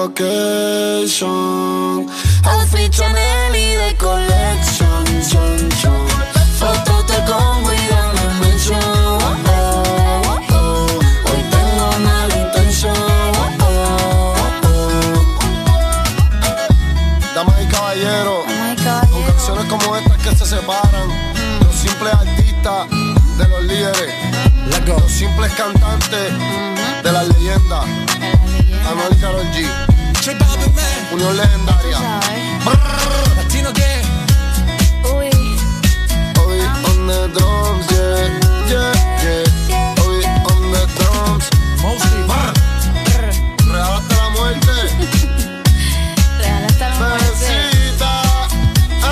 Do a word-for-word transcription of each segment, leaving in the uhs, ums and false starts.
location. Outfit Chanel y de collection. Son, son. Fotos de Congo y de la mención. Oh, oh, oh. Hoy tengo mala intención. Oh, oh, oh. Damas y caballeros, con canciones como estas que se separan, mm. los simples artistas de los líderes, los simples cantantes mm-hmm. de las leyendas. Anuel y Karol G. Unión legendaria. Latino que Uy Uy on the drums, yeah, yeah, yeah. Uy on the drums. Mostly real hasta la muerte. Real hasta la muerte. Besita. Ah.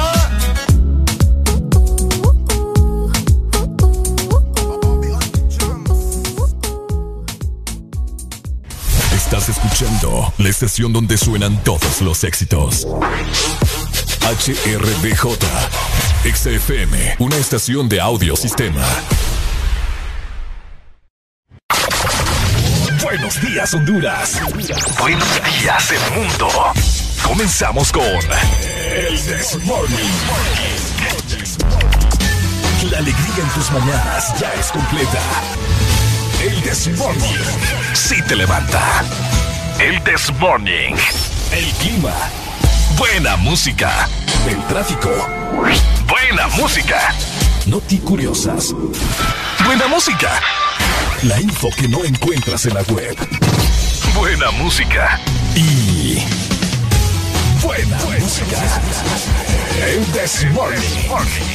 Estás escuchando la estación donde suenan todos los éxitos. H R D J X F M, una estación de Audiosistema. Buenos días, Honduras. Buenos días, el mundo. Comenzamos con el This Morning. La alegría en tus mañanas ya es completa. El This Morning sí te levanta. El This Morning. El clima. Buena música. El tráfico. Buena música. Noti curiosas. Buena música. La info que no encuentras en la web. Buena música. Y buena, buena música. El This Morning.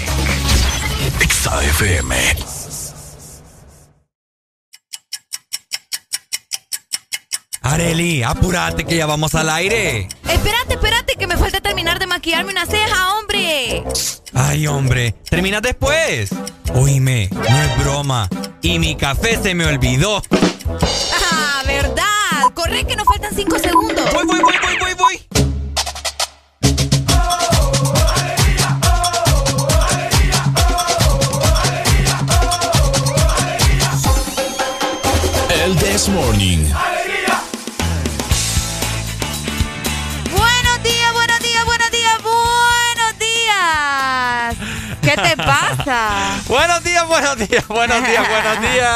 X F M. Arely, apúrate que ya vamos al aire. Espérate, espérate, que me falta terminar de maquillarme una ceja, hombre. Ay, hombre, terminas después. Oíme, no es broma. Y mi café se me olvidó. Ah, verdad. Corre que nos faltan cinco segundos. Voy, voy, voy, voy, voy, voy. El This Morning. ¿Qué te pasa? Buenos días, buenos días, buenos días, buenos días.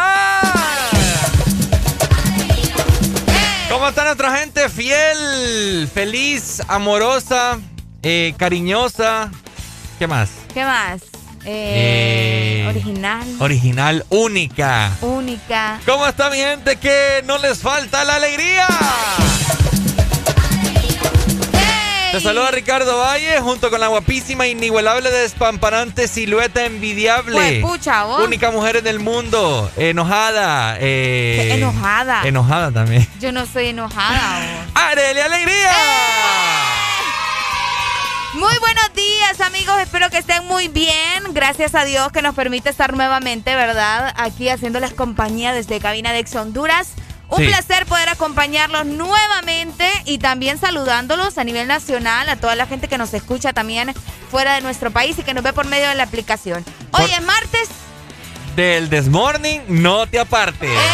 ¿Cómo está nuestra gente? Fiel, feliz, amorosa, eh, cariñosa. ¿Qué más? ¿Qué más? Eh, eh, original. Original, única. Única. ¿Cómo está mi gente? Que no les falta la alegría. Te saluda Ricardo Valle junto con la guapísima, inigualable, despampanante, silueta envidiable. Pues pucha, vos. Única mujer en el mundo. Enojada. Eh, enojada. Enojada también. Yo no soy enojada, vos. ¡Arely Alegría! ¡Eh! Muy buenos días, amigos. Espero que estén muy bien. Gracias a Dios que nos permite estar nuevamente, ¿verdad? Aquí haciéndoles compañía desde Cabina de Ex Honduras. Un sí. placer poder acompañarlos nuevamente y también saludándolos a nivel nacional, a toda la gente que nos escucha también fuera de nuestro país y que nos ve por medio de la aplicación. Hoy por... es martes. Del This Morning, no te apartes. ¡Eh!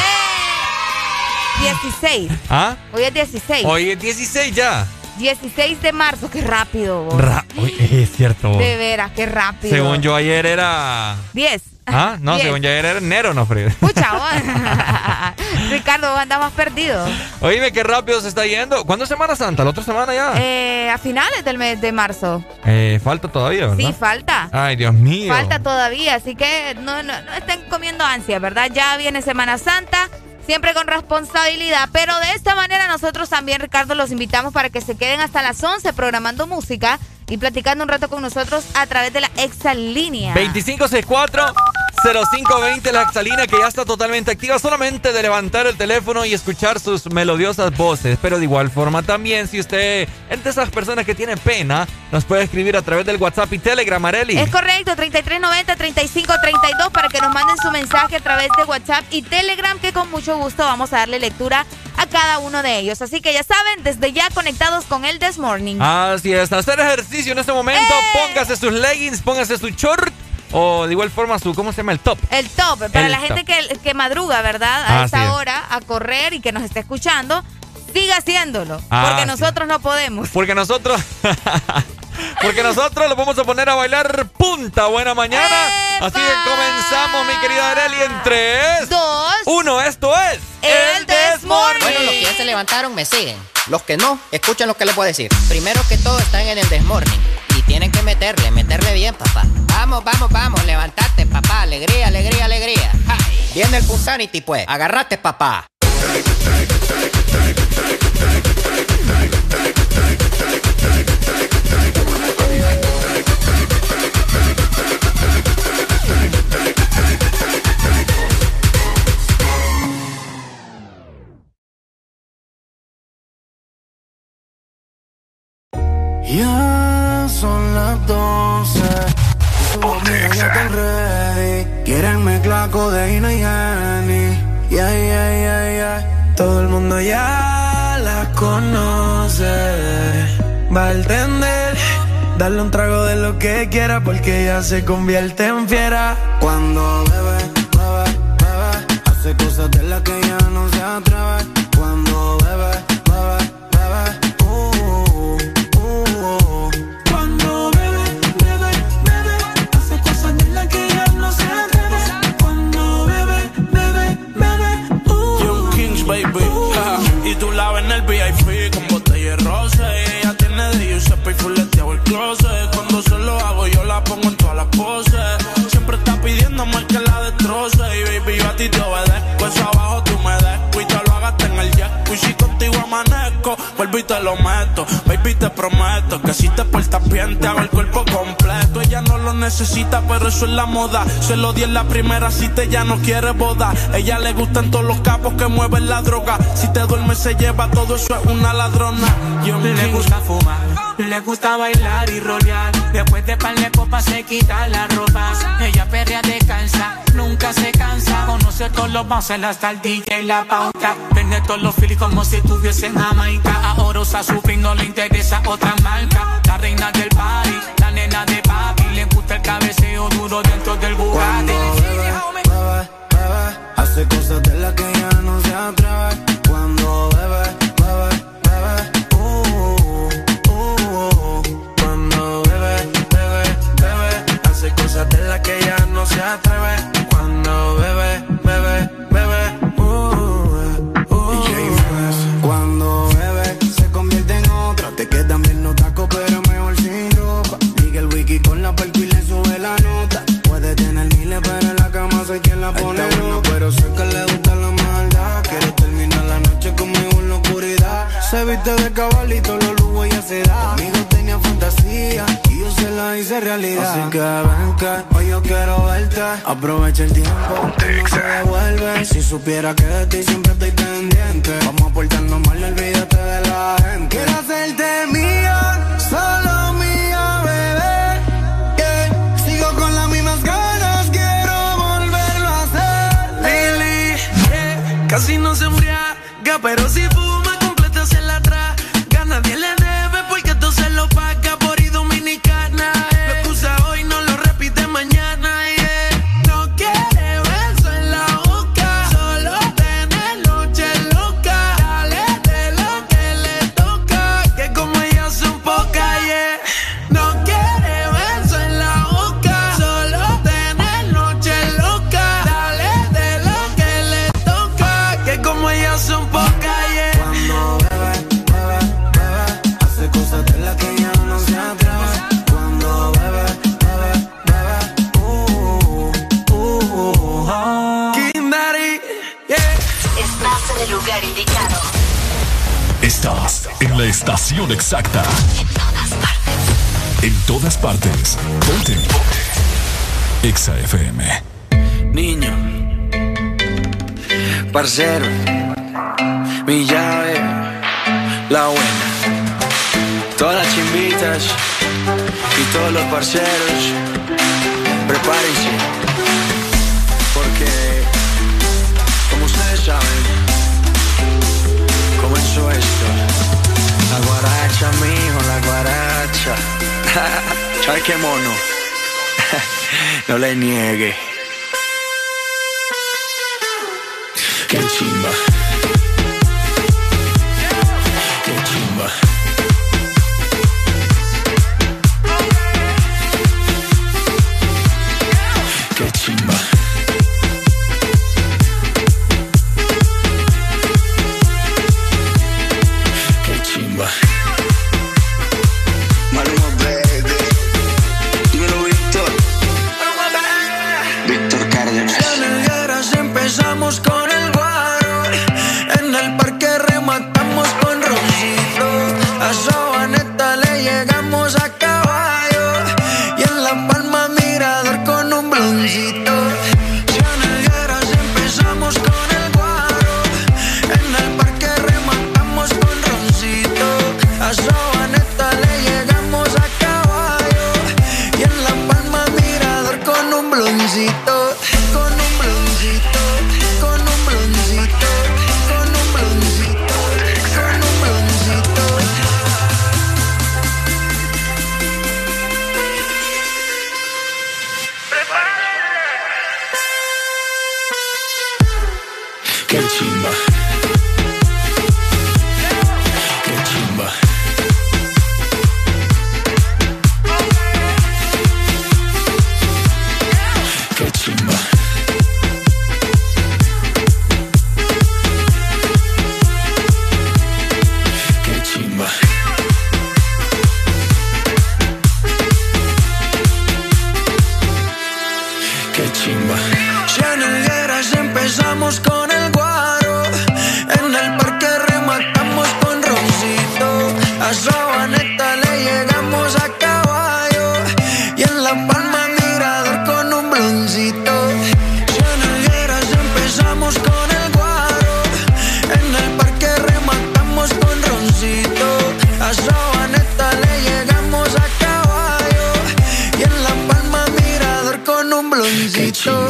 dieciséis. ¿Ah? Hoy es dieciséis. Hoy es dieciséis ya. dieciséis de marzo, qué rápido. Ra Uy, es cierto. De veras, qué rápido. Según yo ayer era... diez. Ah, no, diez. Según yo ayer era enero, no, frío. Pucha, vos. Ricardo, vos andás más perdido. Oíme, qué rápido se está yendo. ¿Cuándo es Semana Santa? ¿La otra semana ya? Eh, a finales del mes de marzo. Eh, falta todavía, ¿verdad? Sí, falta. Ay, Dios mío. Falta todavía, así que no, no, no estén comiendo ansia, ¿verdad? Ya viene Semana Santa. Siempre con responsabilidad, pero de esta manera nosotros también, Ricardo, los invitamos para que se queden hasta las once programando música y platicando un rato con nosotros a través de la Exalínea. veinticinco sesenta y cuatro cero cinco veinte, la Exalínea, que ya está totalmente activa, solamente de levantar el teléfono y escuchar sus melodiosas voces. Pero de igual forma también, si usted es de esas personas que tiene pena, nos puede escribir a través del WhatsApp y Telegram, Arely. Es correcto, treinta y tres noventa, treinta y cinco treinta y dos, para que nos manden su mensaje a través de WhatsApp y Telegram, que con mucho gusto vamos a darle lectura a cada uno de ellos. Así que ya saben, desde ya conectados con el This Morning. Así es, hacer ejercicio en este momento, ¡eh! Póngase sus leggings, póngase su short. O de igual forma su, ¿cómo se llama? El top. El top, para el la top. gente que, que madruga, ¿verdad? A ah, esta sí. hora, a correr y que nos esté escuchando. siga haciéndolo. Ah, porque sí. nosotros no podemos. Porque nosotros... Porque nosotros lo vamos a poner a bailar punta buena mañana. ¡Epa! Así que comenzamos, mi querida Arely, en tres, dos, uno. Esto es El Desmorning. Bueno, los que ya se levantaron me siguen. Los que no, escuchen lo que les voy a decir. Primero que todo, están en el Desmorning y tienen que meterle, meterle bien, papá. Vamos, vamos, vamos, levantate, papá. Alegría, alegría, alegría. ¡Ja! Viene el Punsanity, pues. Agarrate, papá. Ya son las doce. Mira, ya están ready. Quieren mezclar codeína y Henny. Yeah, yeah, yeah, yeah. Todo el mundo ya las conoce. Va a entender. Darle un trago de lo que quiera porque ella se convierte en fiera. Cuando bebe, bebe, bebe, hace cosas de las que ella no se atreve. Cuando bebe, bebe, bebe. Baby, uh, y tú la ves en el V I P con botella de rosa. Y ella tiene de Giuseppe y fuleteado el closet. Cuando se lo hago yo la pongo en todas las poses. Siempre está pidiendo más que la destroce. Y baby, yo a ti te obedezco. Eso abajo tú me desco y te lo hagaste en el yesco. Y si contigo amanezco, vuelvo y te lo meto. Baby, te prometo que si te portas bien te hago el cuerpo completo. Ella no lo necesita, pero eso es la moda. Se lo di en la primera cita, ella no quiere boda. Ella le gustan todos los capos que mueven la droga. Si te duermes se lleva todo, eso es una ladrona. Yo le gusta fumar, le gusta bailar y rolear. Después de par de copas se quita la ropa. Ella perrea descansa, nunca se cansa. Conoce todos los bouncers hasta el D J la pauta. Vende todos los filis como si estuviese en Jamaica. Ahora usa su fin, no le interesa otra marca. La reina del party, la nena de papi. Le gusta el cabeceo duro dentro del Bugatti. Bebe, bebe, hace cosas de las que ella no se atreve. Cuando bebe, bebe, bebe, uh, uh, uh. Cuando bebe, bebe, bebe, hace cosas de las que ella no se atreve. Cuando bebe, bebe, bebe, uh, uh, uh. Cuando bebe, se convierte en otra. Te quedan bien los tacos, pero mejor sin ropa. Liga el wiki con la perco y le sube la nota. Puede tener miles, pero en la cama soy quien la pone bueno, pero sé que le gusta la maldad. Quiere terminar la noche conmigo en la oscuridad. Se viste de cabalito, los lujos ella se da. Conmigo tenía fantasía y yo se la hice realidad. Así que ven que hoy yo quiero verte. Aprovecha el tiempo que no se devuelve. Si supiera que de ti siempre estoy pendiente. Vamos a portarnos mal, no olvídate de la gente. Quiero hacerte mía, solo mía, bebé. Yeah. Sigo con las mismas ganas, quiero volverlo a hacer. Lily, yeah. Casi no se embriaga, pero si fuma completa se la traga. Nadie le debe porque tú se lo paga por ir dominicana. Eh. Lo que usa hoy no lo repite mañana. Yeah. No quiere beso en la boca, solo tener noche loca. Dale de lo que le toca, que como ella son pocas. Yeah. No quiere beso en la boca, solo tener noche loca. Dale de lo que le toca, que como ella son pocas. Yeah. Cuando bebe, cosas de las que ella no se atreve. Cuando bebe, bebe, bebe, uh, uh, uh. King Daddy, yeah. Estás en el lugar indicado. Estás en la estación exacta. En todas partes. En todas partes. Ponte. Exa F M. Niño, parcero, mi llave, la buena. Todas las chimbitas y todos los parceros, prepárense, porque, como ustedes saben, comenzó esto. La guaracha, mijo, la guaracha. ¿Sabes qué mono? No le niegue. Qué chimba. parque rematamos con roncito. A Sabaneta le llegamos a caballo y en La Palma Mirador con un bloncito. Cianegueras empezamos con el guaro, en el parque rematamos con roncito. A Sabaneta le llegamos a caballo y en La Palma Mirador con un bloncito. Con un bloncito, con un bloncito, con un bloncito, con un bloncito. Qué chimba. Qué chimba. Qué chimba. Qué chimba. Qué chimba. Cianegueras empezamos con el guaro, en el parque rematamos con roncito. A Sabaneta le llegamos a caballo y en La Palma Mirador con un bloncito. Cianegueras empezamos con el guaro, en el parque rematamos con roncito. A Sabaneta le llegamos a caballo y en La Palma Mirador con un bloncito.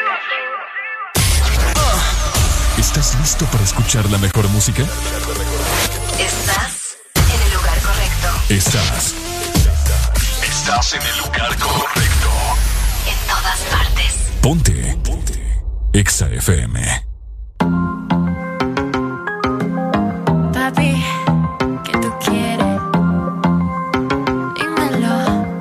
¿Estás listo para escuchar la mejor música? Estás en el lugar correcto. Estás. Estás en el lugar correcto. En todas partes. Ponte. Ponte. Exa F M. Papi, ¿qué tú quieres? Dímelo.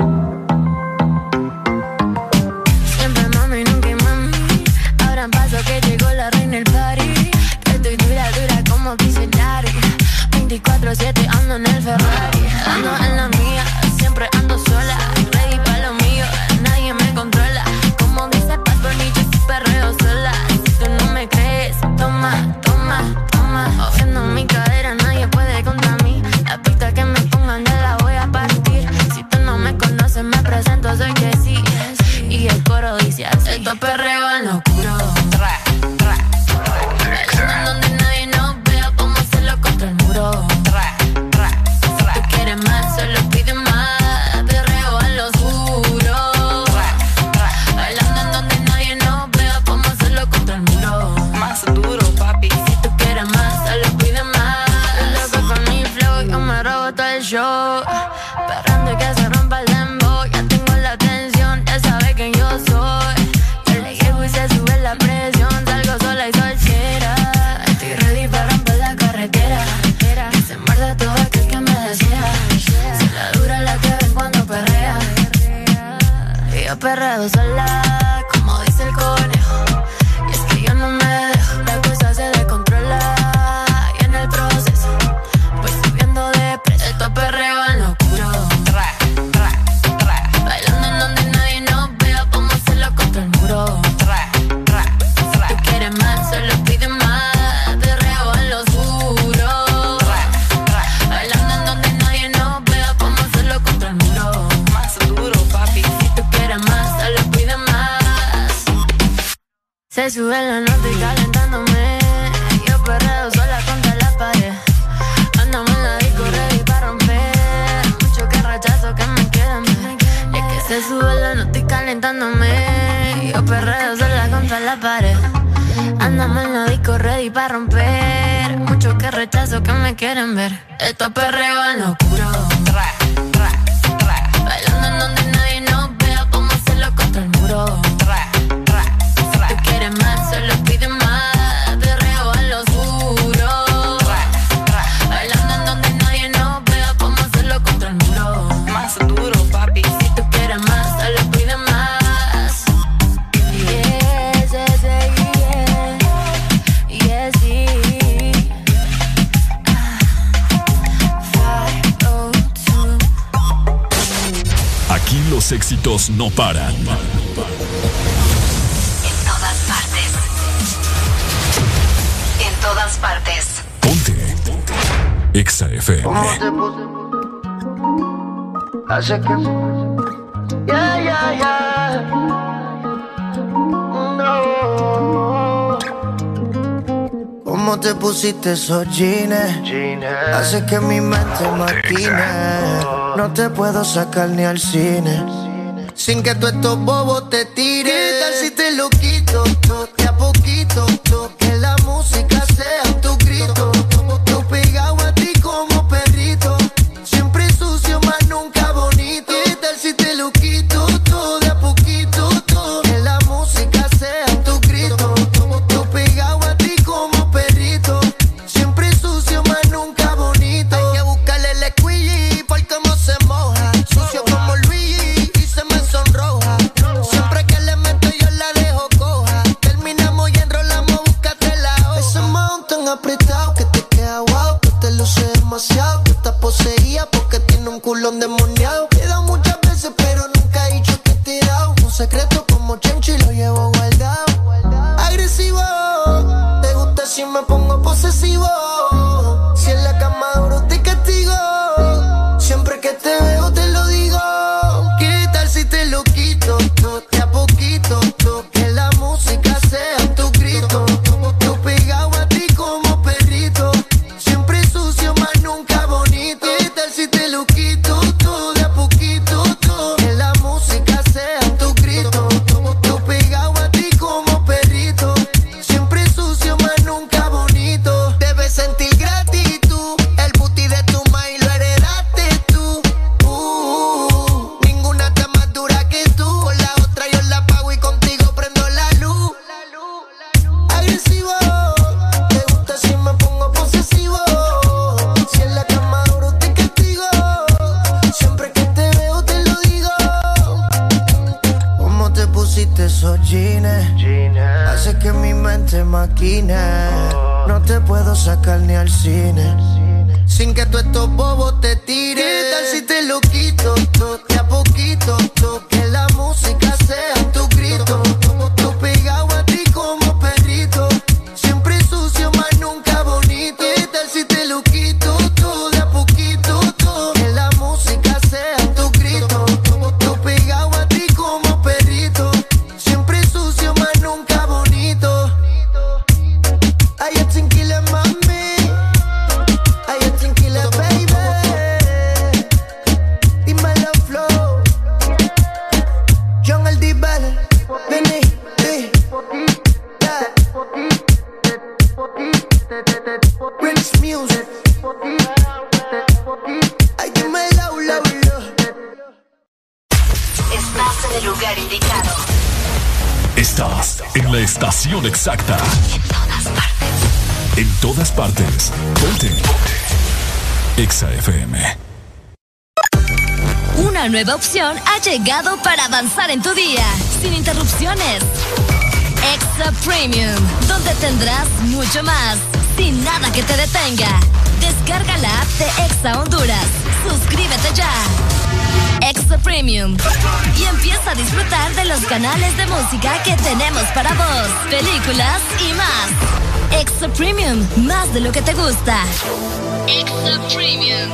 Siempre mami, nunca mami. Ahora paso que llegó la reina del party. Que estoy dura, dura como dice Dari. veinticuatro siete ando en el Ferrari. Ando en la mía, siempre ando sola. Ready pa' lo mío, nadie me controla. Como dice Bad Bunny, yo soy perreo sola. Si tú no me crees, toma, toma, toma. Moviendo mi cadera, nadie puede contra mí. La pista que me pongan ya la voy a partir. Si tú no me conoces, me presento, soy Jessie. Y el coro dice así: esto perreo en lo oscuro. Tra, tra. Bailando donde nadie nos vea, como hacerlo contra el muro. Tra, tra, tra. Si tú quieres más, solo pide más. Perreo en lo oscuro. Tra, tra. Bailando en donde nadie nos vea, como hacerlo contra el muro. Más duro, papi. Si tú quieres más, solo pide más. Loco con mi flow, yo me robo todo el show. Perrando y que se rompa el dembow. Ya tengo la atención, ya sabe quién yo soy. Yo le llego y se sube la presión. Salgo sola y soltera. Estoy ready para romper la carretera. Que se muerda todo aquel que me desea. Si la dura la que ven cuando perrea. Y yo perreo sola, como dice el conejo. Y es que yo no me dejo, la cosa se descontrola. Y en el proceso voy subiendo de precio. Esto perreo en lo oscuro. Tra, tra, tra. Bailando en donde nadie nos vea, vamos a hacerlo contra el muro. Tra, tra, tra. Tú quieres más, solo pide más. Perreo en lo oscuro. Tra, tra. Bailando en donde nadie nos vea, vamos a hacerlo contra el muro. Más duro, papi. Si tú quieres más, solo pide más. Se sube la nota y calentándome. Yo perreo sola contra la pared. Andamos en la disco ready pa' romper. Mucho que rechazo que me quedan ver. Y es que se sube la nota y calentándome. Yo perreo sola contra la pared. Andamos en la disco ready pa' romper. Mucho que rechazo que me quieren ver. Esto es perreo en lo oscuro. Tra, tra, tra. Bailando en donde nadie nos vea, vamos a hacerlo contra el muro. Tra, tra, tra. Tú quieres más, solo pide más. Perreo en lo oscuro. Tra, tra. Bailando en donde nadie nos vea, vamos a hacerlo contra el muro. Más duro, papi. Si tú quieres más, solo pide más. Yes, yes, yes, yes, sí. Aquí los éxitos no paran. En todas partes. En todas partes. Ponte. Exa F M. ¿Cómo te puse? Hace que... Yeah, yeah, yeah. No. ¿Cómo te pusiste esos jeans? Hace que mi mente maquine. No te puedo sacar ni al cine sin que tú estos bobos te tires. ¿Qué tal si te lo quito? De a poquito, que la música sea tu grito. Yo pegado a ti como perrito, siempre sucio, más nunca bonito. ¿Qué tal si te lo quito todo de a poquito? Que la música sea tu grito. Yo pegado a ti como perrito, siempre sucio, más nunca bonito. Hay que buscarle el squeegee por cómo se moja. Sucio como Luigi y se me sonroja. Siempre que le meto yo la dejo coja. Terminamos y enrolamos, búscate la hoja. Ese mount tan apretado que te queda guau, que te luce demasiado, que estás poseída porque tiene un culón demoniado. Te he dado muchas veces pero nunca he dicho que te he dado. Un secreto como Chencho y lo llevo guardado. Agresivo, te gusta si me pongo posesivo. Si en la cama duro te castigo. Siempre que te veo te lo digo. ¿Qué tal si te lo quito? De a poquito, que la música sea tu grito. Yo pegado a ti como perrito, siempre sucio, más nunca bonito. ¿Qué tal si te lo quito? De a poquito, que la música sea tu grito. Yo pegado a ti como perrito, siempre sucio, más nunca bonito. Debes sentir gratitud, el booty de tu maíz lo heredaste tú. Uh, ninguna está más dura que tú. Con la otra yo la pago y contigo prendo la luz. Agresivo, te gusta si me pongo posesivo. Si en la cama duro te castigo. Siempre que te veo te lo digo. ¿Cómo te pusiste esos jeans? Hace que mi mente maquine. No te puedo sacar ni al cine sin que tú estos bobos te tires. ¿Qué tal si te lo quito? De a poquito, que la música sea tu grito. Yo pegado a ti como perrito, siempre sucio, más nunca bonito. ¿Qué tal si te lo quito? De a poquito, que la música sea tu grito. Yo pegado a ti como perrito, siempre sucio, más nunca bonito. Ay, es tranquila, mami. Ay, es tranquila, baby. Dímelo, flow. John el D-Bell. Vení, sí. Yeah. Prince Music. Ay, dímelo, lo, lo. Estás en el lugar indicado. Estás en la estación exacta. En todas partes. En todas partes. Ponte. Exa F M. Una nueva opción ha llegado para avanzar en tu día, sin interrupciones. Exa Premium, donde tendrás mucho más, sin nada que te detenga. Descarga la app de Exa Honduras. Suscríbete ya. Exa Premium. Y empieza a disfrutar de los canales de música que tenemos para vos, películas y más. Exa Premium, más de lo que te gusta. Exa Premium.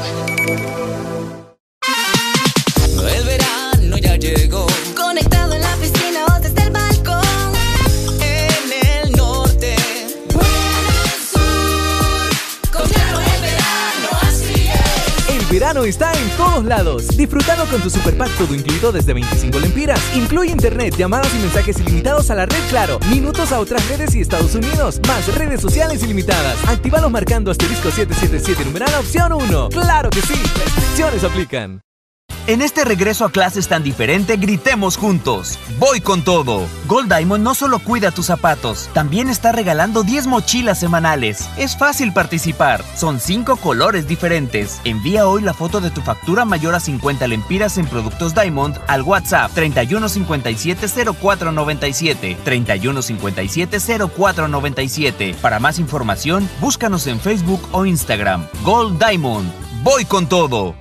El verano ya llegó. Conectado en la piscina o desde el balcón. En el norte o en el sur. Con Claro el verano, así es. El verano está en todos lados. Disfrutalo con tu super pack todo incluido desde veinticinco lempiras. Incluye internet, llamadas y mensajes ilimitados a la red Claro, minutos a otras redes y Estados Unidos, más redes sociales ilimitadas. Actívalos marcando asterisco siete siete siete numeral opción uno. ¡Claro que sí! Restricciones aplican. En este regreso a clases tan diferente, gritemos juntos. ¡Voy con todo! Gold Diamond no solo cuida tus zapatos, también está regalando diez mochilas semanales. Es fácil participar. Son cinco colores diferentes. Envía hoy la foto de tu factura mayor a cincuenta lempiras en productos Diamond al WhatsApp treinta y uno cincuenta y siete cero cuatro noventa y siete. treinta y uno cincuenta y siete cero cuatro noventa y siete. Para más información, búscanos en Facebook o Instagram. Gold Diamond. ¡Voy con todo!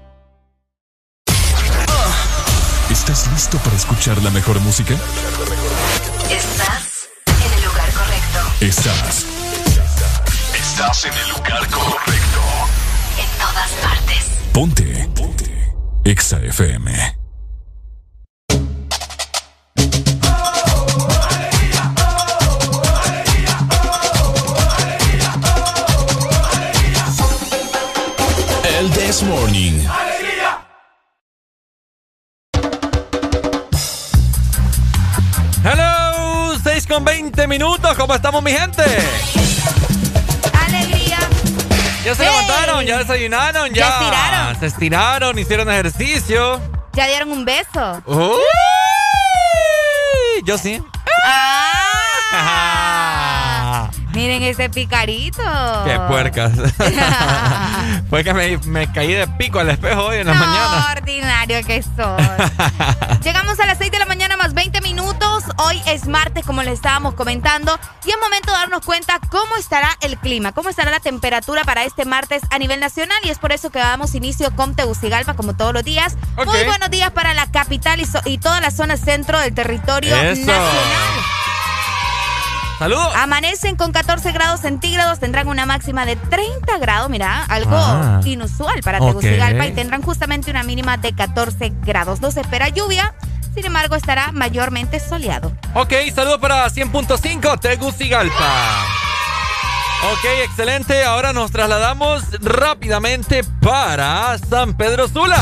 ¿Estás listo para escuchar la mejor música? Estás en el lugar correcto. Estás. Estás en el lugar correcto. Ponte. Ponte. Exa F M. El This Morning. Hello, seis con veinte minutos. ¿Cómo estamos, mi gente? Alegría. Ya se hey. levantaron, ya desayunaron, ya, ya estiraron. Se estiraron, hicieron ejercicio. Ya dieron un beso. Uy, yo sí. Ah, miren ese picarito. Qué puercas. Fue que me, me caí de pico al espejo hoy en la no, mañana. Ordinario que soy. Llegamos a las seis de la mañana más veinte minutos. Hoy es martes, como les estábamos comentando. Y es momento de darnos cuenta cómo estará el clima, cómo estará la temperatura para este martes a nivel nacional. Y es por eso que damos inicio con Tegucigalpa, como todos los días. Okay. Muy buenos días para la capital y, so y toda la zona centro del territorio eso. nacional. ¡Saludos! Amanecen con catorce grados centígrados, tendrán una máxima de treinta grados, mira, algo ah, inusual para Tegucigalpa, okay. Y tendrán justamente una mínima de catorce grados. No se espera lluvia, sin embargo estará mayormente soleado. Ok, saludos para cien punto cinco Tegucigalpa. Ok, excelente. Ahora nos trasladamos rápidamente para San Pedro Sula.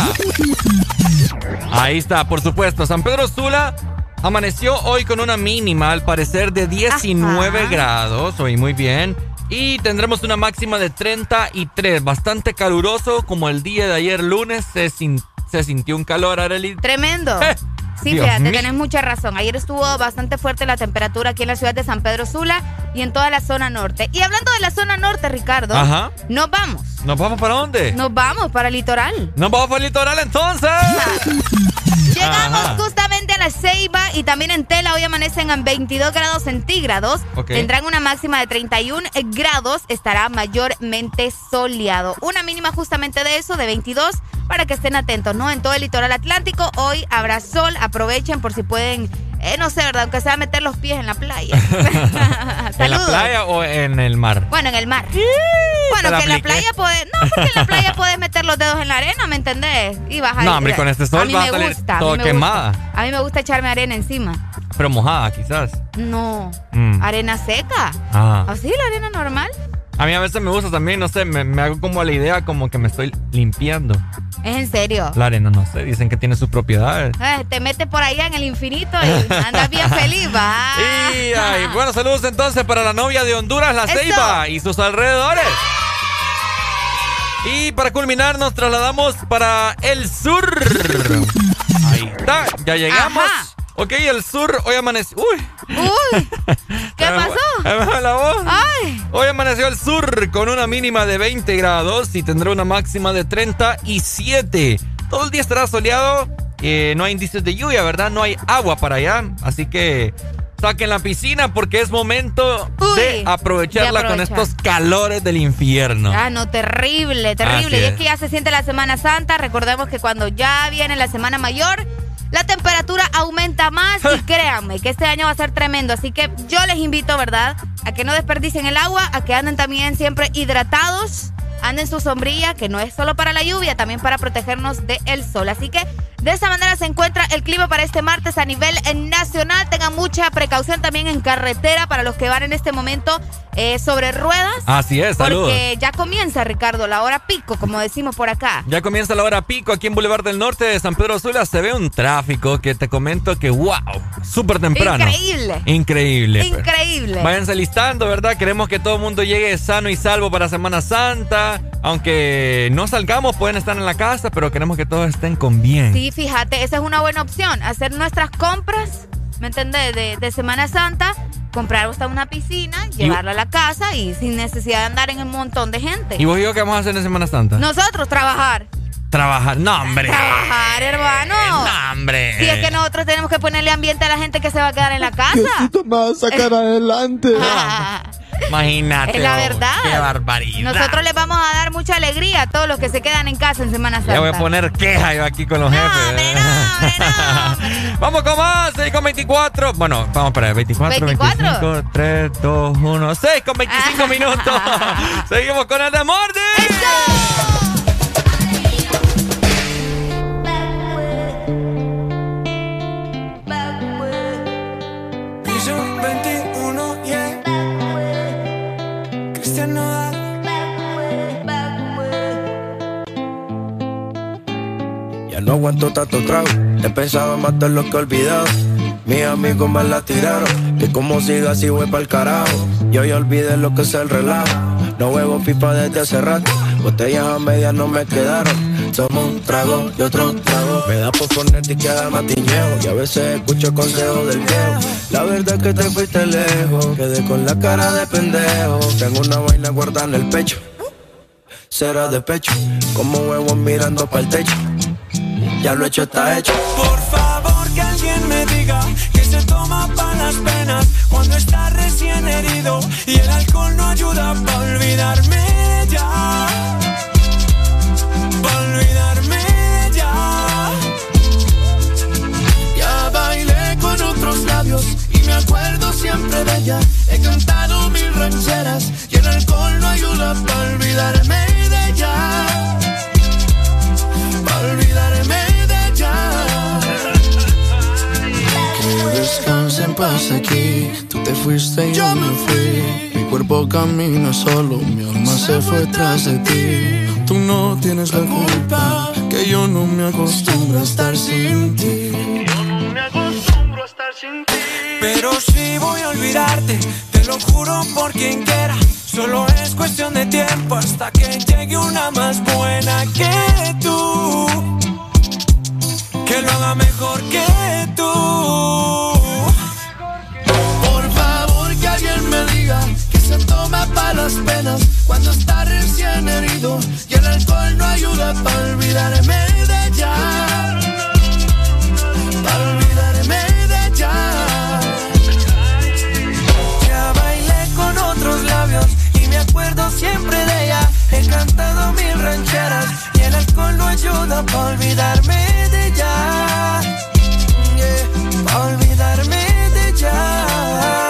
Ahí está, por supuesto, San Pedro Sula. Amaneció hoy con una mínima, al parecer, de diecinueve Ajá. grados. Hoy muy bien. Y tendremos una máxima de treinta y tres. Bastante caluroso, como el día de ayer lunes. Se, sin, se sintió un calor, Arely. Tremendo. Eh, sí, Dios fíjate, mío. Tenés mucha razón. Ayer estuvo bastante fuerte la temperatura aquí en la ciudad de San Pedro Sula y en toda la zona norte. Y hablando de la zona norte, Ricardo, Ajá. nos vamos. ¿Nos vamos para dónde? Nos vamos para el litoral. Nos vamos para el litoral, entonces. Llegamos Ajá. justamente a la Ceiba y también en Tela. Hoy amanecen en veintidós grados centígrados. Okay. Tendrán una máxima de treinta y un grados. Estará mayormente soleado. Una mínima justamente de eso, de veintidós, para que estén atentos, ¿no? En todo el litoral atlántico hoy habrá sol. Aprovechen por si pueden, eh, no sé, ¿verdad? Aunque sea meter los pies en la playa. ¿En la playa o en el mar? Bueno, en el mar. Sí, bueno, que en la playa puedes... No, porque en la playa puedes meter los dedos en la arena, ¿me entendés? Y vas a No, hombre, con este sol a mí vas me a salir gusta, todo a mí me quemada. Gusta. A mí me gusta echarme arena encima. Pero mojada, quizás. No, mm. arena seca. Ah. ¿Así la arena normal? A mí a veces me gusta también, no sé, me, me hago como la idea como que me estoy limpiando. ¿Es en serio? La arena, no sé, dicen que tiene sus propiedades. Eh, te metes por allá en el infinito y andas bien feliz, va. Y ay, bueno, saludos entonces para la novia de Honduras, la Ceiba, y sus alrededores. Y para culminar nos trasladamos para el sur. Ahí está, ya llegamos. Ajá. Ok, el sur hoy amaneció. Uy. Uy. ¿Qué pasó? Me bajó la voz. Ay. Hoy amaneció el sur con una mínima de veinte grados y tendrá una máxima de treinta y siete. Todo el día estará soleado. Eh, no hay indicios de lluvia, ¿verdad? No hay agua para allá. Así que saquen la piscina porque es momento Uy, de aprovecharla de con estos calores del infierno. Ah, no, terrible, terrible. Y es que ya se siente la Semana Santa. Recordemos que cuando ya viene la Semana Mayor, la temperatura aumenta más y créanme que este año va a ser tremendo. Así que yo les invito, ¿verdad?, a que no desperdicien el agua, a que anden también siempre hidratados, anden su sombrilla, que no es solo para la lluvia, también para protegernos del sol. Así que de esa manera se encuentra el clima para este martes a nivel nacional. Tengan mucha precaución también en carretera para los que van en este momento eh, sobre ruedas. Así es, saludos. Porque ya comienza, Ricardo, la hora pico, como decimos por acá. Ya comienza la hora pico aquí en Boulevard del Norte de San Pedro Sula. Se ve un tráfico que te comento que, wow, súper temprano. Increíble. Increíble. Increíble. Váyanse listando, ¿verdad? Queremos que todo el mundo llegue sano y salvo para Semana Santa. Aunque no salgamos, pueden estar en la casa, pero queremos que todos estén con bien. Sí, fíjate, esa es una buena opción. Hacer nuestras compras, ¿me entendés? De, de Semana Santa, comprar hasta una piscina, llevarla a la casa y sin necesidad de andar en un montón de gente. ¿Y vos y yo qué vamos a hacer en Semana Santa? Nosotros, trabajar. Trabajar, no, hombre. Trabajar, hermano. No, hombre. Si es que nosotros tenemos que ponerle ambiente a la gente que se va a quedar en la casa. Diosito me va a sacar adelante. Imagínate. Es la verdad. Qué barbaridad. Nosotros les vamos a dar mucha alegría a todos los que se quedan en casa en Semana Santa. Ya voy a poner queja yo aquí con los no, jefes. Hombre, no, hombre, no, hombre. Vamos con más. seis con veinticuatro. Bueno, vamos para el veinticuatro, ¿veinticuatro? veinticinco, tres, dos, uno. seis con veinticinco minutos. Seguimos con el The Morning. ya no aguanto tanto trago. He pensado matar lo que he olvidado. Mis amigos me la tiraron, que como siga así voy pa'l carajo. Yo ya olvidé lo que es el relajo. No huevo pipa desde hace rato. Botellas a medias no me quedaron. Somos un trago y otro trago. Me da por ponerte y queda matiñeo. Y a veces escucho consejos del viejo. La verdad es que te fuiste lejos. Quedé con la cara de pendejo. Tengo una vaina guardada en el pecho. Será de pecho. Como huevos mirando pa'l techo. Ya lo hecho está hecho. Por favor que alguien me diga que se toma pa' las penas cuando está recién herido y el alcohol no ayuda pa' olvidarme ya. Pa' olvidarme ya. Ya bailé con otros labios y me acuerdo siempre de ella. He cantado mil rancheras y el alcohol no ayuda pa' olvidarme de ella. Pa' olvidarme de ella. Que descanse en paz aquí. Tú te fuiste y yo me fui. Mi cuerpo camina solo, mi alma se fue tras de ti. Tú no tienes la culpa, que yo no me acostumbro a estar sin ti. Yo no me acostumbro a estar sin ti. Pero sí voy a olvidarte, te lo juro por quien quiera. Solo es cuestión de tiempo hasta que llegue una más buena que tú, que lo haga mejor que tú. Por favor que alguien me diga que se toma pa' las penas cuando está recién herido y el alcohol no ayuda pa' olvidarme de ella. Pa' olvidarme de ella. Ya bailé con otros labios y me acuerdo siempre de ella. He cantado mil rancheras y el alcohol no ayuda pa' olvidarme de ella. Yeah, pa' olvidarme de ella.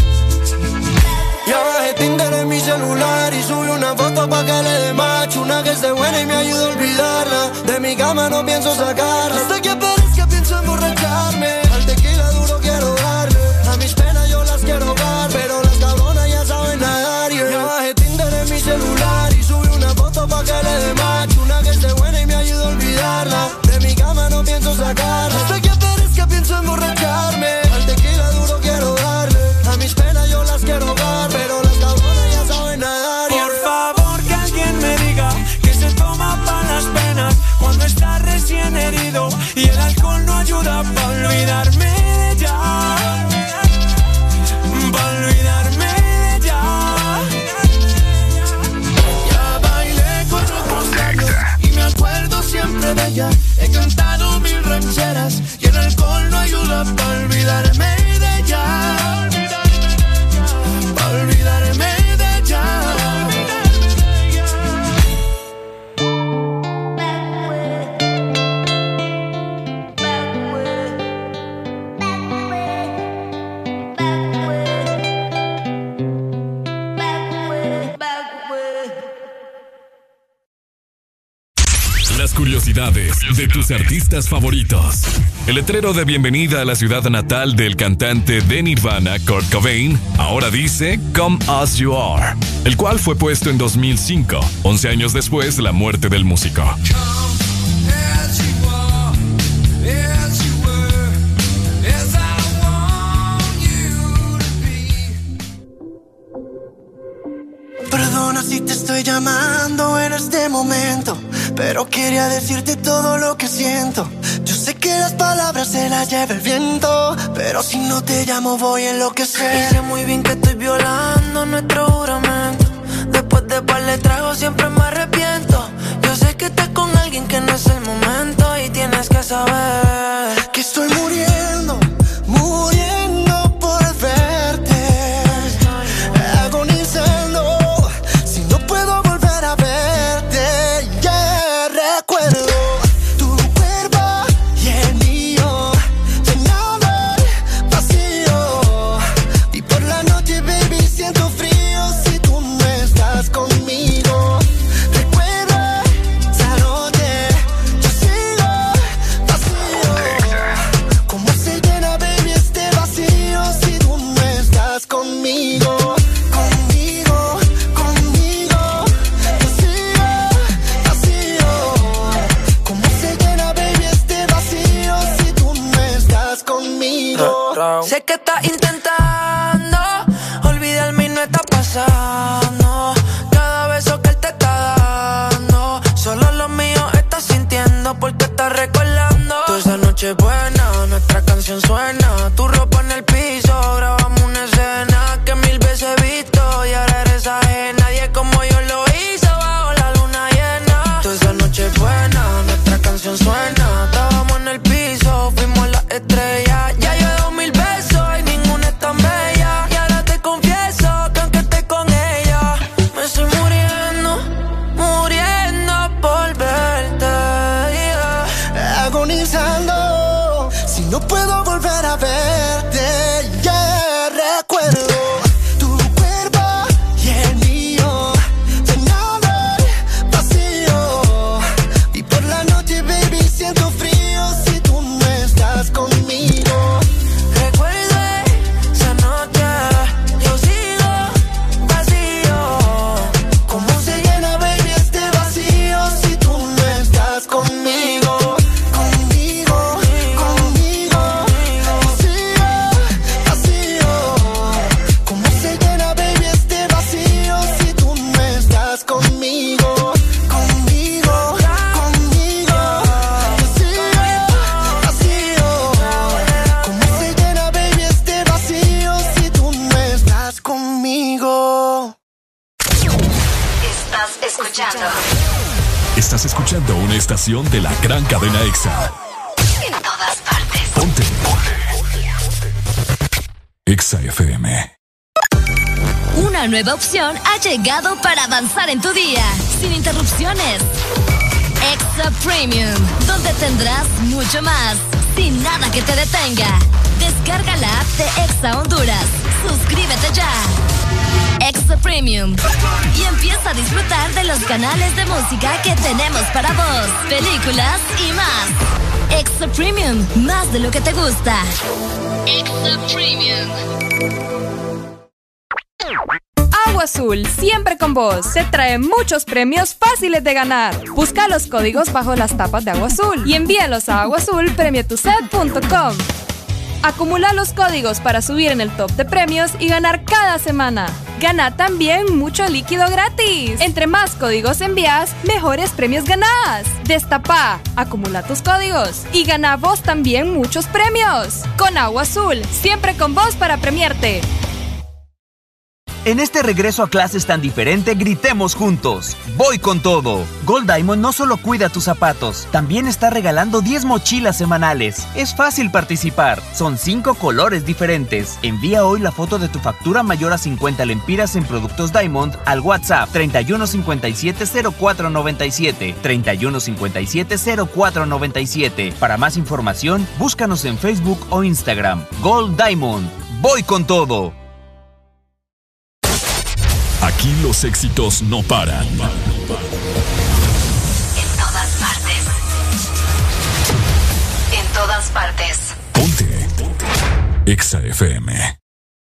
Ya bajé Tinder en mi celular y subí una foto pa' que le dé match. Una que esté buena y me ayude a olvidarla. De mi cama no pienso sacarla. Hasta que aparezca pienso emborracharme. Al tequila duro quiero darle. A mis penas yo las quiero ahogar, pero las cabronas ya saben nadar. Yeah. Ya bajé Tinder en mi celular y subí una foto pa' que le dé match. Una que esté buena y me ayude a olvidarla. De mi cama no pienso sacarla. Hasta que aparezca pienso emborracharme. Al tequila duro quiero darle. A mis penas yo las quiero ahogar, pero las cabronas ya saben nadar. Por favor que alguien me diga que se toma pa' las penas cuando está recién herido y el alcohol no ayuda pa' olvidarme de ella. Pa' olvidarme de ella. Ya bailé con otros labios y me acuerdo siempre de ella. He cantado mil rancheras y el alcohol no ayuda pa' olvidarme de ella. Pa' olvidarme de ella. Las curiosidades de tus artistas favoritos. El letrero de bienvenida a la ciudad natal del cantante de Nirvana, Kurt Cobain, ahora dice Come As You Are, el cual fue puesto en dos mil cinco, once años después de la muerte del músico. Perdona si te estoy llamando en este momento, pero quería decirte todo lo que siento. Yo sé que las palabras se las lleva el viento, pero si no te llamo voy a enloquecer. Y sé muy bien que estoy violando nuestro juramento. Después de par de tragos siempre me arrepiento. Yo sé que estás con alguien que no es el momento y tienes que saber que estoy muriendo, muriendo por verte, agonizando si no puedo volver a verte. Ya yeah, recuerdo tu cuerpo y el mío llenando el vacío, y por la noche baby siento frío si tú no estás conmigo. Recuerdo Sé que estás intentando olvidarme y no está pasando. Cada beso que él te está dando, solo lo mío estás sintiendo porque estás recordando. Toda esa noche buena, nuestra canción suena. Tu ropa en el piso, grabamos una escena que mil veces he visto y ahora eres ajena. Nadie como yo lo hizo bajo la luna llena. Toda esa noche buena, nuestra canción suena. Estábamos en el piso, fuimos las estrellas. Ya yo he dado mil besos y ninguna es tan bella. Y ahora te confieso que aunque esté con ella, me estoy muriendo, muriendo por verte, yeah. Agonizando, si no puedo volver a verte, ya yeah, recuerdo tu cuerpo y el mío, llenando el vacío. Y por la noche, baby, siento frío si tú no estás conmigo. Recuerdo esa noche, yo sigo vacío. ¿Cómo se llena, baby, este vacío si tú no estás conmigo? Conmigo, conmigo, vacío, vacío. ¿Cómo se llena, baby, este vacío si tú no estás conmigo? Conmigo, conmigo, vacío, vacío. ¿Cómo se llena, baby, este vacío si tú no estás conmigo? Estás escuchando Estás escuchando una estación de la gran cadena EXA. en todas partes. Ponte. EXA F M. Una nueva opción ha llegado para avanzar en tu día, sin interrupciones. Extra Premium, donde tendrás mucho más, sin nada que te detenga. Descarga la app de Exa Honduras. Suscríbete ya. Extra Premium. Y empieza a disfrutar de los canales de música que tenemos para vos, películas y más. Extra Premium, más de lo que te gusta. Extra Premium. Agua Azul, siempre con vos. Te trae muchos premios fáciles de ganar. Busca los códigos bajo las tapas de Agua Azul y envíalos a aguaazul premio tu set punto com. Acumula los códigos para subir en el top de premios y ganar cada semana. Gana también mucho líquido gratis. Entre más códigos envías, mejores premios ganás. Destapá, acumula tus códigos y gana vos también muchos premios. Con Agua Azul, siempre con vos para premiarte. En este regreso a clases tan diferente, gritemos juntos. ¡Voy con todo! Gold Diamond no solo cuida tus zapatos, también está regalando diez mochilas semanales. Es fácil participar. Son cinco colores diferentes. Envía hoy la foto de tu factura mayor a cincuenta lempiras en productos Diamond al WhatsApp treinta y uno cincuenta y siete cero cuatro noventa y siete. treinta y uno cincuenta y siete cero cuatro noventa y siete. Para más información, búscanos en Facebook o Instagram. Gold Diamond. ¡Voy con todo! Aquí los éxitos no paran. En todas partes. En todas partes. Ponte. EXA F M.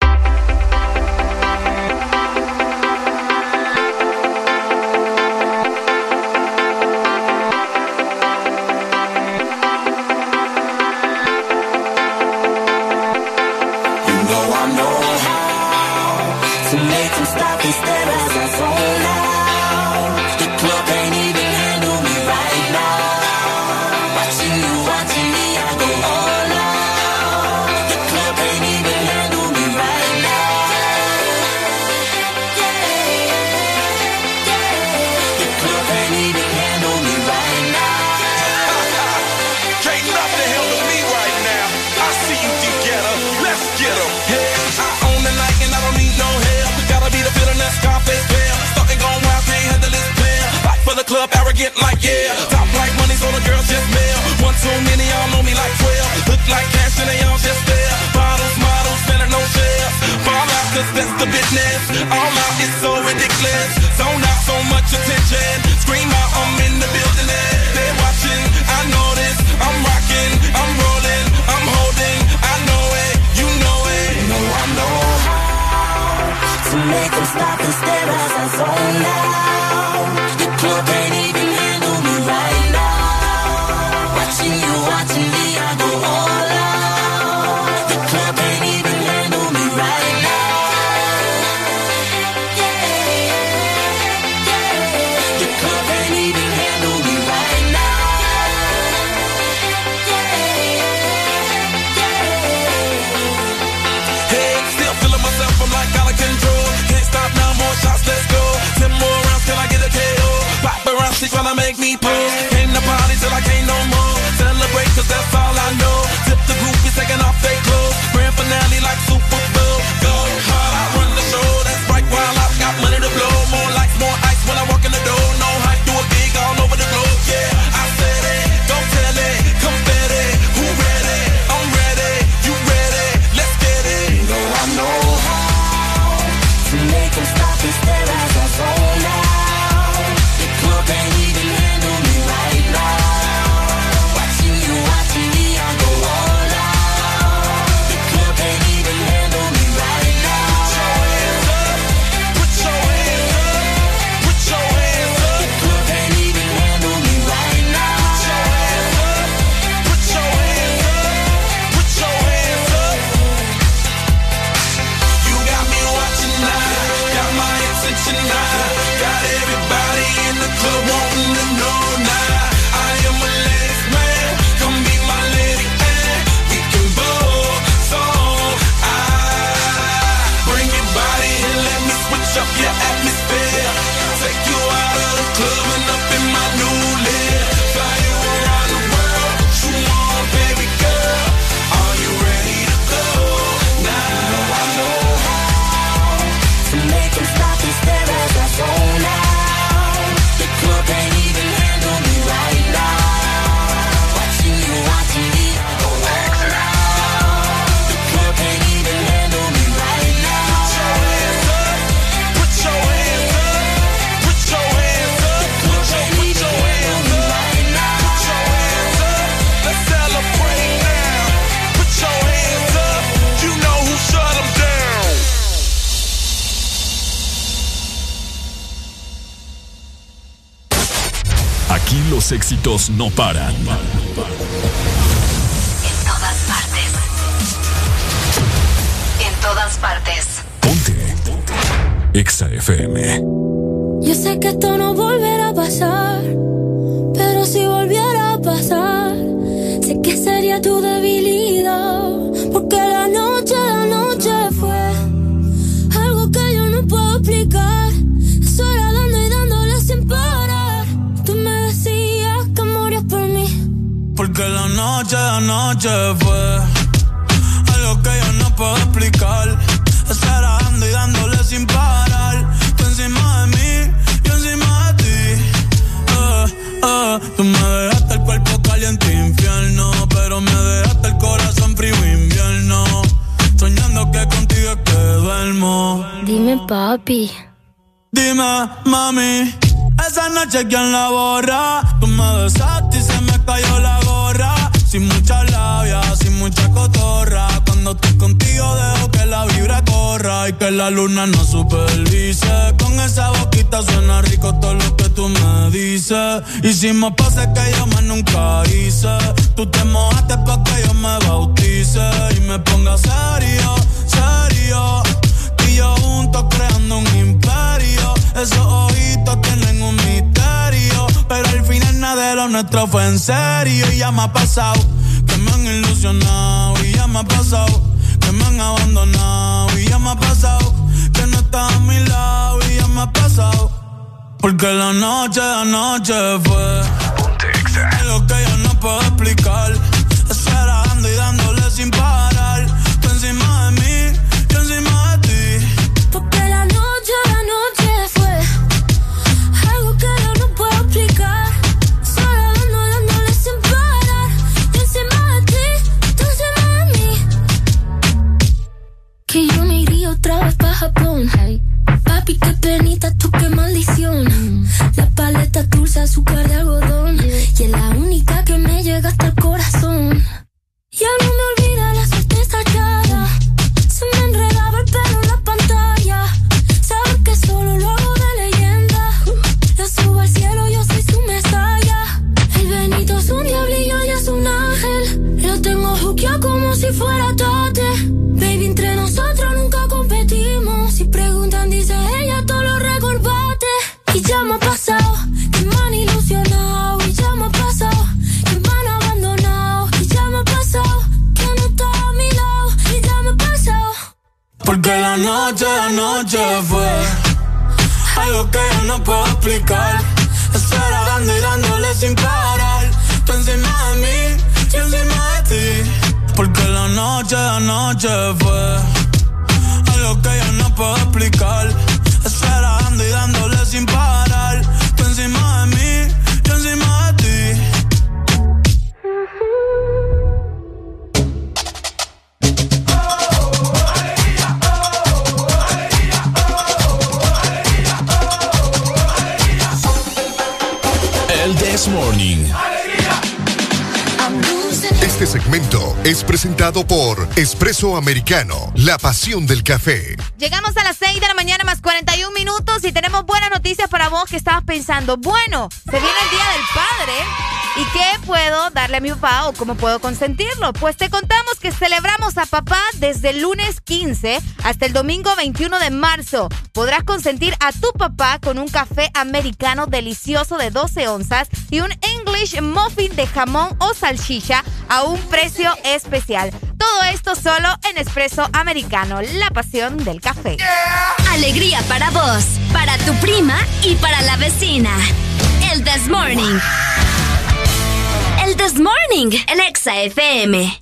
Club arrogant like yeah, top like money so the girls just mail. One too many, y'all know me like twelve. Look like cash and they all just there. Bottles, models, spending no shares. Fall out cause that's the business. All out is so ridiculous. Zone out so much attention. Scream out, I'm in the building. They're watching, I know this. I'm rocking, I'm rolling, I'm holding. I know it, you know it. You know I know how to make them stop and stare as I zone out. Club can't even handle me right now. Watching you, watching me, I go all out. The club ain't even me pull. Came to party till I can't no more. Celebrate cause that's all I know. Tip the groupies taking off their clothes. Grand finale like Super Bowl. Go hard, I run the show. That's right while I've got money to blow. More lights, more ice when I walk in the door. No hype, do it big all over the globe. Yeah, I said it, don't tell it. Confetti, who ready? I'm ready, you ready? Let's get it. You know I know how to make them stop and stare as I zone out. The club can't even handle me right now. Watching you, watching me, I go all out. The club can't even handle me right now. Put your hands up, put your hands up, put your hands up. The club can't even handle me right now. Put your hands up, put your hands up, put your hands up. You got me watching now, got my attention now. Got everybody in the club wanting to know now. I am a ladies man, come be my lady and we can both so I bring your body and let me switch up your atmosphere. Take you out of the club and up in my new lid. Fly you around the world, what you want, baby girl? Are you ready to go? Now I know how to make them stop and stare as I zone out. The club can't even handle me right now. Watching you, watching me, I go all out. The club can't even handle me right now. Put your hands up, put your hands up, put your hands up. Put your, put your hands up right now. Put your hands up, let's celebrate now. Put your hands up, you know who shut them down. Aquí los éxitos no paran. En todas partes. En todas partes. Exa F M. Yo sé que esto no volverá a pasar, pero si volviera a pasar, sé que sería tu debilidad, porque la noche, la noche fue algo que yo no puedo explicar. Sola dando y dándole sin parar. Tú me decías que morías por mí, Porque la noche, la noche fue algo que yo no puedo explicar. Estar dando y dándole sin parar. Tú encima de mí, yo encima de ti. Eh, eh. Tú me dejaste el cuerpo caliente infierno, pero me dejaste el corazón frío invierno. Soñando que contigo es que duermo. dime papi. Dime, mami, esa noche quién la borra. Tú me besaste y se me cayó la gorra. Sin mucha labia, sin mucha cotorra. Cuando estoy contigo dejo que la vibra corra y que la luna no supervise. Con esa boquita suena rico todo lo que tú me dices. Hicimos pases que yo más nunca hice. Tú te mojaste pa' que yo me bautice y me ponga serio, serio. Y yo juntos creando un imperio. Esos ojitos tienen un misterio, pero al final nada de lo nuestro fue en serio. Y ya me ha pasado que me han ilusionado. Y ya me ha pasado que me han abandonado. Y ya me ha pasado que no estás a mi lado. Y ya me ha pasado porque la noche, la noche fue algo que yo no puedo explicar. Estar dando y dándole sin parar. Tú encima de mí, yo encima de ti. Porque la noche, la noche fue algo que yo no puedo explicar. Solo dando, dándole sin parar. Yo encima de ti, tú encima de mí. Que yo me iría otra vez pa' Japón. Hey. Papi, qué penita, tú qué maldición. La paleta dulce, azúcar de algodón. Y es la única que me llega hasta el corazón. Ya no me olvida la suerte estallada. Se me enredaba el pelo en la pantalla. Sabes que solo lo hago de leyenda. Yo subo al cielo, yo soy su mesaya. El Benito es un diablillo y es un ángel. Lo tengo juqueado como si fuera Tate. Baby, entre nosotros nunca competimos. Si preguntan, dice ella, todo lo recorbate. Y ya me ha pasado que me han ilusionado. Y ya me ha pasado que me han abandonado. Y ya me ha pasado que no está a mi lado. Y ya me ha pasado porque la noche, la noche fue algo que yo no puedo explicar. Eso era dando y dándole sin parar. Tú encima de mí, yo encima de ti. Porque la noche, la noche fue algo que yo no puedo explicar. Eso era dando y dándole sin parar. Tú encima de mí, yo encima de ti. El This Morning. Este segmento es presentado por Espresso Americano, la pasión del café. Llegamos a las seis de la mañana más cuarenta y un minutos y tenemos buenas noticias para vos que estabas pensando, bueno, se viene el Día del Padre y ¿qué puedo darle a mi papá o cómo puedo consentirlo? Pues te contamos que celebramos a papá desde el lunes quince hasta el domingo veintiuno de marzo. Podrás consentir a tu papá con un café americano delicioso de doce onzas y un English muffin de jamón o salchicha a un precio especial. Todo esto solo en Espresso Americano, la pasión del café. Yeah. Alegría para vos, para tu prima y para la vecina. El This Morning. El This Morning, el Exa F M.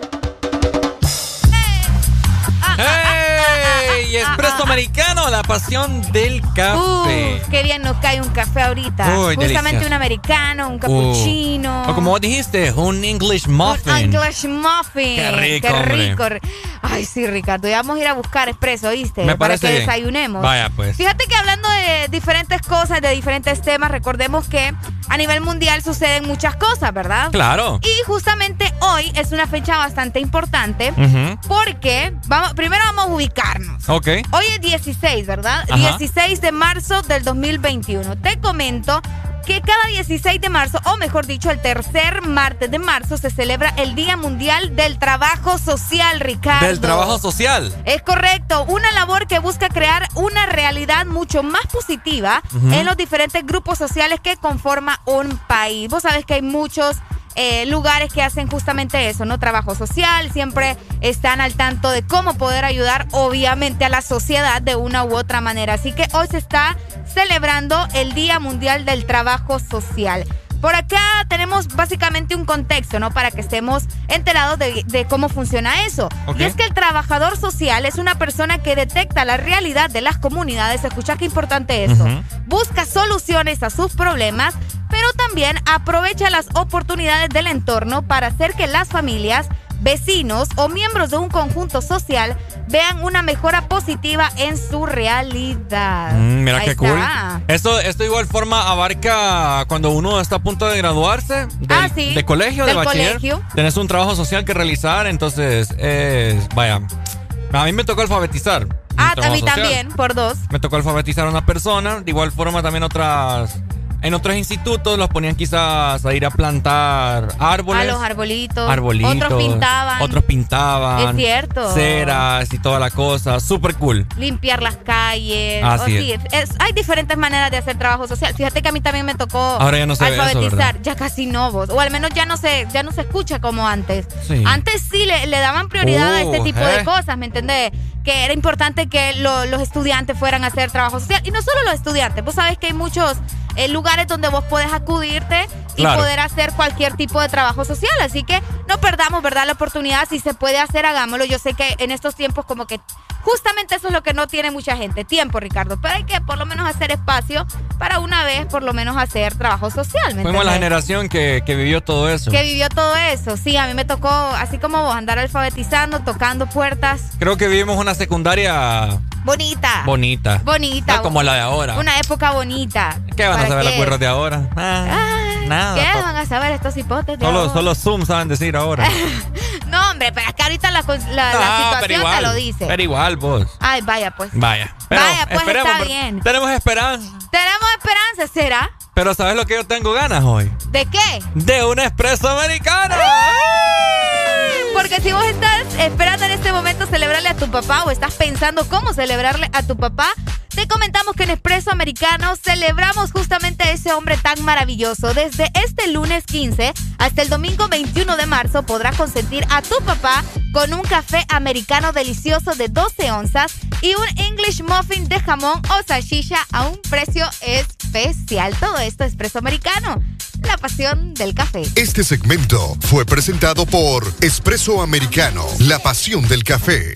¡Hey! Espresso Americano, la pasión del café. Uh, qué bien nos cae un café ahorita. Uy, justamente delicioso. Un americano, un cappuccino. Uh. O como vos dijiste, un English muffin. Un English muffin. Qué rico, Qué hombre. rico. Ay, sí, Ricardo. Ya vamos a ir a buscar expreso, ¿oíste? Me Para parece que bien. desayunemos. Vaya, pues. Fíjate que hablando de diferentes cosas, de diferentes temas, recordemos que a nivel mundial suceden muchas cosas, ¿verdad? Claro. Y justamente hoy es una fecha bastante importante Uh-huh. porque vamos, primero vamos a ubicarnos. Ok. Hoy es dieciséis, ¿verdad? Ajá. dieciséis de marzo del dos mil veintiuno. Te comento que cada dieciséis de marzo, o mejor dicho, el tercer martes de marzo, se celebra el Día Mundial del Trabajo Social, Ricardo. Del trabajo social. Es correcto, una labor que busca crear una realidad mucho más positiva Ujú. en los diferentes grupos sociales que conforman un país. Vos sabés que hay muchos eh, lugares que hacen justamente eso, ¿no? Trabajo social, siempre están al tanto de cómo poder ayudar, obviamente, a la sociedad de una u otra manera. Así que hoy se está celebrando el Día Mundial del Trabajo Social. Por acá tenemos básicamente un contexto, ¿no? Para que estemos enterados de, de cómo funciona eso. Ok. Y es que el trabajador social es una persona que detecta la realidad de las comunidades. Escucha qué importante eso. Ujú. Busca soluciones a sus problemas, pero también aprovecha las oportunidades del entorno para hacer que las familias, vecinos o miembros de un conjunto social vean una mejora positiva en su realidad. Mm, mira Ahí qué está. cool. Esto, esto de igual forma abarca cuando uno está a punto de graduarse del, Ah, sí. de colegio, de Del bachiller. colegio. Tenés un trabajo social que realizar, entonces, es, vaya, a mí me tocó alfabetizar. un Ah, a trabajo mí social. también, por dos. Me tocó alfabetizar a una persona, de igual forma también otras... En otros institutos los ponían quizás a ir a plantar árboles. A los arbolitos. Arbolitos. Otros pintaban. Otros pintaban. Es cierto. Ceras y toda la cosa. Súper cool. Limpiar las calles. Así O sí, es. es- hay diferentes maneras de hacer trabajo social. Fíjate que a mí también me tocó Ahora ya no se ve eso, alfabetizar. ¿verdad? Ya casi no, vos. O al menos ya no se, ya no se escucha como antes. Sí. Antes sí le, le daban prioridad a este Uh, tipo eh. de cosas, ¿me entendés? Que era importante que lo- los estudiantes fueran a hacer trabajo social. Y no solo los estudiantes. Vos sabés que hay muchos eh, lugares donde vos podés acudirte y Claro. poder hacer cualquier tipo de trabajo social. Así que no perdamos, ¿verdad?, la oportunidad. Si se puede hacer, hagámoslo. Yo sé que en estos tiempos como que justamente eso es lo que no tiene mucha gente. Tiempo, Ricardo. Pero hay que por lo menos hacer espacio para una vez por lo menos hacer trabajo social, ¿me Fuimos la entendés? generación que, que vivió todo eso. Que vivió todo eso. Sí, a mí me tocó, así como vos, andar alfabetizando, tocando puertas. Creo que vivimos una secundaria Bonita. bonita. Bonita. No como la de ahora. Una época bonita. ¿Qué van a ¿Para saber qué? los cuerros de ahora? Ah, nada. ¿Qué pa- van a saber estos hipotes de Solo, ahora? solo Zoom saben decir ahora. No, hombre, pero es que ahorita la, cons- la, la No, pero situación igual, te lo dice. Pero igual, vos. Ay, vaya pues. Vaya. Pero Vaya, pues, esperemos, está pero bien. Tenemos esperanza. Tenemos esperanza, ¿será? Pero ¿sabes lo que yo tengo ganas hoy? ¿De qué? De un espresso americano. Porque si vos estás esperando en este momento celebrarle a tu papá o estás pensando cómo celebrarle a tu papá, te comentamos que en Expreso Americano celebramos justamente a ese hombre tan maravilloso. Desde este lunes quince hasta el domingo veintiuno de marzo podrás consentir a tu papá con un café americano delicioso de doce onzas y un English muffin de jamón o salchicha a un precio especial. Todo esto es Expreso Americano, la pasión del café. Este segmento fue presentado por Expreso Americano, la pasión del café.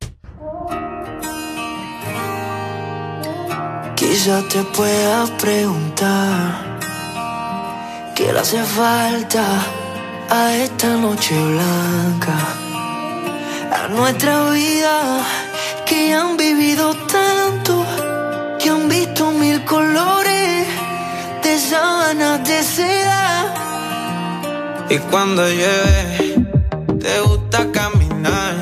Quizá te pueda preguntar qué le hace falta a esta noche blanca, a nuestra vida, que ya han vivido tanto, que han visto mil colores de sábanas de seda. Y cuando llueve te gusta caminar,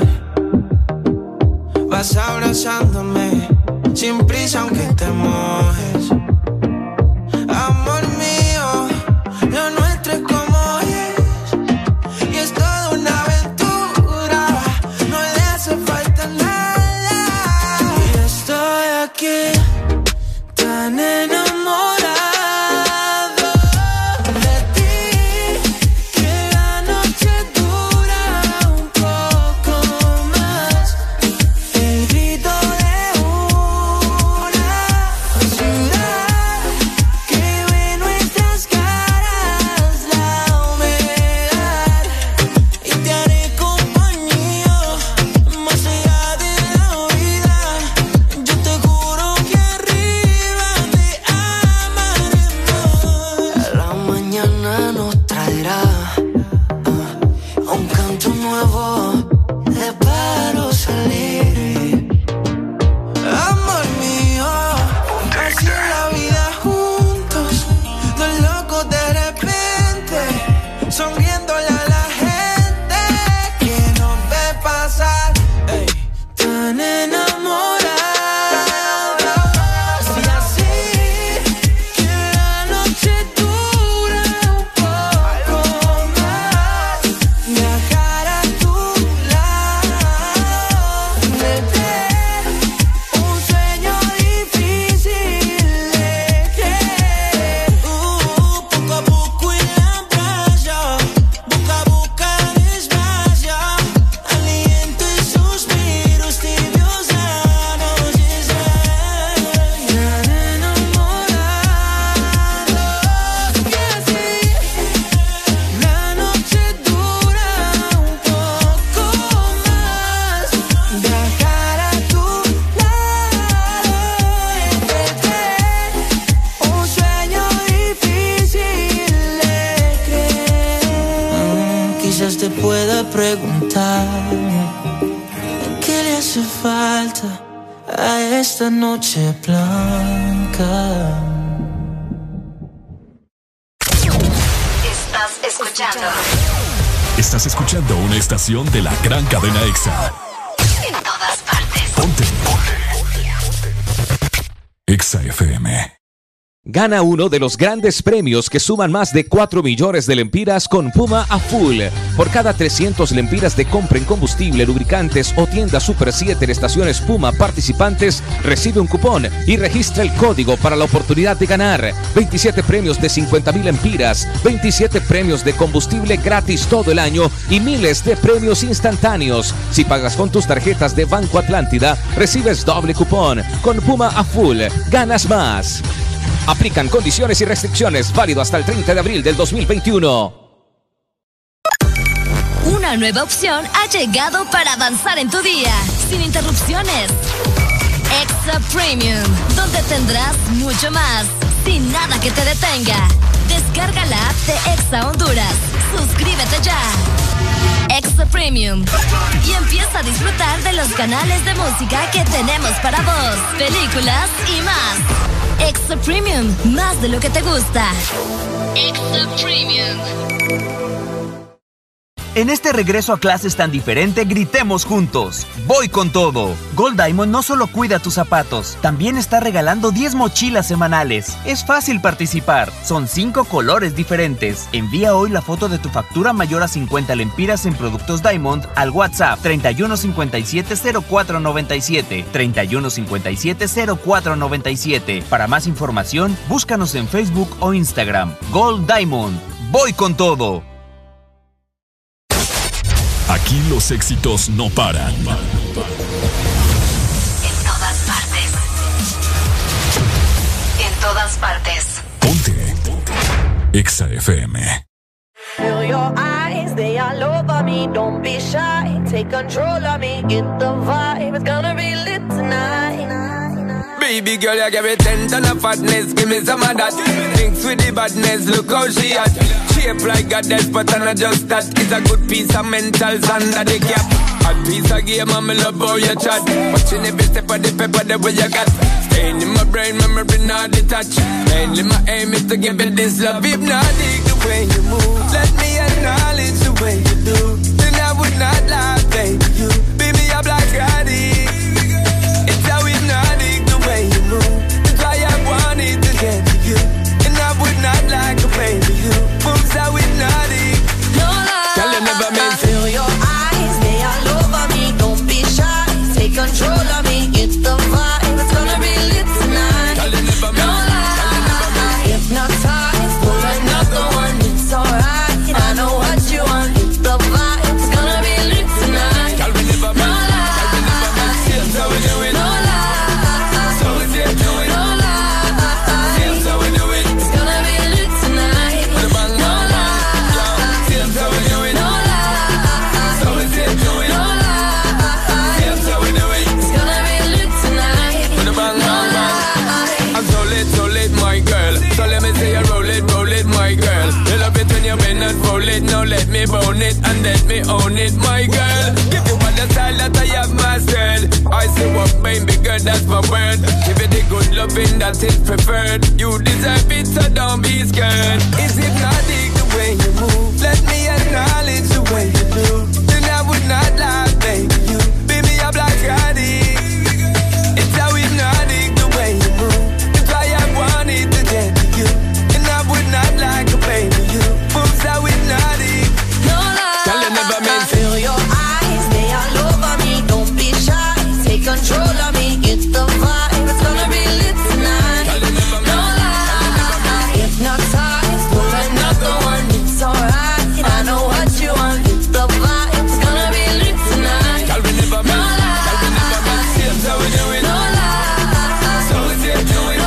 vas abrazándome sin prisa aunque te mojes. Amor mío, lo nuestro es como es, y es toda una aventura, no le hace falta nada. Y estoy aquí tan enamorado de ti, que la noche dura un poco más. El grito de una ciudad que ve nuestras caras, la humedad, y te haré compañía más allá de la vida. Yo te juro que arriba te amaré más. La mañana nos traerá ah, un canto nuevo de pájaros alegres. Amor mío, así es la vida juntos, dos locos de repente, sonriéndole a la gente que nos ve pasar, ey, tan enamorados. Y así que la noche dura un poco más, viajar a tu lado, tener un sueño difícil de creer. Uh, poco a poco en la playa, boca a boca despacio, aliento y suspiros tibios anochecer. Tan enamorados, y así la noche dura un poco más, viajar a tu lado y perder un sueño difícil de creer. Quizás te pueda preguntar qué le hace falta a esta noche blanca. Estás escuchando Estás escuchando una estación de la gran cadena EXA. en todas partes. Ponte. EXA F M. Gana uno de los grandes premios que suman más de cuatro millones de lempiras con Puma a full. Por cada trescientos lempiras de compra en combustible, lubricantes o tienda Super siete en estaciones Puma participantes, recibe un cupón y registra el código para la oportunidad de ganar veintisiete premios de cincuenta mil lempiras, veintisiete premios de combustible gratis todo el año y miles de premios instantáneos. Si pagas con tus tarjetas de Banco Atlántida, recibes doble cupón. Con Puma a full, ganas más. Aplican condiciones y restricciones, válido hasta el treinta de abril del dos mil veintiuno. Una nueva opción ha llegado para avanzar en tu día, sin interrupciones. Extra Premium, donde tendrás mucho más, sin nada que te detenga. Descarga la app de Exa Honduras. Suscríbete ya. Extra Premium. Y empieza a disfrutar de los canales de música que tenemos para vos, películas y más. Extra Premium, más de lo que te gusta. Extra Premium. En este regreso a clases tan diferente, gritemos juntos. Voy con todo. Gold Diamond no solo cuida tus zapatos, también está regalando diez mochilas semanales. Es fácil participar. Son cinco colores diferentes. Envía hoy la foto de tu factura mayor a cincuenta lempiras en productos Diamond al WhatsApp treinta y uno cincuenta y siete cero cuatro noventa y siete. treinta y uno cincuenta y siete cero cuatro noventa y siete. Para más información, búscanos en Facebook o Instagram. Gold Diamond. Voy con todo. Aquí los éxitos no paran. En todas partes. En todas partes. Ponte. Exa F M. Feel your eyes, they all over me. Don't be shy, take control of me. Get the vibe, it's gonna be lit tonight. Baby girl, you give me ten ton of fatness. Give me some of that. Mix with the badness, look how she at. Shape like a death, but I'm not just that. It's a good piece of mentals under the cap. A piece of game, I'm in love how you chat. Watching every step of the paper, the way you got. Staying in my brain, memory not detached. Mainly my aim is to give it this love. Hypnotic the way you move. Let me acknowledge the way you do. Then I would not lie, baby. You beat me up like addict. It's how hypnotic the way you move. That's why I wanted to get to you. And I would not like to play with you. Moves how hypnotic. No lie, Girl, you never meant I feel your eyes, they all over me. Don't be shy, take control of me. Get the vibe, it's gonna be lit tonight. Girl, you never No meant lie, hypnotized, pull another one, it's alright. I know what you want, get the vibe, it's gonna be lit tonight. Girl, we never No meant lie, Girl, we never meant Seems how we do it. no lie, So we say do it. no lie. Seems how we do it. It's gonna be lit tonight. With a bang, No bang, bang. lie, Seems how we do it. no lie. So we say do it. No lie, Seems how we do it. it's gonna be lit tonight. With a bang, bang, bang. I'm so lit, so lit, my girl. So let me say you roll it, roll it, my girl. You love it when you bend and roll it. Now let me bone it and let me own it, my girl. Give you all the style that I have mastered. I say what, baby girl, that's my word. Give you the good loving that is preferred. You deserve it, so don't be scared. Is it hypnotic the way you move? Let me acknowledge the way you do. Then I would not lie, baby. You beat me up like addict. It's how hypnotic the way you move. That's why I wanted to get to you. And I would not like to play with you. Moves how hypnotic. No lie, Girl, you never meant I feel your eyes, they all over me. Don't be shy, take control of me. Get the vibe, it's gonna be lit tonight. Girl, you never No meant lie, hypnotized, pull another one, it's alright. I know what you want, get the vibe, it's gonna be lit tonight. Girl, we never No meant Girl, we never meant Seems how we do it. No lie, So we say do it. no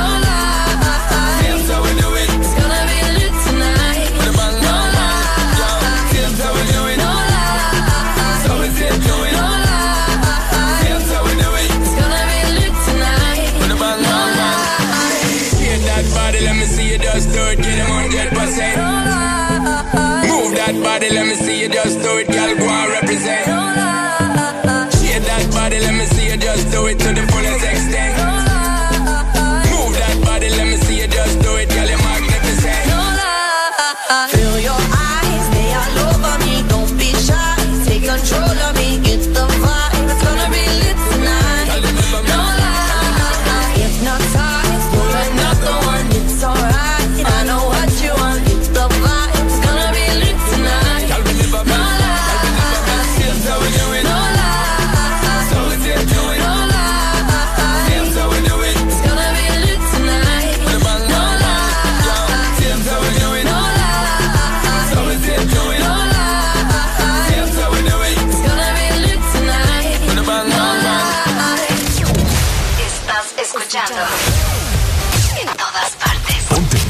lie, Seems how we do it. it's gonna be lit tonight. With a bang, No bang, bang. lie, Seems how we do it. no lie, So we say do it. no lie. Seems how we do it. It's gonna be lit tonight. With a bang, bang, bang. Get that body, let me see you just do it. Get them one hundred percent. Move that body, let me see you just do it. Girl, go and represent. Shake that body, let me see you just do it to the fullest extent. Move that body, let me see you just do it. Girl, you're magnificent. Feel your eyes, they all over me. Don't be shy, take control of me. Get the vibe, it's gonna be lit tonight. Girl, you never No meant lie, hypnotized, pull another one, it's alright. I know what you want, get the vibe, it's gonna be lit tonight. Girl, we never No meant Girl, we never meant lie, Seems how we do it. no lie, So we say do it. no lie. Seems how we do it. It's gonna be lit tonight. With a bang, No bang, bang. lie, Seems how we do it. no lie, So we say do it. no lie. Seems how we do it. It's gonna be lit tonight. With a bang, bang, bang. Estás escuchando en todas partes. Ponte.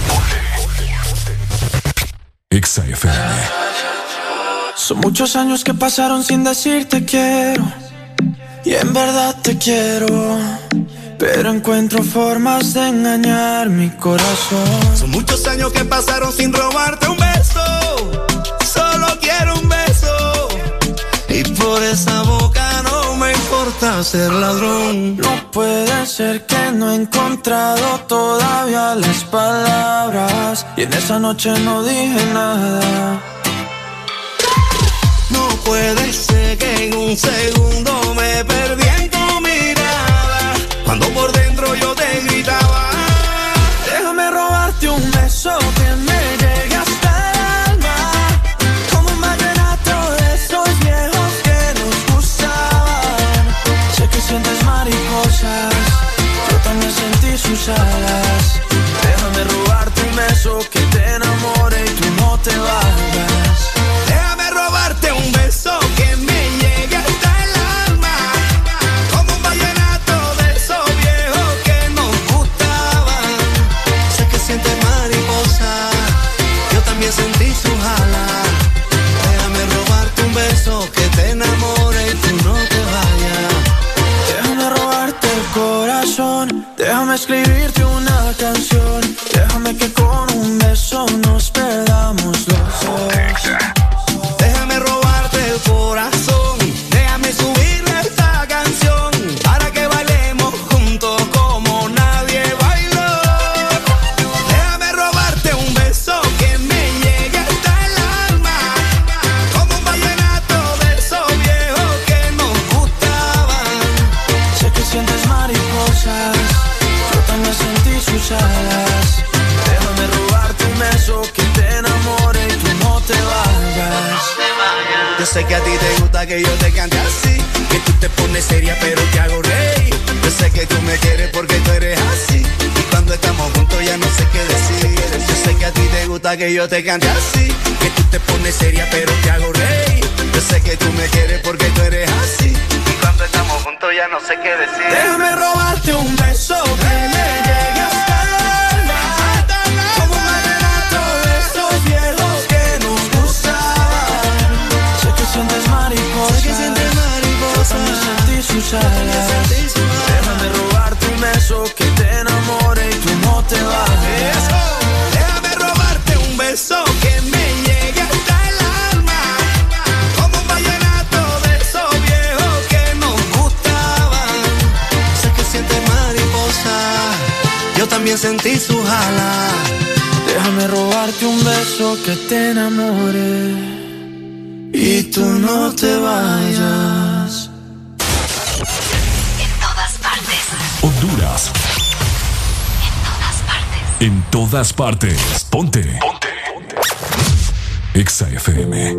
Exa F M. Son muchos años que pasaron sin decirte quiero. Y en verdad te quiero. Pero encuentro formas de engañar mi corazón. Son muchos años que pasaron sin robarte un beso. Solo quiero un beso. Y por esa boca no me importa ser ladrón. No puede ser que no he encontrado todavía las palabras. Y en esa noche no dije nada. puede ser que en un segundo me perdí en tu mirada, cuando por dentro yo te gritaba. Déjame robarte un beso que me llegue hasta el alma, como un vallenato de esos viejos que nos gustaban. Sé que sientes mariposas, yo también sentí sus alas. Déjame robarte un beso que te enamore y tú no te vayas. Déjame robarte un beso que me llegue hasta el alma, como un vallenato de esos viejos que nos gustaban. Sé que sientes mariposa, yo también sentí sus alas. Déjame robarte un beso que te enamore y tú no te vayas. Déjame robarte el corazón, déjame escribirte una canción, déjame que con un beso nos perdamos los dos. Déjame robarte el corazón, déjame subirle esta canción, para que bailemos juntos como nadie bailó. Déjame robarte un beso que me llegue hasta el alma, como un vallenato de esos viejos que nos gustaban. Sé que sientes mariposas, yo también sentí sus alas. Déjame robarte un beso que te enamore y tú no te vayas. Yo sé que a ti te gusta que yo te cante así, que tú te pones seria pero te hago reír. Yo sé que tú me quieres porque tú eres así, y cuando estamos juntos ya no sé qué decir. Yo sé que a ti te gusta que yo te cante así, que tú te pones seria pero te hago reír. Yo sé que tú me quieres porque tú eres así, y cuando estamos juntos ya no sé qué decir. Déjame robarte un beso que me llegue hasta el alma, como un vallenato de esos viejos que nos gustaban. Sé que sientes mariposas, sé que sientes mariposas, también sentí sus alas. Déjame robarte un beso que te enamore y tú no te vayas. Déjame robarte un beso que me llegue hasta el alma, como un vallenato de esos viejos que nos gustaban. Sé que sientes mariposa, yo también sentí sus alas. Déjame robarte un beso que te enamore y tú no te vayas. En todas partes. Honduras. En todas partes. En todas partes. Ponte. Ponte. Exa F M.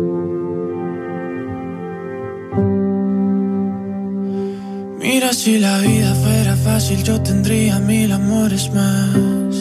Mira, si la vida fuera fácil yo tendría mil amores más,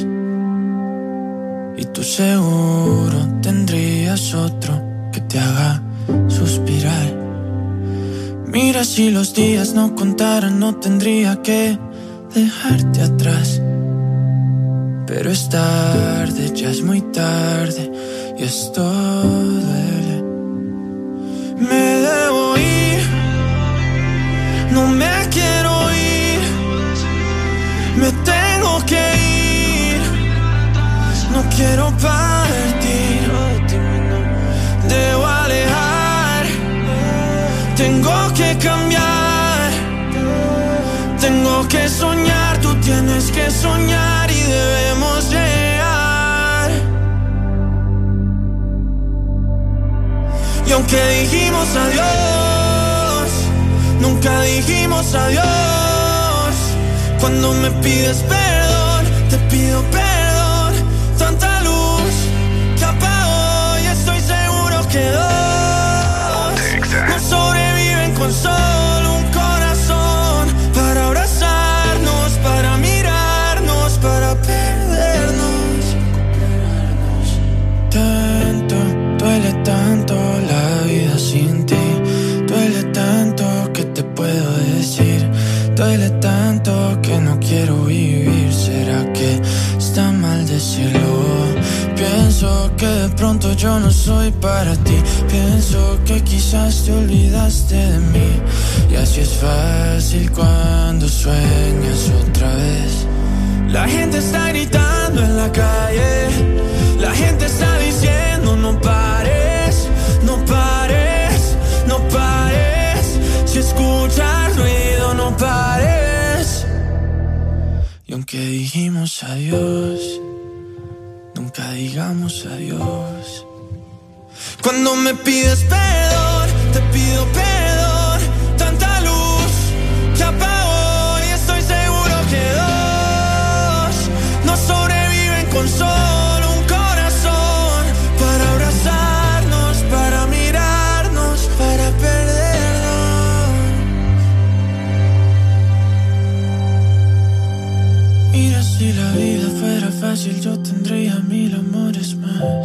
y tú seguro tendrías otro que te haga suspirar. Mira, si los días no contaran no tendría que dejarte atrás, pero es tarde, ya es muy tarde y esto duele. Me debo ir, no me quiero ir, me tengo que ir, no quiero partir, debo alejar, tengo que cambiar, tengo que soñar, tú tienes que soñar y debemos llegar. Y aunque dijimos adiós, nunca dijimos adiós. Cuando me pides perdón, te pido perdón. Tanta luz que apagó y estoy seguro que dos no sobreviven con solo un corazón. Para abrazarnos, para mirarnos, para perdernos. Tanto, duele tanto la vida sin ti. Duele tanto que te puedo decir. Duele tanto que no quiero vivir. ¿Será que está mal decirlo? Pienso que de pronto yo no soy para ti. Pienso que quizás te olvidaste de mí. Y así es fácil cuando sueñas otra vez. La gente está gritando en la calle. La gente está diciendo no pares, no pares, no pares. Si escuchas ruido no pares. Y aunque dijimos adiós, nunca digamos adiós. Cuando me pides perdón, Te pido perdón, tanta luz que apagó y estoy seguro que dos no sobreviven con solo un corazón para abrazarnos, para mirarnos, para perdernos. Mira, si la vida fuera fácil yo tendría mil amores más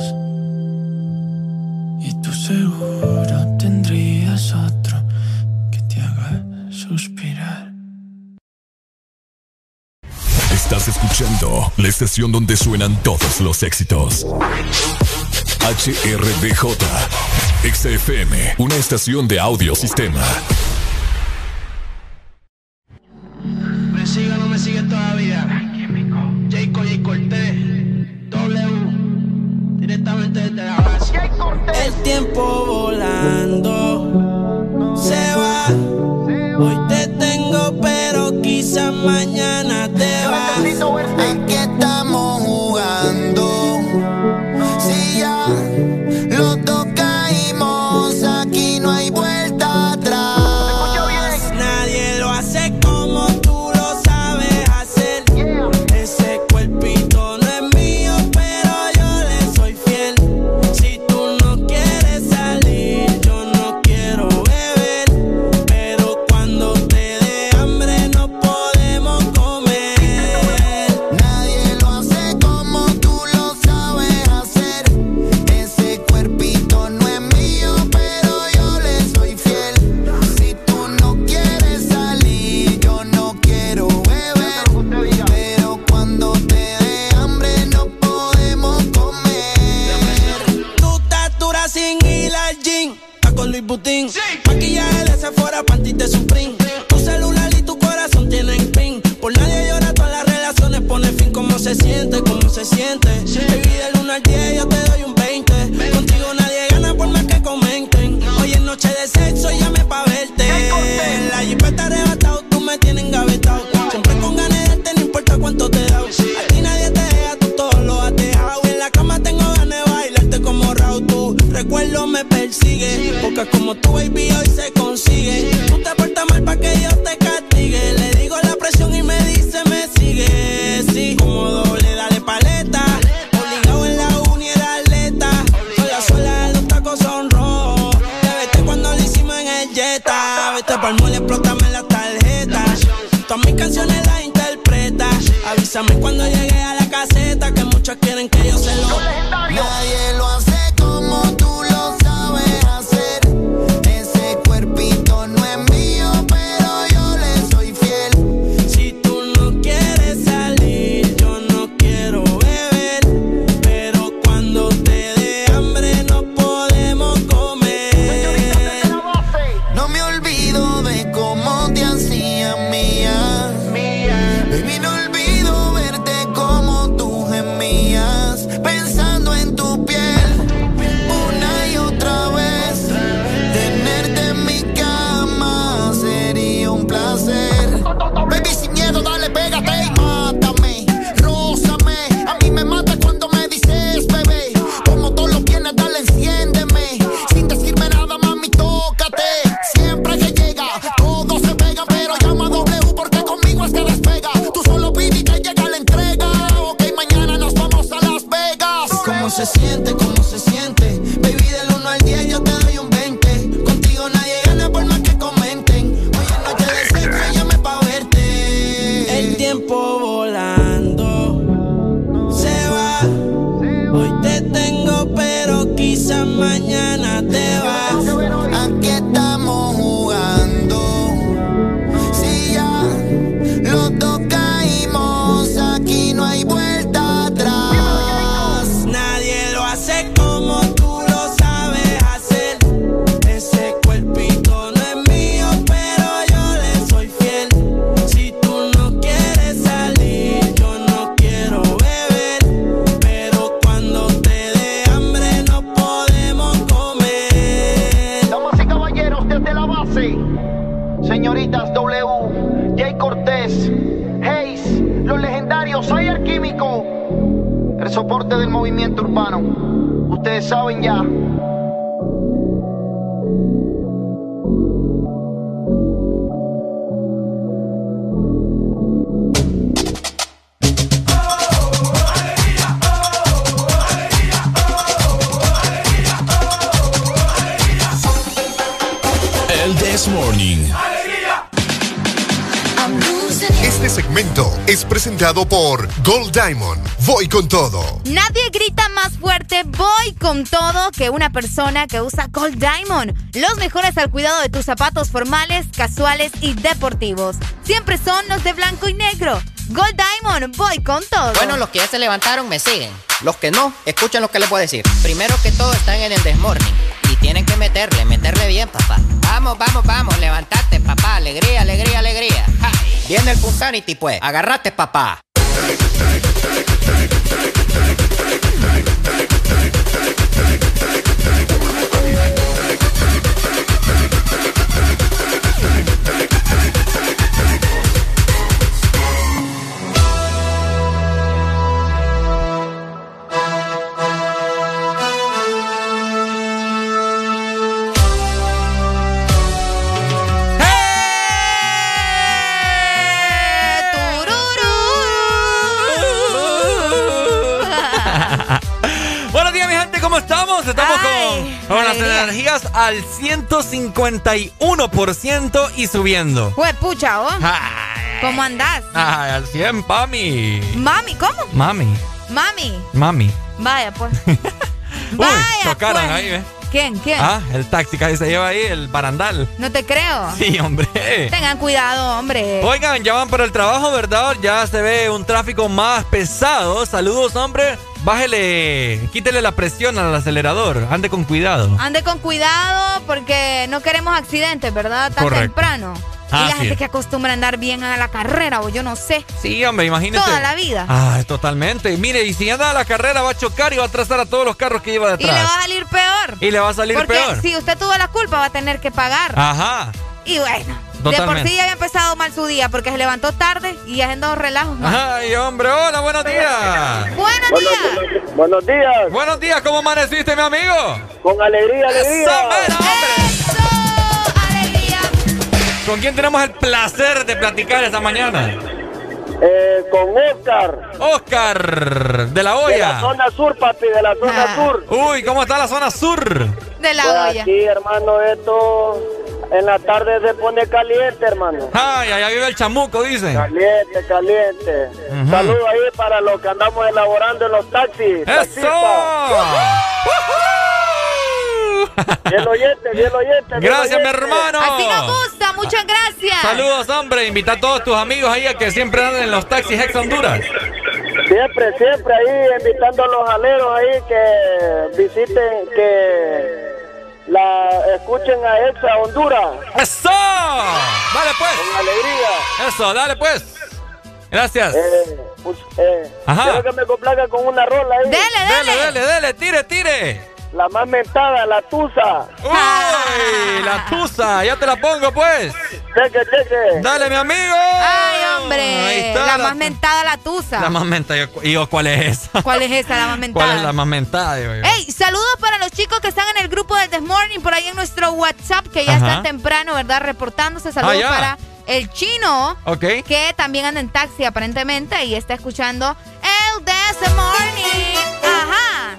y tú seguro tendrías otro que te haga suspirar. Estás escuchando la estación donde suenan todos los éxitos. H R D J X F M, una estación de audiosistema. ¿Me sigue o no me sigue todavía? Jayco, Jay Cortés, W, directamente desde la base. El tiempo volando se va. Hoy te tengo, pero quizás mañana te vas. Aquí estamos jugando. Si ya los dos caímos, aquí no hay vuelta atrás. Nadie lo hace como tú lo sabes hacer. Ese cuerpito no es mío, pero yo le soy fiel. Si tú no quieres salir, yo no quiero beber. Pero cuando te dé hambre no podemos comer. Nadie lo hace como tú lo sabes hacer. Ese cuerpito no es mío, pero yo le soy fiel. Si tú no quieres salir, yo no quiero beber. Pero cuando te dé hambre no podemos comer. Tu estatura sin ir al gym, está con Luis Butín. Maquillaje de Sephora, panties de Supreme. Tu celular y tu corazón tienen pin. Por nadie llora, todas las relaciones pone fin. ¿Cómo se siente? ¿Cómo se siente? Baby, del uno al diez yo te doy un veinte. Contigo nadie gana por más que comenten. Hoy es noche de sexo y llame pa' verte. La jipeta arrebatado, tú me tienes engavetado. Siempre con ganas de darte, no importa cuánto te da. A ti nadie te deja, tú todo lo has dejado. En la cama tengo ganas de bailarte como Raúl. Tu recuerdo me persigue, porque como tu baby hoy se consigue. Tú te portas mal pa' que Dios te castigue. Le digo la presión y me dice me sigue. Sí, como doble, dale paleta. Obligado en la uni era atleta. Con la suela de los tacos son rojos. Te vete cuando lo hicimos en el Jetta. Vete pa'l mall, explótame la tarjeta. Todas mis canciones las interpreta. Avísame cuando llegue a la caseta, que muchos quieren que yo se lo. Nadie lo hace como tú lo sabes hacer. Ese cuerpito no es mío, pero yo le soy fiel. Si tú no quieres salir, yo no quiero beber. Pero cuando te dé hambre no podemos comer. No me olvido de cómo te hacía mía. Baby, no olvido verte como tú gemías, pensando en tu piel una y otra vez. Tenerte en mi cama sería un placer. Baby, sin miedo, dale, pégate y mátame. Rózame, a mí me mata cuando me dices, bebé. Como todos los viernes, dale, enciéndeme. Sin decirme nada, mami, tócate. Siempre que llega, todos se pegan, pero llama a W porque conmigo es que despega. Tú solo pide y te llega la entrega. Ok, mañana nos vamos a Las Vegas. ¿Cómo se siente? ¿Cómo se siente? Baby, del uno al diez yo te doy un veinte. Contigo nadie gana por más que comenten. Hoy es noche de sexo, llame pa' verte. El tiempo volando se va. Hoy te tengo, pero quizás mañana te vas. Aquí estamos jugando. Si ya los dos caímos, aquí no hay vuelta atrás. Nadie lo hace como tú lo sabes hacer. Ese cuerpito no es mío, pero yo le soy fiel. Si tú no quieres salir, yo no quiero beber. Pero cuando te dé hambre no podemos comer. Damas y caballeros, desde la base, señoritas W, Jay Cortés, Hayes, los legendarios, soy el químico, el soporte del movimiento urbano. Ustedes saben ya. El This Morning. Este segmento es presentado por Gold Diamond. Voy con todo. Nadie grita más fuerte voy con todo que una persona que usa Gold Diamond. Los mejores al cuidado de tus zapatos formales, casuales y deportivos. Siempre son los de blanco y negro. Gold Diamond, voy con todo. Bueno, los que ya se levantaron me siguen. Los que no, escuchen lo que les voy a decir. Primero que todo están en el This Morning. Y tienen que meterle, meterle bien, papá. Vamos, vamos, vamos, levantate, papá. Alegría, alegría, alegría. ¡Ja! Viene el Punsanity, pues. Agarrate, papá. ¿Cómo estamos? Estamos Ay, con, con las alegría. energías al ciento cincuenta y uno por ciento y subiendo. Pues pucha, ¿oh? Ay, ¿Cómo andás? ay, al cien, pami. Mami, ¿cómo? Mami, Mami. mami. Vaya, pues. Uy, Vaya, chocaron pues. ahí, ¿ves? ¿Quién? ¿Quién? Ah, el taxi que se lleva ahí, el barandal. No te creo. Sí, hombre. Tengan cuidado, hombre. Oigan, ya van para el trabajo, ¿verdad? Ya se ve un tráfico más pesado. Saludos, hombre. Bájele, quítele la presión al acelerador. Ande con cuidado. Ande con cuidado porque no queremos accidentes, ¿verdad? Tan Correcto. temprano. Ah, y la sí. gente que acostumbra a andar bien a la carrera, o yo no sé. Sí, hombre, imagínese. Toda la vida. Ah, totalmente. Mire, y si anda a la carrera va a chocar y va a atrasar a todos los carros que lleva Y detrás. le va a salir peor. Y le va a salir porque peor. si usted tuvo la culpa va a tener que pagar. Ajá. Y bueno, de Totalmente. por sí ya había empezado mal su día porque se levantó tarde y haciendo relajos. ¿no? Ay, hombre, hola, buenos días. Buenos días. Buenos días. Buenos días, ¿cómo amaneciste, mi amigo? Con alegría, alegría. ¡Eso, mero, hombre! ¡Eso! ¡Alegría! ¿Con quién tenemos el placer de platicar esta mañana? Eh, con Oscar. Oscar, de la De olla. la zona sur, papi, de la zona Ah. sur. Uy, ¿cómo está la zona sur? De la Pues olla. aquí, hermano, esto en la tarde se pone caliente, hermano. Ay, allá vive el chamuco, dicen. Caliente, caliente. Ujú. Saludos ahí para los que andamos elaborando en los taxis. ¡Eso! taxistas. Bien oyente, bien oyente. bien Gracias, mi oyente. hermano. Así nos gusta, muchas gracias. Saludos, hombre. Invita a todos tus amigos ahí a que siempre anden en los taxis Ex Honduras. Siempre, siempre ahí invitando a los aleros ahí que visiten, que la escuchen a Exa Honduras. ¡Eso! Dale, pues. Con alegría. Eso, dale, pues. Gracias. Eh, pues, eh, Ajá. quiero que me complaga con una rola ahí. Dele, Dele, dele. dele, dele, tire, tire. La más mentada, la tusa. Uy, la tusa. Ya te la pongo, pues. Cheque, cheque. Dale, mi amigo. Ay, Ahí hombre. está La más mentada, la tusa. La más mentada. Y yo, ¿cuál es esa? ¿Cuál es esa, la más mentada? ¿Cuál es la más mentada? Digo yo? Hey, saludos para los chicos que están en el grupo del This Morning, por ahí en nuestro WhatsApp, que ya Ajá. están temprano, ¿verdad? Reportándose. Saludos Ah, ya. para el chino, Ok. que también anda en taxi aparentemente y está escuchando el This Morning. Ajá.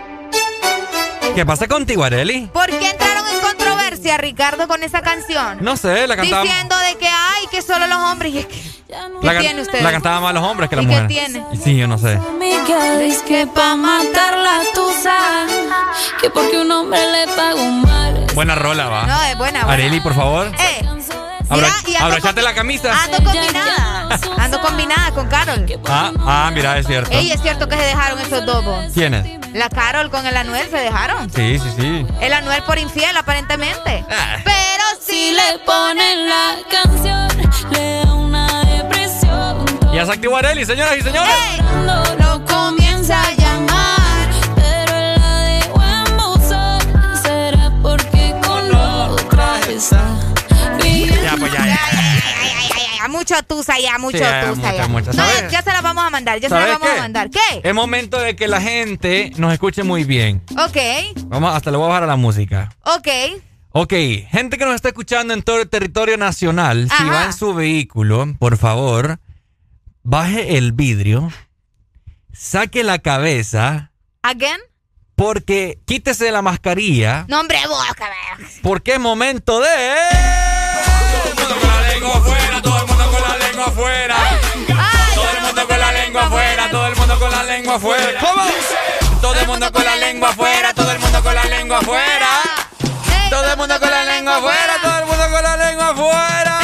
¿Qué pasa contigo, Areli? ¿Por qué entraron en controversia, Ricardo, con esa canción? No sé, la cantaba. Diciendo de que, ay, que solo los hombres. Y es que, ¿qué La, can- tiene usted? la cantaban más los hombres que las ¿Y qué mujeres. tiene? Sí, yo no sé. Amiga, dice que pa' matar la tusa, que porque un hombre le paga un mal. Buena rola, va. No, es buena, buena. Areli, por favor. Eh, Abro- mira, y ando abrochate con- la camisa. Ando combinada. Ando combinada con Carol. Ah, ah, mira, es cierto. Ey, es cierto que se dejaron esos dos. vos. ¿Quiénes? La Carol con el Anuel se dejaron. Sí, sí, sí. El Anuel por infiel, aparentemente. Ah. Pero si le Ponen la canción, le da una depresión. Ya se activó Areli, señoras y señores. ¡Ey! Lo comienza a llamar, pero él la dejó en buzón. ¿Será porque con otra está? Ya, pues ya, ya. ya, mucho tusa ya, mucho Sí, ya, tusa mucha, ya. mucha. No, ¿Sabes? ya se las vamos a mandar, ya se las ¿Sabes vamos qué? a mandar. ¿Qué? Es momento de que la gente nos escuche muy bien. Ok, Vamos, hasta le voy a bajar a la música. ok. Ok, gente que nos está escuchando en todo el territorio nacional, si Ajá. va en su vehículo, por favor, baje el vidrio, saque la cabeza Again. Porque quítese la mascarilla. No, hombre, vos, porque es momento de... Todo el mundo con la lengua afuera, todo el mundo con la lengua afuera. Todo el mundo con la lengua afuera, todo el mundo con la lengua afuera. ¿Cómo? Todo el mundo con la lengua afuera, todo el mundo con la lengua afuera. Todo el mundo con la lengua afuera, todo el mundo con la lengua afuera.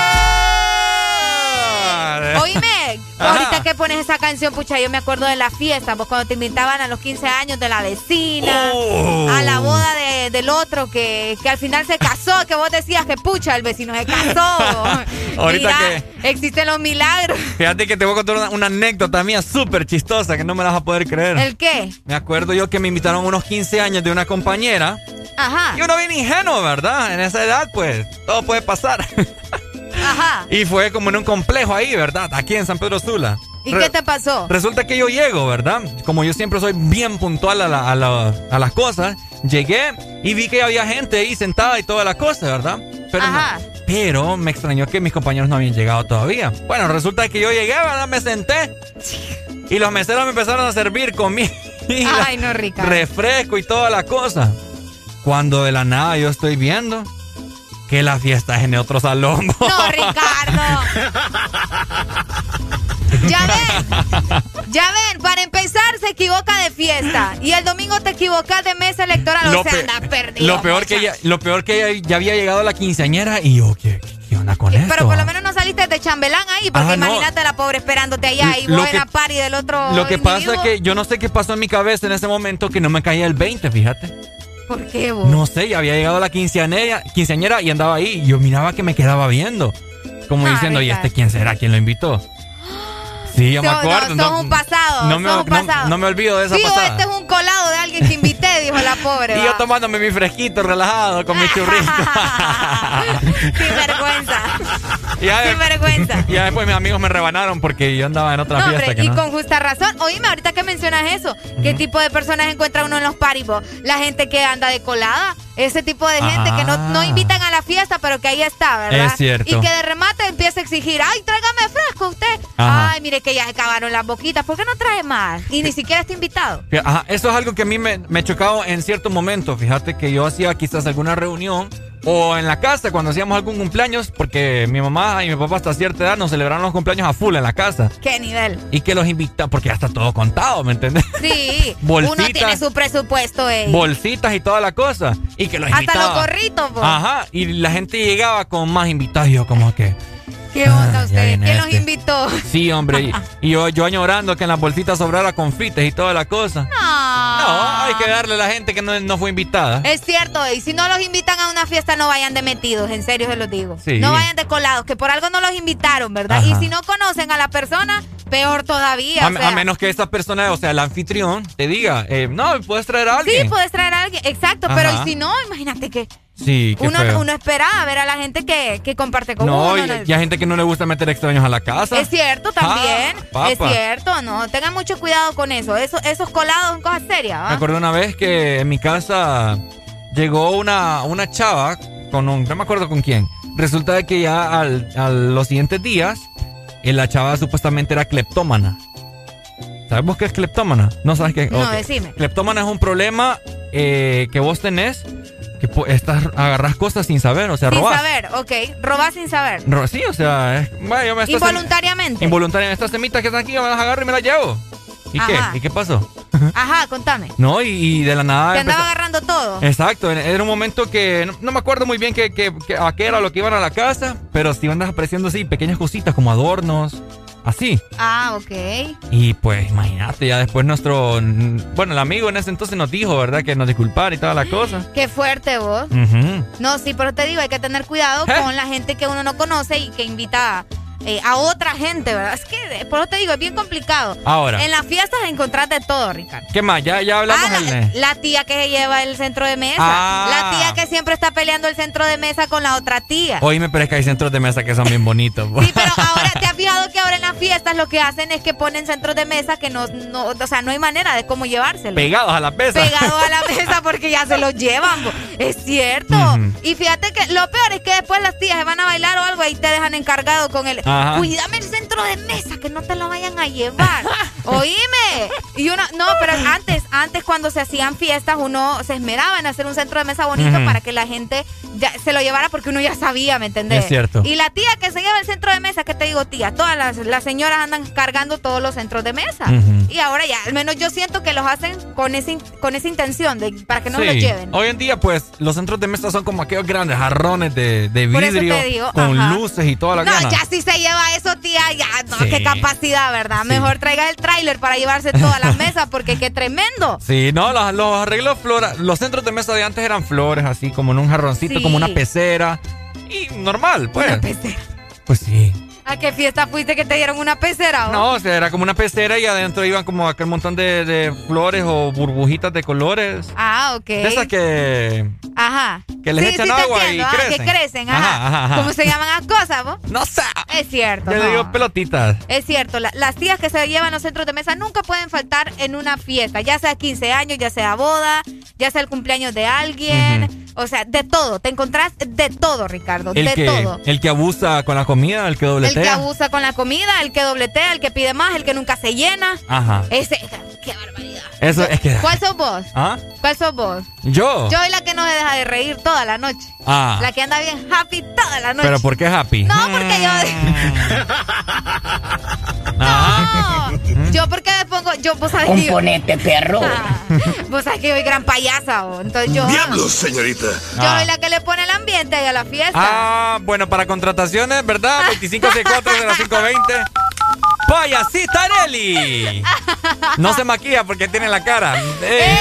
Oíme, ahorita que pones esa canción, pucha, yo me acuerdo de la fiesta, pues cuando te invitaban a los quince años de la vecina, oh. a la boda de, del otro que, que al final se casó, que vos decías que pucha, el vecino se casó. Ahorita Mira, que existen los milagros. Fíjate que te voy a contar una, una anécdota mía súper chistosa que no me la vas a poder creer. ¿El qué? Me acuerdo yo que me invitaron a unos quince años de una compañera. Ajá. Y uno bien ingenuo, ¿verdad? En esa edad, pues, todo puede pasar. Ajá. Y fue como en un complejo ahí, ¿verdad? Aquí en San Pedro Sula. ¿Y Re- qué te pasó? Resulta que yo llego, ¿verdad? Como yo siempre soy bien puntual a, la, a, la, a las cosas, llegué y vi que había gente ahí sentada y toda la cosa, ¿verdad? Pero, Ajá. No, pero me extrañó que mis compañeros no habían llegado todavía. Bueno, resulta que yo llegué, ¿verdad? Me senté y los meseros me empezaron a servir comida. Ay, no, Ricardo. Refresco y toda la cosa. Cuando de la nada yo estoy viendo que la fiesta es en otro salón. No, Ricardo. Ya ven, ya ven, para empezar se equivoca de fiesta y el domingo te equivocas de mesa electoral, lo o sea, pe- anda perdido. Lo peor, que ya, lo peor que ya, ya había llegado la quinceañera y yo, ¿qué, qué, qué onda con esto? Pero por lo menos no saliste de chambelán ahí, porque ah, no. imagínate a la pobre esperándote allá y Lo vos que, en la party del otro Lo que individuo. pasa es que yo no sé qué pasó en mi cabeza en ese momento que no me caía el veinte, fíjate. ¿Por qué vos? No sé, ya había llegado la quinceañera, quinceañera y andaba ahí y yo miraba que me quedaba viendo. Como ah, diciendo, Ricardo. ¿y este quién será? ¿Quién lo invitó? Sí, yo so, me acuerdo. No, sos no, un pasado, no me, sos un no, pasado. no me olvido de esa Digo, pasada. este es un colado de alguien que invité, dijo la pobre. Y va. yo tomándome mi fresquito, relajado, con mi churrito. Sin vergüenza. Ya Sin de, vergüenza. Ya después mis amigos me rebanaron porque yo andaba en otra No, fiesta. hombre, Que y no. con justa razón. Oíme, ahorita que mencionas eso, ¿qué Ujú. tipo de personas encuentra uno en los parties? vos? La gente que anda de colada, ese tipo de gente Ah. que no, no invitan a la fiesta, pero que ahí está, ¿verdad? Es cierto. Y que de remate empieza a exigir, ay, tráigame fresco usted. Ajá. Ay, mire que ya se acabaron las boquitas, ¿por qué no trae más? Y ni siquiera está invitado. Ajá, eso es algo que a mí me, me chocaba en cierto momento. Fíjate que yo hacía quizás alguna reunión o en la casa cuando hacíamos algún cumpleaños, porque mi mamá y mi papá hasta cierta edad nos celebraron los cumpleaños a full en la casa. ¿Qué nivel? Y que los invitaban, porque ya está todo contado, ¿me entiendes? Sí, Bolsitas. uno tiene su presupuesto, ey. Bolsitas y toda la cosa. Y que los Hasta invitaban. los gorritos, vos. Ajá, y la gente llegaba con más invitados y yo como que... ¿Qué onda Ah, ya usted? viene ¿Quién los este. invitó? Sí, hombre, y, y yo, yo añorando que en las bolsitas sobrara confites y toda la cosa. No. No, hay que darle a la gente que no, no fue invitada. Es cierto, y si no los invitan a una fiesta, no vayan de metidos, en serio se los digo. Sí. No vayan de colados, que por algo no los invitaron, ¿verdad? Ajá. Y si no conocen a la persona, peor todavía. A, o sea, a menos que esa persona, o sea, el anfitrión, te diga, eh, no, ¿puedes traer a alguien? Sí, puedes traer a alguien, exacto, Ajá. pero y si no, imagínate que Sí, qué uno, feo. uno espera a ver a la gente que, que comparte con No, uno. y, ¿no? y hay gente que no le gusta meter extraños a la casa. Es cierto también, Ah, es papa. cierto, no, tengan mucho cuidado con eso, eso esos colados son cosas serias, ¿va? Me acuerdo una vez que en mi casa llegó una, una chava con un, no me acuerdo con quién. Resulta de que ya al, a los siguientes días, eh, la chava supuestamente era cleptómana. ¿Sabes vos qué es cleptómana? No sabes qué. No, Ok. decime. Cleptómana es un problema eh, que vos tenés, que po- estás, agarrás cosas sin saber, o sea, Sin robás. saber, ok, robás sin saber. Ro- sí, o sea, es, bueno, yo me estas sem- Involuntariamente. Involuntariamente. Estas semitas que están aquí, yo me las agarro y me las llevo. ¿Y Ajá. qué? ¿Y qué pasó? Ajá, contame. No, y, y de la nada... Te andaba empezó- agarrando todo. Exacto, en- era un momento que no, no me acuerdo muy bien que, que, que- a qué era lo que iban a la casa, pero sí iban apareciendo así pequeñas cositas como adornos, así. Ah, ok. Y pues imagínate, ya después nuestro, bueno, el amigo en ese entonces nos dijo, ¿verdad? Que nos disculpara y toda la cosa. Qué fuerte vos. Ujú. No, sí, pero te digo, hay que tener cuidado ¿Eh? con la gente que uno no conoce y que invita eh, a otra gente, ¿verdad? Es que, eh, por eso te digo, es bien complicado. Ahora. En las fiestas encontrás de todo, Ricardo. ¿Qué más? Ya, ya hablamos Ah, el- la, la tía que se lleva el centro de mesa. Ah. La tía que siempre está peleando el centro de mesa con la otra tía. Oíme, pero es que hay centros de mesa que son bien bonitos. Sí, pero ahora te has fijado que ahora en las fiestas lo que hacen es que ponen centros de mesa que no, no o sea, no hay manera de cómo llevárselo. Pegados a la mesa. Pegados a la mesa porque ya se los llevan. po. Es cierto. Ujú. Y fíjate que lo peor es que después las tías se van a bailar o algo y te dejan encargado con el... Ajá. Cuídame el centro de mesa, que no te lo vayan a llevar. Oíme. Y uno, no, pero antes, antes cuando se hacían fiestas, uno se esmeraba en hacer un centro de mesa bonito uh-huh. para que la gente ya se lo llevara porque uno ya sabía, ¿me entendés? Es cierto. Y la tía que se lleva el centro de mesa, ¿qué te digo, tía? Todas las, las señoras andan cargando todos los centros de mesa. Uh-huh. Y ahora ya, al menos yo siento que los hacen con ese, con esa intención de para que no sí. los lleven. Hoy en día, pues, los centros de mesa son como aquellos grandes jarrones de, de vidrio digo, con ajá. luces y toda la No, gana. ya si se lleva eso, tía, ya, no, Sí. qué capacidad, ¿verdad? Sí. Mejor traiga el tráiler para llevarse todas las mesas porque qué tremendo. Sí, no, los, los arreglos florales, los centros de mesa de antes eran flores, así como en un jarroncito, sí. como una pecera. Y normal, pues. Una pecera. Pues sí. ¿A qué fiesta fuiste que te dieron una pecera? ¿o? No, o sea, era como una pecera y adentro iban como aquel montón de, de flores o burbujitas de colores. Ah, ok. De esas que... Ajá. Que les sí, echan sí, agua entiendo, y ah, crecen. que crecen, ajá. Ajá, ajá, ajá. ¿Cómo se llaman las cosas, vos? No sé. Es cierto, Yo no. le digo pelotitas. Es cierto, la, las tías que se llevan los centros de mesa nunca pueden faltar en una fiesta, ya sea quince años, ya sea boda, ya sea el cumpleaños de alguien, uh-huh. o sea, de todo, te encontrás de todo, Ricardo, el de que, todo. El que abusa con la comida, el que dobletea. El que abusa con la comida, el que dobletea, el que pide más, el que nunca se llena. Ajá. Ese, qué barbaridad. Eso es que... ¿Cuál sos vos? ¿Ah? ¿Cuál sos vos? Yo. Yo soy la que no se deja de reír toda la noche. Ah. La que anda bien happy toda la noche. ¿Pero por qué happy? No, porque yo... Ah. No, yo porque me pongo... Yo, vos sabés Componente, que yo, perro. Ah, vos sabés que yo soy gran payasa, ¿o? Entonces yo... ¡Diablos, señorita! Yo Ah. soy la que le pone el ambiente ahí a la fiesta. Ah, bueno, para contrataciones, ¿verdad? veinticinco sesenta y cuatro, cero cinco veinte. ¡Payasita Nelly! No se maquilla porque tiene la cara. ¡Eh!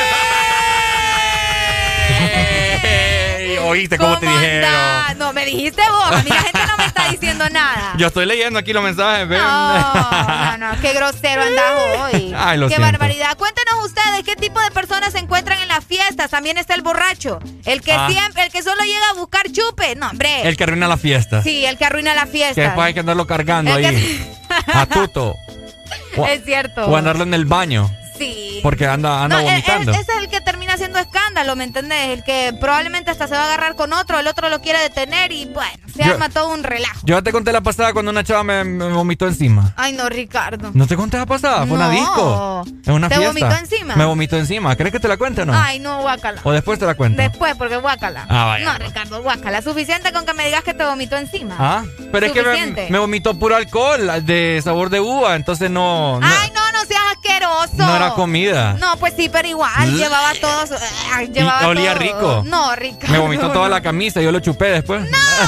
¿Oíste cómo, ¿Cómo te dijeron? Anda? No, me dijiste vos. A mí la gente no me está diciendo nada. Yo estoy leyendo aquí los mensajes. ¿Ven? No, no, no. Qué grosero andas hoy. Ay, lo Qué siento. barbaridad. Cuéntenos ustedes qué tipo de personas se encuentran en las fiestas. También está el borracho. El que Ah. siempre, el que solo llega a buscar chupe. No, hombre. El que arruina la fiesta. Sí, el que arruina la fiesta. Que después hay que andarlo cargando El ahí. que- A tuto. O, Es cierto. o andarlo en el baño. Sí. Porque anda, anda No, vomitando. Ese es el que termina haciendo escándalo, ¿me entendés? El que probablemente hasta se va a agarrar con otro, el otro lo quiere detener y bueno, se Yo- arma todo un relajo. Yo te conté la pasada cuando una chava me, me vomitó encima. Ay, no, Ricardo. ¿No te conté la pasada? Fue una No. disco. En una ¿Te fiesta. vomitó encima? Me vomitó encima. ¿Crees que te la cuente o no? Ay, no, guácala. ¿O después te la cuento? Después, porque guácala. Ah, vaya. No, Ricardo, guácala. Suficiente con que me digas que te vomitó encima. Ah, pero es que Suficiente. me, me vomitó puro alcohol de sabor de uva, entonces no... no Ay, no, no seas asqueroso. No era comida. No, pues sí, pero igual. Llevaba todo. su- eh, llevaba Y olía todo- rico. No, Ricardo. Me vomitó toda la camisa, yo lo chupé después.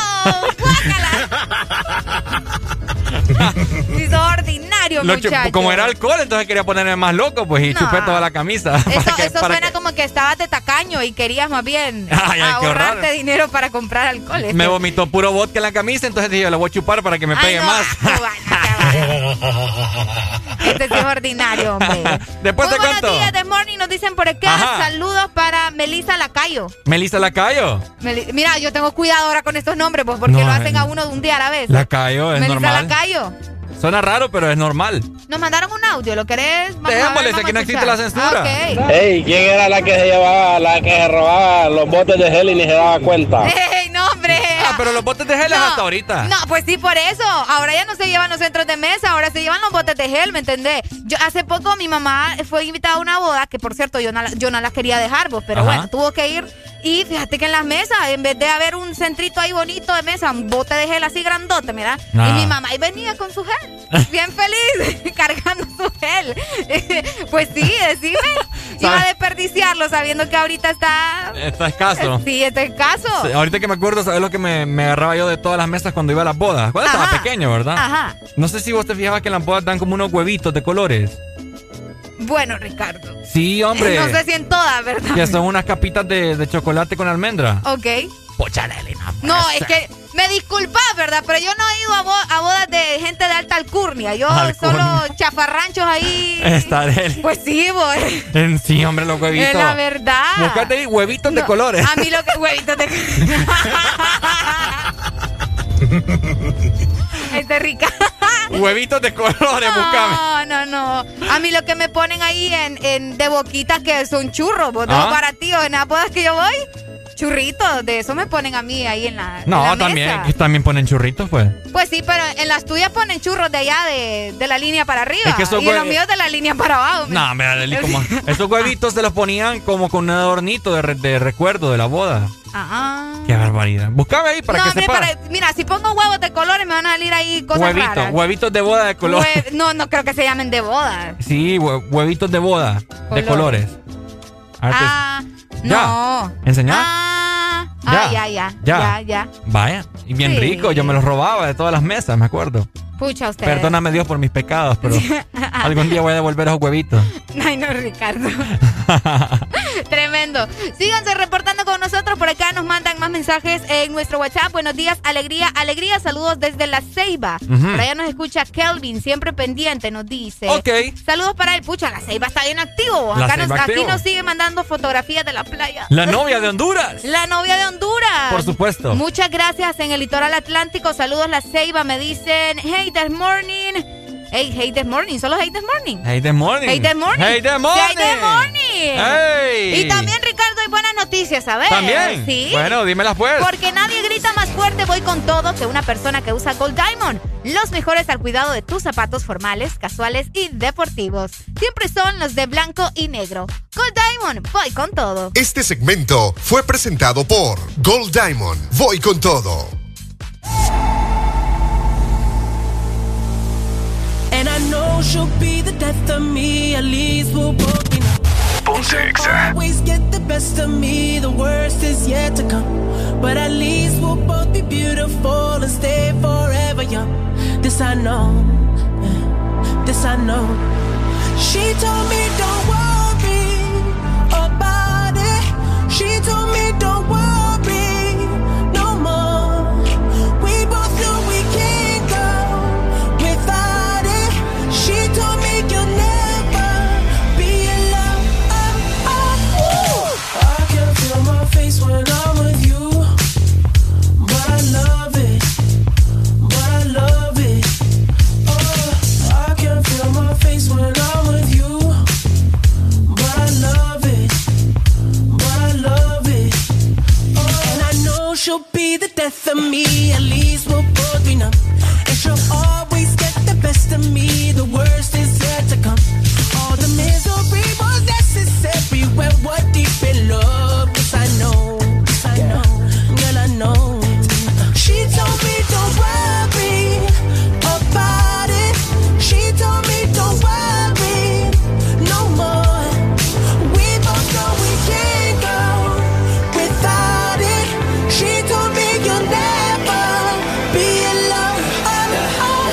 Sí, sos ordinario, Lo chu- muchacho. como era alcohol, entonces quería ponerme más loco, pues, y No. chupé toda la camisa. Eso, Para que- eso para suena que- como que estabas de tacaño y querías más bien Ay, ay, qué ahorrarte horror. dinero para comprar alcohol. Es Me que- vomitó puro vodka en la camisa, entonces dije, lo voy a chupar para que me Ay, pegue no, más. qué vaina, qué vaina. Este sí es ordinario, hombre. Después Muy te buenos cuento. días, The Morning. Nos dicen por acá. Ajá. Saludos para Melissa Lacayo. Melissa Lacayo. Meli- Mira, yo tengo cuidado ahora con estos nombres, pues, porque No, lo hacen eh, a uno de un día a la vez. Lacayo, es Melissa normal. Lacayo. Suena raro, pero es normal. Nos mandaron un audio, ¿lo querés? Vamos a ver, Démosle, vamos si aquí a no existe escuchar. la censura. Ah, ok. Ey, ¿quién era la que se llevaba, la que se robaba los botes de gel y ni se daba cuenta? ¡Ey, no, hombre! Ah, pero los botes de gel es No. hasta ahorita. No, pues sí, por eso. Ahora ya no se llevan los centros de mesa, ahora se llevan los botes de gel, ¿me entendés? Yo hace poco mi mamá fue invitada a una boda, que por cierto yo no la, yo no la quería dejar, vos, pero Ajá. bueno, tuvo que ir. Y fíjate que en las mesas, en vez de haber un centrito ahí bonito de mesa, un bote de gel así grandote, mira. Ah. Y mi mamá ahí venía con su gel, bien feliz, cargando su gel. Pues sí, decime. Iba a ¿Sabes? desperdiciarlo sabiendo que ahorita está... Está escaso. Sí, este es caso. Sí, ahorita que me acuerdo, ¿sabes lo que me, me agarraba yo de todas las mesas cuando iba a las bodas? Cuando Ajá. estaba pequeño, ¿verdad? Ajá. No sé si vos te fijabas que en las bodas dan como unos huevitos de colores. Bueno, Ricardo. Sí, hombre. No sé si en todas, ¿verdad? Que son unas capitas de, de chocolate con almendra. Ok. Pocharelli, no. No, es que me disculpas, ¿verdad? Pero yo no he ido a, bo- a bodas de gente de alta alcurnia. Yo Alcurnia. solo chafarranchos ahí. Estaré. Pues sí, voy. En sí, hombre, los huevitos. Es la verdad. Búscate ahí huevitos de No, colores. A mí lo que... Huevitos de... Este Ricardo. Huevitos de colores, búscame. No, no, no. A mí lo que me ponen ahí en, en de boquitas que son churros, vos, Ah. no baratíos. En las bodas que yo voy, churritos, de eso me ponen a mí ahí en la No, en la también, mesa. también ponen churritos, pues. Pues sí, pero en las tuyas ponen churros de allá, de, de la línea para arriba. Es que esos y en los hue- míos de la línea para abajo. No, mira, Leli, como esos huevitos se los ponían como con un adornito de, re- de recuerdo de la boda. Ah. Qué barbaridad. Búscame ahí para no, que hombre, sepa. para- mira, si pongo huevos de colores me van a salir ahí cosas Huevitos, raras. huevitos de boda de color. Hue- no, no creo que se llamen de boda. Sí, hue- huevitos de boda de colores. A ver, Ah, Ya. no. ¿Enseñar? Ah, Ya. ah, ya, ya, Ya. ya, ya. Vaya, y bien Sí. rico. Yo me los robaba de todas las mesas, me acuerdo. Pucha usted. Perdóname Dios por mis pecados, pero algún día voy a devolver esos huevitos. Ay, no, Ricardo. Tremendo. Síganse reportando con nosotros. Por acá nos mandan más mensajes en nuestro WhatsApp. Buenos días, alegría, alegría. Saludos desde La Ceiba. Ujú. Por allá nos escucha Kelvin, siempre pendiente, nos dice. Ok. Saludos para el Pucha, La Ceiba está bien activo. La Acá nos, Ceiba aquí activo. nos sigue mandando fotografías de la playa. La novia de Honduras. La novia de Honduras. Por supuesto. Muchas gracias en el litoral atlántico. Saludos La Ceiba. Me dicen, hey, this morning. Hey, hey, this morning. Solo hey, this morning. Hey, the morning. Hey, this morning. Hey, the morning. Hey, this morning. Hey. Y también, Ricardo, hay buenas noticias, ¿sabes? ¿También? Sí. Bueno, dímelas pues. Porque nadie grita más fuerte, voy con todo, que una persona que usa Gold Diamond. Los mejores al cuidado de tus zapatos formales, casuales y deportivos. Siempre son los de blanco y negro. Gold Diamond, voy con todo. Este segmento fue presentado por Gold Diamond. Voy con todo. And I know she'll be the death of me, at least we'll both be numb. And she'll always get the best of me, the worst is yet to come. But at least we'll both be beautiful and stay forever young. This I know, yeah, this I know. She told me don't worry about it. She told me don't worry no more. We both know we can't go without it. She told me you'll never be alone. I can feel my face when I'm with you, but I love it, but I love it. Oh, I can feel my face when I'm with you, but I love it, but I love it. Oh, and I know she'll be the death of me, at least we'll both be numb. And she'll always get the best of me, the worst is yet to come. All the misery was necessary when we're deep in love. Yes, I know, yes, I know, girl, I know. She told me don't worry about it. She told me don't worry no more. We both know we can't go without it. She told me you'll never be alone. Oh, oh.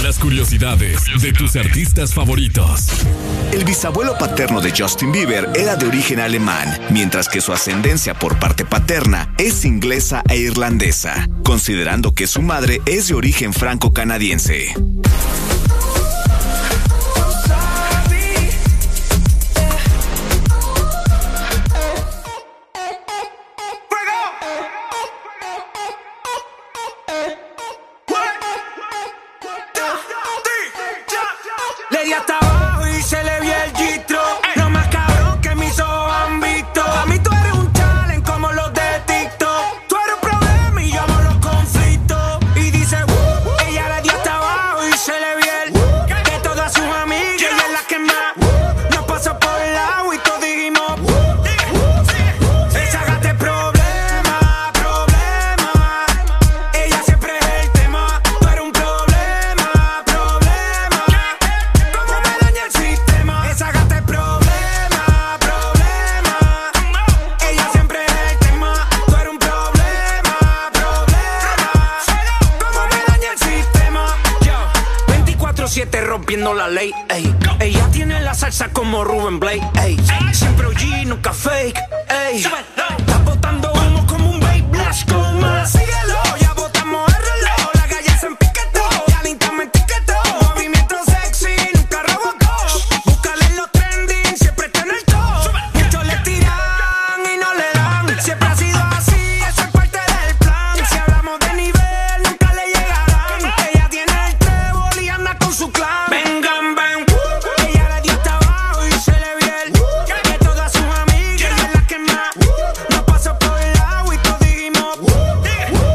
Las curiosidades de tus artistas favoritos. El bisabuelo paterno de Justin Bieber era de origen alemán, mientras que su ascendencia por parte paterna es inglesa e irlandesa, considerando que su madre es de origen franco-canadiense. Le di hasta abajo y se le vio el gistro. Lo más cabrón que mis ojos han visto. A mí tú eres un talent como los de TikTok. Tú eres un problema y yo amo los conflictos. Y dice, uh, uh, ella le dio hasta abajo y se le vio el uh, de todas sus amigas, ella es la que más uh, nos pasó por el lado y todos dijimos uh, uh, esa gata es problema, problema. Ella siempre es el tema. Tú eres un problema, problema. Cómo me daña el sistema. Esa gata es problema, problema. Ella siempre es el tema. Tú eres un problema, problema. Cómo me daña el sistema. Yo, veinticuatro siete rompiendo la ley, ey. Ella tiene la salsa como Ruben Blake, ey. Siempre O G, nunca fake, ey. Está botando humo como un babe blast con más. Síguelo, ya botamos el reloj. La calle se empiquetó, ya Linta me etiquetó. Movimiento sexy, nunca rebotó. Búscale en los trending, siempre está en el top. Muchos le tiran y no le dan. Siempre ha sido así, eso es parte del plan. Si hablamos de nivel, nunca le llegarán. Ella tiene el trébol y anda con su clan. Vengan, ven, uh, ella le dio hasta abajo y se le vio el uh, de todas sus amigas, ella es la que más uh, nos pasó por el lado y todos dijimos uh,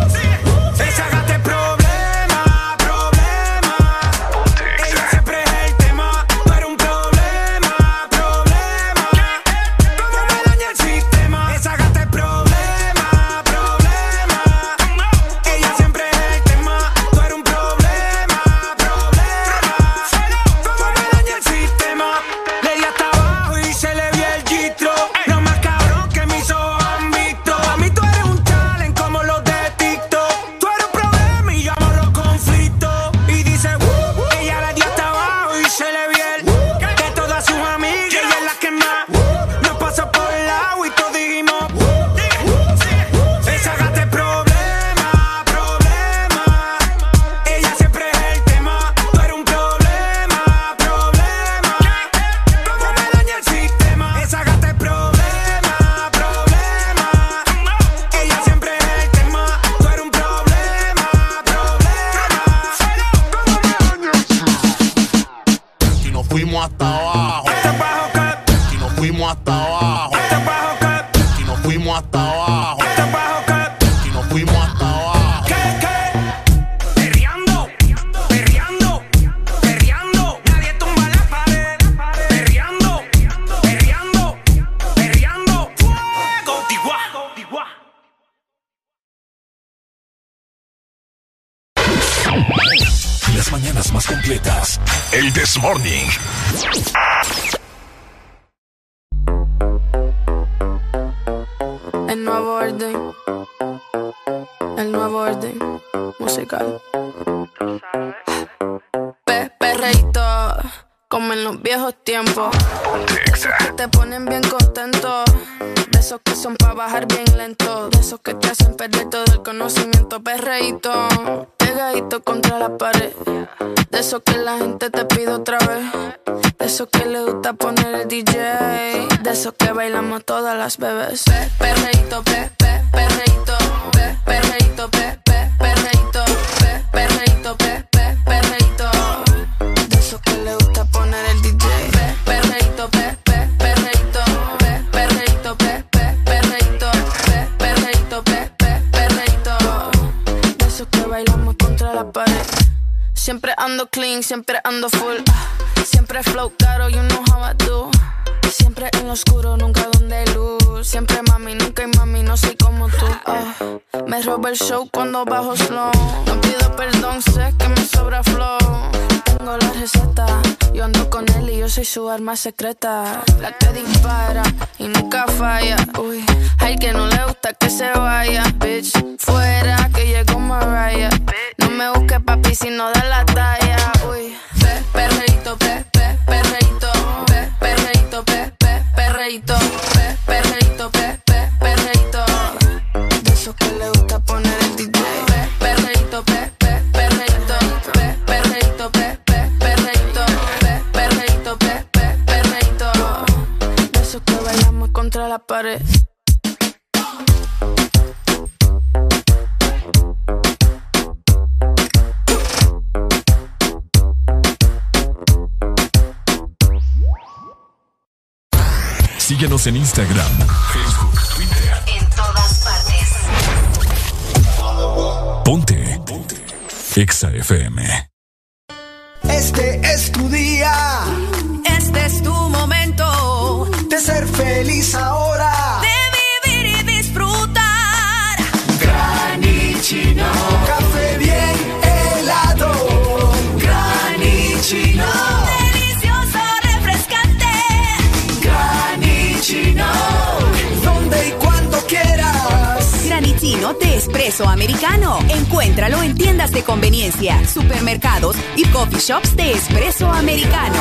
esa gata es problema, problema. Ella siempre es el tema. Tú eres un problema, problema. Cómo me daña el sistema. Esa gata es problema, problema. Ella siempre es el tema. Tú eres un problema, problema. Cómo me daña el sistema. Le di hasta abajo y se le vio el gistro. Lo más cabrón que mis ojos han visto. A mí tú eres un talent como los de TikTok. Tú eres un problema y yo amo los conflictos. Y dice, uh, uh, ella le dio hasta abajo y se le vio el uh, de todas sus amigas, ella es la que más uh, nos pasó por el lado y todos dijimos uh, esa gata es problema, problema. Ella siempre es el tema. Tú eres un problema, problema. Cómo me daña el sistema. Esa gata es problema, problema. Ella siempre es el tema. Tú eres un problema, problema. Cómo me daña el sistema. Y nos fuimos hasta abajo. Hasta abajo que, Y nos fuimos hasta abajo. hasta abajo que, Y nos fuimos hasta abajo. hasta abajo que. Y nos fuimos hasta abajo. ¿Qué, qué? Perreando, perreando, perreando. Nadie tumba la pared. Perreando, perreando, perreando. Fuego, Tigua, Tigua. Las mañanas más completas. El This Morning. El nuevo orden. El nuevo orden musical. Pe perreíto, como en los viejos tiempos. Que te ponen bien contento. De esos que son pa' bajar bien lento. De esos que te hacen perder todo el conocimiento. Perreíto, pegadito contra la pared. De esos que la gente te pide otra vez. De esos que le gusta poner el D J. De esos que bailamos todas las bebés. Pe perreíto, pe, pe, perreíto, pe, perreíto, pe, pe, perreíto, pe, perreíto, pe, pe, perreíto. De esos que le gusta poner el D J. Pe, perreíto, pe, pe, perreíto, pe, perreíto, pe, pe, perreíto, pe, perreíto, pe, pe, perreíto. De esos que bailamos contra la pared. Siempre ando clean, siempre ando full. Siempre flow caro, you know how I do. Siempre en lo oscuro, nunca donde hay luz. Siempre mami, nunca hay mami, no soy como tú. Oh, me roba el show cuando bajo slow. No pido perdón, sé que me sobra flow. Tengo la receta, yo ando con él y yo yo soy su arma secreta, la que dispara y nunca falla. Uy, al que no le gusta que se vaya, bitch. Fuera que llegó Mariah. No me busques papi si no da la talla. Uy, pe, perreíto, pe, pe, perreíto, pe, perreíto, pe, pe, perreíto, pe, perreíto, pe, pe, perreíto. De esos que le gusta poner el D J. Pe, perreíto, pe, pe, perreíto, pe, perreíto, pe, pe, perreíto, pe, perreíto, pe, pe, perreíto. De esos que bailamos contra la pared. Síguenos en Instagram, Facebook, Twitter. En todas partes. Ponte. Ponte. Exa F M. Este es tu día. Este es tu momento. De ser feliz ahora. De vivir y disfrutar. Granichino. Café bien helado. Granichino. Delicioso, refrescante. Granichino. Donde y cuando quieras. Granichino de espresso americano. Encuéntralo en tiendas de conveniencia, supermercados y coffee shops de espresso americano.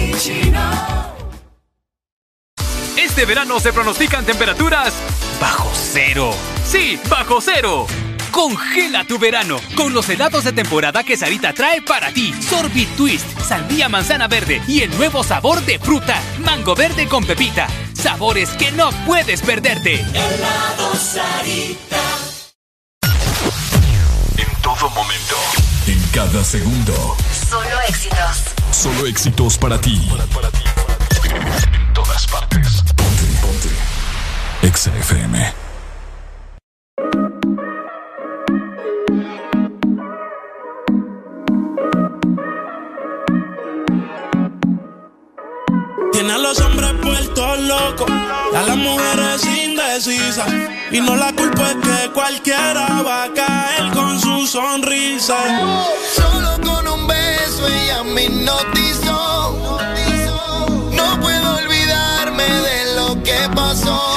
Este verano se pronostican temperaturas bajo cero. Sí, bajo cero. Congela tu verano con los helados de temporada que Sarita trae para ti. Sorbit Twist, sandía manzana verde y el nuevo sabor de fruta, mango verde con pepita. Sabores que no puedes perderte. Helado Sarita. En todo momento, en cada segundo. Solo éxitos. Solo éxitos para ti. Para, ti, para ti. En todas partes. Ponte, ponte. Exa F M. Tiene a los hombres puestos locos, a las mujeres indecisas. Y no la culpa es que cualquiera va a caer con su sonrisa. Solo con un beso ella me hipnotizó. No puedo olvidarme de lo que pasó.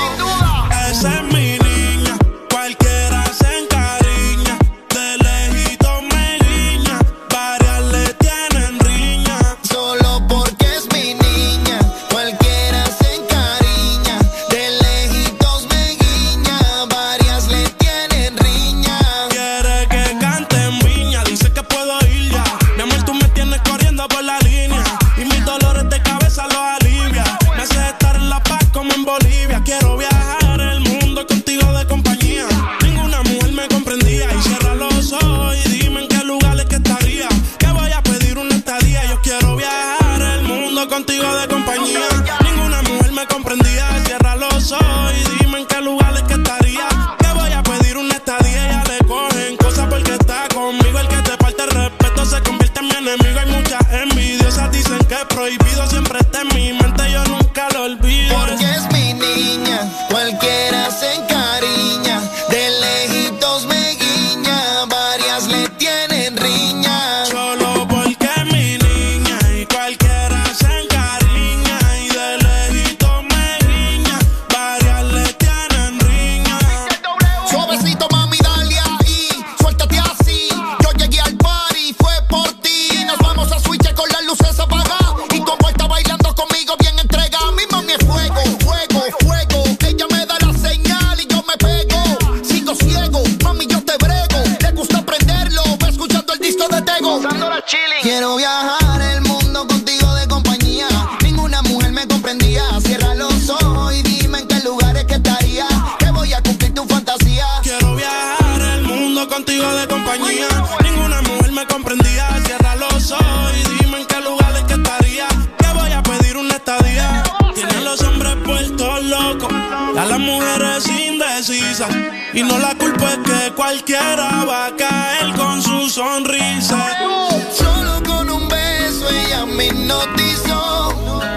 Esa es mi niña, cualquiera se encariña. De lejito me guiña, varias le tienen riña. Solo porque es mi niña, cualquiera se encariña. De lejitos me guiña, varias le tienen riña. Quiere que cante en viña, dice que puedo ir ya. Mi amor, tú me tienes corriendo por la línea. Y mis dolores de cabeza los alivia. Me hace estar en La Paz como en Bolivia. Quiero viajar el mundo contigo de compañía. Ninguna mujer me comprendía. Y cierra los ojos y dime en qué lugares que estaría. Que voy a pedir una estadía. Yo quiero viajar el mundo contigo de compañía. Ninguna mujer me comprendía. Cierra los ojos y dime en qué lugares que estaría. Que voy a pedir una estadía. Ya le cogen cosas porque está conmigo. El que te falta el respeto se convierte en mi enemigo. Hay muchas envidiosas, dicen que es prohibido. Siempre está en mi mente, yo nunca lo olvido. Porque es mi niña, cualquiera se encariña. De lejitos me guiña, varias le tienen riña. Solo porque es mi niña y cualquiera se encariña. Y de lejito me guiña, varias le tienen riña. Suavecito mami, dale ahí, suéltate así. Yo llegué al party, fue por ti. Nos vamos a switch con las luces apagadas. Y como está bailando conmigo bien entregada. Mi mami es fuego, fuego, fuego. Ella me da la señal y yo me pego. Sigo ciego, mami yo te brego. Le gusta aprenderlo, va escuchando el disco de Tego. Quiero viajar el mundo contigo de compañía. Ninguna mujer me comprendía. Cierra los ojos y dime en qué lugares que estaría. Que voy a cumplir tu fantasía. Quiero viajar el mundo contigo de compañía. Ninguna mujer me comprendía. Cierra los ojos y dime en qué lugares que estaría. Que voy a pedir una estadía. Tiene a los hombres puestos locos, a las mujeres indecisas. Y no la culpa es que cualquiera va a caer con su sonrisa. Solo con un beso ella me hipnotizó.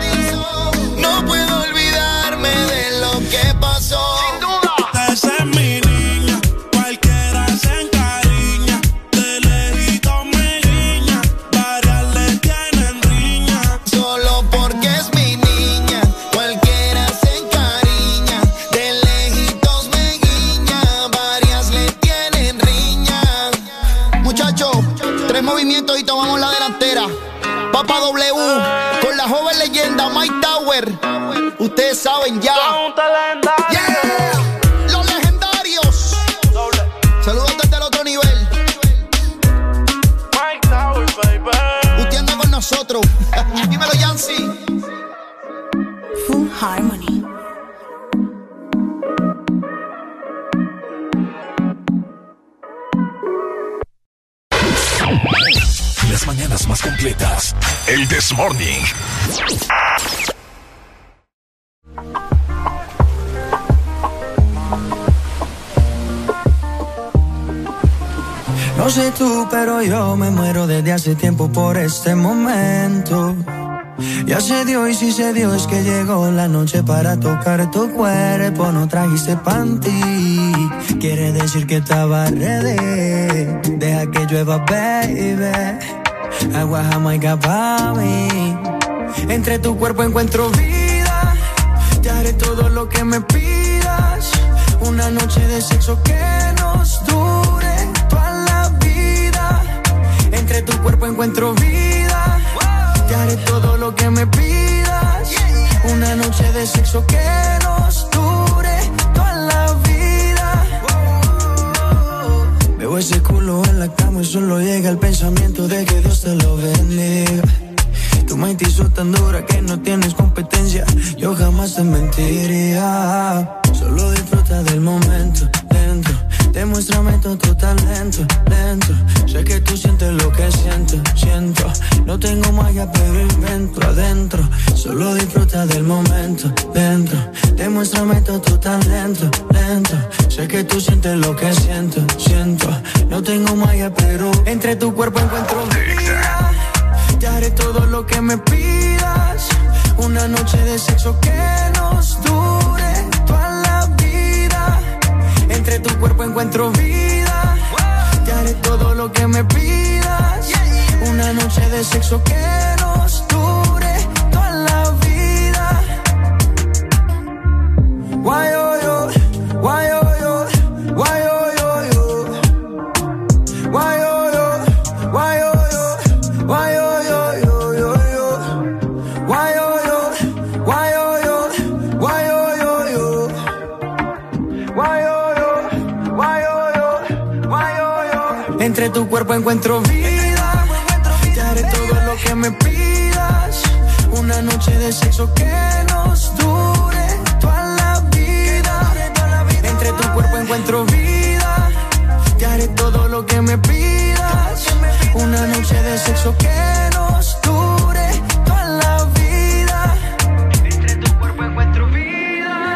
No puedo olvidarme de lo que pasó. Esa es mi niña, cualquiera se encariña. De lejito me guiña, varias le tienen riña. Solo porque Papa W, con la joven leyenda Mike Tower. Ustedes saben ya. Yeah. Los legendarios. Saludos desde el otro nivel. Mike Tower, baby. Usted anda con nosotros. Dímelo, Yancy. Full Harmony. Las mañanas más completas. El This Morning. No sé tú, pero yo me muero desde hace tiempo por este momento. Ya se dio y si se dio es que llegó la noche para tocar tu cuerpo. No trajiste panty, quiere decir que estaba ready. Deja que llueva, baby. Agua jamaica pa' mí. Entre tu cuerpo encuentro vida. Te haré todo lo que me pidas. Una noche de sexo que nos dure toda la vida. Entre tu cuerpo encuentro vida. Te haré todo lo que me pidas. Una noche de sexo que nos dure toda la vida. Veo ese culo en la cama y solo llega el pensamiento de que Dios te lo bendiga. Tu mente hizo tan dura que no tienes competencia. Yo jamás te mentiría. Solo disfruta del momento, lento. Demuéstrame todo tu talento, lento. Sé que tú sientes lo que siento, siento. No tengo magia pero invento adentro. Solo disfruta del momento, lento. Demuéstrame todo tu talento, lento. Sé que tú sientes lo que siento, siento. No tengo magia pero entre tu cuerpo encuentro vida. Te haré todo lo que me pidas. Una noche de sexo que nos dure toda la vida. Entre tu cuerpo encuentro vida. Te haré todo lo que me pidas. Una noche de sexo que nos dure toda la vida. Why oh yo, why oh yo, why oh yo yo. Why oh yo, why oh yo, why oh yo yo yo yo. Why oh yo, why oh yo, why oh yo yo. Why oh yo, why oh yo, why oh yo. Entre tu cuerpo encuentro vida. Te haré todo lo que me pidas. Una noche de sexo que nos dure toda la vida. Entre tu cuerpo encuentro vida. Te haré todo lo que me pidas. Una noche de sexo que nos dure toda la vida. Entre tu cuerpo encuentro vida.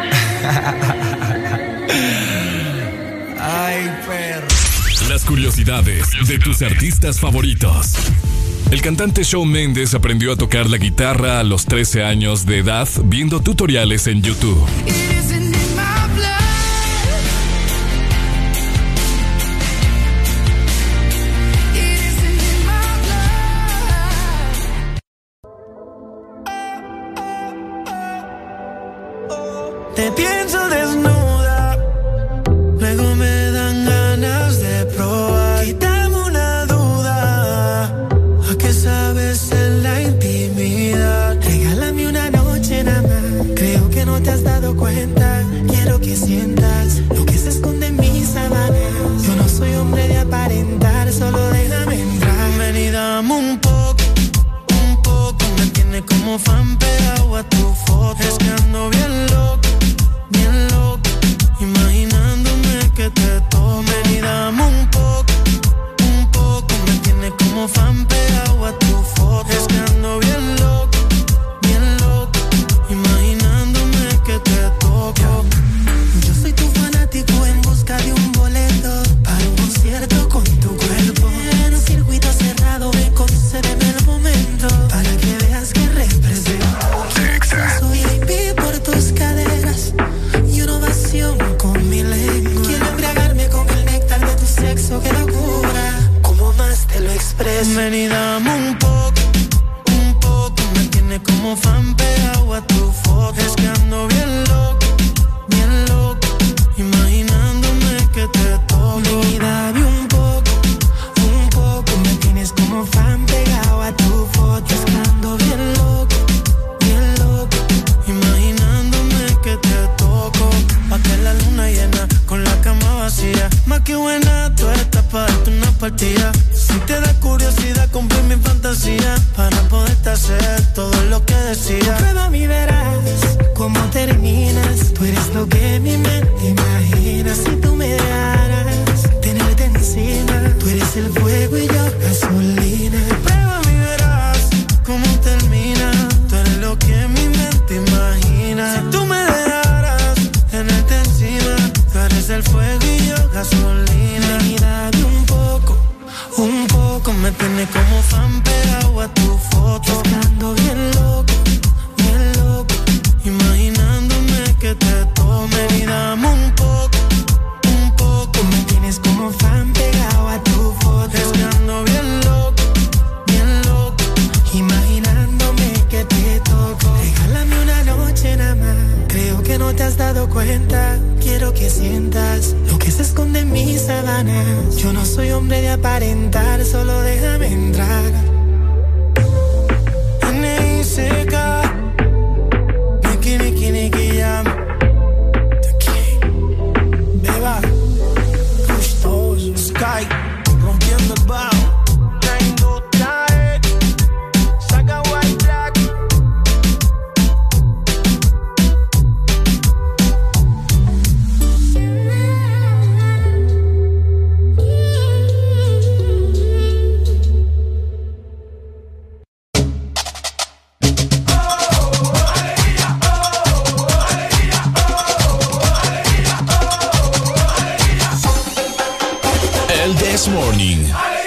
Ay, perro. Las curiosidades de tus artistas favoritos. El cantante Shawn Mendes aprendió a tocar la guitarra a los trece años de edad viendo tutoriales en YouTube. Te pienso desnuda, luego me dan ganas de probar. Quítame una duda, ¿a qué sabes en la intimidad? Regálame una noche nada más, creo que no te has dado cuenta. Quiero que sientas lo que se esconde en mis sábanas. Yo no soy hombre de aparentar, solo déjame entrar. Ven y dame un poco, un poco. Me tiene como fan pegado a tu foto. Es que ando bien loco, bien loco, imaginándome que te tomen y dame un poco, un poco. Me tiene como fan pegado a tu foto. Es que ando bien loco, bien loco, imaginándome que te toco. Yo soy tu fanático cuenta, quiero que sientas lo que se esconde en mis sábanas. Yo no soy hombre de aparentar, solo déjame entrar. N I C K, Niki, Niki, Niki, Jam, The King, Beba, Gustoso, Sky, rompiendo el bajo. This Morning.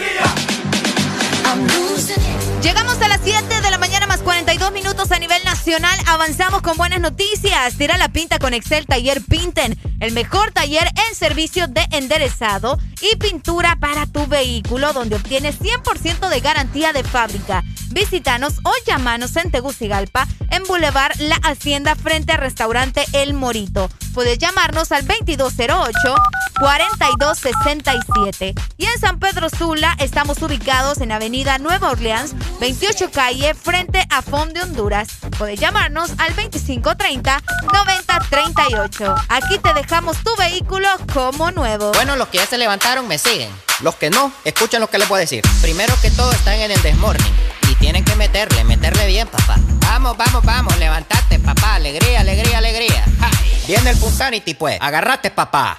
Llegamos a las siete de la mañana más cuarenta y dos minutos a nivel nacional. Avanzamos con buenas noticias. Tira la pinta con Excel Taller Pinten, el mejor taller en servicio de enderezado y pintura para tu vehículo, donde obtienes cien por ciento de garantía de fábrica. Visítanos o llámanos en Tegucigalpa, en Boulevard La Hacienda, frente al restaurante El Morito. Puedes llamarnos al veintidós cero ocho, cuarenta y dos sesenta y siete. Y en San Pedro Sula estamos ubicados en Avenida Nueva Orleans, veintiocho calle, frente a Fond de Honduras. Puedes llamarnos al veinticinco treinta, noventa treinta y ocho. Aquí te dejamos tu vehículo como nuevo. Bueno, los que ya se levantaron me siguen. Los que no, escuchen lo que les voy a decir. Primero que todo están en el Desmorning y tienen que meterle, meterle bien, papá. Vamos, vamos, vamos, levantate, papá. Alegría, alegría, alegría. ¡Ja! Viene el Punsanity, pues. Agarrate, papá.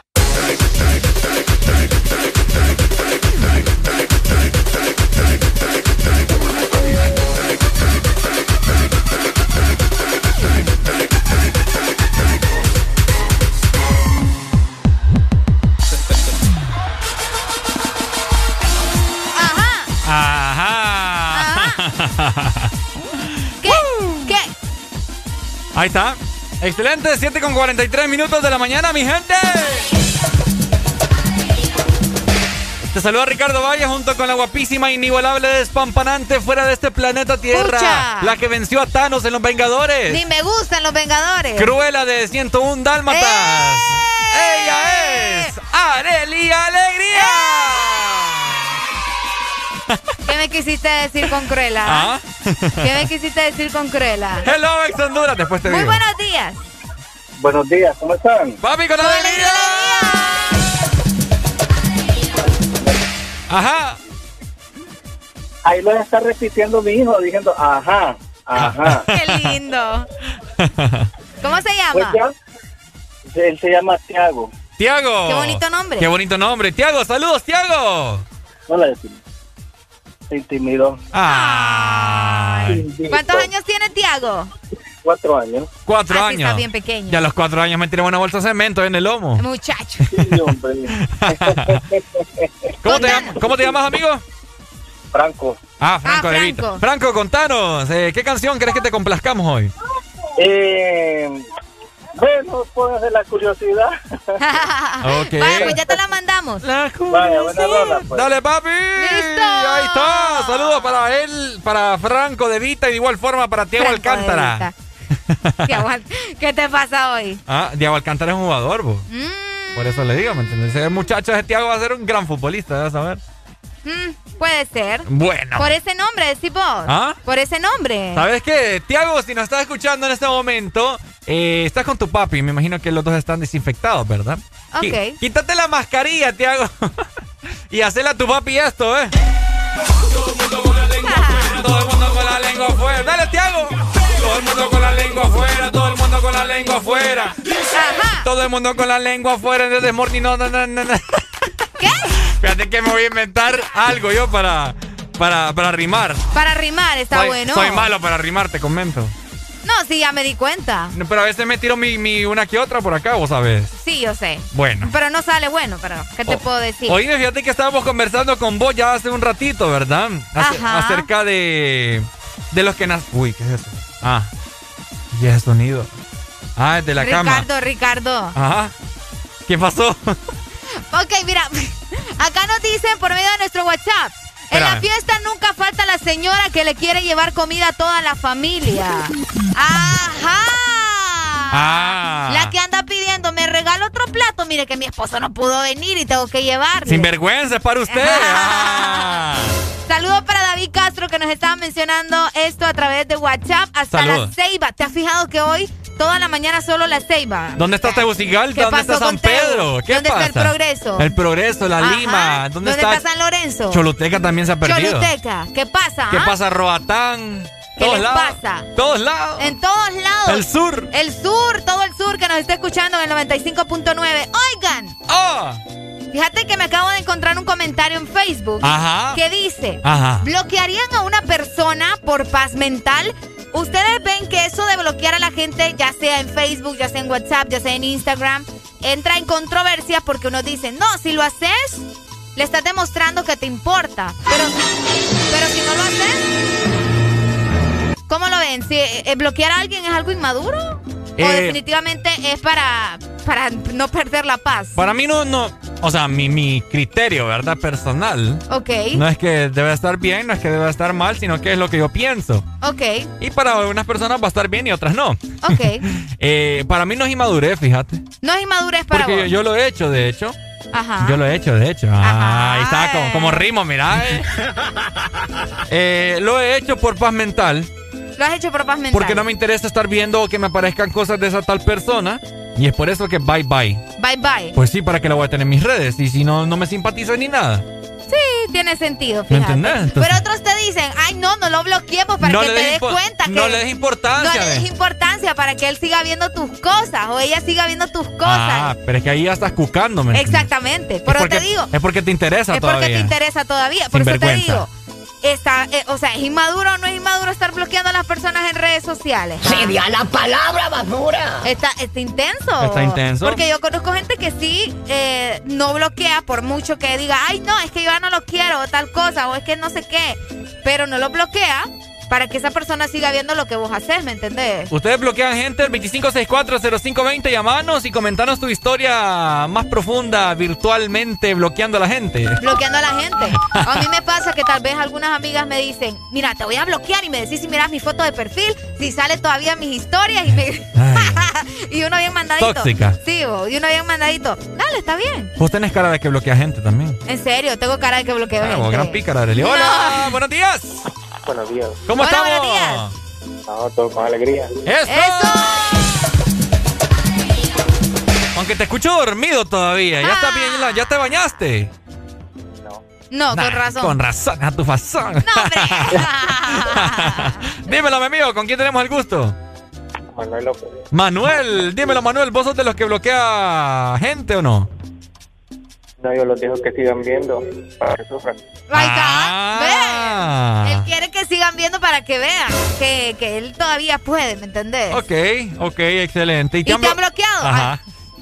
Ajá. ¿Qué? ¿Qué? Ahí está. Excelente, siete con cuarenta y tres minutos de la mañana, mi gente. Te saluda Ricardo Valle junto con la guapísima, inigualable, despampanante, fuera de este planeta Tierra. Pucha. La que venció a Thanos en Los Vengadores. Ni me gustan los Vengadores. Cruella de ciento uno Dálmatas. ¡Eh! Ella es Arely Alegría. ¿Qué me quisiste decir con Cruella? ¿Ah? ¿Qué me quisiste decir con Cruella? Hello, ex Honduras. Después te Muy digo. buenos días. Buenos días, ¿cómo están? Papi, con alegría. Ajá. Ahí lo está repitiendo mi hijo, diciendo, ajá, ajá. Qué lindo. ¿Cómo se llama? Pues ya, él se llama Tiago. Tiago. Qué bonito nombre. Qué bonito nombre. Tiago, saludos, Tiago. Hola, decimos. Se intimidó. Ay. ¿Cuántos años tiene Tiago? Cuatro años. Cuatro Ah, sí, años. está bien pequeño. Ya a los cuatro años me tiré una bolsa de cemento en el lomo. Muchacho. Sí, hombre. ¿Cómo, te llamas, ¿Cómo te llamas, amigo? Franco. Ah, Franco, Ah, de Franco. Vita. Franco, contanos, eh, ¿qué canción crees que te complazcamos hoy? Eh, bueno, póngase la curiosidad. Ok. Vaya, pues ya te la mandamos. La Vaya, buena rola, pues. Dale, papi. ¡Listo! Ahí está. Saludos para él, para Franco de Vita y de igual forma para Tiago Franco de Alcántara. Vita. ¿Qué, aguant- ¿Qué te pasa hoy? Ah, Tiago Alcántara es un jugador, bo. Mm, Por eso le digo, ¿me entiendes? Ese muchacho de Tiago va a ser un gran futbolista, ¿vas a ver? mm, puede ser. Bueno. Por ese nombre, decís vos. ¿Ah? Por ese nombre. ¿Sabes qué? Tiago, si nos estás escuchando en este momento, eh, estás con tu papi. Me imagino que los dos están desinfectados, ¿verdad? Ok. Qui- Quítate la mascarilla, Tiago. Y hacele a tu papi esto, ¿eh? Todo el mundo con la lengua afuera. Todo el mundo con la lengua afuera. Dale, Tiago. Todo el mundo con la lengua afuera. Todo el mundo con la lengua afuera. Ajá. Todo el mundo con la lengua afuera. En el Desmorning. No, no, no, no, no. ¿Qué? Fíjate que me voy a inventar algo yo para, para, para rimar. Para rimar, está soy, bueno. Soy malo para rimar, te comento. No, sí, ya me di cuenta. No, pero a veces me tiro mi, mi una que otra por acá, vos sabés. Sí, yo sé. Bueno. Pero no sale bueno, pero ¿qué te O- puedo decir? Oíme, fíjate que estábamos conversando con vos ya hace un ratito, ¿verdad? Ace- Ajá. Acerca de, de los que nacen. Uy, ¿qué es eso? Ah, y ese sonido. Ah, es de la Ricardo, cama. Ricardo. Ajá. ¿Qué pasó? Ok, mira, acá nos dicen por medio de nuestro WhatsApp. En la Espérame. fiesta nunca falta la señora que le quiere llevar comida a toda la familia. Ajá. Ah. La que anda pidiendo, me regala otro plato, mire que mi esposo no pudo venir y tengo que llevarle. Sin vergüenza, es para usted. Ah. Saludos para David Castro que nos estaba mencionando esto a través de WhatsApp. Hasta Saludos. La Ceiba. ¿Te has fijado que hoy toda la mañana solo La Ceiba? ¿Dónde está Tegucigalpa? ¿Dónde está San Pedro? ¿Qué ¿Dónde pasa? está el Progreso? El Progreso, la Ajá. Lima. ¿Dónde, ¿Dónde está? está San Lorenzo? Choluteca también se ha perdido. Choluteca. ¿Qué pasa? ¿Qué ah? pasa, Roatán? ¿Qué Todos les lados. pasa? Todos lados. En todos lados. El sur. El sur, todo el sur que nos está escuchando en el noventa y cinco punto nueve. Oigan. ¡Oh! Fíjate que me acabo de encontrar un comentario en Facebook. Ajá. Que dice, Ajá. ¿bloquearían a una persona por paz mental? ¿Ustedes ven que eso de bloquear a la gente, ya sea en Facebook, ya sea en WhatsApp, ya sea en Instagram, entra en controversia porque unos dicen, no, si lo haces, le estás demostrando que te importa. Pero, pero si no lo haces, ¿cómo lo ven? Si eh, bloquear a alguien es algo inmaduro, Eh, o definitivamente es para, para no perder la paz. Para mí no, no, o sea, mi, mi criterio, ¿verdad? Personal. Ok. No es que debe estar bien, no es que debe estar mal, sino que es lo que yo pienso. Ok. Y para algunas personas va a estar bien y otras no. Ok. eh, para mí no es inmadurez, fíjate. No es inmadurez para Porque vos. yo, yo lo he hecho, de hecho. Ajá. Yo lo he hecho, de hecho. Ah, ahí está, como, como rimo, mira. Eh. eh, lo he hecho por paz mental. Lo has hecho por paz mental. Porque no me interesa estar viendo que me aparezcan cosas de esa tal persona. Y es por eso que bye bye. Bye bye. Pues sí, para que la voy a tener en mis redes. Y si no, no me simpatiza ni nada. Sí, tiene sentido, ¿Me fíjate. entendés? Entonces- Pero otros te dicen, ay, no, no lo bloqueemos para No que le te des des impo- cuenta que... no le des importancia, No le des ve. importancia para que él siga viendo tus cosas o ella siga viendo tus cosas. Ah, pero es que ahí ya estás cucándome. Exactamente. Es Por eso porque, te digo. es porque te interesa Es todavía. porque te interesa todavía. Por eso te Sinvergüenza. digo. Está, eh, o sea, ¿es inmaduro o no es inmaduro estar bloqueando a las personas en redes sociales? Sería la palabra basura. Está, está intenso. Está intenso. Porque yo conozco gente que sí eh, no bloquea por mucho que diga, ay, no, es que yo ya no lo quiero o tal cosa, o es que no sé qué. Pero no lo bloquea para que esa persona siga viendo lo que vos haces, ¿me entendés? Ustedes bloquean gente el veinticinco sesenta y cuatro cero cinco veinte, llamanos y comentanos tu historia más profunda virtualmente bloqueando a la gente. Bloqueando a la gente. A mí me pasa que tal vez algunas amigas me dicen, mira, te voy a bloquear y me decís si miras mi foto de perfil, si sale todavía mis historias y me... y uno bien mandadito. Tóxica. Sí, bo, y uno bien mandadito. Dale, está bien. Vos tenés cara de que bloquea gente también. En serio, tengo cara de que bloqueo Ah, gente. vos, gran pícara, Arely. Hola, buenos días. Buenos días. ¿Cómo Hola, estamos? buenos días. No, todo con alegría. ¡Eso! Aunque te escucho dormido todavía. ¿Ya estás bien? ¿Ya- ¿Ya te bañaste? No, Nah, con razón. Con razón, a tu fazón. No, hombre. Dímelo, mi amigo, ¿con quién tenemos el gusto? Manuel López. Manuel, dímelo, Manuel, ¿vos sos de los que bloquea gente o no? No, yo los dejo que sigan viendo para que sufran. Ahí está, Ah. ve. Él quiere que sigan viendo para que vean que, que él todavía puede, ¿me entendés? Ok, ok, excelente. ¿Y te han blo- bloqueado? Ajá.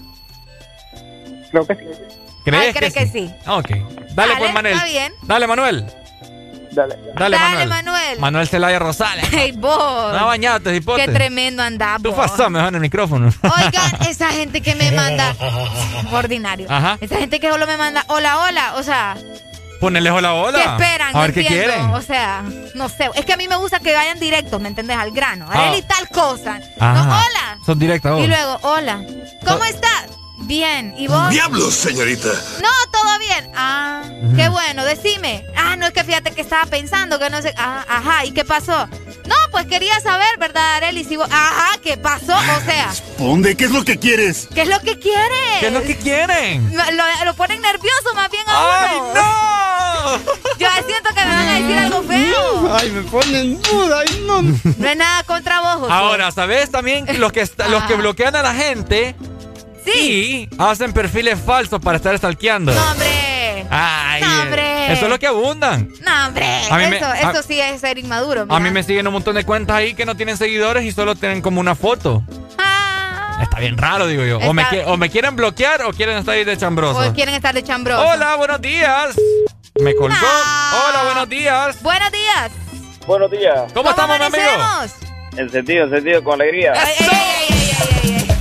Creo que sí. ¿Crees Ay, ¿crees que sí? Ok. Dale, pues, Dale, Manuel. está bien. Dale, Manuel. Dale. Dale, Dale, Manuel. Manuel. Manuel Celaya Rosales. Hey, vos. No bañate, hipote. Qué tremendo andás, Tu vos. fazón, mejor en el micrófono. Oigan, esa gente que me manda... Ordinario. Ajá. Esa gente que solo me manda hola, hola. O sea, Ponele hola, hola. ¿qué esperan? A No ver qué entiendo. quieren. O sea, no sé. Es que a mí me gusta que vayan directos, ¿me entendés? Al grano. Ah. Arely, tal cosa. Ajá. No, hola. Son directas vos. Y luego, hola. ¿Cómo estás? Bien. ¿Y vos? ¡Diablos, señorita! No, todo bien. Ah, qué bueno, decime. Ah, no, es que fíjate que estaba pensando que no sé. Ah, ajá, ¿y qué pasó? No, pues quería saber, ¿verdad, Arely? Si vos... Ajá, ¿qué pasó? O sea, ¿Dónde? ¿Qué es lo que quieres? ¿qué es lo que quieren? ¿Qué es lo que quieren? Lo, lo- lo ponen nervioso más bien a ¡Ay, uno. no! Yo siento que me van a decir algo feo. Ay, me ponen duda. Ay, no. No es nada contra vos, Josué. Ahora, ¿sabes también los que, est- los que Ajá. bloquean a la gente? Sí. Y hacen perfiles falsos para estar stalkeando. No, hombre. Ay, No, hombre. eso es lo que abundan. No, hombre. A mí me- eso, a- eso sí es ser inmaduro. A mí mira. me siguen un montón de cuentas ahí que no tienen seguidores y solo tienen como una foto. Ah, Está bien raro, digo yo. O me, Está- qui- o me quieren bloquear o quieren estar ahí de chambrosos. o quieren estar de chambroso. Hola, buenos días. Me colgó. No. Hola, buenos días. Buenos días. Buenos días. ¿Cómo, estamos, mi amigo? amanecemos? Encendido, encendido, con alegría. Ey, ey, ey, ey, ey, ey.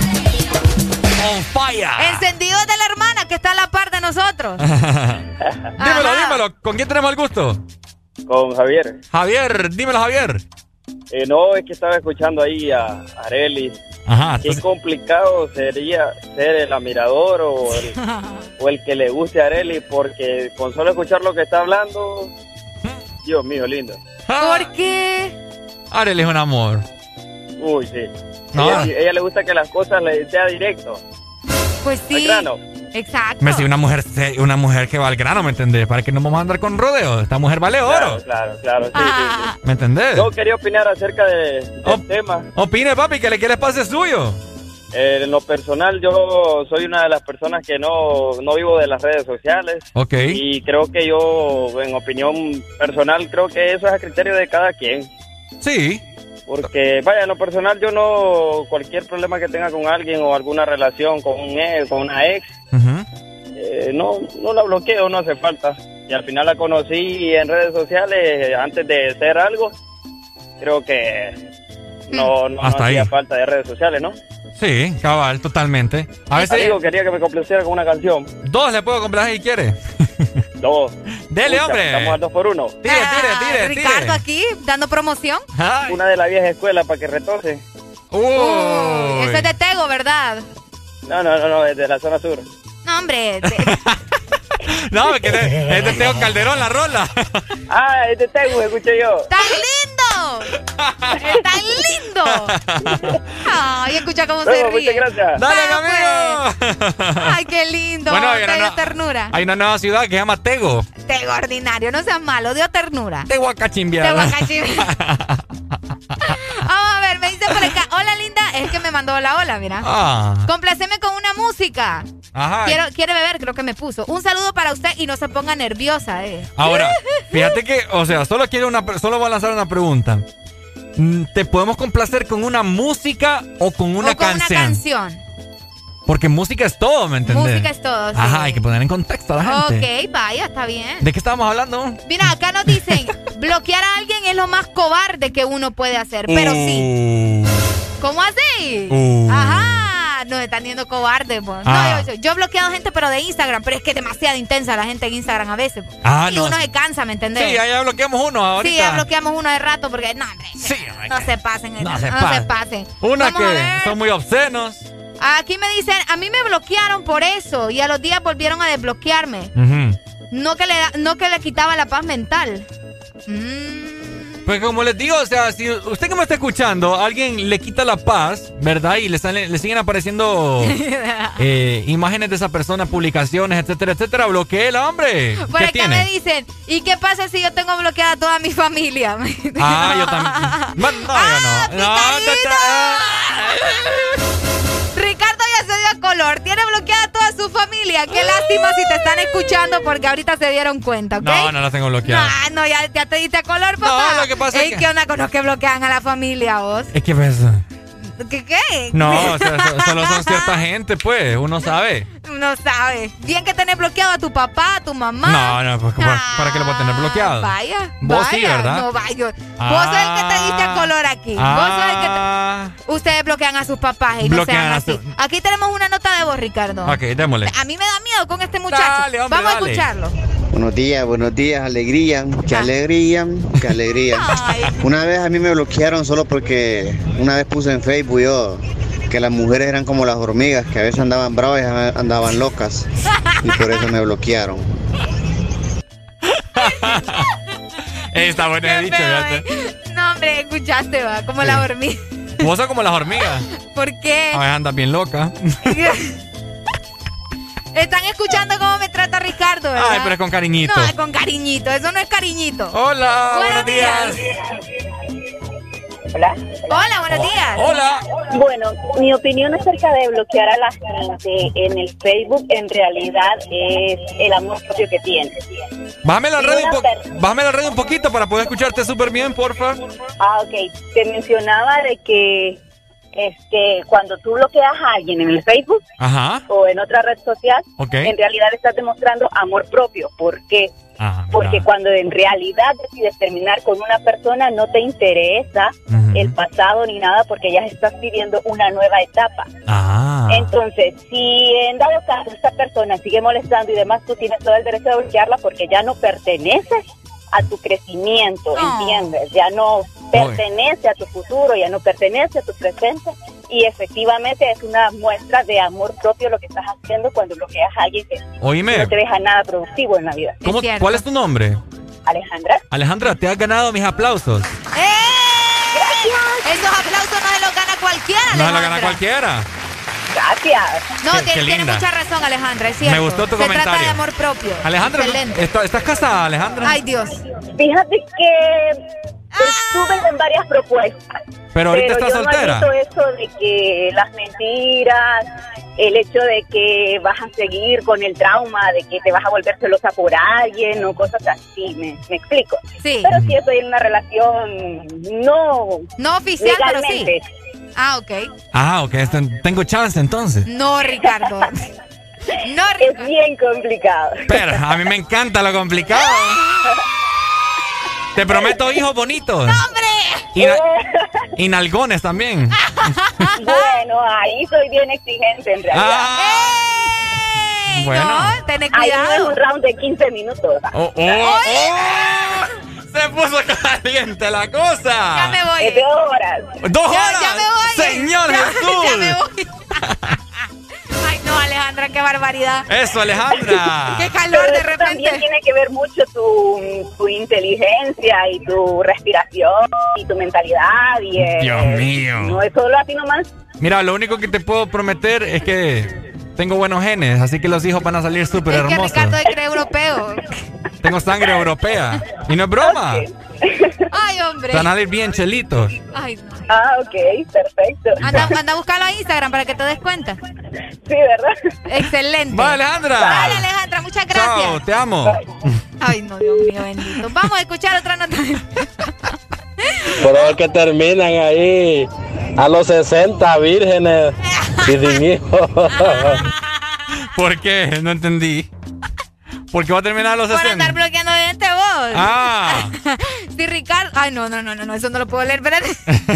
On fire. Encendido de la hermana que está a la par de nosotros. Dímelo, Ajá. dímelo. ¿Con quién tenemos el gusto? Con Javier. Javier, dímelo, Javier. Eh, no, es que estaba escuchando ahí a Arely. Ajá. Qué complicado sería ser el admirador o el, o el que le guste a Arely, porque con solo escuchar lo que está hablando, Dios mío, lindo. ¿Por qué? Arely es un amor. Uy, sí. No. Ella, ella le gusta que las cosas le sea directo. Pues sí. Al grano. Exacto. Me sigue una mujer, una mujer que va al grano, ¿me entendés? ¿Para que no vamos a andar con rodeos? Esta mujer vale oro. Claro, claro, claro. Sí, Ah. sí, sí. ¿Me entendés? Yo quería opinar acerca de, del Op- tema. Opine, papi, que le quiere espacio suyo. Eh, en lo personal, yo soy una de las personas que no, no vivo de las redes sociales. Ok. Y creo que yo, en opinión personal, creo que eso es a criterio de cada quien. Sí. Porque, vaya, en lo personal, yo no, cualquier problema que tenga con alguien o alguna relación con un ex, con una ex, Uh-huh. eh, no, no la bloqueo, no hace falta. Y al final la conocí en redes sociales antes de ser algo. Creo que no, no, no Hasta hacía ahí. falta de redes sociales, ¿no? Sí, cabal, totalmente. A veces... Amigo, quería que me complaciera con una canción. Dos le puedo complacer si quiere. Dos. Dele, Escucha, hombre. Estamos al dos por uno. Tire, tire, tire, Ah, Ricardo tire. aquí, dando promoción. Ay. Una de la vieja escuela para que retose. Uy. Ese es de Tego, ¿verdad? No, no, no, no, es de la zona sur. No, hombre. de- No, es que es de Teo Calderón la rola. Ah, es de Tegu, escuché yo. ¡Tan lindo! ¡Tan lindo! Ay, escucha cómo se Bueno, ríe. muchas gracias. Dale, Ah, amigo. pues. Ay, qué lindo. Bueno, hay Te una, dio nueva- ternura. hay una nueva ciudad que se llama Tego. Tego ordinario, no seas malo, dio ternura. Tehuacachimbiar. Tehuacachimbiar. Vamos a ver, me dice por acá. Hola, linda. Es el que me mandó la hola, mira. Ah. Complaceme con una música. Ajá. Quiero, quiere beber, creo que me puso. Un saludo para usted y no se ponga nerviosa, eh. Ahora, fíjate que, o sea, solo quiero una, solo voy a lanzar una pregunta. Mm, ¿Te podemos complacer con una música o con una o con canción? una canción. Porque música es todo, ¿me entendés? Música es todo, sí. Ajá, hay que poner en contexto a la gente. Ok, vaya, está bien. ¿De qué estábamos hablando? Mira, acá nos dicen, bloquear a alguien es lo más cobarde que uno puede hacer, pero sí. ¿Cómo así? Uh. Ajá, nos están diciendo cobarde, pues. Ah. No, yo, yo he bloqueado gente, pero de Instagram, pero es que es demasiado intensa la gente en Instagram a veces. Po. Ah, y no. uno se cansa, ¿me entendés? Sí, ya, ya bloqueamos uno ahorita. Sí, ya bloqueamos uno de rato porque, no, hombre, Sí, no se pasen, no no, se se, pasen. pasen. Una Vamos a que ver. son muy obscenos. Aquí me dicen, a mí me bloquearon por eso y a los días volvieron a desbloquearme. Ujú. No que le, no que le quitaba la paz mental. Mm. Pues como les digo, o sea, si usted que me está escuchando, alguien le quita la paz, ¿verdad? Y le, salen, le siguen apareciendo eh, imágenes de esa persona, publicaciones, etcétera, etcétera, bloqueela, hombre. Por ¿Qué acá tiene? me dicen, ¿y qué pasa si yo tengo bloqueada toda mi familia? Ah, yo también. Ma- No, yo no. No, picadito. te- Ricardo ya se dio a color, tiene bloqueada toda su familia. Qué lástima si te están escuchando porque ahorita se dieron cuenta, ¿ok? No, no la tengo bloqueada. Ah, no, ya, ya te diste a color, papá. No, lo que pasa es Ey, que- ¿qué onda con los que bloquean a la familia, vos? Es que pues, ¿Qué qué? no, o sea, so- solo son cierta gente, pues, uno sabe. No sabes. Bien que tenés bloqueado a tu papá, a tu mamá. No, no, pues, ¿para, para qué lo voy a tener bloqueado? Vaya. Vos vaya. sí, ¿verdad? No, vaya. Vos sos el que te diste a color aquí. Vos sos el que Ah, te... Ustedes bloquean a sus papás y no Bloquean sean a así. su- Aquí tenemos una nota de voz, Ricardo. ok, démosle. A mí me da miedo con este muchacho. Dale, hombre, Vamos dale. a escucharlo. Buenos días, buenos días, alegría, qué Ah. alegría, qué alegría. Ay. Una vez a mí me bloquearon solo porque una vez puse en Facebook yo que las mujeres eran como las hormigas, que a veces andaban bravas y andaban locas, y por eso me bloquearon. Eh, Está bueno Qué el dicho, feo, fíjate. eh. No, hombre, escuchaste, va. Como Sí. la hormiga. Vos sos como las hormigas. ¿Por qué? A veces andas bien loca. Están escuchando cómo me trata Ricardo, ¿verdad? Ay, pero es con cariñito. No, es con cariñito. Eso no es cariñito. Hola, Buenos buenos días. Hola. Hola, buenos días. Hola. Bueno, mi opinión acerca de bloquear a la gente en el Facebook en realidad es el amor propio que tiene. Bájame la Si red un una po- per- bájame la red un poquito para poder escucharte súper bien, porfa. Ah, ok. Te mencionaba de que este, cuando tú bloqueas a alguien en el Facebook Ajá. o en otra red social, Ok. en realidad estás demostrando amor propio. ¿Por qué? Ajá. Porque cuando en realidad decides terminar con una persona no te interesa el pasado ni nada porque ya estás viviendo una nueva etapa. Ah. Entonces, si en dado caso esta persona sigue molestando y demás, tú tienes todo el derecho de bloquearla porque ya no perteneces a tu crecimiento, No. ¿entiendes? Ya no pertenece a tu futuro, ya no pertenece a tu presente, y efectivamente es una muestra de amor propio lo que estás haciendo cuando bloqueas a alguien que Oíme. no te deja nada productivo en la vida. ¿Cómo, ¿Cuál es tu nombre? Alejandra. Alejandra, te has ganado mis aplausos. Gracias. Esos aplausos no se los gana cualquiera, No se lo Alejandra. gana cualquiera. Gracias. No, Qué- tiene, qué tiene linda. mucha razón, Alejandra, es cierto. Me gustó tu Se comentario. trata de amor propio. Alejandra, Excelente. ¿estás, ¿estás casada, Alejandra? Ay, Dios. Fíjate que estuve en varias propuestas. Pero ahorita pero estás yo soltera. No admito eso de que las mentiras, el hecho de que vas a seguir con el trauma, de que te vas a volver celosa por alguien o cosas así, me, me explico. Sí. Pero sí estoy en una relación no, no oficial, pero sí. legalmente. Ah, ok. Ah, ok, este- tengo chance entonces. No, Ricardo. No, Ricardo. Es bien complicado. Pero a mí me encanta lo complicado. Te prometo hijos bonitos. ¡No, hombre! Y, na- y nalgones también. Bueno, ahí soy bien exigente en realidad. Ah, ¡Ey! bueno. No, ten Ahí no es cuidado. un round de quince minutos. Oh, oh, oh. Se puso caliente la cosa. Ya me voy. Es de horas. ¡Dos Ya- horas! ya me voy. ¡Señor Ya- Jesús! ya me voy. Ay, no, Alejandra, qué barbaridad. Eso, Alejandra. Qué calor Pero de eso repente. también tiene que ver mucho tu, tu inteligencia y tu respiración y tu mentalidad. Y, eh, Dios mío. No es solo así nomás. Mira, lo único que te puedo prometer es que tengo buenos genes, así que los hijos van a salir súper Es que hermosos. Ricardo es que europeo. Tengo sangre europea. Y no es broma. Ay, hombre. Van a salir bien chelitos. Ay, no. Ah, ok, perfecto. Anda, anda a buscarlo a Instagram para que te des cuenta. Sí, ¿verdad? Excelente. Va, Alejandra. Vale, Alejandra, muchas gracias. Chao, te amo. Ay, no, Dios mío, bendito. Vamos a escuchar otra nota. Pero es que terminan ahí a los sesenta vírgenes y sin hijos. ¿Por qué? No entendí. ¿Por qué va a terminar a los Por sesenta? andar bloqueando gente vos. Ah. Sí, Ricardo. Ay, no, no, no, no, no, eso no lo puedo leer, espérate.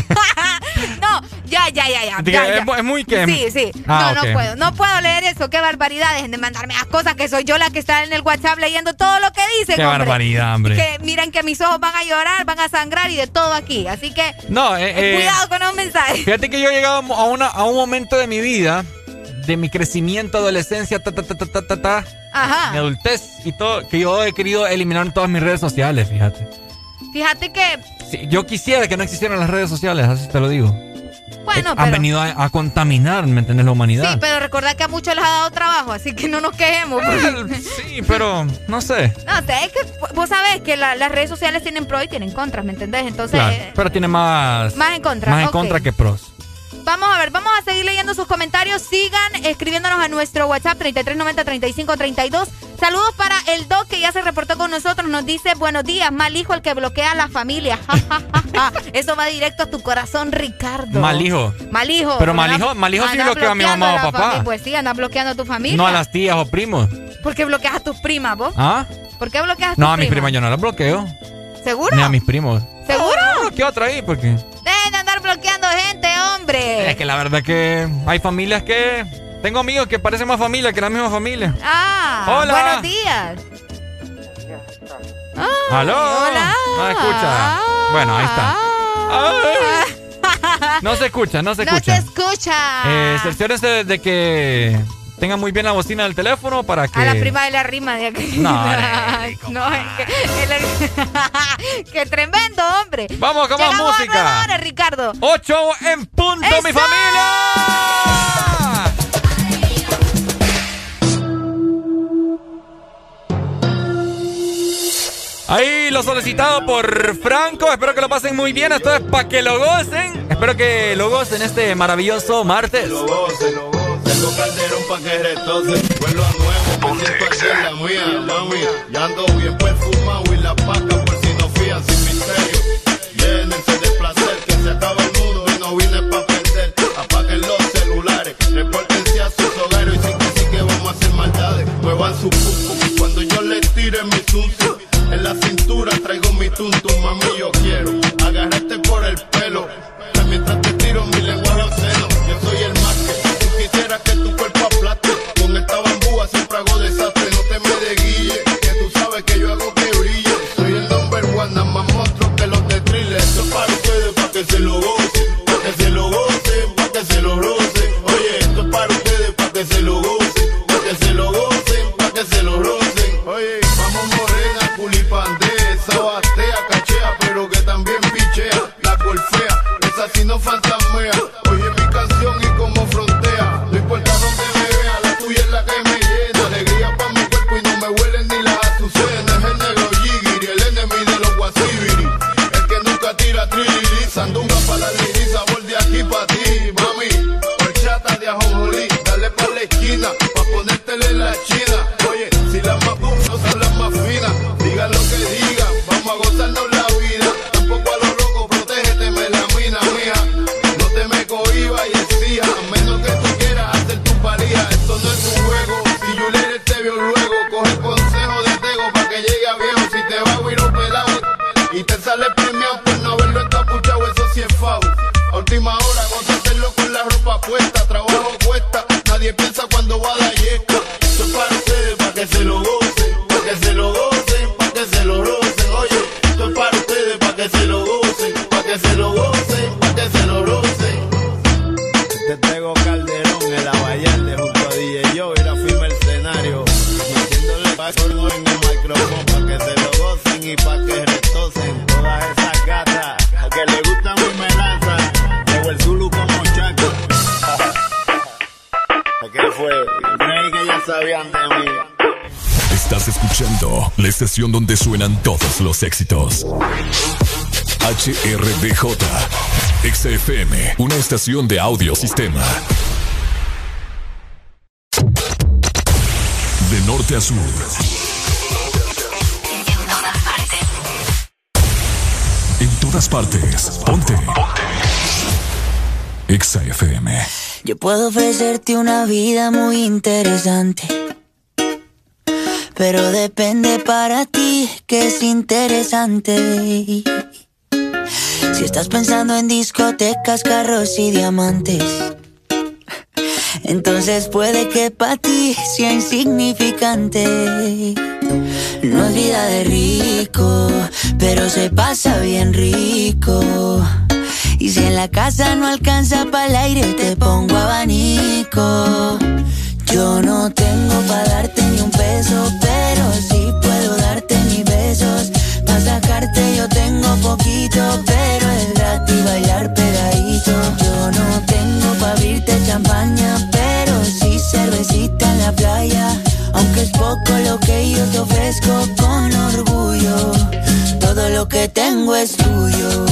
No, ya, ya, ya, ya. Diga, ya, es, ya. es muy que. Sí, sí. Ah, no, ok. no puedo. No puedo leer eso. Qué barbaridad. Dejen de mandarme las cosas que soy yo la que está en el WhatsApp leyendo todo lo que dicen. Qué hombre. barbaridad, hombre. Y que miren que mis ojos van a llorar, van a sangrar y de todo aquí. Así que No, eh, eh, cuidado con los mensajes. Fíjate que yo he llegado a, una, a un momento de mi vida, de mi crecimiento, adolescencia, ta, ta, ta, ta, ta, ta, ta, Ajá. mi adultez y todo, que yo he querido eliminar todas mis redes sociales, fíjate. Fíjate que, Sí, yo quisiera que no existieran las redes sociales, así te lo digo. bueno, Han pero... venido a, a contaminar, ¿me entiendes? La humanidad. Sí, pero recordad que a muchos les ha dado trabajo, así que no nos quejemos. Sí, pero no sé. No, sé, es que vos sabés que la- las redes sociales tienen pros y tienen contras, ¿me entendés? Entonces, Claro, eh, pero tiene más, más en contra. más en ok. contra que pros. Vamos a ver, vamos a seguir leyendo sus comentarios. Sigan escribiéndonos a nuestro WhatsApp treinta y tres noventa, treinta y cinco treinta y dos. Saludos para el Doc que ya se reportó con nosotros. Nos dice, buenos días, mal hijo el que bloquea a la familia. Ja, ja, ja, ja. Eso va directo a tu corazón, Ricardo. Mal hijo. Mal hijo. Pero mal Anda- hijo- mal hijo sí anda bloquea a mi bloqueando mamá o la papá. fami- Pues sí, andas bloqueando a tu familia. No a las tías o primos. ¿Por qué bloqueas a tus primas, vos? ¿Ah? ¿Por qué bloqueas a tus No, a mis primas? primas yo no las bloqueo. ¿Seguro? Ni a mis primos. ¿Seguro? No, bloqueo otra ahí porque... Dejen de andar bloqueando gente, hombre. Es que la verdad que hay familias que... Tengo amigos que parecen más familia que la misma familia. Ah, Hola. buenos días. Ah, ¿Aló? Hola. No se escucha. Bueno, ahí está. Ay. No se escucha, no se No escucha. se escucha. Eh, cerciórense de, de que tenga muy bien la bocina del teléfono para que... A la prima de la rima de aquí. No, no, es que, el- ¡Qué tremendo, hombre! Vamos con más Llegamos música. a nueve horas, Ricardo. ¡Ocho en punto, mi ¡Eso! familia! Ahí lo solicitado por Franco. Espero que lo pasen muy bien. Esto es para que lo gocen. Espero que lo gocen este maravilloso martes. Lo gocen, lo gocen. Tengo calderón pa' que retocen. Vuelo a nuevo, me siento aquí en la mía, mami. Ya ando bien perfumado y la paca por si no fían sin misterio. Llénense de placer, que se acaba el mundo y no vine pa' perder. Apaguen los celulares, repórtense a sus hogares. Y sí que sí que vamos a hacer maldades. Muevan su pum pum cuando yo les tire mi tuntum. En la cintura traigo mi tuntum, mami, yo quiero agarrarte por el pelo. Mientras te tiro mi lenguaje obsceno, yo soy el más que tú quisieras que tu cuerpo aplaste. Con esta bambúa siempre hago desastre, no te me desguille, que tú sabes que yo hago que brille. Soy el hombre que se lo gocen, pa' que se lo gocen, pa' que se lo rocen. Oye, esto es para ustedes, pa' que se lo gocen, pa' que se lo gocen, pa' que se lo rocen. Oye, vamos morena, culipandea, esa batea, cachea, pero que también pichea, la golfea, esa sí no fantasmea. Oye, mi canción y como frontea, no importa donde me vea, la tuya es la que me llena, alegría pa' mi cuerpo y no me huelen ni las azucenas. Es el negro Yigiri, el enemigo de los guasibiri, el que nunca tira trilili, sandunga pa' la liri, sabor de aquí pa' ti, mami, horchata de ajonjolí, dale pa' la esquina, pa' ponértela en la china. Oye, si las más boom no son las más finas, digan lo que digan, vamos a gozarnos la vida, tampoco a los locos, protégete, melamina mía, no te me cohibas y exija, a menos que tú quieras hacer tu valía, esto no es un juego, si Julián te vio luego, coge el consejo de Tego pa' que llegue a viejo, si te va a huir un pelado y te sale premiado por no haberlo encapuchado, eso sí es fao. A última hora, gózatelo con la ropa puesta, trabajo cuesta, nadie piensa cuando va a la yesca. Esto es para ustedes, pa' que se lo gocen, pa' que se lo gocen, pa' que se lo rocen. Oye, esto es para ustedes, pa' que se lo gocen, pa' que se lo gocen, pa' que se lo rocen. Te traigo Calderón en la Vallarde junto a D J Joe y la firma el escenario, metiéndole paso en el micrófono pa' que se lo gocen y pa' que retocen todas esas gatas a que le gustan mi melaza, llevo el Zulu como Chaco. ¿Qué fue? Creí que ya sabían de mí. Estás escuchando la estación donde suenan todos los éxitos. H R D J X F M, una estación de audio sistema. De norte a sur. En todas partes. Ponte. X F M. Yo puedo ofrecerte una vida muy interesante, pero depende para ti que es interesante. Si estás pensando en discotecas, carros y diamantes, entonces puede que para ti sea insignificante. No es vida de rico, pero se pasa bien rico. Y si en la casa no alcanza para el aire, te pongo abanico. Yo no tengo para darte ni un peso, pero sí puedo darte mis besos. Pa' sacarte yo tengo poquito, pero es gratis bailar pegadito. Yo no tengo pa' abrirte champaña, pero sí cervecita en la playa. Aunque es poco lo que yo te ofrezco con orgullo, todo lo que tengo es tuyo.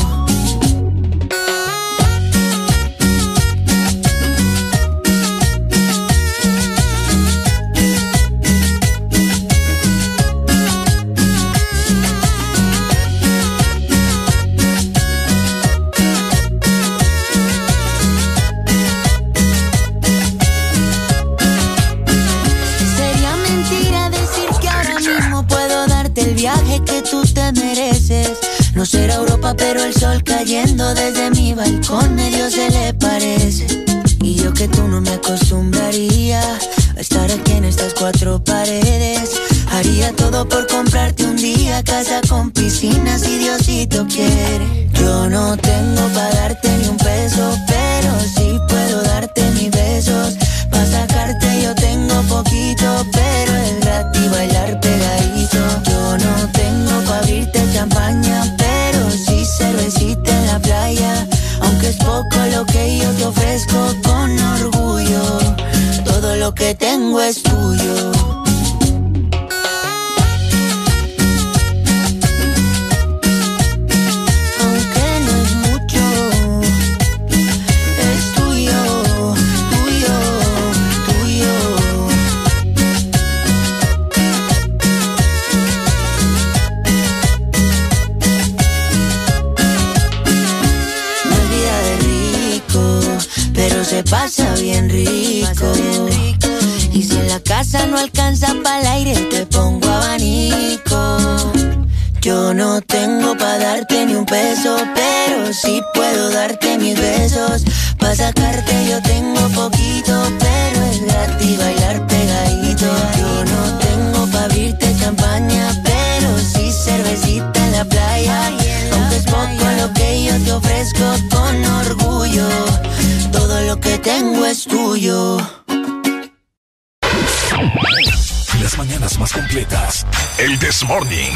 Viaje que tú te mereces. No será Europa, pero el sol cayendo desde mi balcón medio se le parece. Y yo que tú no me acostumbraría a estar aquí en estas cuatro paredes. Haría todo por comprarte un día casa con piscina si Diosito quiere. Yo no tengo para darte ni un peso, pero sí puedo darte mis besos. Pa' sacarte yo tengo poquito, pero es gratis bailar pegadito. Yo no tengo pa' abrirte champaña, pero sí cervecita en la playa. Aunque es poco lo que yo te ofrezco con orgullo, todo lo que tengo es tuyo. Se pasa bien rico. Y si en la casa no alcanza para el aire, te pongo abanico. Yo no tengo pa' darte ni un peso, pero sí puedo darte mis besos. Pa' sacarte yo tengo poquito, pero es gratis bailar pegadito. Yo no tengo pa' abrirte champaña, pero sí cervecita en la playa. Aunque es poco lo que yo te ofrezco completas. El This Morning.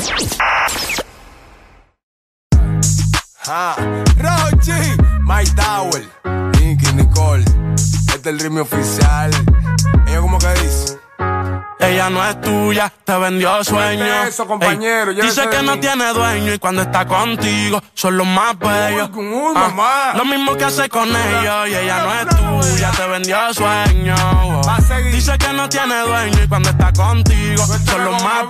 Ah, Rochi, Mike Tower, Nicky, Nicole. Este es el ritmo oficial. Ella como que dice: ella no es tuya, te vendió sueño. Eso, compañero. Ey, dice que no mí. tiene dueño y cuando está contigo son los más bellos. Uy, uy, ah, mamá. Lo mismo que hace con ellos y ella no es tuya, te vendió sueño. Dice que no tiene dueño y cuando está contigo son los más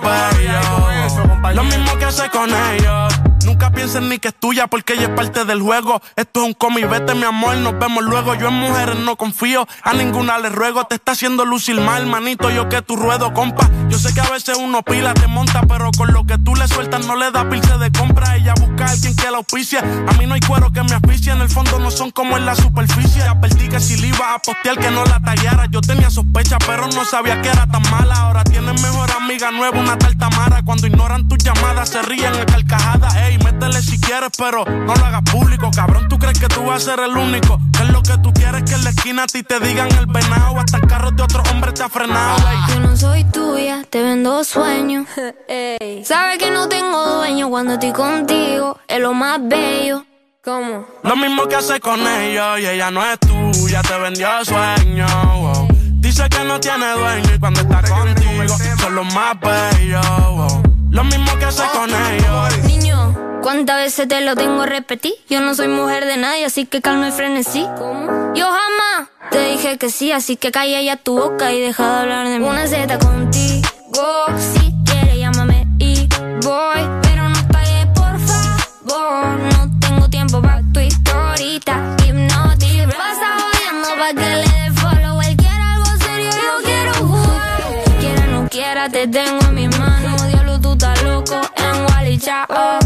bellos. Lo mismo que hace con ellos. Nunca pienses ni que es tuya porque ella es parte del juego. Esto es un cómic, vete mi amor, nos vemos luego. Yo en mujeres no confío, a ninguna le ruego. Te está haciendo lucir mal, manito, yo que tu ruedo, compa. Yo sé que a veces uno pila, te monta, pero con lo que tú le sueltas no le da pilce de compra. Ella busca a alguien que la auspicia. A mí no hay cuero que me asfixie, en el fondo no son como en la superficie. Advertí que si le iba a postear que no la tagueara. Yo tenía sospecha, pero no sabía que era tan mala. Ahora tienes mejor amiga nueva, una tal Tamara. Cuando ignoran tus llamadas se ríen a carcajadas. Ey, métele si quieres, pero no lo hagas público. Cabrón, tú crees que tú vas a ser el único. Que es lo que tú quieres, que en la esquina a ti te digan el venado. Hasta el carro de otro hombre te ha frenado. Ey. Yo no soy tuya, te vendo sueños. Sabes que no tengo dueño cuando estoy contigo. Es lo más bello. ¿Cómo? Lo mismo que hace con ellos y ella no es tuya, te vendió sueños. Wow. Dice que no tiene dueño y cuando está contigo son los más bellos. Wow. Lo mismo que hace con ellos. Niño, ¿cuántas veces te lo tengo a repetir? Yo no soy mujer de nadie, así que calma y frenesí. ¿Cómo? Yo jamás te dije que sí, así que calla ya tu boca y deja de hablar de mí. Una Z contigo, si quieres llámame y voy, pero no pagues por favor. No tengo tiempo pa' tu historita, hipnotic. Pasa jodiendo pa' que le dé follow. Él quiere algo serio, yo quiero jugar. Quiera no quiera, te tengo en mis manos. Diablo, tú estás loco en Wally Chao.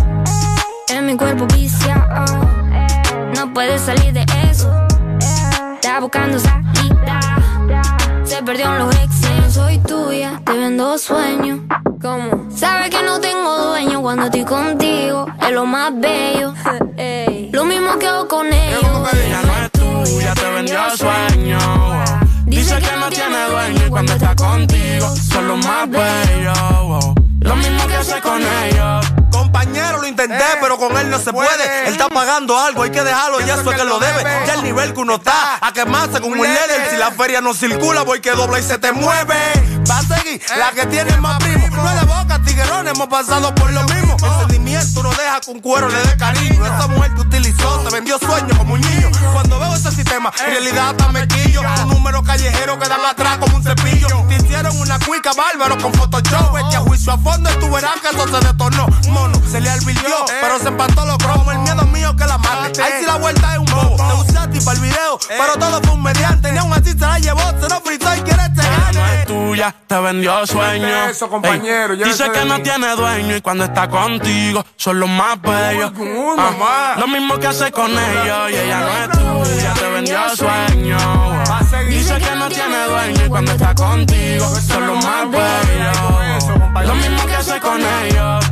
En mi cuerpo viciado, no puedes salir de eso. Está buscando salida, se perdió en los exes. No soy tuya, te vendo sueños. ¿Cómo? Sabes que no tengo dueño cuando estoy contigo. Es lo más bello. Lo mismo que hago con ellos. Ella no es tuya, te vendió sueños. Dice que no tiene dueño y cuando está contigo son los más bellos. Lo mismo que hace con ellos. Compañero, lo intenté, eh, pero con él no se puede. puede. Él está pagando algo, hay que dejarlo, ya eso es que lo debe. debe. Ya el nivel que uno está, a quemarse con un líder. Si la feria no circula, voy que dobla y se te mueve. Va a seguir, eh, la que tiene más primo. No es de boca, tiguerón, hemos pasado por lo mismo. El sentimiento no deja que un cuero le dé cariño. Esa mujer te utilizó, te vendió sueños como un niño. Cuando veo ese sistema, en realidad hasta me quillo. Un número callejero que dan atrás como un cepillo. Te hicieron una cuica bárbaro con Photoshop. Echa juicio a fondo y tú verás que eso se detornó. Mono, se le advirtió, pero se empató los cromos. El miedo mío que la mate. Ahí sí la vuelta es un bobo. Te usé a ti para el video, pero todo fue un mediante. Ni aún así se la llevó, se lo fritó y quiere te gane. No es tuya, te vendió sueños. Eso, compañero. Ey, dice que no tiene dueño y cuando está contigo son los más bellos. Uy, ah, lo mismo que hace con ellos y ella no es tuya, te vendió sueños. Dice que no tiene dueño y cuando está contigo son los más bellos. Lo mismo que hace con ellos.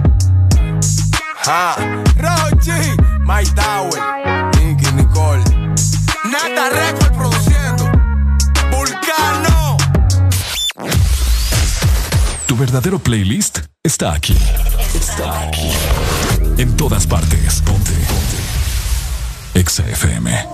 Ah, Rochi, Mike Tower, Nicky, Nicole, Nata Record produciendo, Vulcano. Tu verdadero playlist está aquí. Está aquí. En todas partes. Ponte. Ponte. Exa F M.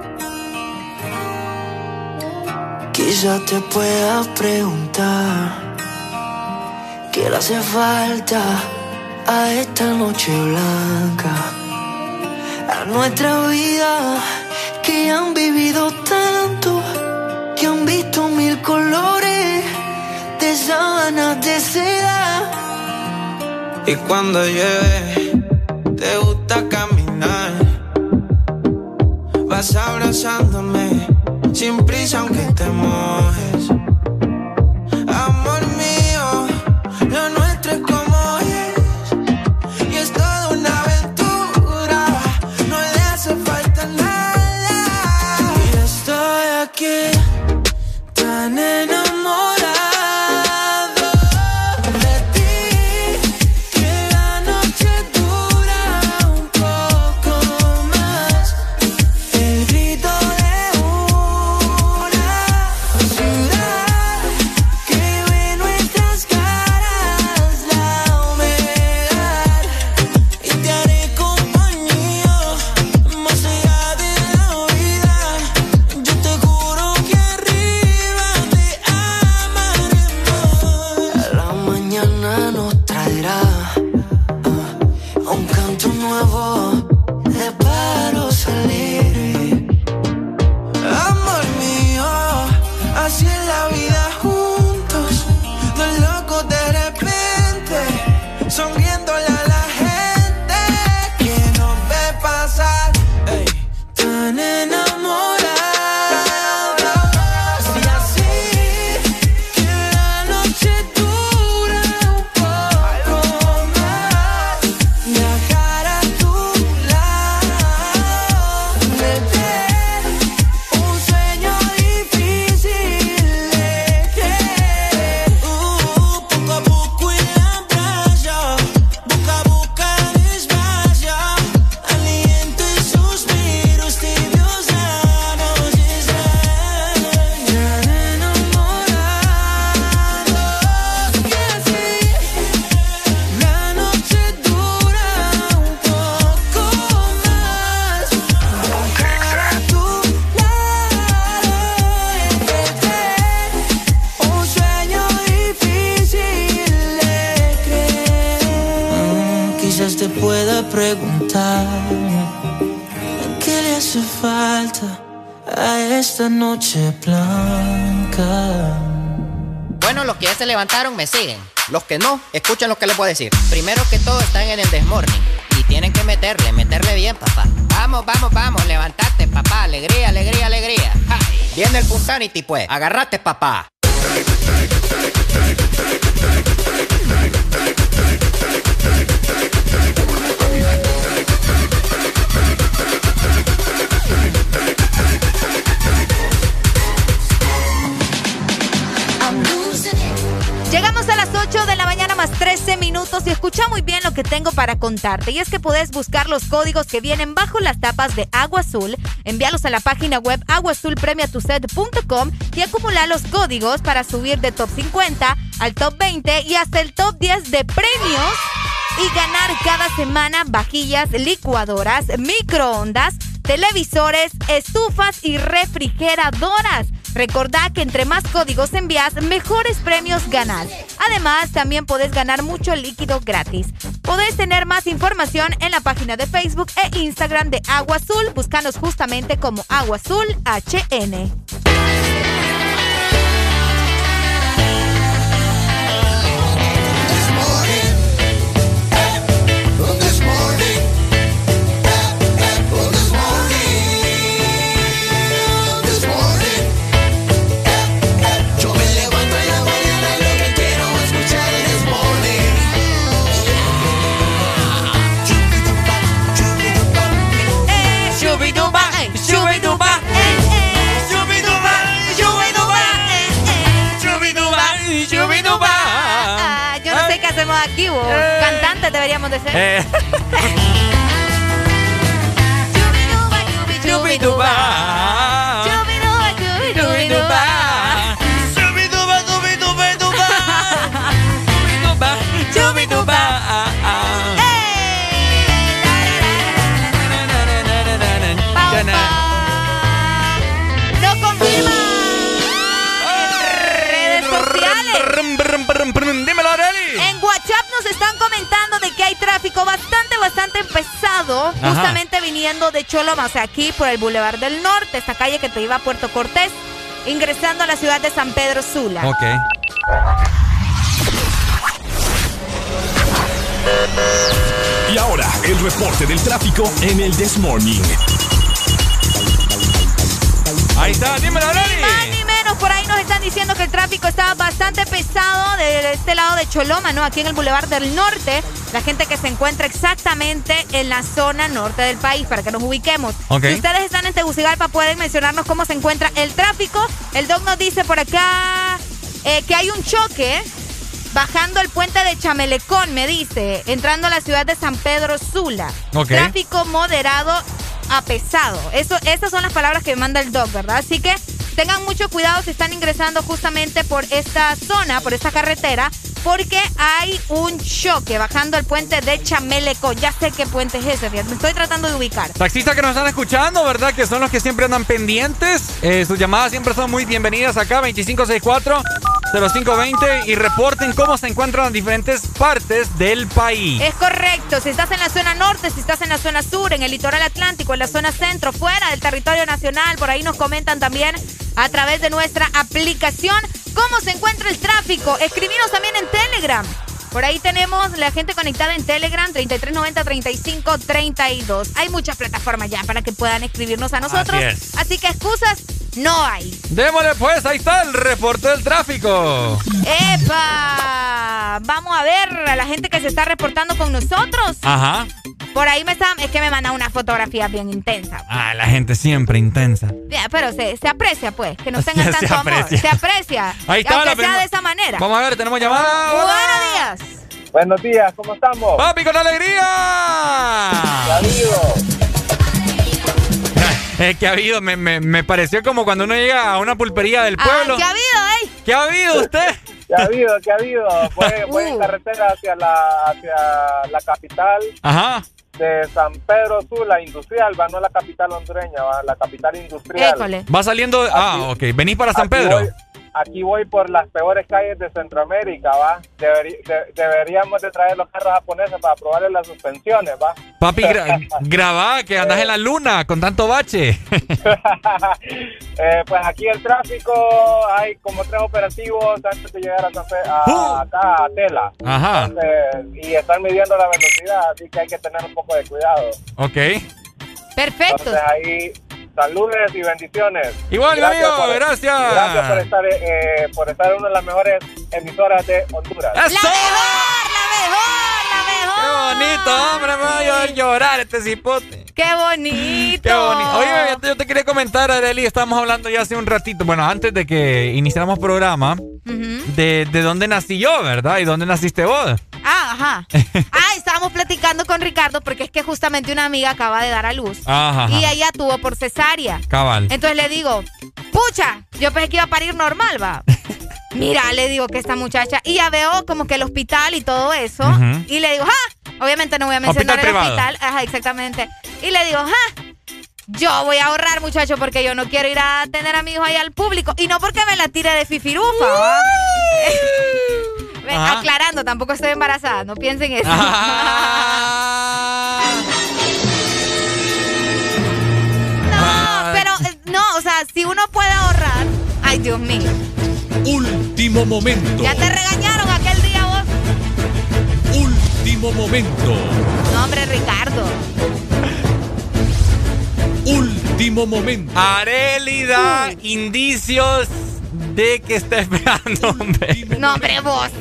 Quizá te pueda preguntar qué le hace falta a esta noche blanca, a nuestra vida, que han vivido tanto, que han visto mil colores de sábanas de seda. Y cuando llueve, te gusta caminar, vas abrazándome sin prisa aunque te mojes. Amor mío, lo nuestro es como tan enamorado de ti, que la noche dura un poco más. El grito de una ciudad que ve nuestras caras hace falta a esta noche blanca. Bueno, los que ya se levantaron me siguen. Los que no, escuchen lo que les voy a decir. Primero que todo están en el desmorning y tienen que meterle, meterle bien, papá. Vamos, vamos, vamos, levantate, papá. Alegría, alegría, alegría. ¡Ay! Viene el Punsanity, pues. Agarrate, papá. Llegamos a las ocho de la mañana más trece minutos y escucha muy bien lo que tengo para contarte. Y es que puedes buscar los códigos que vienen bajo las tapas de Agua Azul, envíalos a la página web agua azul premia tu set punto com y acumular los códigos para subir de top cincuenta al top veinte y hasta el top diez de premios y ganar cada semana vajillas, licuadoras, microondas, televisores, estufas y refrigeradoras. Recordá que entre más códigos envías, mejores premios ganas. Además, también podés ganar mucho líquido gratis. Podés tener más información en la página de Facebook e Instagram de Agua Azul. Búscanos justamente como Agua Azul H N. Hacemos aquí, vos. Eh. Cantantes deberíamos de ser. Eh. Chubiduba. Chubiduba, chubiduba. Chubiduba, chubiduba, chubiduba. Chubiduba. Lo confirma en redes sociales. Dímelo, Arely. En WhatsApp nos están comentando de que hay tráfico bastante, bastante pesado. Ajá. Justamente viniendo de Choloma, o sea, aquí por el Boulevard del Norte, esta calle que te iba a Puerto Cortés, ingresando a la ciudad de San Pedro Sula. Ok. Y ahora, el reporte del tráfico en el This Morning. Ahí está, dímelo, Arely. Ni más ni menos, por ahí nos están diciendo que el tráfico está bastante pesado de este lado de Choloma, ¿no? Aquí en el Boulevard del Norte, la gente que se encuentra exactamente en la zona norte del país, para que nos ubiquemos. Okay. Si ustedes están en Tegucigalpa, pueden mencionarnos cómo se encuentra el tráfico. El Doc nos dice por acá eh, que hay un choque bajando el puente de Chamelecón, me dice, entrando a la ciudad de San Pedro Sula. Okay. Tráfico moderado a pesado. Eso, esas son las palabras que me manda el Doc, ¿verdad? Así que tengan mucho cuidado si están ingresando justamente por esta zona, por esta carretera, porque hay un choque bajando el puente de Chamelecón. Ya sé qué puente es ese, me estoy tratando de ubicar. Taxistas que nos están escuchando, ¿verdad? Que son los que siempre andan pendientes. Eh, sus llamadas siempre son muy bienvenidas acá, veinticinco sesenta y cuatro cero cinco veinte, y reporten cómo se encuentran las diferentes partes del país. Es correcto. Si estás en la zona norte, si estás en la zona sur, en el litoral atlántico, en la zona centro, fuera del territorio nacional, por ahí nos comentan también a través de nuestra aplicación cómo se encuentra el tráfico. Escribinos también en Telegram. Por ahí tenemos la gente conectada en Telegram, treinta y tres noventa, treinta y cinco treinta y dos. Hay muchas plataformas ya para que puedan escribirnos a nosotros. Así es. Así que excusas no hay. Démosle pues, ahí está el reporte del tráfico. ¡Epa! Vamos a ver a la gente que se está reportando con nosotros. Ajá. Por ahí me está, es que me mandan una fotografía bien intensa. Ah, la gente siempre intensa. Bien, pero se, se aprecia, pues, que no tengan tanto se amor. Se aprecia. Ahí está. Aunque sea de esa manera. Vamos a ver, tenemos llamada. Buenos días. Buenos días, ¿cómo estamos? ¡Papi, con alegría! ¿Qué ha habido? Eh, ¿Qué ha habido? Me, me, me pareció como cuando uno llega a una pulpería del pueblo. Ah, ¿qué ha habido, eh? ¿Qué ha habido usted? ¿Qué ha habido? ¿Qué ha habido? Fue, fue en carretera hacia la, hacia la capital. Ajá. De San Pedro Sula, industrial, va, no la capital hondureña, va, la capital industrial. École. Va saliendo, ah, ok, venís para San Pedro. Voy, aquí voy por las peores calles de Centroamérica, ¿va? Deberi de deberíamos de traer los carros japoneses para probarle las suspensiones, ¿va? Papi, gra grabá, que andas en la luna con tanto bache. eh, pues aquí el tráfico, hay como tres operativos antes de llegar a, San Fe a uh. acá a Tela. Ajá. Entonces, y están midiendo la velocidad, así que hay que tener un poco de cuidado. Ok. Perfecto. Entonces ahí, saludos y bendiciones. Igual, gracias amigo, por, gracias. Gracias por estar, eh, por estar en una de las mejores emisoras de Honduras. ¡La mejor, la mejor, la mejor! ¡Qué bonito, hombre! Me voy a llorar este cipote. ¡Qué bonito! ¡Qué bonito! Oye, yo te, yo te quería comentar, Arely, estábamos hablando ya hace un ratito, bueno, antes de que iniciáramos programa, uh-huh. de, de dónde nací yo, ¿verdad? Y dónde naciste vos. Ah, ajá. Ah, estábamos platicando con Ricardo porque es que justamente una amiga acaba de dar a luz. Ajá, ajá. Y ella tuvo por cesárea. Cabal. Entonces le digo, pucha, yo pensé que iba a parir normal, va. Mira, le digo que esta muchacha, y ya veo como que el hospital y todo eso, uh-huh. y le digo, ¡ja! Obviamente no voy a mencionar hospital el privado. Hospital, ajá, exactamente. Y le digo, ¡ja! Yo voy a ahorrar, muchacho, porque yo no quiero ir a tener a mi hijo ahí al público, y no porque me la tire de fifirufa, ¿va? Aclarando, tampoco estoy embarazada, no piensen eso. No, pero no, o sea, si uno puede ahorrar, ay, Dios mío. Último momento. Ya te regañaron aquel día vos. Último momento. No, hombre, Ricardo. Último momento. Arely da uh. indicios de que está esperando, hombre. No, hombre, vos.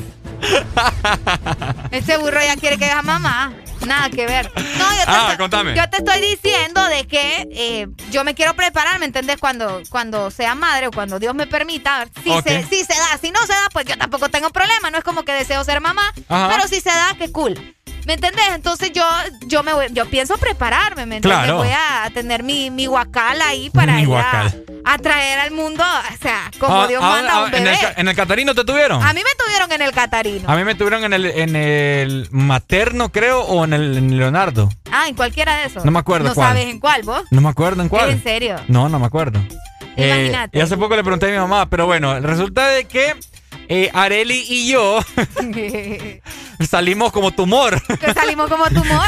Este burro ya quiere que vea a mamá. Nada que ver. No, yo te, ah, estoy, contame. yo te estoy diciendo de que eh, yo me quiero preparar, ¿me entendés? Cuando, cuando sea madre o cuando Dios me permita, si, okay. se, si se da, si no se da, pues yo tampoco tengo problema. No es como que deseo ser mamá, ajá. pero si se da, qué cool. ¿Me entendés? Entonces yo yo me voy, yo pienso prepararme, ¿me entiendes? Claro. Voy a tener mi, mi guacal ahí para mi ir guacal. a, a traer al mundo, o sea, como ah, Dios ah, manda ah, un bebé. ¿En el, ¿En el Catarino te tuvieron? A mí me tuvieron en el Catarino. A mí me tuvieron en el, en el materno, creo, o en el en Leonardo. Ah, en cualquiera de esos. No me acuerdo ¿No cuál. sabes en cuál, vos? No me acuerdo en cuál. ¿En serio? No, no me acuerdo. Imagínate. Eh, y hace poco le pregunté a mi mamá, pero bueno, resulta de que eh, Arely y yo salimos como tumor. Que salimos como tumor.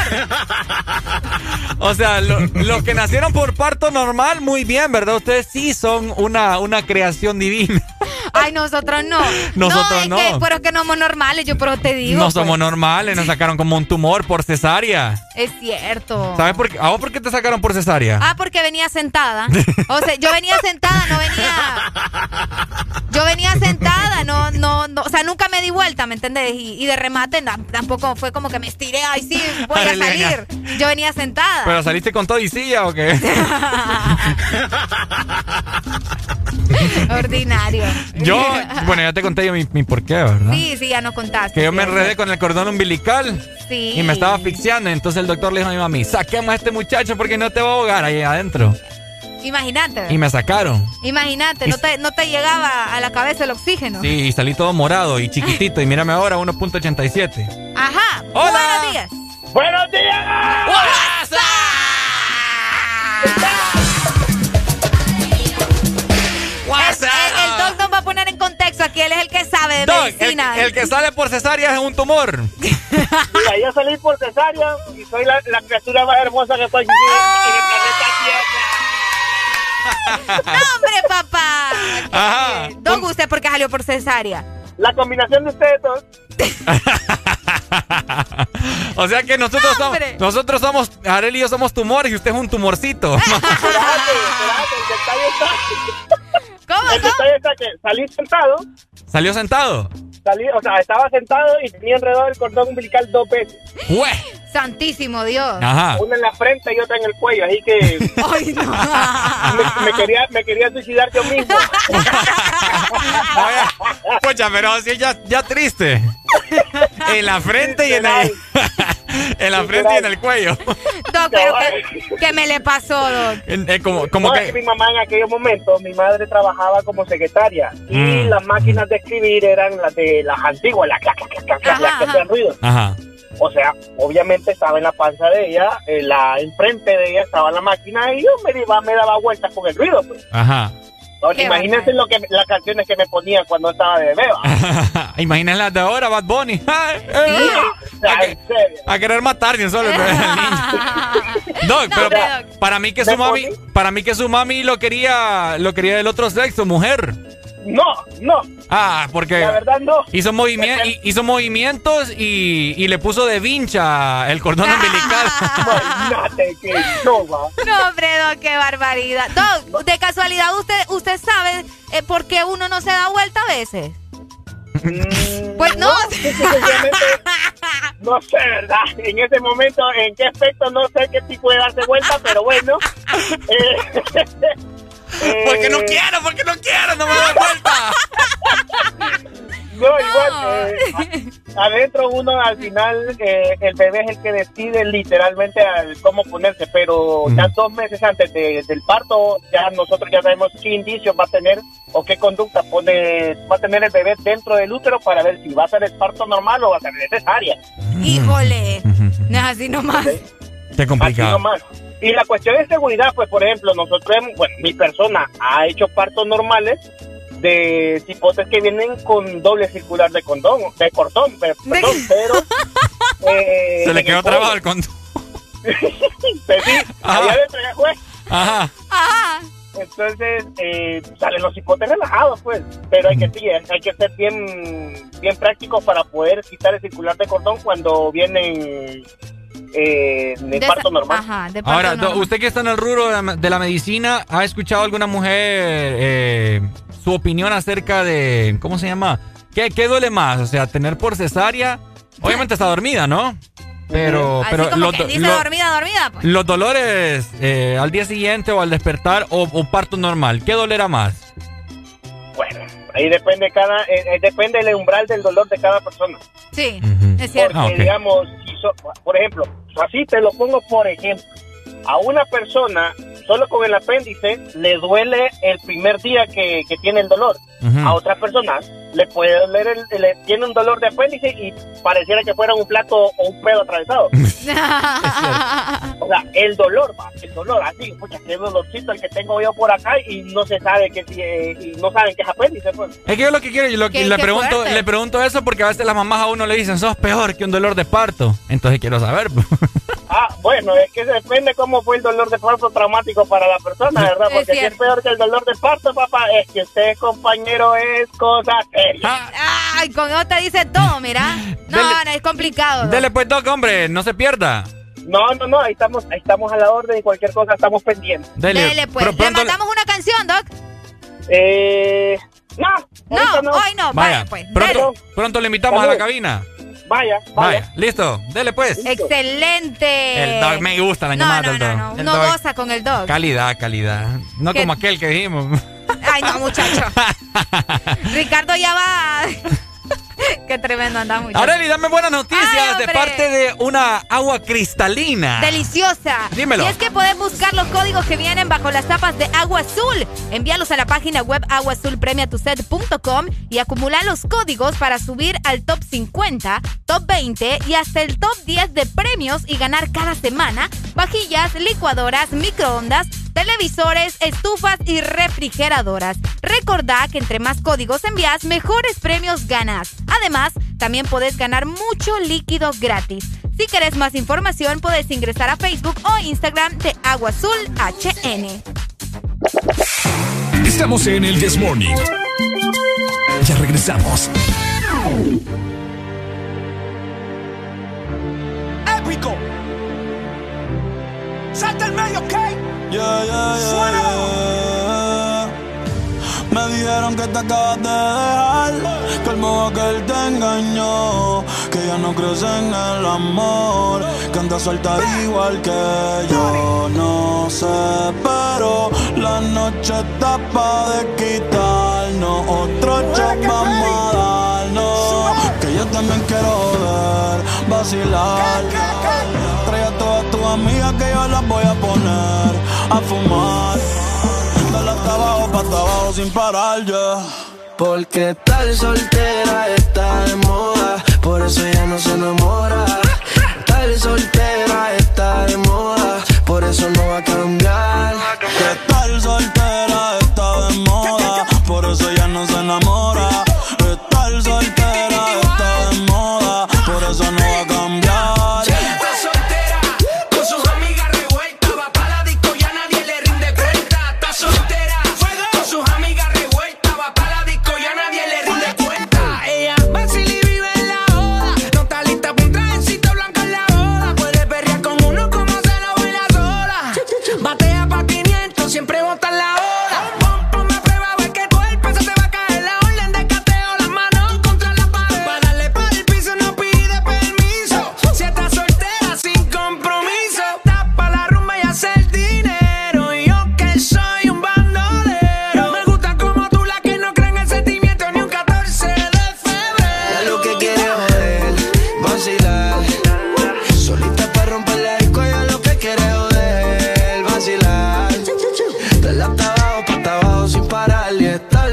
O sea, lo, los que nacieron por parto normal, muy bien, ¿verdad? Ustedes sí son una, una creación divina. Ay, nosotros no. Nosotros no. no. Es que, pero es que no somos normales, yo pero te digo. No pues. somos normales, nos sacaron como un tumor por cesárea. Es cierto. ¿Sabes por qué? ¿A vos por qué te sacaron por cesárea? Ah, porque venía sentada. O sea, yo venía sentada, no venía... Yo venía sentada, no, no, no, o sea, nunca me di vuelta, ¿me entendés? Y, y de remate no, tampoco fue como que me estiré, ay sí, voy a salir. Yo venía sentada. ¿Pero saliste con todo y silla o qué? Ordinario. Yo, bueno, ya te conté yo mi, mi por qué, ¿verdad? Sí, sí, ya nos contaste. Que yo me enredé con el cordón umbilical. Sí. Y me estaba asfixiando. Entonces el doctor le dijo a mi mami, saquemos a este muchacho porque no te va a ahogar ahí adentro. Imagínate. Y me sacaron. Imagínate, no te, no te llegaba a la cabeza el oxígeno. Sí, y salí todo morado y chiquitito. Y mírame ahora, uno punto ochenta y siete. Ajá. ¡Hola! Buenos días. ¡Buenos días! ¡WhatsApp! El, el Doc nos va a poner en contexto aquí, él es el que sabe de Doc, medicina. El, el que sale por cesárea es un tumor. Mira, yo salí por cesárea y soy la, la criatura más hermosa que puede existir en el planeta Tierra. No, hombre, papá. Ajá. Doc, ¿usted por qué salió por cesárea? La combinación de ustedes dos. O sea que nosotros somos, nosotros somos, Arely y yo somos tumores y usted es un tumorcito. Espérate, espérate, el detalle está. ¿Cómo? El detalle está que salí sentado. ¿Salió sentado? Salí, o sea, estaba sentado y tenía enredado el cordón umbilical dos veces. ¡Ué! Santísimo Dios. Ajá. Una en la frente y otra en el cuello, así que... ¡Ay, no! Me, me, quería, me quería suicidar yo mismo. Pucha, pero así ya, ya triste. En la frente y en el... En la frente y en el cuello. Doc, pero ¿qué, ¿qué me le pasó, Doc? Eh, como, como no, que... es que mi mamá en aquellos momentos, mi madre trabajaba como secretaria y mm. las máquinas de escribir eran las de las antiguas, las, las, las, las, las, las que hacían ruido. Ajá. O sea, obviamente estaba en la panza de ella, en la enfrente de ella estaba la máquina y yo me, iba, me daba vueltas con el ruido. Pues. Ajá. Ahora, imagínense lo que, las canciones que me ponía cuando estaba de bebé. Imagínense las de ahora, Bad Bunny. Sí, a, que, a querer matar ni solo el bebé del niño. Doc, no, pero pa, para mí que su mami, para mí que su mami lo quería, lo quería del otro sexo, mujer. No, no. Ah, porque la verdad no. Hizo, movimi hizo movimientos y, y le puso de vincha el cordón umbilical. Imagínate que no va. No, hombre, Doc, qué barbaridad. Doc, de casualidad, ¿usted usted sabe eh, por qué uno no se da vuelta a veces? Mm, pues no. No, no sé, ¿verdad? En ese momento, en qué aspecto, no sé qué tipo de darse vuelta, pero bueno. Eh, Eh, porque no quiero, porque no quiero, no me doy vuelta. No, igual, eh, adentro uno al final, eh, el bebé es el que decide literalmente al cómo ponerse, pero mm. ya dos meses antes de, del parto, ya nosotros ya sabemos qué indicios va a tener o qué conducta pone, va a tener el bebé dentro del útero para ver si va a ser el parto normal o va a ser necesaria. Híjole, no es así nomás. Qué complicado. Así nomás. Y la cuestión de seguridad, pues, por ejemplo, nosotros, bueno, mi persona ha hecho partos normales de cipotes que vienen con doble circular de condón, de cordón, perdón, pero... Eh, se le quedó trabajo el condón. Pues sí, allá dentro ya fue. Ajá. Ajá. Entonces, eh, salen los cipotes relajados, pues, pero hay que, sí, hay que ser bien, bien prácticos para poder quitar el circular de cordón cuando vienen... Eh, de, de parto normal. Ajá, de parto Ahora, normal. usted que está en el rubro de la, de la medicina, ¿ha escuchado alguna mujer eh, su opinión acerca de, ¿cómo se llama? ¿Qué, qué duele más? O sea, tener por cesárea, obviamente está dormida, ¿no? Pero, Así pero como los, que dice lo, dormida, dormida. Pues. Los dolores eh, al día siguiente o al despertar o, o parto normal, ¿qué dolerá más? Bueno, ahí depende cada, eh, depende el umbral del dolor de cada persona. Sí, uh-huh. Es cierto. Porque, ah, okay. digamos, si so, por ejemplo, así te lo pongo por ejemplo, a una persona solo con el apéndice le duele el primer día que, que tiene el dolor. Uh-huh. A otra persona le puede doler, el, le tiene un dolor de apéndice y pareciera que fuera un plato o un pedo atravesado. O sea, el dolor, va, el dolor, así, pucha, qué dolorcito el que tengo yo por acá y no se sabe que eh, y no saben que es apéndice, pues. Es que yo lo que quiero, yo lo, ¿Qué, le qué pregunto, fuerte? le pregunto eso porque a veces las mamás a uno le dicen, sos peor que un dolor de parto. Entonces quiero saber. Ah, bueno, es que depende cómo fue el dolor de parto traumático para la persona, ¿verdad? Porque es si es peor que el dolor de parto, papá, es que usted, compañero, es cosa seria. Ah. Ay, con eso te dice todo, mira. No, dele, no, es complicado. Dele pues, Doc, hombre, no se pierda. No, no, no, ahí estamos, ahí estamos a la orden y cualquier cosa estamos pendientes. Dele, Dele pues. Pero, ¿le mandamos le... una canción, Doc? Eh... No, no, no. hoy no, vaya, vaya pues. Pronto, pronto le invitamos Salud. a la cabina. Vaya, vaya, vaya. Listo, dele pues. Excelente. El Doc, me gusta la llamada no, no, del Doc. No, no, el no dog. goza con el Doc. Calidad, calidad. No ¿Qué? como aquel que dijimos. Ay, no, muchacho. Ricardo ya va... Qué tremendo anda, muchacho. Arely, dame buenas noticias Ay, de parte de una agua cristalina. Deliciosa. Dímelo. Y es que puedes buscar los códigos que vienen bajo las tapas de Agua Azul. Envíalos a la página web agua azul premia tu sed punto com y acumula los códigos para subir al top cincuenta, top veinte y hasta el top diez de premios y ganar cada semana vajillas, licuadoras, microondas, televisores, estufas y refrigeradoras. Recordá que entre más códigos envías, mejores premios ganas. Además, también podés ganar mucho líquido gratis. Si querés más información, podés ingresar a Facebook o Instagram de Agua Azul H N. Estamos en el This Morning. Ya regresamos. Épico. Salta el medio, ¿ok? Yeah, yeah, yeah, yeah. Me dijeron que te acabas de dejar, que el modo aquel te engañó, que ya no crees en el amor, que andas suelta igual que yo. No sé, pero la noche está pa' de quitarnos, otro shot vamos a darnos, que yo también quiero ver, vacilar. Trae a todas tus amigas que yo las voy a poner a fumar. Dale hasta abajo, pa' hasta abajo sin parar, yeah. Porque tal soltera está de moda, por eso ya no se enamora. Tal soltera está de moda, por eso no va a cambiar. Que tal soltera está de moda,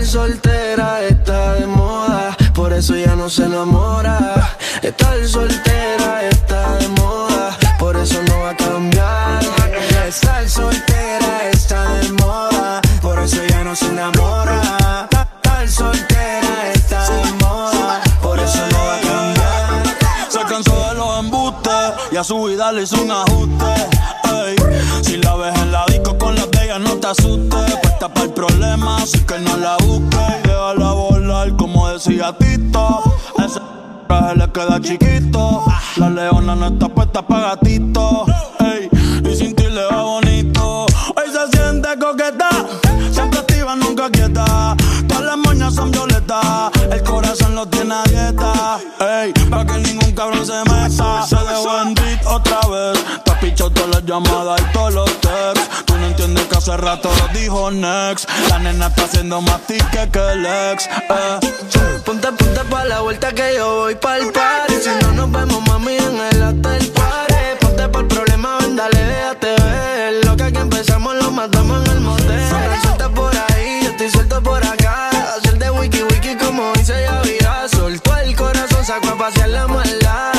soltera está de moda, por eso ya no se enamora. Estar soltera está de moda, por eso no va a cambiar. Estar soltera está de moda, por eso ya no se enamora. Estar soltera está de moda, por eso no va a cambiar. Se cansó de los embustes y a su vida le hizo un ajuste. Ey, si la ves en la disco con las de ella no te asustes. Puesta para el problema, así que no la busques. Y déjala volar como decía Tito. Ese traje le queda chiquito. La leona no está puesta para gatito. Ey, y sin ti le va bonito. Hoy se siente coqueta, siempre activa, nunca quieta. Todas las moñas son violetas, el corazón lo tiene a dieta. Ey, pa' que ningún cabrón se meta. Se dejó en beat otra vez. Te has pichado todas las llamadas y todos los texts. Tú no entiendes que hace rato lo dijo next. La nena está haciendo más tique que el ex. eh. Ponte, ponte pa' la vuelta que yo voy pa'l party. Si no nos vemos, mami, en el hotel party. Ponte pa'l problema, ven, dale, déjate ver. Lo que aquí empezamos lo matamos en el motel. La suelta por ahí, yo estoy suelto por acá. Hacer de wiki wiki como dice ya vida. Soltó el corazón, sacó a pasear la maldad.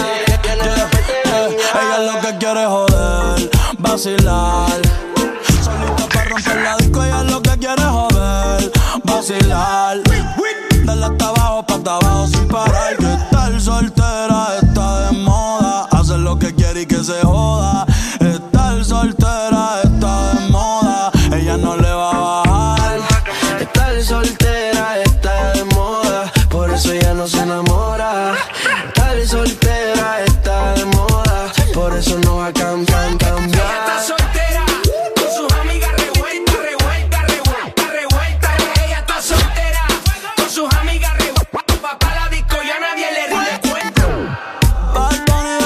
Ella lo que quiere es joder, vacilar. Solita para romper la disco, ella lo que quiere es joder, vacilar. Dale hasta abajo, pa' hasta abajo sin parar. Que estar soltera está de moda. Hacer lo que quiere y que se joda. Estar soltera está de moda. Ella no le va a bajar. Estar soltera está de moda, por eso ella no se enamora. Estar soltera está de moda, por eso no va a cambiar, cambiar. Ella está soltera, con sus amigas revuelta, revuelta, revuelta, revuelta. Ella está soltera, con sus amigas revuelta. Papá la disco ya nadie le rinde cuenta. Bad Bunny,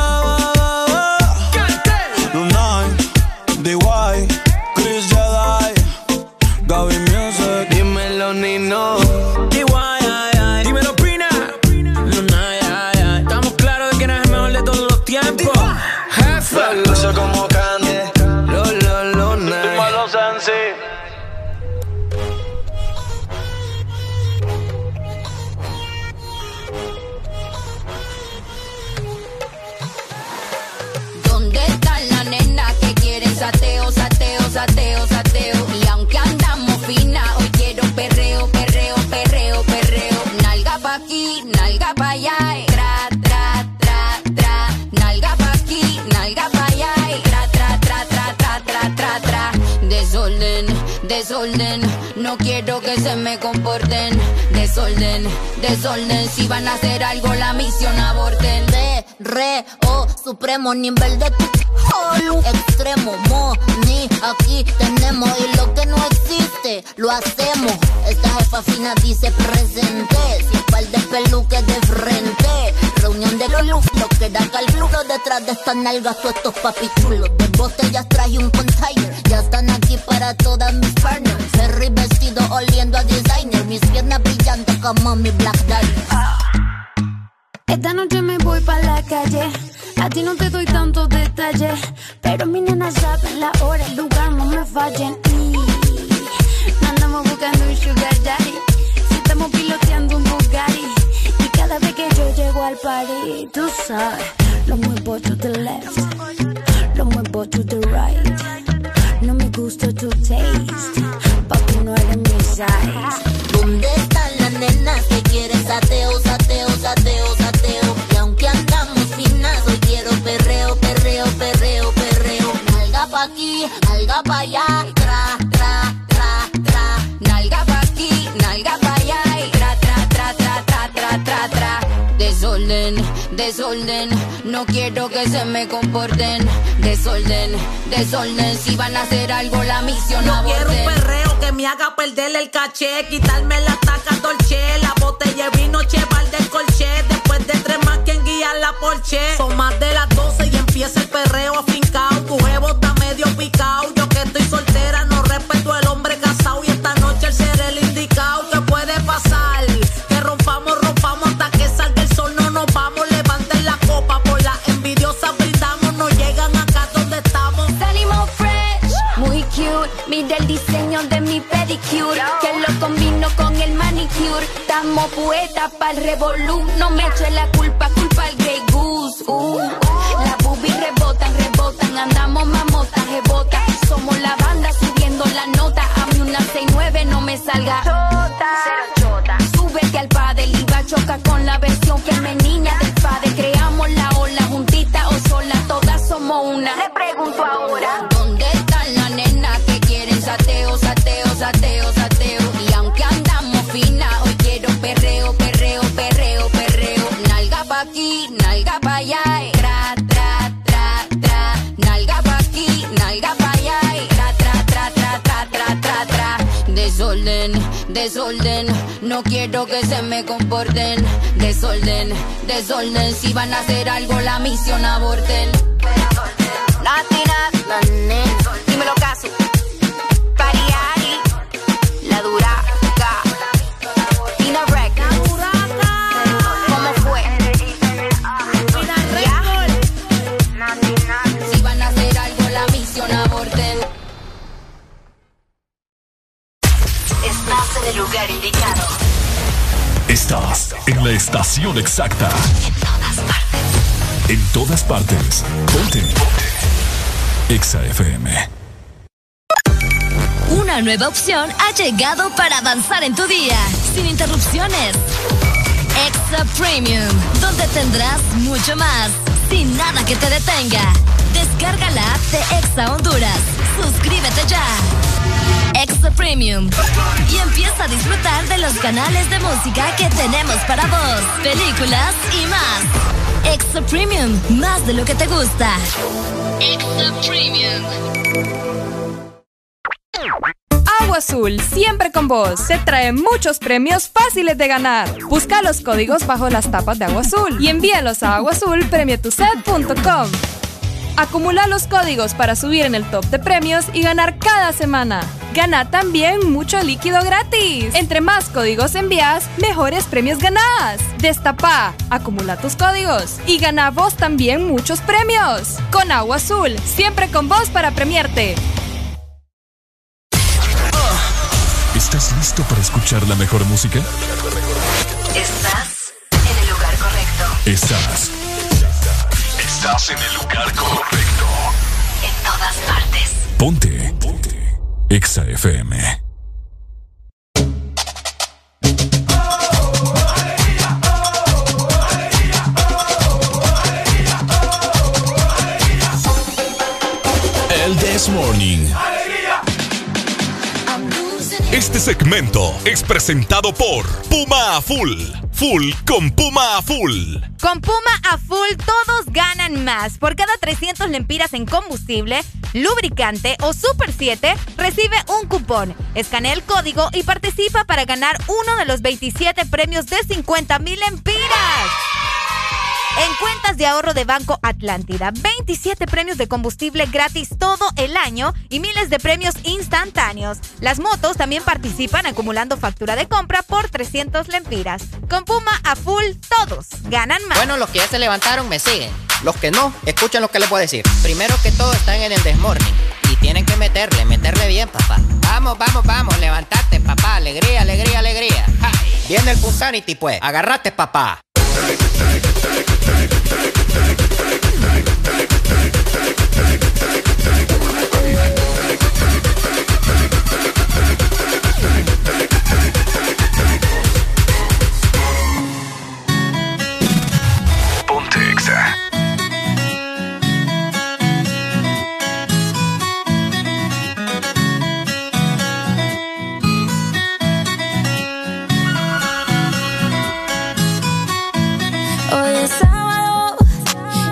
Lunay, D Y, Chris Jedi, Gaby Music. Dímelo, Nino. D Y, ay, ay. Dímelo, Pina. Lunay, ay, ay. Estamos claros de que no es el mejor de todos los tiempos. Jefe. Eso como Candy. Lo, lo, lo, night. Dímelo, Sensi. ¿Dónde están las nenas que quieren sateo, sateo, sateo, sateo? Y aunque andamos fina, hoy quiero perreo, perreo, perreo, perreo. Nalga pa' aquí, nalga pa' allá, y tra, tra, tra, tra. Nalga pa' aquí, nalga pa' allá, y tra, tra, tra, tra, tra, tra, tra, tra. Desorden, desorden, no quiero que se me comporten. Desorden, desorden, si van a hacer algo la misión aborten. De, re, o, supremo nivel de tu oh, extremo, mo, ni, aquí tenemos. Y lo que no existe, lo hacemos. Esta jefa fina dice presente, sin par de peluques de frente. Reunión de los luz, lo que da calculo. Detrás de estas nalgas, todos estos papichulos. De botellas traje un container, ya están aquí para todas mis partners. Ferry vestido oliendo a designer, mis piernas brillando como mi Black Diamond. Esta noche me voy pa' la calle, a ti no te doy tantos detalles, pero mi nena sabe la hora, el lugar, no me fallen. Y andamos buscando un sugar daddy, si estamos piloteando un Bugatti, y cada vez que yo llego al party, tú sabes, lo muevo to the left, lo muevo to the right. No me gusta tu taste, papi no eres mi size. ¿Dónde están las nenas que quieren sateo, sateo, sateo, sateo? Y aunque andamos finas, hoy quiero perreo, perreo, perreo, perreo. Nalga pa' aquí, nalga pa' allá, tra, tra, tra, tra. Nalga pa' aquí, nalga pa' allá, tra, tra, tra, tra, tra, tra, tra, tra. Desorden, desorden, no quiero que se me comporten. Desorden, desorden, si van a hacer algo la misión no aborten. Quiero un perreo que me haga perder el caché, quitarme la taca dolce, la botella de vino, cheval del colché. Después de tres más, quien guía la Porsche. Son más de las doce y empieza el perreo afincao. Tu jevo está medio picao, yo que estoy soltera no respeto al hombre casado. Y esta noche el ser el indicado. ¿Qué puede pasar? Que rompamos, rompamos hasta que salga el sol, no nos vamos. Levanten la copa, por la envidiosa brindamos. No llegan acá donde estamos. Salimos fresh, muy cute. Mira el diseño de mi pedicure, que lo combino con el andamos poeta pa'l revolú. No me eche la culpa, culpa al Grey Goose. Uh, las boobies rebotan, rebotan, andamos mamotas, rebota. Somos la banda subiendo la nota. A mí una seis nueve no me salga chota. Chota. Súbete al padre, iba choca con la versión femenina del padre. Creamos la ola, juntita o sola, todas somos una. Le pregunto ahora, ¿dónde están las nenas que quieren sateo, sateo, sateo, sateo? Y aunque andamos fina, hoy quiero perreo, perreo, perreo, perreo. Nalga pa' aquí, nalga pa' allá, eh. Tra, tra, tra, tra. Nalga pa' aquí, nalga pa' allá, eh. Tra, tra, tra, tra, tra, tra, tra, tra. Desorden, desorden, no quiero que se me comporten. Desorden, desorden, si van a hacer algo la misión aborten. Latina, la nena, dímelo caso. Pariari, la duraca. Tina Rec, ¿cómo fue? Ya. Si van a hacer algo la misión aborten. Estás en el lugar indicado. Estás en la estación exacta. En todas partes. En todas partes. Ponte. Ponte. Exa F M. Una nueva opción ha llegado para avanzar en tu día, sin interrupciones. Exa Premium, donde tendrás mucho más, sin nada que te detenga. Descarga la app de Exa Honduras. Suscríbete ya. Exa Premium. Y empieza a disfrutar de los canales de música que tenemos para vos, películas y más. Exa Premium, más de lo que te gusta. Exa Premium. Agua Azul, siempre con vos. Te trae muchos premios fáciles de ganar. Busca los códigos bajo las tapas de Agua Azul y envíalos a agua azul premio tu set punto com. Acumula los códigos para subir en el top de premios y ganar cada semana. Gana también mucho líquido gratis. Entre más códigos envías, mejores premios ganás. Destapá, acumula tus códigos y gana vos también muchos premios. Con Agua Azul, siempre con vos para premiarte. ¿Estás listo para escuchar la mejor música? Estás en el lugar correcto. Estás. Estás en el lugar correcto. En todas partes. Ponte. Ponte. Exa F M. El This Morning. Este segmento es presentado por Puma a Full. Full con Puma a Full. Con Puma a Full todos ganan más. Por cada trescientos lempiras en combustible, lubricante o Super siete, recibe un cupón. Escanea el código y participa para ganar uno de los veintisiete premios de cincuenta mil lempiras. En cuentas de ahorro de Banco Atlántida, veintisiete premios de combustible gratis todo el año y miles de premios instantáneos. Las motos también participan acumulando factura de compra por trescientos lempiras. Con Puma a Full, todos ganan más. Bueno, los que ya se levantaron me siguen. Los que no, escuchen lo que les voy a decir. Primero que todo, están en el This Morning y tienen que meterle, meterle bien, papá. Vamos, vamos, vamos, levantate, papá. Alegría, alegría, alegría. ¡Ja! Viene el Punsanity, pues. Agarrate, papá. Ponte Exa. Hoy es sábado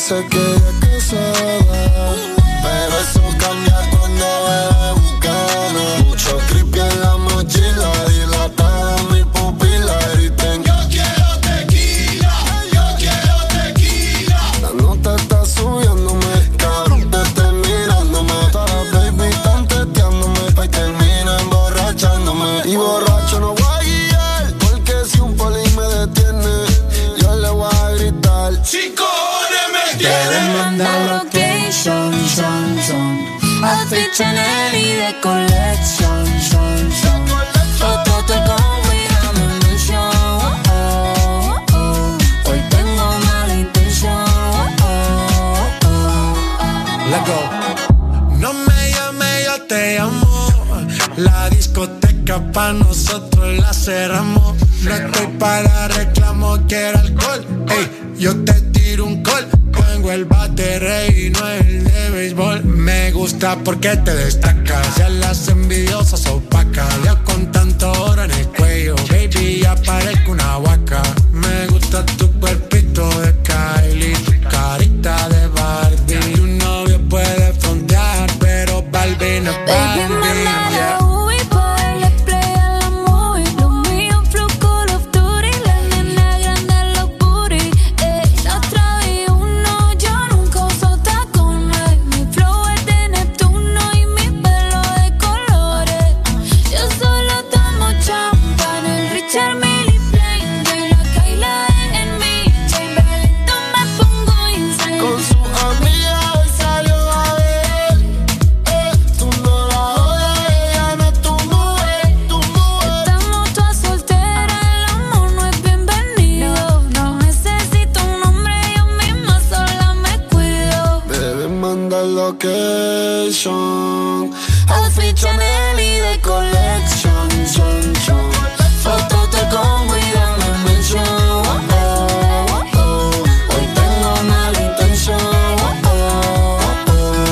se queda casada. Pero eso cambia cuando bebe Bucana. Mucho creepy en la mochila, dilatada mi pupila, griten yo quiero tequila, yo quiero tequila. La nota está subiéndome, cabrón te estoy mirándome. Todas las baby están teteándome, pa' y termina emborrachándome. Y borracho no voy a guiar, porque si un poli me detiene, yo le voy a gritar cinco horas me tiene. Deben mandar location, son, son. Outfit Chanel y de colección, son, son. Fotos de comida me mención, oh, oh, oh. Hoy tengo mala intención, oh, oh, oh. Let go. No me llame, yo te amo. La discoteca pa' nosotros la cerramos. No estoy para reclamo, quiero alcohol. Ey, yo te tiro un call. Tengo el bate rey y no el de béisbol. Me gusta porque te destacas. Ya las envidiosas opacas. Ya con tanto oro en el cuello, baby, ya parezco una huaca. Me gusta tu cuerpito de Kylie, tu carita de Barbie. Tu novio puede frontear, pero Barbie no es Barbie. Yeah. Outfit Chanel y de colección, son, son. Fotos de Congo y dame mención, oh, oh, oh. Hoy tengo mala intención, oh, oh,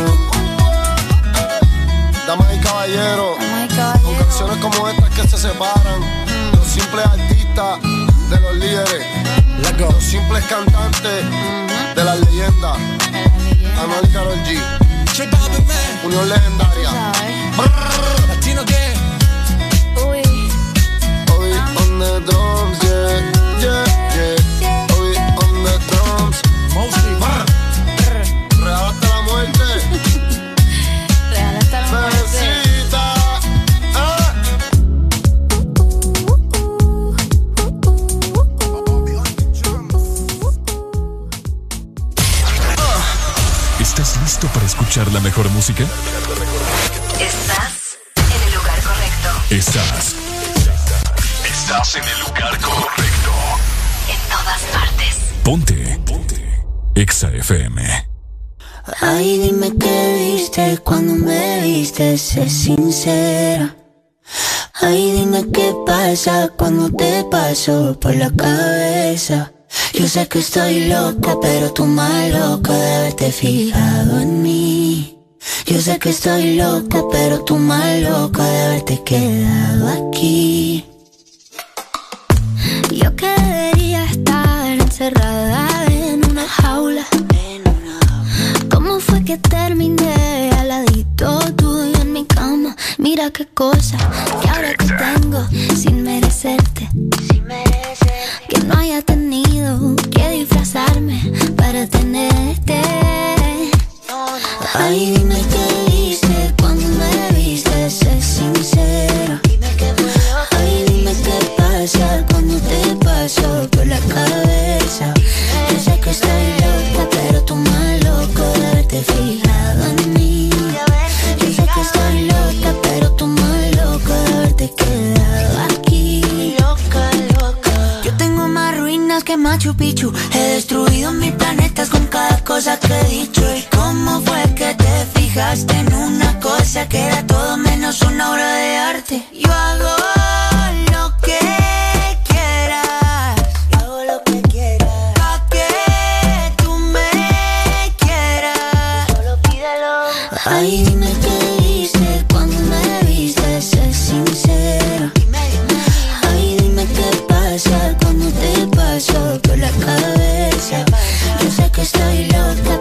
oh. Damas y caballeros, con canciones como estas que se separan, mm. los simples artistas de los líderes, los simples cantantes mm-hmm. de las leyendas, Anuel y Karol G. Unión legendaria. Latino que Obi on the drums, yeah, yeah, yeah. Obi on the drums. Mostly. Real hasta la muerte. Real hasta la muerte. Bebecita. Ah. ¿Estás listo para escuchar la mejor música? Estás en el lugar correcto. Estás. Estás en el lugar correcto. En todas partes. Ponte. Ponte. Exa F M. Ay, dime qué viste cuando me viste, sé sincera. Ay, dime qué pasa cuando te paso por la cabeza. Yo sé que estoy loca, pero tú más loca de haberte fijado en mí. Yo sé que estoy loca, pero tú más loca de haberte quedado aquí. Yo que debería estar encerrada en una jaula. ¿Cómo fue que terminé al ladito tuyo en mi cama? Mira qué cosa que ahora que tengo sin merecerte. Que no haya tenido que disfrazarme para tenerte. Ay, dime qué viste cuando me viste, sé sincera. Ay, dime qué pasa cuando te paso por la cabeza. Yo sé que estoy loca, pero tú más loco de haberte fijado en mí. Yo sé que estoy loca, pero tú más loco de haberte quedado aquí. Loca, loca. Yo tengo más ruinas que Machu Picchu. He destruido mis planetas con cada cosa que he dicho. ¿Y cómo fue que te fijaste en una cosa que era todo menos una obra de arte? Yo hago lo que quieras. Yo hago lo que quieras. Pa' que tú me quieras. Solo pídelo. Ay, dime qué viste cuando me viste, sé sincera. Ay, dime qué pasa cuando te paso por la cabeza. Yo sé que estoy loca,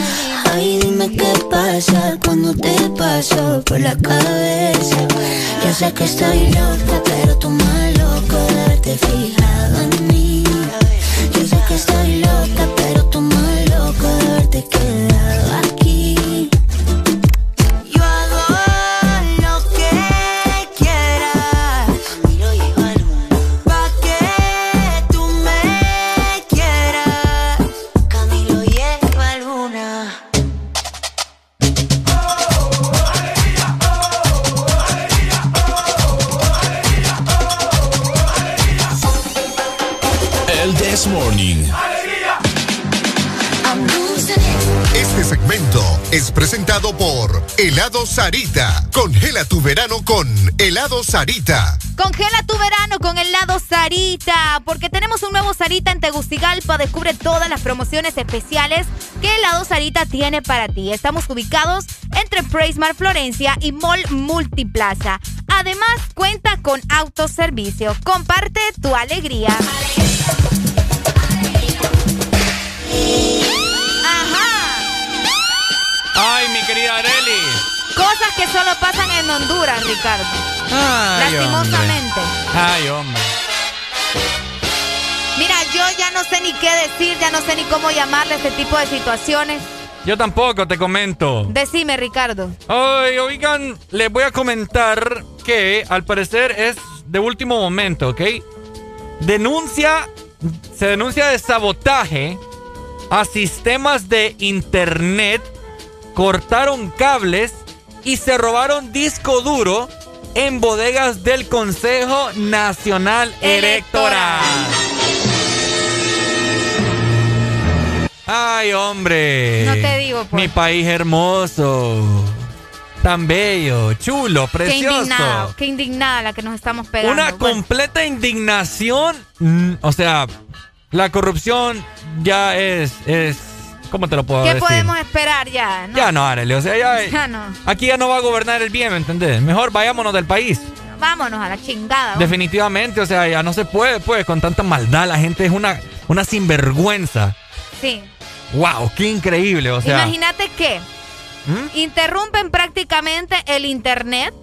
Ay, dime qué pasa cuando te paso por la cabeza. Yo sé que estoy loca, pero tú más loco de haberte fijado en mí. Yo sé que estoy loca, pero tú más loco de haberte quedado aquí. Yo hago lo que quieras pa' que tú me quieras. Camilo lleva luna. El This Morning. Este segmento es presentado por Helado Sarita. Congela tu verano con Helado Sarita. Congela tu verano con helado Sarita, porque tenemos un nuevo Sarita en Tegucigalpa. Descubre todas las promociones especiales que Helado Sarita tiene para ti. Estamos ubicados entre Praismar Florencia y Mall Multiplaza. Además, cuenta con autoservicio. Comparte tu alegría. Ajá. Ay, mi querida Arely. Cosas que solo pasan en Honduras, Ricardo. Ay, lastimosamente. Hombre. Ay, hombre. Mira, yo ya no sé ni qué decir, ya no sé ni cómo llamarle a este tipo de situaciones. Yo tampoco, te comento. Decime, Ricardo. Ay, oigan, les voy a comentar que al parecer es de último momento, ¿ok? Denuncia, se denuncia de sabotaje a sistemas de internet, cortaron cables y se robaron disco duro en bodegas del Consejo Nacional Electoral. Ay, hombre. No te digo, pues. Mi país hermoso. Tan bello, chulo, precioso. Qué indignada, qué indignada la que nos estamos pegando. Una bueno. completa indignación. Mm, o sea, la corrupción ya es, es... ¿Cómo te lo puedo ¿Qué decir? podemos esperar ya? ¿No? Ya no, Arely, o sea, ya... Ya no. Aquí ya no va a gobernar el bien, ¿me entendés? Mejor vayámonos del país. Vámonos a la chingada. ¿no? Definitivamente, o sea, ya no se puede, pues, con tanta maldad. La gente es una, una sinvergüenza. Sí. ¡Wow! ¡Qué increíble! O sea... Imagínate que ¿Mm? interrumpen prácticamente el internet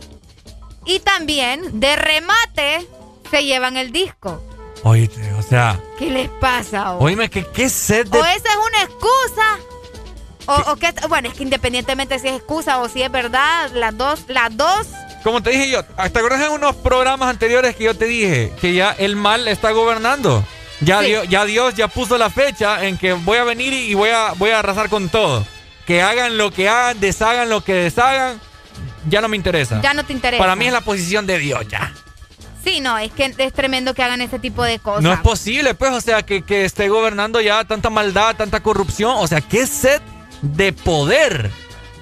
y también, de remate, se llevan el disco. Oíste, o sea... ¿Qué les pasa? O? Oíme, que qué sed de... O esa es una excusa. O, o que, bueno, es que independientemente si es excusa o si es verdad, las dos, las dos... Como te dije yo, ¿te acuerdas en unos programas anteriores que yo te dije que ya el mal está gobernando? Ya, sí. Dios, ya Dios ya puso la fecha en que voy a venir y voy a, voy a arrasar con todo. Que hagan lo que hagan, deshagan lo que deshagan, ya no me interesa. Ya no te interesa. Para mí es la posición de Dios ya. Sí, no, es que es tremendo que hagan ese tipo de cosas. No es posible, pues, o sea, que, que esté gobernando ya tanta maldad, tanta corrupción. O sea, qué sed de poder.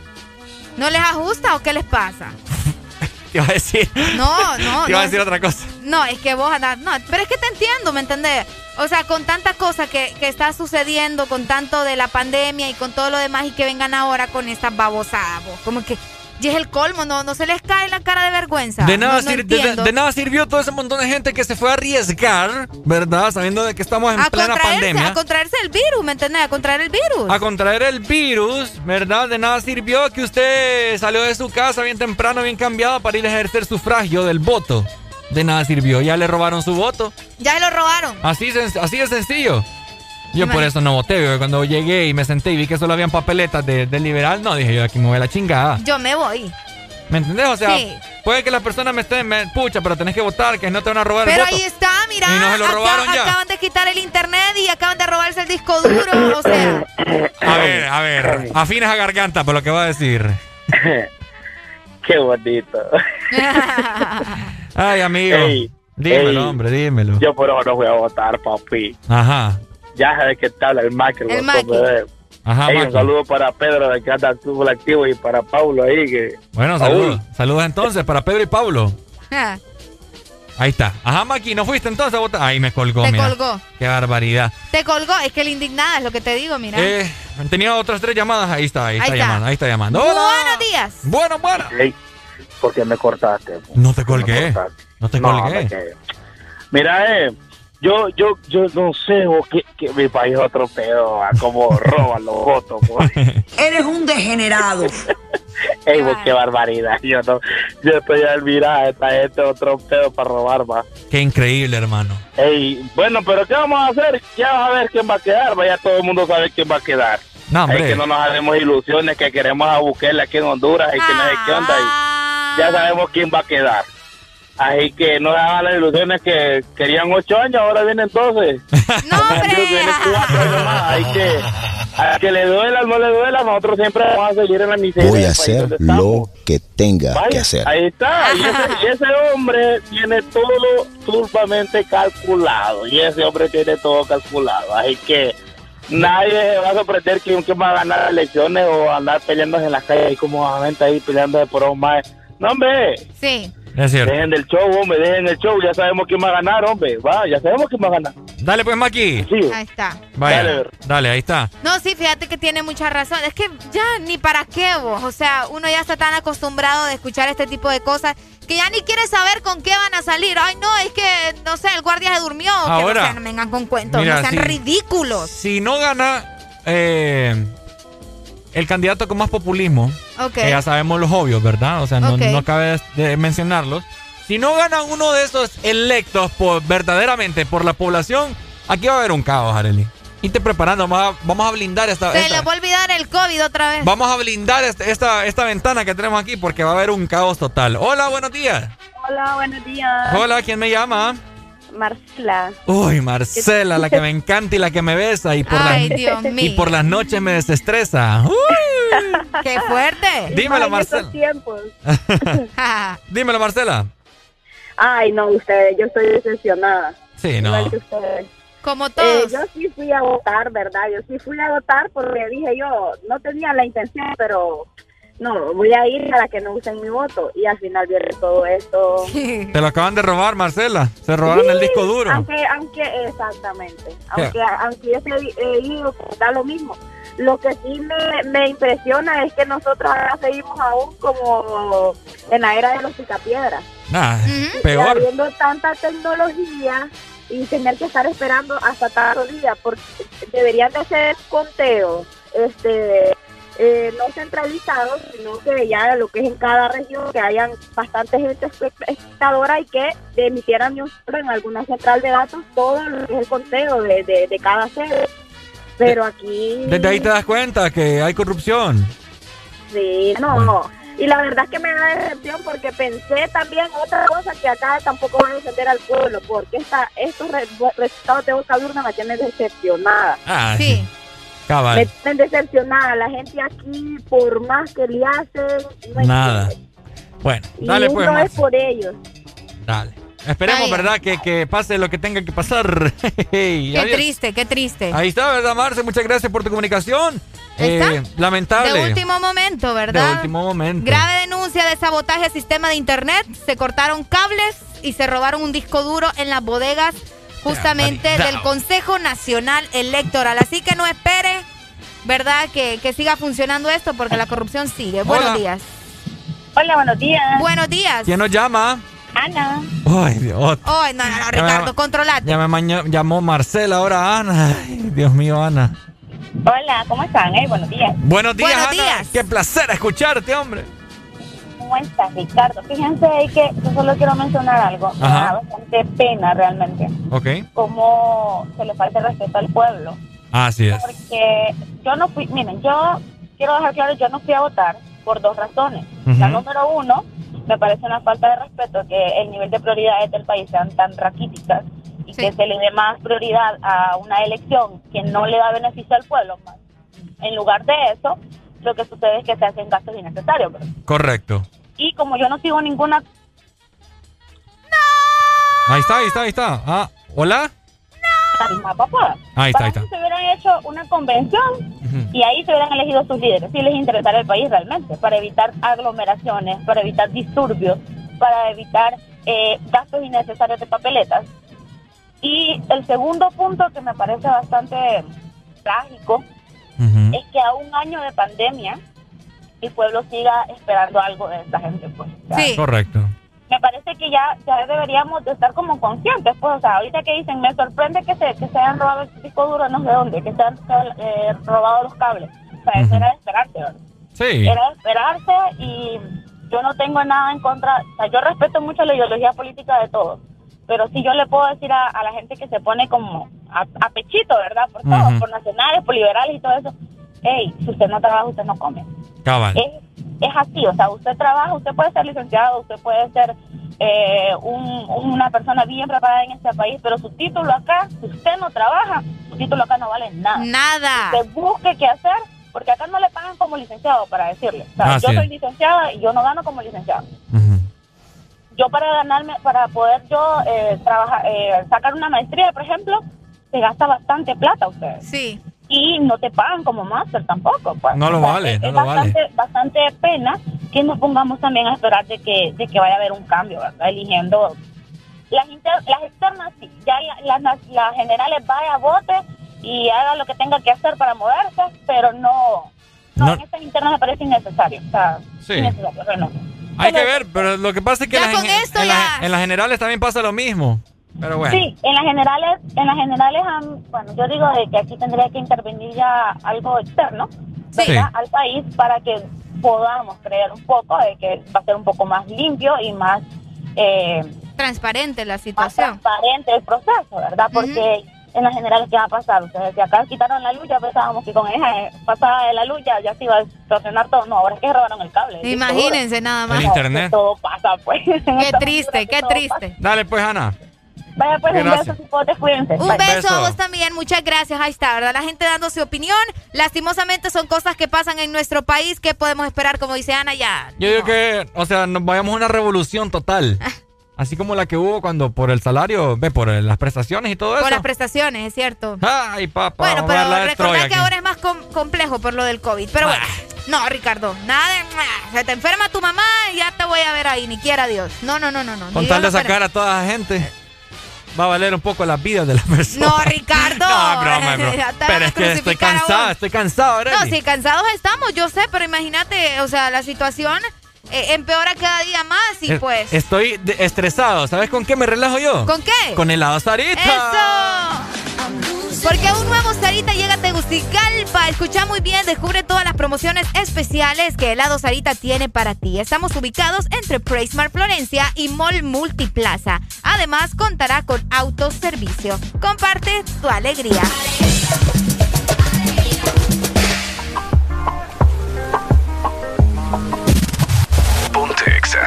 ¿No les ajusta o qué les pasa? Te iba a decir. No, no, Te iba no, a decir otra cosa. No, es que vos andás. No, pero es que te entiendo, ¿me entendés? O sea, con tanta cosa que, que está sucediendo, con tanto de la pandemia y con todo lo demás, y que vengan ahora con estas babosadas, vos. Como que. Y es el colmo, no, no se les cae la cara de vergüenza. De nada, no, no sir de, de nada sirvió todo ese montón de gente que se fue a arriesgar, ¿verdad? Sabiendo de que estamos en a plena pandemia. A contraerse el virus, ¿me entendés? A contraer el virus. A contraer el virus, ¿verdad? De nada sirvió que usted salió de su casa bien temprano, bien cambiado para ir a ejercer sufragio del voto. De nada sirvió, ya le robaron su voto. Ya se lo robaron. Así, así de sencillo. Yo por eso no voté, porque cuando llegué y me senté y vi que solo habían papeletas de, de liberal, no, dije yo, aquí me voy a la chingada. Yo me voy. ¿Me entendés? O sea, sí. Puede que las personas me estén, me, pucha, pero tenés que votar, que no te van a robar pero el voto. Pero ahí está, mira. Y no se lo robaron acá, ya. Acaban de quitar el internet y acaban de robarse el disco duro, o sea. A ver, a ver, afines a garganta por lo que va a decir. Qué bonito. Ay, amigo. Ey, dímelo, ey, hombre, dímelo. Yo por ahora no voy a votar, papi. Ajá. Ya sabes que te habla el Maki. El Maki. Ajá, hey, un saludo para Pedro de que anda fútbol activo y para Paulo ahí que... Bueno, saludos. Saludos entonces para Pedro y Paulo. Ah. Ahí está. Ajá, Maki, ¿no fuiste entonces a votar? Ahí me colgó, Te mira. colgó. Qué barbaridad. Te colgó, es que la indignada es lo que te digo, mira. Eh, tenía otras tres llamadas, ahí está, ahí, ahí está, está llamando, ahí está llamando. ¡Hola! Buenos días. Bueno, bueno. Hey, ¿por qué me cortaste? No te colgué. No te no, colgué. Me Mira, eh, Yo, yo, yo no sé, vos, que, que mi país es otro pedo, a como roban los votos. Eres un degenerado. Ey, vos, qué barbaridad. Yo no, yo estoy al mirar, esta gente otro pedo para robar más. Qué increíble, hermano. Ey, bueno, pero ¿qué vamos a hacer? Ya vas a ver quién va a quedar, vaya, todo el mundo sabe quién va a quedar. No, hombre. Es que no nos haremos ilusiones que queremos a Bukele aquí en Honduras y que no sé qué onda. Y ya sabemos quién va a quedar. Así que no hagan las ilusiones que querían ocho años, ahora vienen doce. ¡No, hombre! Vienen cuatro años más. Hay que, a que le duela o no le duela, nosotros siempre vamos a seguir en la miseria. Voy a hacer lo que tenga Vaya, que hacer. Ahí está. Y ese, y ese hombre tiene todo turbamente calculado. Y ese hombre tiene todo calculado. Así que nadie va a sorprender que, que va a ganar elecciones o andar peleándose en las calles ahí como gente ahí peleando por un más. No, hombre. Sí. Es cierto. Dejen del show, hombre, dejen el show. Ya sabemos quién va a ganar, hombre. Va, ya sabemos quién va a ganar. Dale, pues, Maki. Sí. Ahí está. Vaya, dale, dale, ahí está. No, sí, fíjate que tiene mucha razón. Es que ya ni para qué vos. O sea, uno ya está tan acostumbrado de escuchar este tipo de cosas que ya ni quiere saber con qué van a salir. Ay, no, es que, no sé, el guardia se durmió. Ahora, que no, sean, no vengan con cuentos, mira, no sean si, ridículos. Si no gana eh, el candidato con más populismo, okay. que ya sabemos los obvios, ¿verdad? O sea, no, okay. no cabe de mencionarlos. Si no gana uno de esos electos por, verdaderamente por la población, aquí va a haber un caos, Arely. Y te preparando, vamos a, vamos a blindar esta... Se esta, les va a olvidar el COVID otra vez. Vamos a blindar esta, esta, esta ventana que tenemos aquí porque va a haber un caos total. Hola, buenos días. Hola, buenos días. Hola, ¿quién me llama? Marcela. Uy, Marcela, la que me encanta y la que me besa y por, Ay, las, Dios mío. y por las noches me desestresa. Uy. ¡Qué fuerte! Dímelo, Marcela. Dímelo, Marcela. Ay, no, ustedes, yo estoy decepcionada. Sí, no. Igual que ustedes. Como todos. Eh, yo sí fui a votar, ¿verdad? Yo sí fui a votar porque dije yo, no tenía la intención, pero no, voy a ir a la que no usen mi voto. Y al final viene todo esto. Te lo acaban de robar, Marcela. Se robaron sí, el disco duro. Aunque, aunque exactamente. Aunque, aunque yo he ido, da lo mismo. Lo que sí me, me impresiona es que nosotros ahora seguimos aún como en la era de los picapiedras. Ah, uh-huh. Peor. Y habiendo tanta tecnología y tener que estar esperando hasta tanto día, porque deberían de ser conteos este, eh, no centralizados, sino que ya lo que es en cada región, que hayan bastante gente espectadora y que emitieran en alguna central de datos todo lo que es el conteo de, de, de cada sede. Pero aquí... Desde ahí te das cuenta que hay corrupción. Sí, no, bueno. Y la verdad es que me da decepción porque pensé también otra cosa, que acá tampoco van a defender al pueblo, porque esta, estos re resultados de boca urna me tienen decepcionada. Ah, sí. sí. Cabal. Me tienen decepcionada. La gente aquí, por más que le hacen... No nada. Entiende. Bueno, dale y pues. No es por ellos. Dale. Esperemos, Ay, ¿verdad? Que, que pase lo que tenga que pasar. Qué adiós. triste, qué triste. Ahí está, ¿verdad, Marce? Muchas gracias por tu comunicación. Eh, lamentable. De último momento, ¿verdad? De último momento. Grave denuncia de sabotaje al sistema de internet. Se cortaron cables y se robaron un disco duro en las bodegas justamente yeah, del Consejo Nacional Electoral. Así que no espere, ¿verdad? Que, que siga funcionando esto porque la corrupción sigue. Hola. Buenos días. Hola, buenos días. Buenos días. ¿Quién nos llama? Ana. Ay, Dios. Ay, no, no, no, Ricardo, ya controlate. Ya me llamó Marcela, ahora Ana. Ay, Dios mío, Ana. Hola, ¿cómo están? Eh? Buenos días. Buenos días, Buenos Ana. días. Qué placer escucharte, hombre. ¿Cómo estás, Ricardo? Fíjense que yo solo quiero mencionar algo. Me da bastante pena, realmente. Ok. Cómo se le falta el respeto al pueblo. Así es. Porque yo no fui, miren, yo quiero dejar claro, yo no fui a votar por dos razones. Uh-huh. La número uno, me parece una falta de respeto que el nivel de prioridades del país sean tan raquíticas y sí. que se le dé más prioridad a una elección que no le da beneficio al pueblo. Más. En lugar de eso, lo que sucede es que se hacen gastos innecesarios. ¿Verdad? Correcto. Y como yo no sigo ninguna... ¡No! Ahí está, ahí está, ahí está. Ah, ¿hola? La misma papá. Ahí está, ahí está. Se hubieran hecho una convención uh-huh. y ahí se hubieran elegido sus líderes, si les interesara el país realmente, para evitar aglomeraciones, para evitar disturbios, para evitar eh, gastos innecesarios de papeletas. Y el segundo punto que me parece bastante trágico uh-huh. es que a un año de pandemia el pueblo siga esperando algo de esta gente. Pues, sí. Correcto. me parece que ya, ya deberíamos de estar como conscientes, pues, o sea, ahorita que dicen, me sorprende que se, que se hayan robado el disco duro, no sé dónde, que se han eh, robado los cables, o sea, eso era de esperarse, ¿verdad? Sí. Era de esperarse y yo no tengo nada en contra, o sea, yo respeto mucho la ideología política de todos, pero sí yo le puedo decir a, a la gente que se pone como a, a pechito, ¿verdad? Por todo, uh-huh. por nacionales, por liberales y todo eso, hey, si usted no trabaja, usted no come. Cabal. Es, es así, o sea, usted trabaja, usted puede ser licenciado, usted puede ser eh, un, una persona bien preparada en este país, pero su título acá, si usted no trabaja, su título acá no vale nada. Nada. Usted busque qué hacer, porque acá no le pagan como licenciado, para decirle. O sea, ah, yo sí. soy licenciada y yo no gano como licenciado. Uh-huh. Yo para ganarme, para poder yo eh, trabajar, eh, sacar una maestría, por ejemplo, se gasta bastante plata usted. Sí. Y no te pagan como máster tampoco, pues. No lo o sea, vale, es, no es lo bastante, vale. bastante pena que nos pongamos también a esperar de que, de que vaya a haber un cambio, ¿verdad? Eligiendo las, inter, las externas, sí, ya las, las, las generales vaya a vote y haga lo que tenga que hacer para moverse, pero no, no, no. en estas internas me parece innecesario, o sea, sí. innecesario, pero no. Hay pero, que ver, pero lo que pasa es que en, la, en, la, en las generales también pasa lo mismo. Pero bueno. Sí, en las generales, en las generales, um, bueno, yo digo de que aquí tendría que intervenir ya algo externo, ¿verdad? Sí. Al país para que podamos creer un poco de que va a ser un poco más limpio y más eh, transparente la situación. Más transparente el proceso, ¿verdad? Porque uh-huh. en las generales, ¿qué va a pasar? Ustedes, si acá quitaron la luz, ya pensábamos que con esa pasada de la luz ya, ya se iba a solucionar todo. No, ahora es que robaron el cable. Imagínense nada más. El internet. Todo pasa, pues. Qué triste, qué triste. Pasa. Dale, pues, Ana. Vaya, pues, gracias. Un beso, hipotes, cuídense. Un beso, beso a vos también, muchas gracias. Ahí está, ¿verdad? La gente dando su opinión. Lastimosamente son cosas que pasan en nuestro país. ¿Qué podemos esperar? Como dice Ana, ya. Yo no. digo que, o sea, nos vayamos a una revolución total. Así como la que hubo cuando por el salario, ve, por las prestaciones y todo eso. Por las prestaciones, es cierto. Ay, papá. Bueno, pero recordad que ahora es más com- complejo por lo del COVID. Pero bueno, no, Ricardo, nada de... Se te enferma tu mamá y ya te voy a ver ahí, ni quiera Dios. No, no, no, no. no Con tal de sacar a toda la gente... Va a valer un poco las vidas de la persona. No, Ricardo. No, broma, bro. Pero es que estoy cansado, estoy cansado, Arely. No, sí, cansados estamos, yo sé, pero imagínate, o sea, la situación eh, empeora cada día más y es, pues... Estoy de- estresado, ¿sabes con qué me relajo yo? ¿Con qué? Con helado Sarita. ¡Eso! Porque un nuevo Sarita llega a Tegucigalpa. Escucha muy bien, descubre todas las promociones especiales que Helado Sarita tiene para ti. Estamos ubicados entre Praismart Florencia y Mall Multiplaza. Además, contará con autoservicio. Comparte tu alegría. Ponte Exa.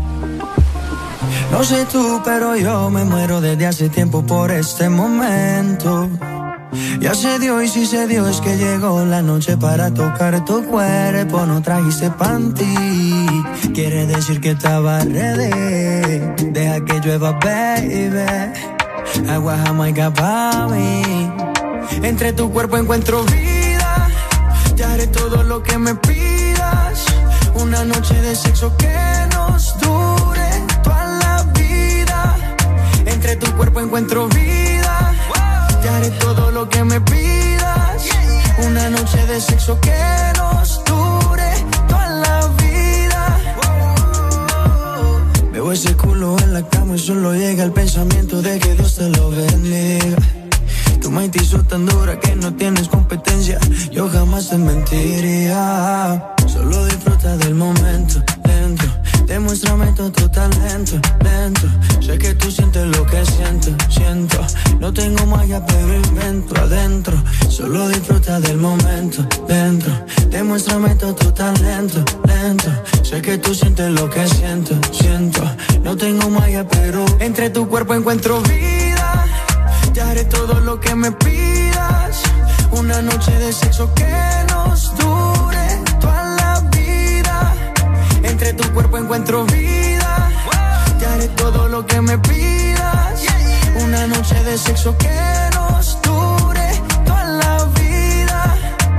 No sé tú, pero yo me muero desde hace tiempo por este momento. Ya se dio y si se dio es que llegó la noche para tocar tu cuerpo. No trajiste panty, quiere decir que estaba ready. Deja que llueva, baby. Agua jamaica pa' mí. Entre tu cuerpo encuentro vida. Te haré todo lo que me pidas. Una noche de sexo que nos dure toda la vida. Entre tu cuerpo encuentro vida. Te haré todo lo que me pidas. Una noche de sexo que nos dure toda la vida. Veo ese culo en la cama y solo llega el pensamiento de que Dios te lo bendiga. Tu mente hizo tan dura que no tienes competencia. Yo jamás te mentiría. Solo disfruta del momento dentro. Demuéstrame todo tu talento dentro. Sé que tú sientes lo que siento, siento. No tengo magia pero invento adentro. Solo disfruta del momento dentro. Demuéstrame todo tu talento dentro. Sé que tú sientes lo que siento, siento. No tengo magia pero entre tu cuerpo encuentro vida. Te haré todo lo que me pidas. Una noche de sexo que nos dure toda la vida. Entre tu cuerpo encuentro vida. Te haré todo lo que me pidas. Una noche de sexo que nos dure toda la vida.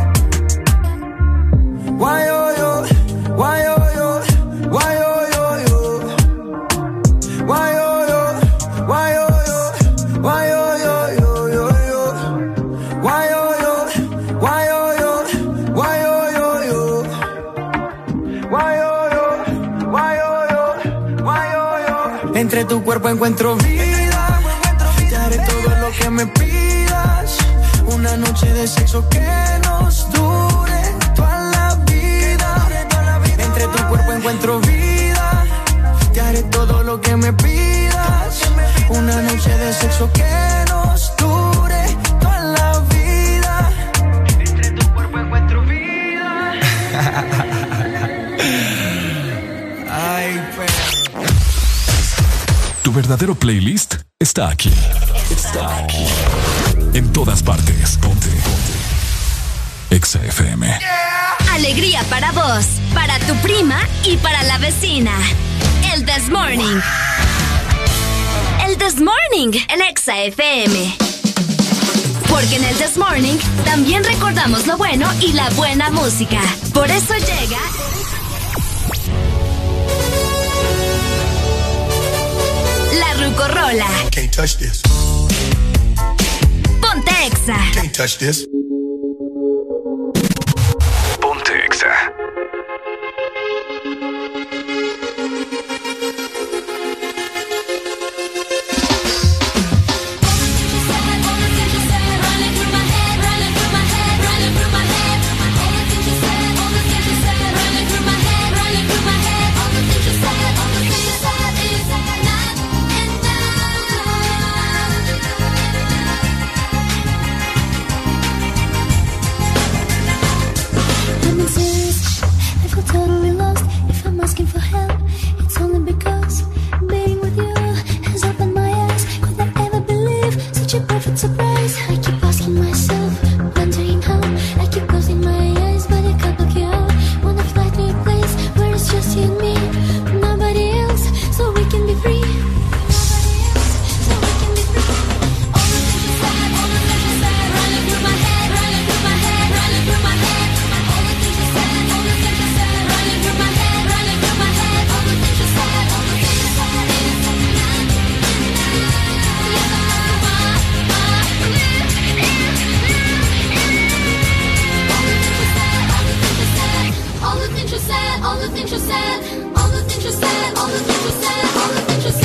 Why oh yo, why oh yo, why oh yo yo. Why oh yo, why oh yo, why oh yo yo yo yo. Why oh yo, why oh yo, why oh yo yo. Why oh yo, why oh yo, why oh yo Entre tu cuerpo encuentro vida. Te haré todo lo que me pidas. Una noche de sexo que nos dure toda la vida. Entre tu cuerpo encuentro vida. Te haré todo lo que me pidas. Una noche de sexo que nos dure toda la vida. Entre tu cuerpo encuentro vida. Ay, perro. Tu verdadero playlist está aquí. Está aquí. En todas partes. Ponte. Ponte. Exa F M. Yeah. Alegría para vos, para tu prima y para la vecina. El This Morning. El This Morning en Exa F M. Porque en el This Morning también recordamos lo bueno y la buena música. Por eso llega La Rucorola. Can't touch this. Ponte Exa. Can't touch this. Ponte Exa. Surprise, I keep asking myself, wondering how. I keep closing my eyes, but I can't look you out. Wanna fly to a place where it's just you and me, nobody else, so we can be free. Nobody else, so we can be free. All the things you said, all the things you said, running through my head, running through my head, running through my head. All the things you said, all the things you said, running through my head, running through my head. All the things you said, all the things you said, is all the things you said, all the things you said, all the things you said, all the things you said, all the things you said.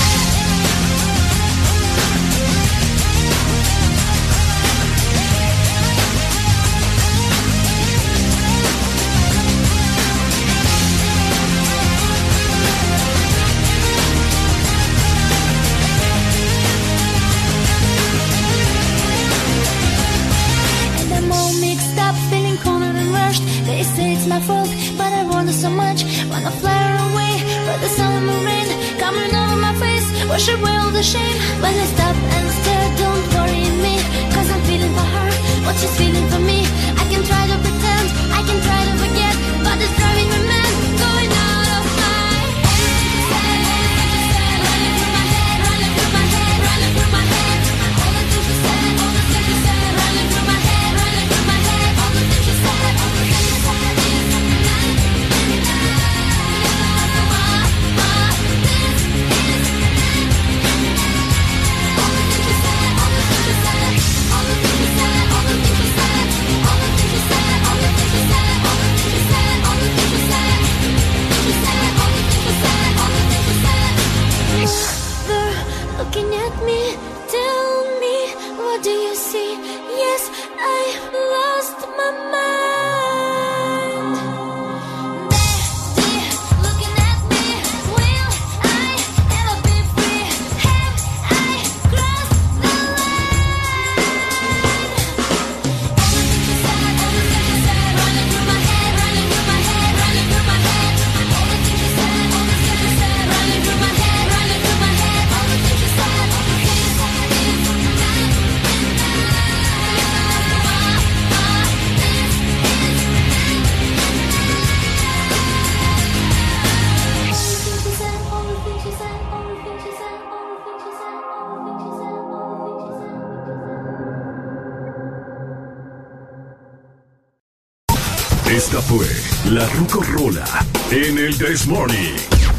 And I'm all mixed up, feeling cornered and rushed. They say it's my fault, but I wonder so much. Wanna fly away, but the sun and rain coming over my face, wash away all the shame. But I stop and stare, don't worry me, cause I'm feeling for her what she's feeling for me. I can try to pretend, I can try to forget, but it's driving me mad, going out of my head. Running through my head, running through my head, running through my head. All the things you said, all the things you said, running through my head, running through my head. All the things you said, all the things you said, is looking at me, tell me, what do you see? Yes, I lost my mind. They're looking at me, will I ever be free? Have I crossed the line? All the things you said, all the things you said, running through my head, running through my head, running through my head. All the things you said, all the things you said, running through my head, running through my head. All the things you said, all the things you said, is Esta fue La Rucorola en el This Morning.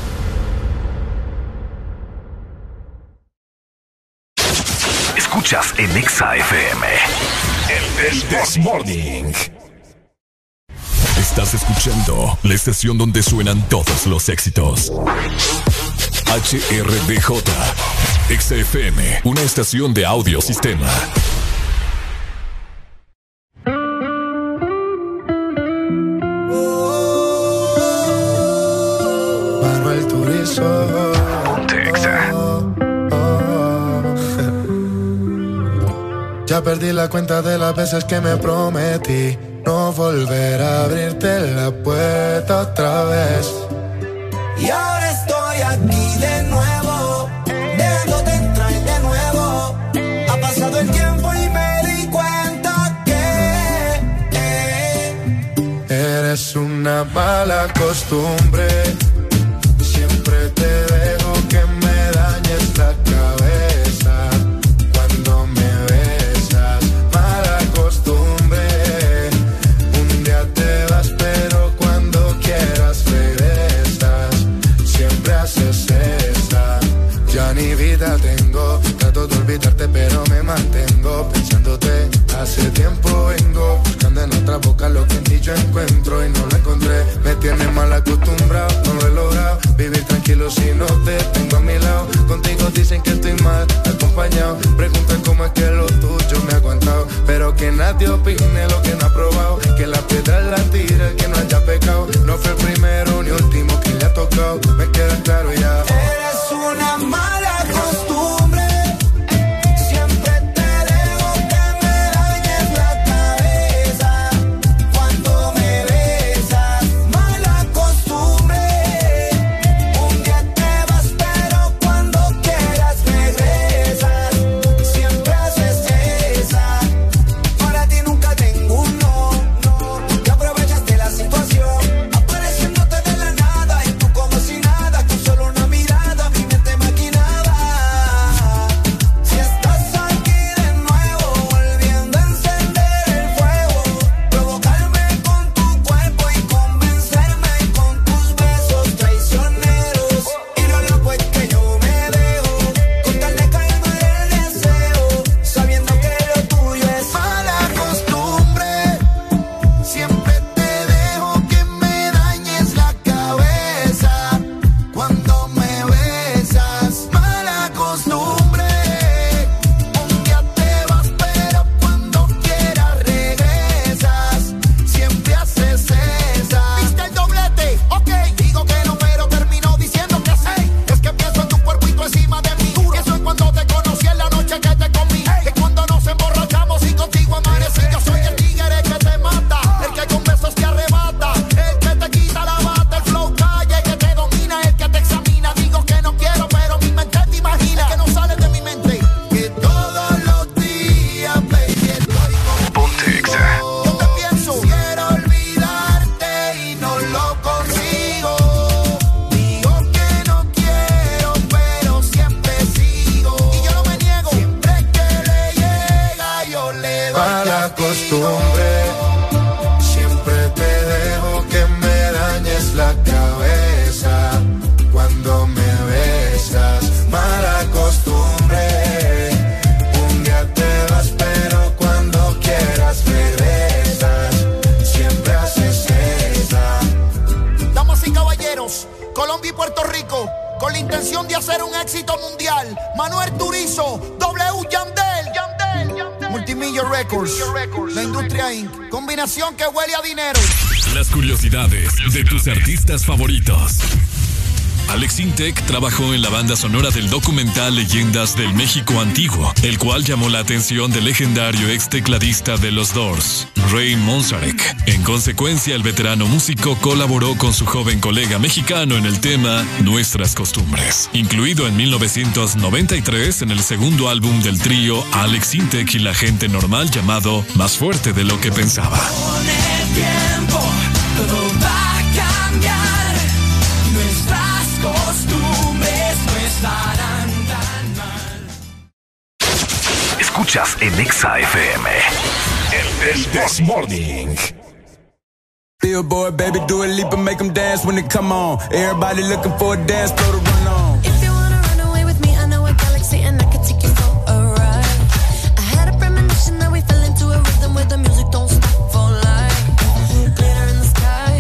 Escuchas en Exa F M el This Morning. Estás escuchando la estación donde suenan todos los éxitos. H R D J X F M, una estación de audio sistema. Manuel Turizo. Ya perdí la cuenta de las veces que me prometí no volver a abrirte la puerta otra vez. Y ahora estoy aquí de nuevo, dejándote entrar de nuevo. Ha pasado el tiempo y me di cuenta que eh, eres una mala costumbre. Siempre te dejo que me dañes la cabeza cuando me besas. Mala costumbre. Un día te vas pero cuando quieras regresas. Siempre haces esa. Ya ni vida tengo. Trato de olvidarte pero me mantengo pensándote. Hace tiempo vengo buscando en otra boca lo que en ti yo encuentro y no lo encontré. Me tienes mal acostumbrado, no lo he logrado. Vivir tranquilo si no te tengo a mi lado. Contigo dicen que estoy mal acompañado. Preguntan cómo es que lo tuyo me ha aguantado. Pero que nadie opine lo que no ha probado. Que la piedra la tire el que no haya pecado. No fue el primero ni último que le ha tocado. Me queda claro ya. eres una mala costumbre. Que huele a dinero. Las curiosidades de tus artistas favoritos. Alex Intec trabajó en la banda sonora del documental Leyendas del México Antiguo, el cual llamó la atención del legendario ex tecladista de los Doors, Ray Manzarek. En consecuencia, el veterano músico colaboró con su joven colega mexicano en el tema Nuestras Costumbres, incluido en mil novecientos noventa y tres en el segundo álbum del trío Alex Intec y la Gente Normal llamado Más Fuerte de lo que Pensaba. Con el tiempo todo va a cambiar. Nuestras costumbres no estarán tan mal. Escuchas en Exa F M el This Morning. Billboard, baby, do a leap and make them dance when they come on. Everybody looking for a dance, throw the run on. If you wanna run away with me, I know a galaxy and I can take you for a ride. I had a premonition that we fell into a rhythm where the music don't stop for life. Glitter in the sky,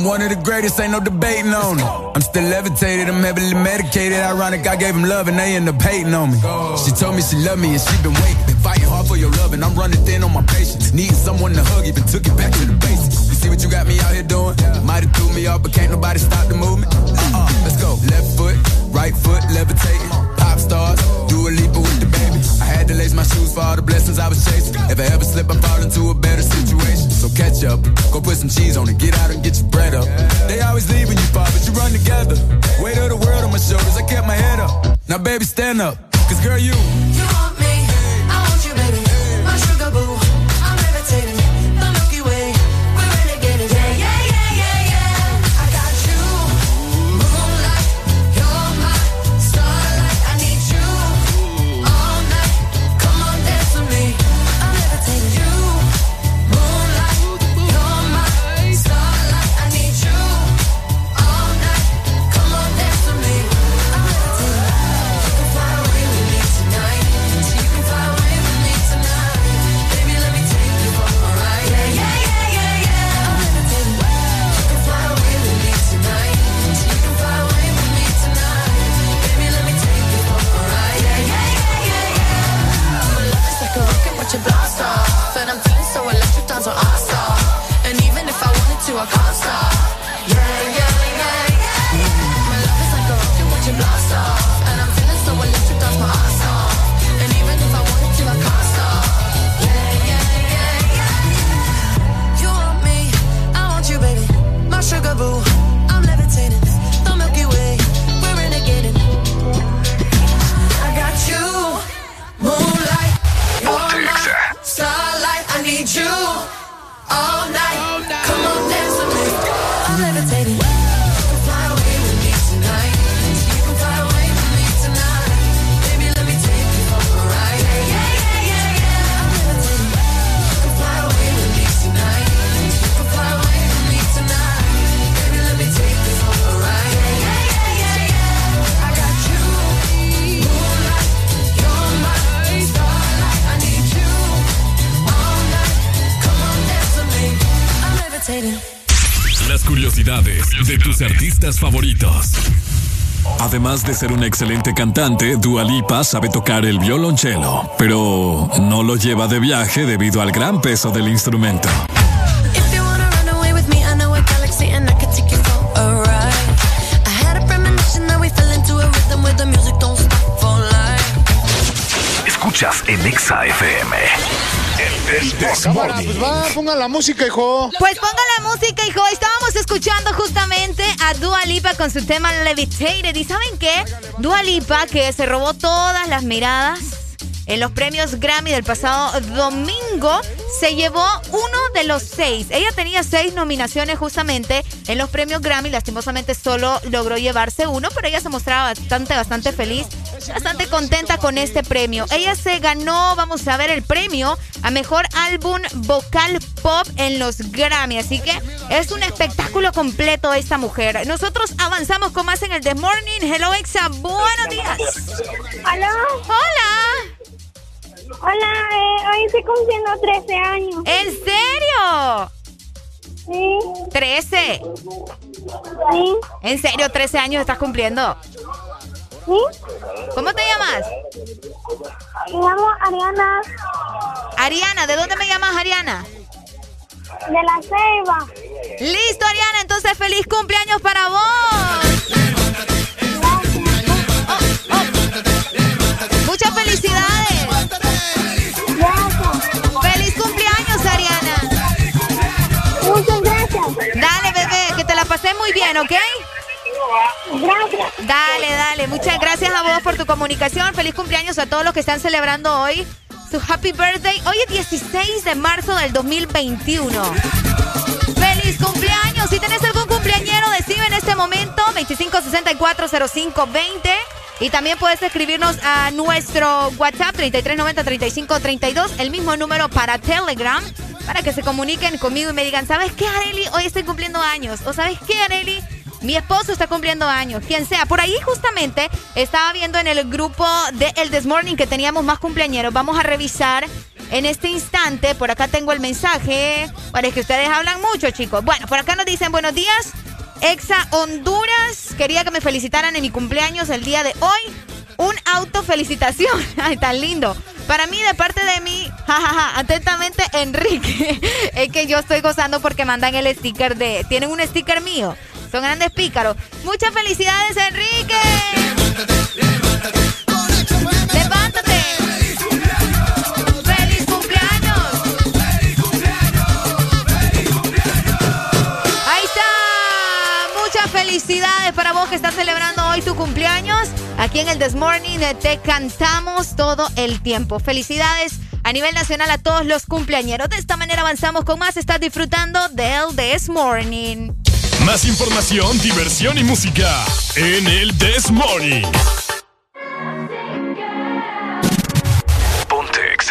one of the greatest, ain't no debating on it. I'm still levitated, I'm heavily medicated. Ironic, I gave him love and they end up hating on me. She told me she loved me and she been waiting. Been fighting hard for your love and I'm running thin on my patience. Needing someone to hug, even took it back to the basics. You see what you got me out here doing? Might have threw me off, but can't nobody stop the movement. Uh-uh, let's go. Left foot, right foot, levitating. Pop stars, do a leap with the baby. I had to lace my shoes for all the blessings I was chasing. If I ever slip, I fall into a better situation. So catch up, go put some cheese on it, get out and get your bread up. They always leave when you fall, but you run together. Weight of the world on my shoulders, I kept my head up. Now baby, stand up, cause girl, you You want me, I want you, baby. My sugar boo, I'm levitating. The Milky Way, we're renegading. Yeah, yeah, yeah, yeah, yeah. I got you, moonlight. You're my starlight. I need you all night. Come on, dance with me. I'm levitating. You, moonlight. You're my starlight. I need you all night. Come on, dance with me. I'm levitating. You can fly away with me tonight. You can fly away with me tonight. Baby, let me take you for a ride. Yeah, yeah, yeah, yeah, yeah. I'm levitating. You can fly away with me tonight. You can fly away with me tonight. Baby, let me take you for a ride. Yeah, yeah, yeah, yeah, yeah. My love is like a rocket, watch it blast off. And I'm feeling so electric, dance on our star. And even if I wanted to, I can't stop. Yeah, yeah, yeah, yeah. My love is like a rocket, watch it blast off. And I'm feeling so electric, dance my ass off. And even if I wanted to, I can't stop. Yeah, yeah, yeah, yeah. You want me, I want you, baby. My sugar boo, I'm levitating. The Milky Way, we're renegading. I got you, moonlight. You're my starlight. I need you all night. Come on, dance with me. I'm levitating. You can fly away with me tonight. You can fly away with me tonight. Baby, let me take you for a ride. Yeah, yeah, yeah, yeah, yeah. I'm levitating. You can fly away with me tonight. You can fly away with me tonight. Baby, let me take you for a ride. Yeah, yeah, yeah, yeah, yeah. I got you, moonlight. You're my starlight. I need you all night. Come on, dance with me. I'm levitating. Las curiosidades de tus artistas favoritos. Además de ser una excelente cantante, Dua Lipa sabe tocar el violonchelo, pero no lo lleva de viaje debido al gran peso del instrumento. If you wanna run away with me, I know a galaxy and I can take you for a ride. I had a premonition that we fell into a rhythm where the music don't stop for life. Escuchas en Exa F M. El Cámara, pues va, ponga la música, hijo. Pues ponga la música, hijo. Estábamos escuchando justamente a Dua Lipa con su tema Levitated. ¿Y saben qué? Dua Lipa, que se robó todas las miradas en los premios Grammy del pasado domingo, se llevó uno de los seis. Ella tenía seis nominaciones justamente en los premios Grammy. Lastimosamente solo logró llevarse uno, pero ella se mostraba bastante, bastante feliz, bastante contenta con este premio. Ella se ganó, vamos a ver, el premio a Mejor Álbum Vocal Pop en los Grammy. Así que es un espectáculo completo esta mujer. Nosotros avanzamos con más en el The Morning. Hello, Exa. Buenos días. Hola. Hola. Hola, eh, hoy estoy cumpliendo trece años. ¿En serio? Sí. ¿trece? Sí. ¿En serio trece años estás cumpliendo? Sí. ¿Cómo te llamas? Me llamo Ariana. Ariana, ¿de dónde me llamas, Ariana? De La Ceiba. Listo, Ariana, entonces feliz cumpleaños para vos. Oh, oh. Muchas felicidades. Gracias. Feliz cumpleaños, Ariana. Muchas gracias. Dale, bebé, que te la pasé muy bien, ¿ok? Gracias. Dale, dale. Muchas gracias a vos por tu comunicación. Feliz cumpleaños a todos los que están celebrando hoy su happy birthday. Hoy es dieciséis de marzo del dos mil veintiuno. ¡Feliz cumpleaños! Si tenés algún cumpleañero, decime en este momento veinticinco sesenta y cuatro cero cinco veinte. Y también puedes escribirnos a nuestro WhatsApp treinta y tres noventa treinta y cinco treinta y dos, el mismo número para Telegram, para que se comuniquen conmigo y me digan, ¿sabes qué, Arely? Hoy estoy cumpliendo años. ¿O sabes qué, Arely? Mi esposo está cumpliendo años. Quien sea. Por ahí justamente estaba viendo en el grupo de El This Morning que teníamos más cumpleañeros. Vamos a revisar en este instante. Por acá tengo el mensaje. Parece que ustedes hablan mucho, chicos. Bueno, por acá nos dicen buenos días. Exa Honduras. Quería que me felicitaran en mi cumpleaños el día de hoy. Un auto felicitación. Ay, tan lindo. Para mí, de parte de mí, jajaja, ja, ja, atentamente, Enrique. Es que yo estoy gozando porque mandan el sticker de... Tienen un sticker mío. Son grandes pícaros. Muchas felicidades, Enrique. Levántate. Levántate. Levántate. ¡Feliz cumpleaños! ¡Feliz cumpleaños! ¡Feliz cumpleaños! ¡Feliz cumpleaños! Ahí está. Muchas felicidades para vos que estás celebrando hoy tu cumpleaños. Aquí en el This Morning te cantamos todo el tiempo. Felicidades a nivel nacional a todos los cumpleañeros. De esta manera avanzamos con más. Estás disfrutando del This Morning. Más información, diversión y música en el This Morning. Ponte Exa.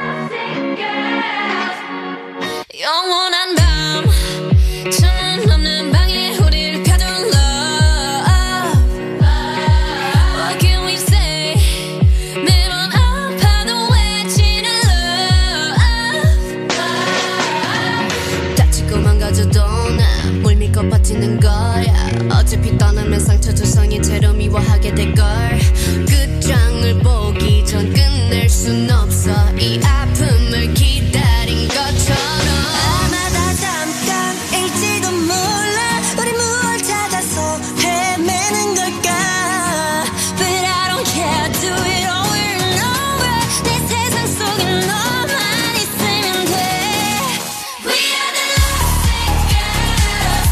빠지는 거야. 어차피 떠나면 상처 조성이 채로 미워하게 될걸. 끝장을 보기 전 끝낼 순 없어. 이 아픔을 기다린 것처럼. 아마 다 잠깐일지도 몰라. 우리 무얼 찾아서 헤매는 걸까. But I don't care. Do it over and over. 내 세상 속에 너만 있으면 돼. We are the lovesick girls.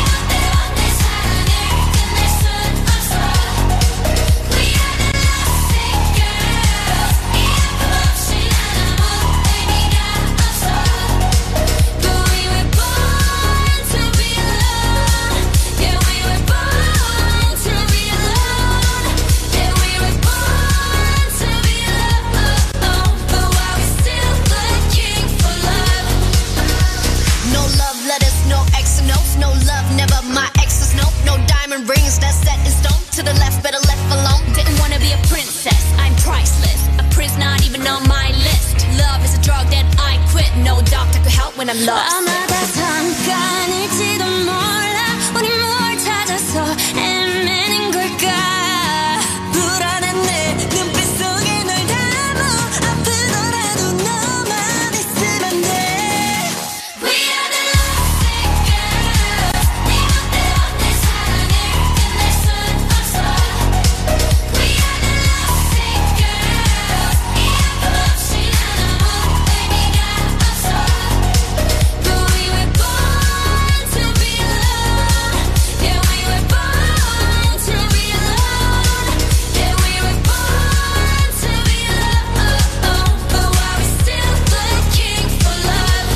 Rings that's set in stone. To the left, better left alone. Didn't wanna be a princess, I'm priceless. A prince not even on my list. Love is a drug that I quit. No doctor could help when I'm lost. 아마 다 잠깐일지도 몰라. 우리 뭘 찾아서 헤매는 걸까. 불안한 내 눈빛 속에 널 담아. 아프더라도 너만 있으면 돼. We are the lovesick girls. 네 맘대로 내 사랑을 끝낼 순 없어. We are the lovesick girls. 이 아픔 없이 난 아무 의미가 없어. But we were born to be alone. Yeah, we were born to be alone. Yeah, we were born to be alone. But why we still looking for love?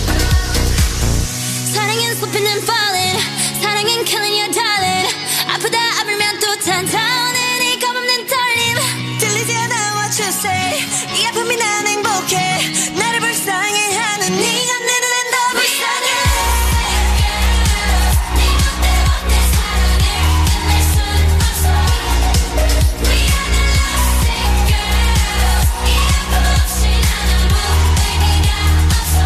사랑은 쏟히는 falling. 사랑은 killing your darling. 아프다 아물면 또 탄탄해. 이 겁없는 떨림. 들리지 않아 what you say. 이 아픔이 난 행복해. 나를 불쌍해 하는 네가 내 눈엔 더 불쌍해. 네 맘대로 내 사랑을 끝낼 순 없어. We are the lovesick girls. 이 아픔 없이 난 아무 의미가 없어.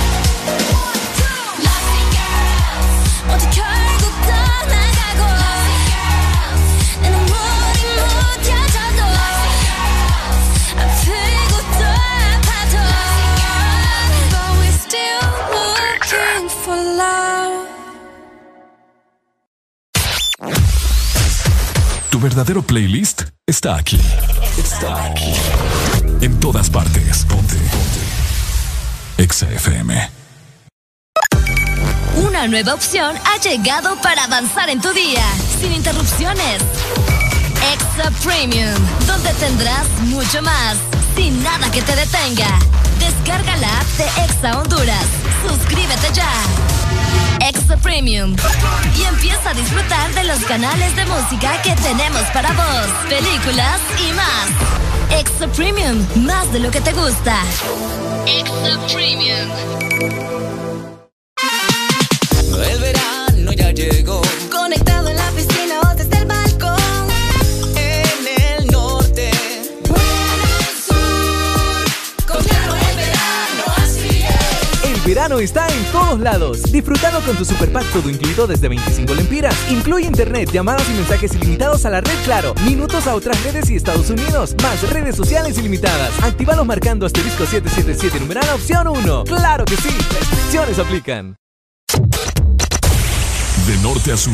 Lovesick girls. 모두 결국 떠나가고. 내 눈물이 묻혀져도. 아프고 또 아파도. But we're still looking for love. Tu verdadero playlist está aquí. Está aquí. En todas partes. Ponte. Ponte. Exa F M. Una nueva opción ha llegado para avanzar en tu día, sin interrupciones. Exa Premium, donde tendrás mucho más, sin nada que te detenga. Descarga la app de Exa Honduras. Suscríbete ya. Exa Premium. Y empieza a disfrutar de los canales de música que tenemos para vos, películas y más. Exa Premium, más de lo que te gusta. Exa Premium. El verano ya llegó. Conectado en la piscina o desde el balcón. En el norte. O en el sur. Con Claro el verano. verano está en todos lados. Disfrutando con tu Super Pack todo incluido desde veinticinco lempiras. Incluye internet, llamadas y mensajes ilimitados a la red Claro, minutos a otras redes y Estados Unidos, más redes sociales ilimitadas. Actívalos marcando asterisco siete siete siete numeral opción uno. ¡Claro que sí! Restricciones aplican. De norte a sur.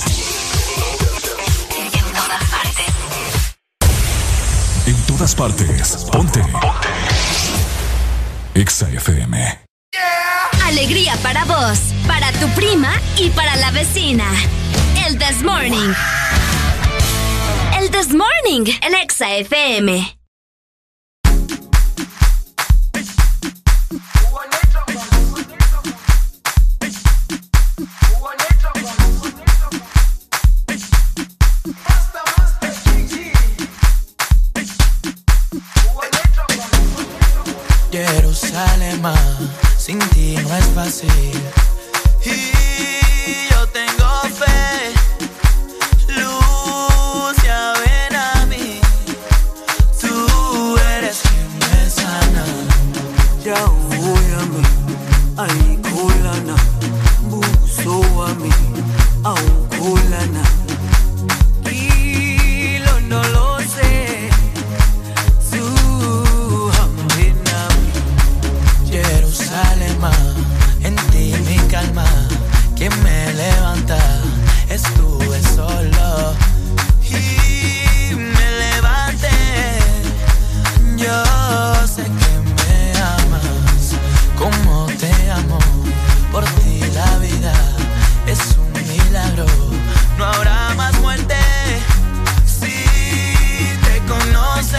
En todas partes. Ponte. Ponte. Exa F M. Alegría para vos, para tu prima y para la vecina. El This Morning. El This Morning en Exa F M. Jerusalén, sin ti no es fácil. Y yo tengo fe, luz, ya ven a mí. Tú eres quien me sana. Ya voy a mí, ay kulana, buso a mí, au kulana. Y lo no lo sé. En ti mi calma, quien me levanta, estuve solo y me levanté. Yo sé que me amas, como te amo, por ti la vida es un milagro, no habrá más muerte si te conoces.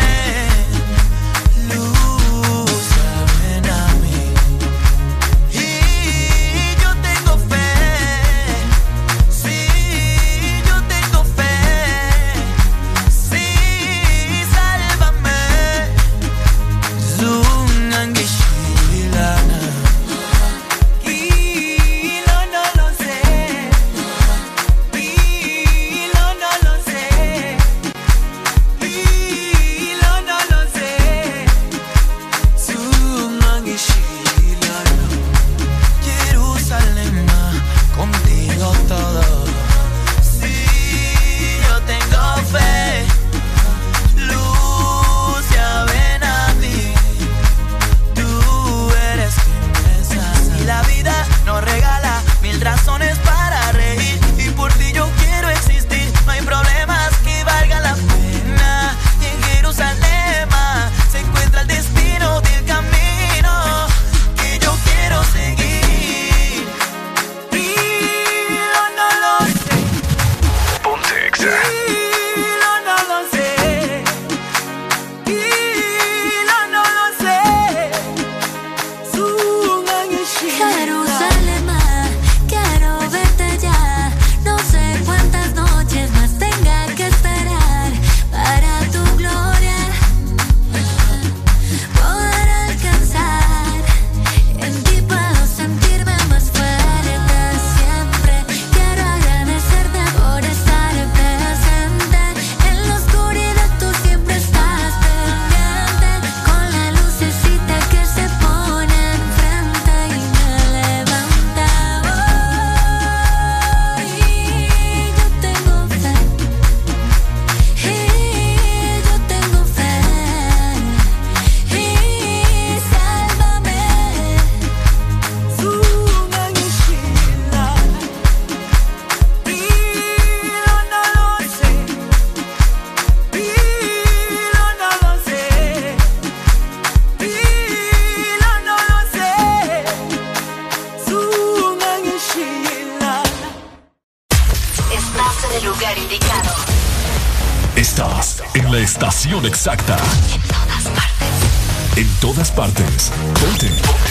Estación exacta. En todas partes. En todas partes. Ponte.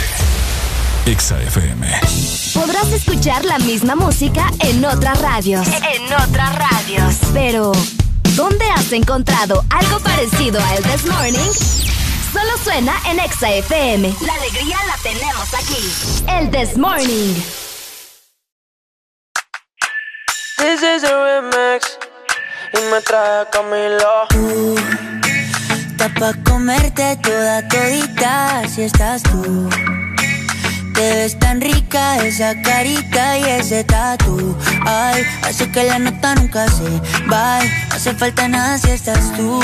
Exa F M. Podrás escuchar la misma música en otras radios. En otras radios. Pero, ¿dónde has encontrado algo parecido a El This Morning? Solo suena en Exa F M. La alegría la tenemos aquí. El This Morning. This is a remix. Y me trae Camilo. Uh, está pa' comerte toda todita si estás tú. Te ves tan rica esa carita y ese tatu. Ay, hace que la nota nunca se va. No hace falta nada si estás tú.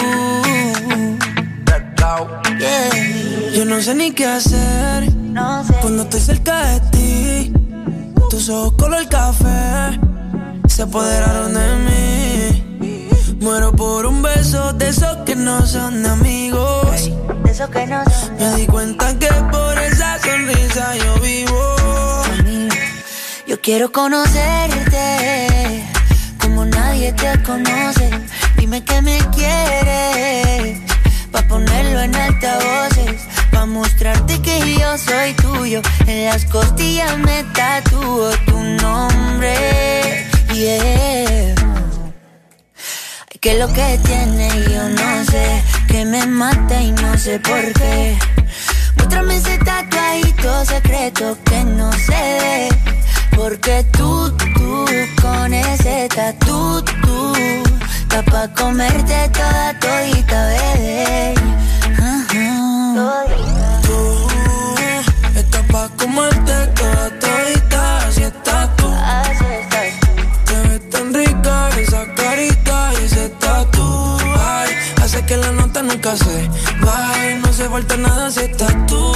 Yeah. Yo no sé ni qué hacer no sé. Cuando estoy cerca de ti. Tus ojos color café se apoderaron de mí. Muero por un beso de esos que no son de amigos. Hey, de esos que no son de Me di cuenta que por esa sonrisa yo vivo. Yo quiero conocerte como nadie te conoce. Dime que me quieres pa' ponerlo en altavoces, pa' mostrarte que yo soy tuyo. En las costillas me tatúo tu nombre. Yeah. ¿Qué es lo que tiene? Yo no sé. Que me mata y no sé por qué. Muéstrame ese tatuadito secreto que no se ve. Porque tú, tú, con ese tatu, tú, está pa' comerte toda todita, bebé. Uh-huh. Tú, estás pa' comerte toda todita, así estás tú. Así estás tú. Te ves tan rica esa carita y ese tatu. Ay, hace que la nota nunca se vaya. No hace falta nada si estás tú.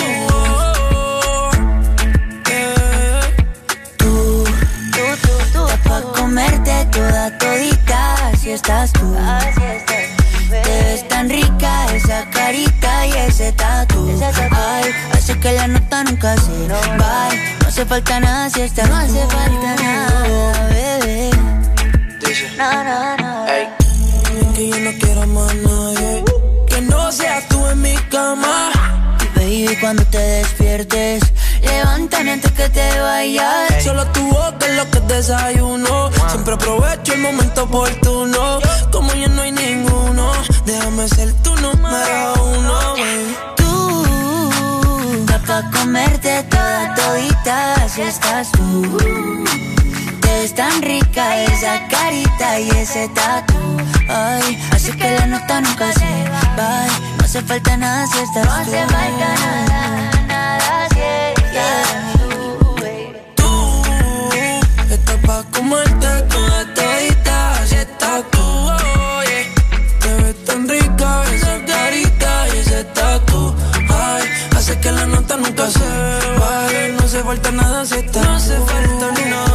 Comerte toda todita, así estás tú. Así estás tú, te ves tan rica esa carita y ese tatu. Ay, hace que la nota nunca se va. No hace falta nada si estás tú. No hace falta nada, bebé. No, no, no. Ey. Que yo no quiero más nadie que no seas tú en mi cama. Baby, cuando te despiertes, levántame antes que te vayas. Hey. Solo tu boca es lo que desayuno. Wow. Siempre aprovecho el momento oportuno. Como ya no hay ninguno, déjame ser tu número uno. Baby. Tú, da pa' comerte toda todita, así estás tú. Te ves tan rica esa carita y ese tatu. Ay, así que la nota nunca se va. No hace falta nada si estás tú. No hace falta nada, nada si estás tú, baby. Tú, estás pa' comerte toda todita, así estás tú, oh, yeah. Te ves tan rica esa carita y ese tatu. Ay, hace que la nota nunca se va. No hace falta nada si estás tú. No hace falta ni nada.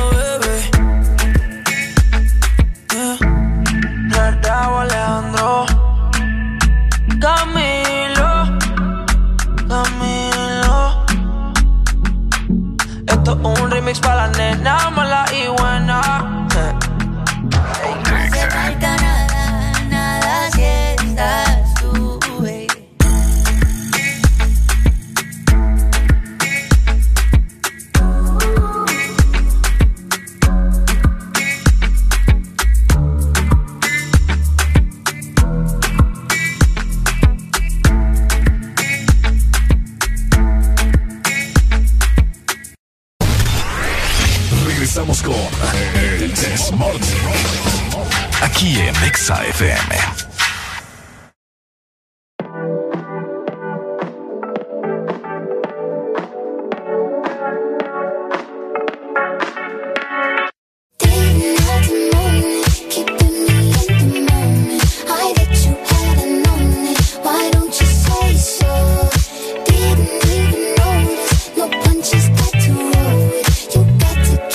Alejandro, Camilo, Camilo. Esto es un remix para la nena mala y buena. No hace falta nada, nada si estás tú, baby. Regresamos con El Desmorning, aquí en Exa F M.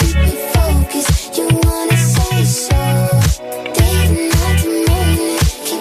Keep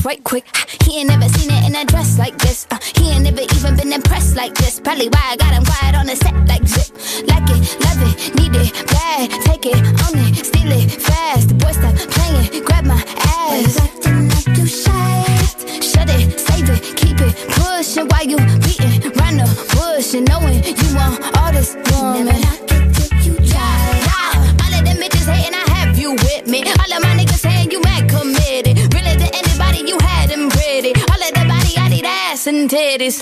right quick. He ain't never seen it in a dress like this. Uh, he ain't never even been impressed like this. Probably why I got him quiet on the set like zip. Like it, love it, need it, bad. Take it, own it, steal it, fast. The boy stop playing, grab my ass. Acting like you shy. Shut it, save it, keep it, push it while you beating round the bush and knowing you want all this woman. Never knock it till you try. All of them bitches hating, I have you with me. All of my niggas saying you mad committed. Really to anybody, you had them pretty. All of the body, I need ass and titties.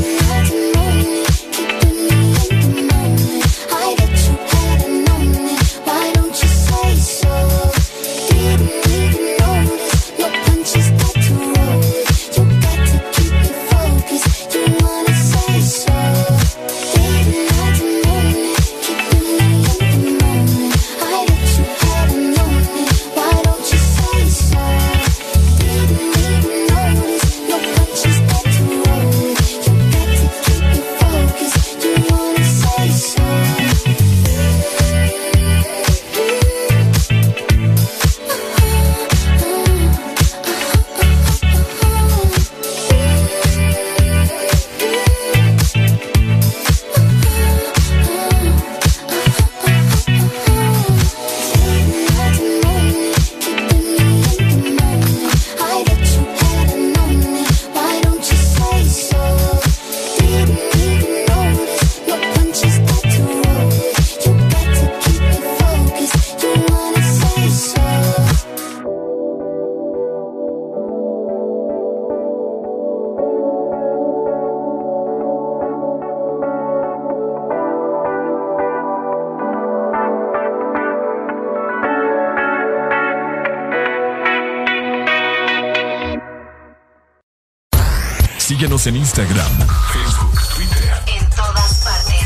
Síguenos en Instagram, Facebook, Twitter. En todas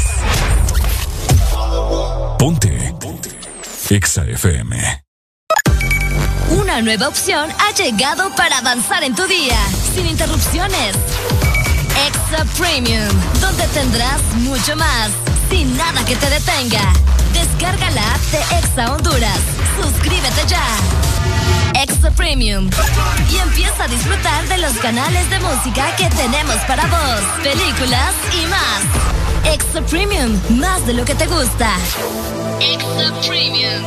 partes. Ponte. Ponte. Exa F M. Una nueva opción ha llegado para avanzar en tu día, sin interrupciones. Exa Premium, donde tendrás mucho más, sin nada que te detenga. Descarga la app de Exa Honduras. Suscríbete ya. Exa Premium. Y empieza a disfrutar de los canales de música que tenemos para vos, películas y más. Exa Premium, más de lo que te gusta. Exa Premium.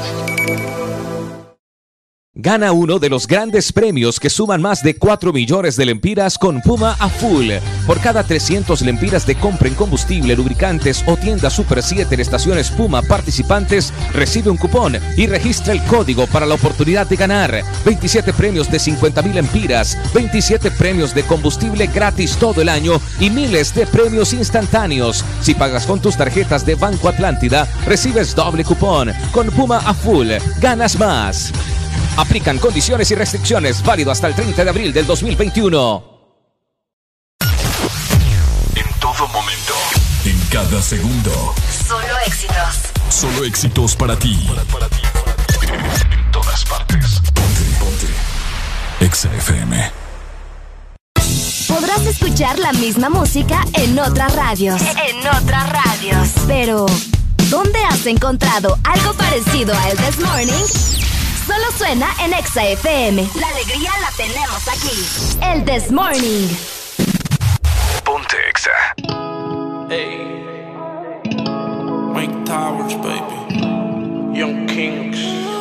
Gana uno de los grandes premios que suman más de cuatro millones de lempiras con Puma a full. Por cada trescientos lempiras de compra en combustible, lubricantes o tienda Super siete en estaciones Puma participantes, recibe un cupón y registra el código para la oportunidad de ganar. veintisiete premios de cincuenta mil lempiras, veintisiete premios de combustible gratis todo el año y miles de premios instantáneos. Si pagas con tus tarjetas de Banco Atlántida, recibes doble cupón. Con Puma a full, ganas más. Aplican condiciones y restricciones, válido hasta el treinta de abril del dos mil veintiuno. En todo momento, en cada segundo. Solo éxitos. Solo éxitos para ti. Para, para ti, para ti. En todas partes. Ponte, ponte. Exa F M. Podrás escuchar la misma música en otras radios. En otras radios. Pero, ¿dónde has encontrado algo parecido a El This Morning? Solo suena en Exa F M. La alegría la tenemos aquí. El This Morning. Ponte Exa. Hey. Mike Towers, baby. Young Kings.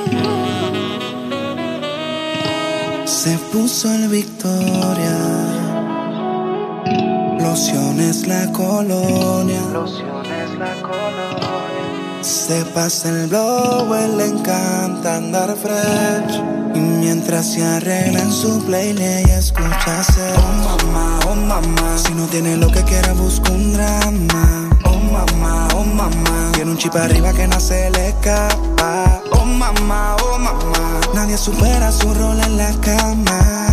Se puso el Victoria. Lociones la colonia. Lociones la colonia. Se pasa el blow, él le encanta andar fresh. Y mientras se arregla en su playlist y escucha hacer oh mamá, oh mamá. Si no tiene lo que quiera busca un drama. Oh mamá, oh mamá. Tiene un chip arriba que no se le escapa. Oh mamá, oh mamá. Nadie supera su rol en la cama.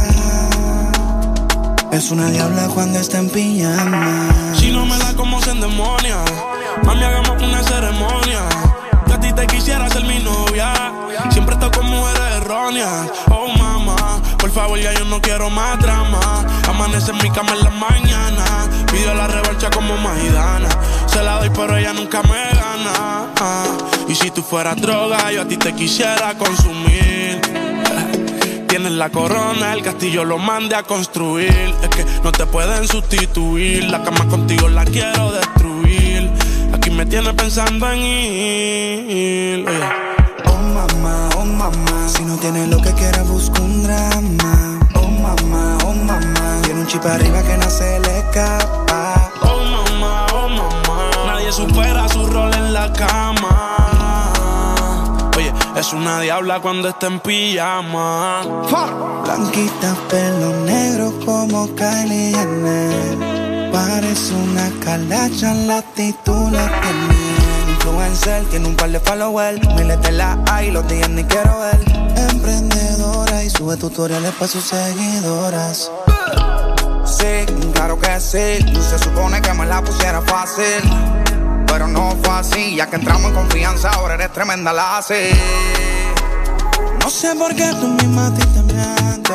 Es una diabla cuando está en pijama. Si no me da como se endemonia, mami, hagamos una ceremonia. Que a ti te quisiera ser mi novia. Siempre estoy con mujeres erróneas. Oh, mamá, por favor, ya yo no quiero más drama. Amanece en mi cama en la mañana. Pido la revancha como Maidana. Se la doy, pero ella nunca me gana. Ah, y si tú fueras droga, yo a ti te quisiera consumir. Tienes la corona, el castillo lo mandé a construir. Es que no te pueden sustituir. La cama contigo la quiero destruir. Aquí me tienes pensando en ir. Oye. Oh mamá, oh mamá, si no tienes lo que quieras busca un drama. Oh mamá, oh mamá, tiene un chip arriba que no se le escapa. Oh mamá, oh mamá, nadie supera su rol en la cama. Oye, es una diabla cuando está en pijama. Blanquita, pelo negro como Kylie Jenner. Parece una calacha, la actitud la tiene. Influencer, tiene un par de followers. Miles de la hay, los días ni quiero ver. Emprendedora y sube tutoriales para sus seguidoras. Sí, claro que sí. Se supone que me la pusiera fácil, pero no fue así. Ya que entramos en confianza, ahora eres tremenda la así. No sé por qué tú misma a ti te mientes.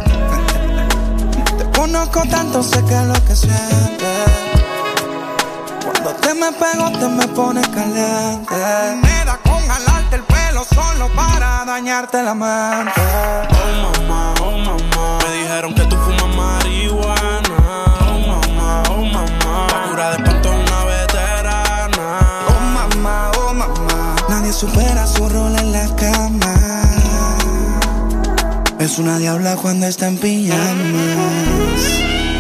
Te conozco tanto, sé que es lo que sientes. Cuando te me pego, te me pones caliente. Me da con jalarte el pelo solo para dañarte la mente. Oh mamá, oh mamá, me dijeron que tú fumas marihuana. Oh mamá, oh mamá, la cura de espanto es una veterana. Oh mamá, oh mamá, nadie supera su rol en la cama. Es una diabla cuando está en pijamas.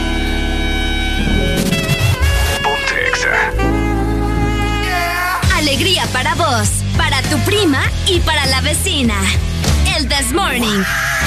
Alegría para vos, para tu prima y para la vecina. El This Morning.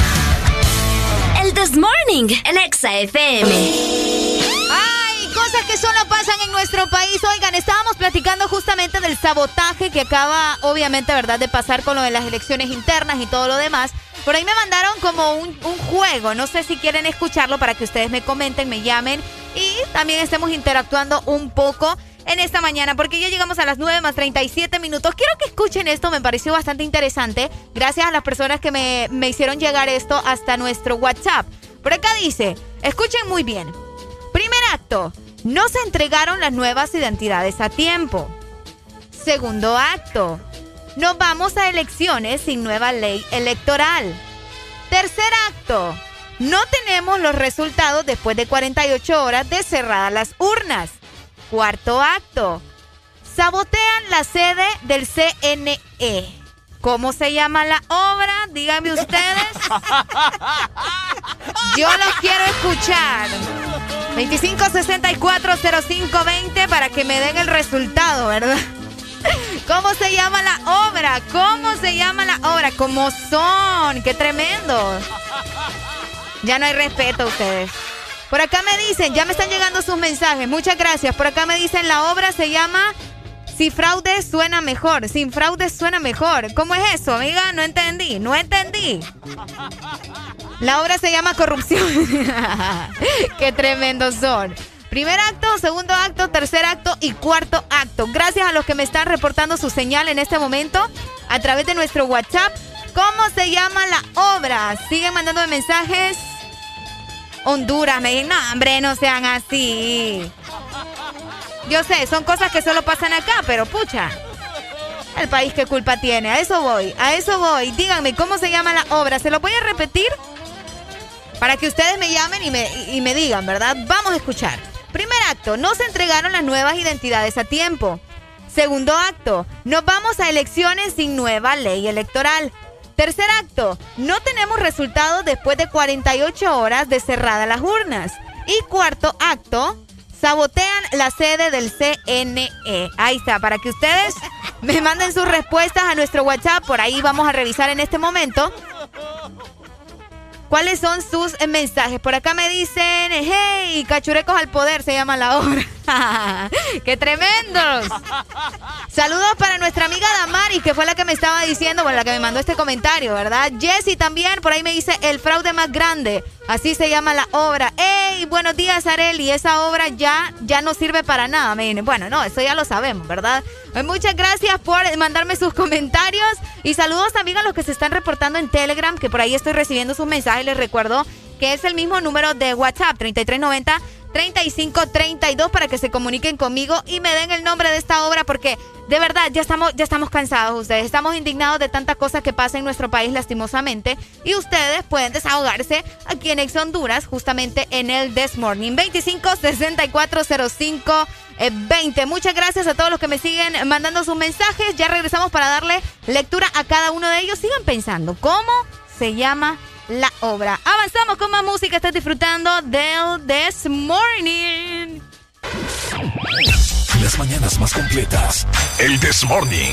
El This Morning, el Exa F M. ¡Ay! Cosas que solo pasan en nuestro país. Oigan, estábamos platicando justamente del sabotaje que acaba, obviamente, ¿verdad?, de pasar con lo de las elecciones internas y todo lo demás. Por ahí me mandaron como un, un juego. No sé si quieren escucharlo para que ustedes me comenten, me llamen y también estemos interactuando un poco en esta mañana, porque ya llegamos a las nueve más treinta y siete minutos. Quiero que escuchen esto, me pareció bastante interesante. Gracias a las personas que me, me hicieron llegar esto hasta nuestro WhatsApp. Por acá dice, escuchen muy bien. Primer acto, no se entregaron las nuevas identidades a tiempo. Segundo acto, nos vamos a elecciones sin nueva ley electoral. Tercer acto, no tenemos los resultados después de cuarenta y ocho horas de cerradas las urnas. Cuarto acto, sabotean la sede del C N E. ¿Cómo se llama la obra? Díganme ustedes. Yo los quiero escuchar. veinticinco sesenta y cuatro cero cinco veinte para que me den el resultado, ¿verdad? ¿Cómo se llama la obra? ¿Cómo se llama la obra? ¿Cómo son? ¡Qué tremendo! Ya no hay respeto a ustedes. Por acá me dicen, ya me están llegando sus mensajes. Muchas gracias. Por acá me dicen, la obra se llama Si fraude suena mejor. Sin fraude suena mejor. ¿Cómo es eso, amiga? No entendí. No entendí. La obra se llama Corrupción. ¡Qué tremendos son! Primer acto, segundo acto, tercer acto y cuarto acto. Gracias a los que me están reportando su señal en este momento a través de nuestro WhatsApp. ¿Cómo se llama la obra? Siguen mandando mensajes. Honduras, me dicen, no, hombre, no sean así. Yo sé, son cosas que solo pasan acá, pero pucha, el país qué culpa tiene. A eso voy, a eso voy. Díganme, ¿cómo se llama la obra? Se lo voy a repetir para que ustedes me llamen y me, y me digan, ¿verdad? Vamos a escuchar. Primer acto, no se entregaron las nuevas identidades a tiempo. Segundo acto, nos vamos a elecciones sin nueva ley electoral. Tercer acto, no tenemos resultados después de cuarenta y ocho horas de cerradas las urnas. Y cuarto acto, sabotean la sede del C N E. Ahí está, para que ustedes me manden sus respuestas a nuestro WhatsApp. Por ahí vamos a revisar en este momento cuáles son sus mensajes. Por acá me dicen, hey, cachurecos al poder se llama la obra. ¡Qué tremendos! Saludos para nuestra amiga Damari, que fue la que me estaba diciendo, bueno, la que me mandó este comentario, ¿verdad? Jessy también, por ahí me dice, el fraude más grande. Así se llama la obra. ¡Ey! Buenos días, Areli. Esa obra ya, ya no sirve para nada. Me viene. Bueno, no, eso ya lo sabemos, ¿verdad? Muchas gracias por mandarme sus comentarios. Y saludos también a los que se están reportando en Telegram, que por ahí estoy recibiendo sus mensajes. Les recuerdo que es el mismo número de WhatsApp, treinta y tres noventa, treinta y cinco treinta y dos para que se comuniquen conmigo y me den el nombre de esta obra porque de verdad ya estamos, ya estamos cansados ustedes. Estamos indignados de tantas cosas que pasan en nuestro país lastimosamente y ustedes pueden desahogarse aquí en Ex Honduras justamente en el This Morning. veinticinco sesenta y cuatro cero cinco veinte. Muchas gracias a todos los que me siguen mandando sus mensajes. Ya regresamos para darle lectura a cada uno de ellos. Sigan pensando cómo se llama la obra. Avanzamos con más música. Estás disfrutando del This Morning. Las mañanas más completas. El This Morning.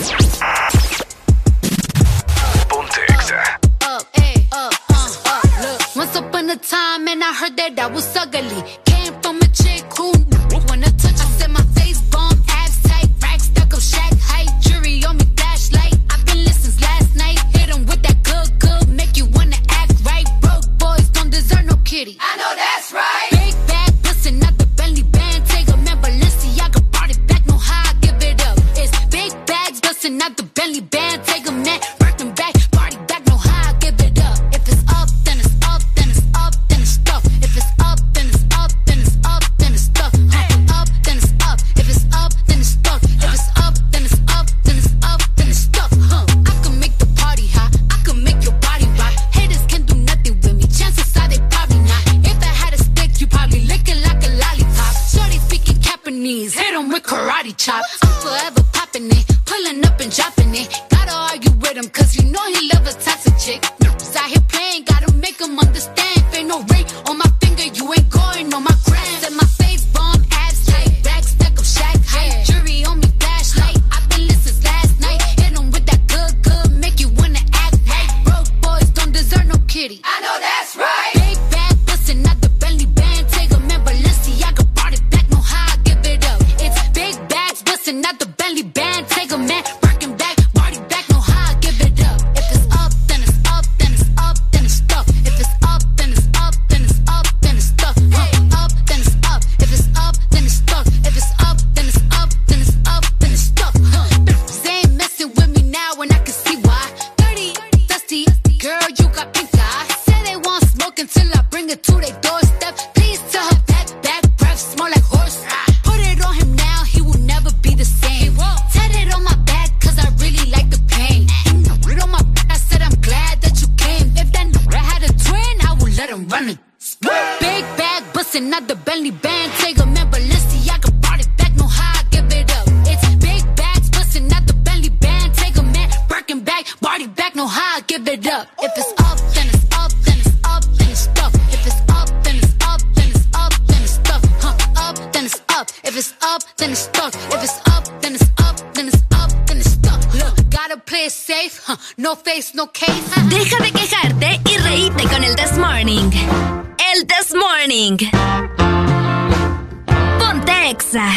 Ponte Exa. Up, eh, up, uh, up, look. Once upon a time and I heard that I was ugly. Came from a chick who wanna touch. I said my face bomb, abs tight, rack stuck up, shack height, jury on me, flashlight. I've been listening since last night. Hit 'em with that good, good, make you wanna act right. Broke boys don't deserve no kitty. I know that's right. Big bag, bustin' out the Bentley band. Take a man, Balenciaga brought it back. Know how I give it up. It's big bags, bustin' out the Bentley band. Take a man, working back, party back. Know how I give it up. If it's up, then it's up, then it's up, then it's stuff. If it's up, then it's up, then it's up, then it's stuff. Hey. Up, then it's up. If it's up, then it's stuff. If it's up, then it's up, then it's up, then it's stuff. Huh? I can make the party hot. I can make your body rock. Haters can do nothing with me. Chances are they probably not. If I had a stick, you probably lick it like a lollipop. Shorty speaking Japanese, hit 'em with karate chops. I'm forever popping it, pulling up and dropping it. Gotta argue with him, cause you know he love a toxic chick. Out here playing, gotta make him understand. If ain't no ring on my finger, you ain't going on my gram. Said my face bomb, abs tight, back stack up, shack height, jury on me, flashlight. I've been listening since last night. Hit 'em with that good, good, make you wanna act right. Broke boys don't deserve no kitty. I know that's right. Big bag, bustin' out the Bentley band. Take a man, Balenciaga brought it back. Know how I give it up. It's big bags, bustin' out the Bentley band. Take a man, working back, body back. Know how I give it up. If it's up, then it's up, then it's up, then it's stuff. If it's up, then it's up, then it's up, then it's stuff. Hey. Up, then it's up. If it's up, then it's stuck. If it's up, then it's up, then it's up, then it's stuff. Huh. They ain't messing with me now and I can see why. Dirty, dusty, girl, you got pink eye. Say they want smoke until I bring it to their doorstep. Please tell her that back breath smell like horse. Put it on him now, he will never be the same. Tat it on my back cause I really like the pain. Read on my back, I said I'm glad that you came. If that nigga had a twin, I would let him run it. Big bag, bustin' out the Bentley band. Take a man, Balenciaga brought it back. Know how I give it up. It's big bags, bustin' out the Bentley band. Take a man, Birkin back, body back. Know how I give it up. If it's up, then it's up, then it's up, then it's stuff. If it's up, then it's up, then it's up, then it's stuff. Huh? Up, then it's up. If it's up, then it's stuck. If it's up, then it's up, then it's up, then it's stuck. Look, gotta play it safe. Huh? No face, no case. Huh? Deja de quejarte y reíte con el This Morning. El This Morning. Ponte Exa.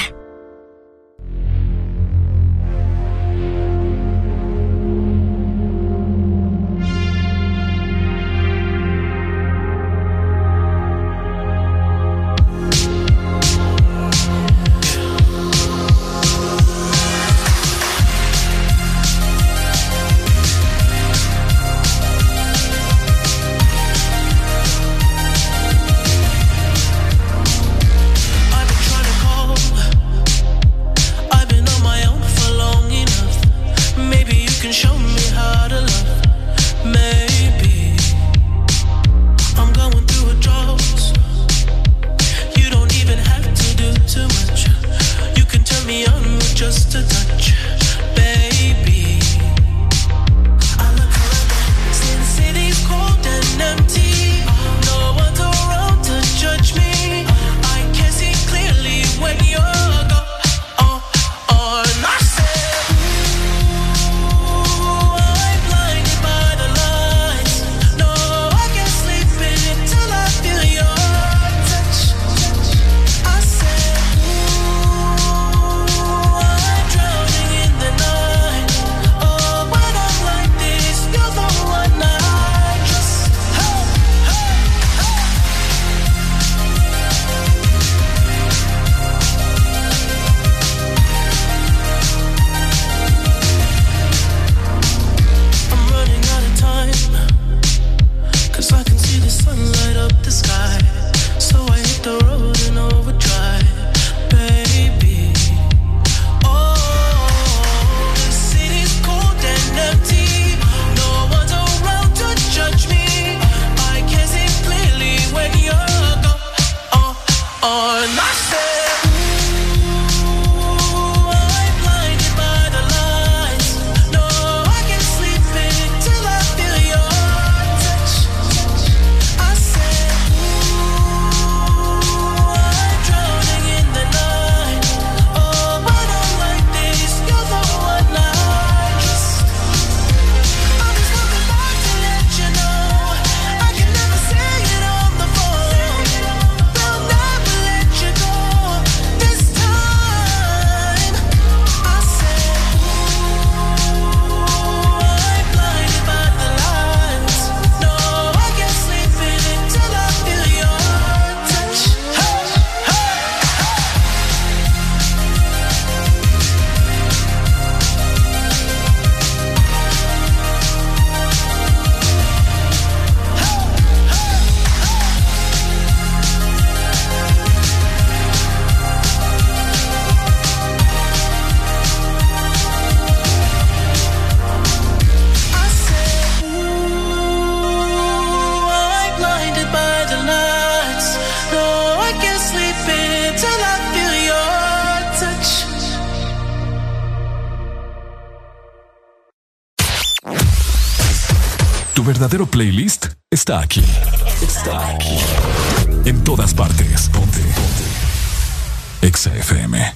Tu verdadero playlist está aquí. Está aquí. En todas partes. Ponte. Ponte. Exa F M.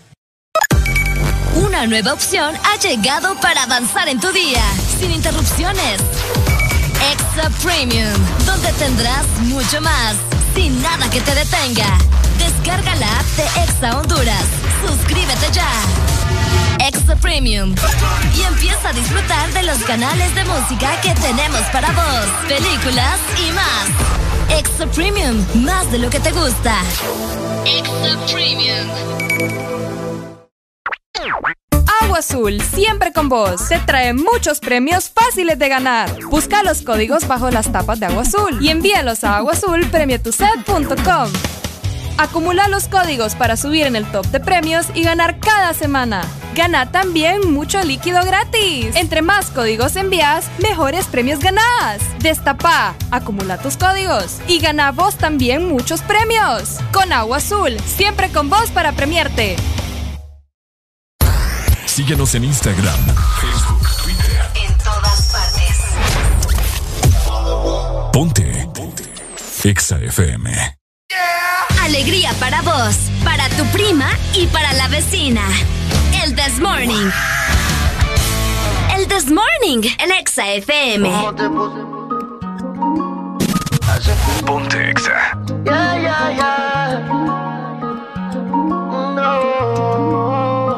Una nueva opción ha llegado para avanzar en tu día, sin interrupciones. Exa Premium, donde tendrás mucho más, sin nada que te detenga. Descarga la app de Exa Honduras. Suscríbete ya. Exa Premium. Y empieza a disfrutar de los canales de música que tenemos para vos, películas y más. Exa Premium, más de lo que te gusta. Exa Premium. Agua Azul, siempre con vos. Te trae muchos premios fáciles de ganar. Busca los códigos bajo las tapas de Agua Azul y envíalos a aguaazul premio tu sed punto com. Acumula los códigos para subir en el top de premios y ganar cada semana. Gana también mucho líquido gratis. Entre más códigos envías, mejores premios ganás. Destapá, acumula tus códigos y gana vos también muchos premios. Con Agua Azul, siempre con vos para premiarte. Síguenos en Instagram, Facebook, Twitter. En todas partes. Ponte. Ponte. Exa F M. Alegría para vos, para tu prima y para la vecina. El This Morning. El This Morning en Exa F M. Ponte Exa. Yeah, yeah, yeah. No.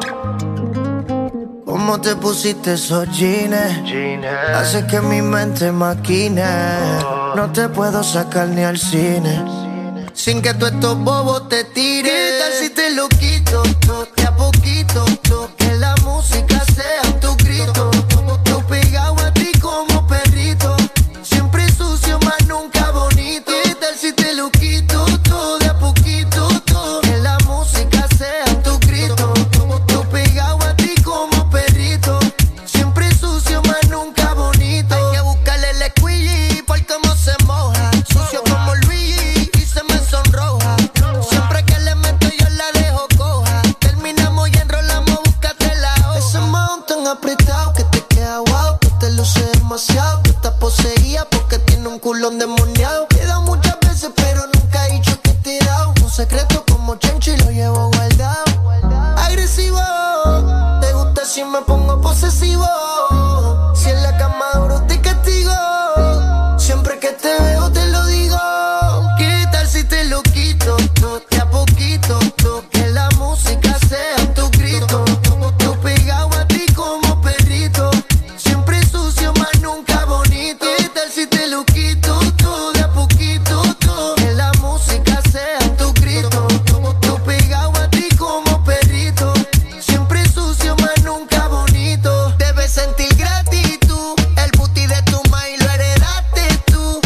¿Cómo te pusiste esos jeans? Hace que mi mente maquine. No te puedo sacar ni al cine sin que tú estos bobos te tires. ¿Qué tal si te lo quito? De a poquito, que la música sea tu grito. Yo pegado a ti como perrito, siempre sucio, más nunca bonito. ¿Qué tal si te lo quito? De a poquito, que la música sea tu grito. Yo pegado a ti como perrito, siempre sucio, más nunca bonito. Hay que buscarle el squeegee por cómo se moja. Sucio como Luigi y se me sonroja. Siempre que le meto yo la dejo coja. Terminamos y enrolamos, búscate la hoja. Ese mount tan apretado que te queda guau. Que te luce demasiado, que estás poseída porque tiene un culón demoniado. Te he dado muchas veces pero nunca he dicho que te he dado. Un secreto como Chencho y lo llevo guardado. Agresivo, te gusta si me pongo posesivo. Si en la cama duro te castigo. Siempre que te veo te lo digo. ¿Qué tal si te lo quito? De a poquito, que la música sea tu grito. Yo pegado a ti como perrito, siempre sucio, más nunca bonito. ¿Qué tal si te lo quito? De a poquito, que la música sea tu grito. Yo pegado a ti como perrito, siempre sucio, más nunca bonito. Debes sentir gratitud, el booty de tu maíz lo heredaste tú.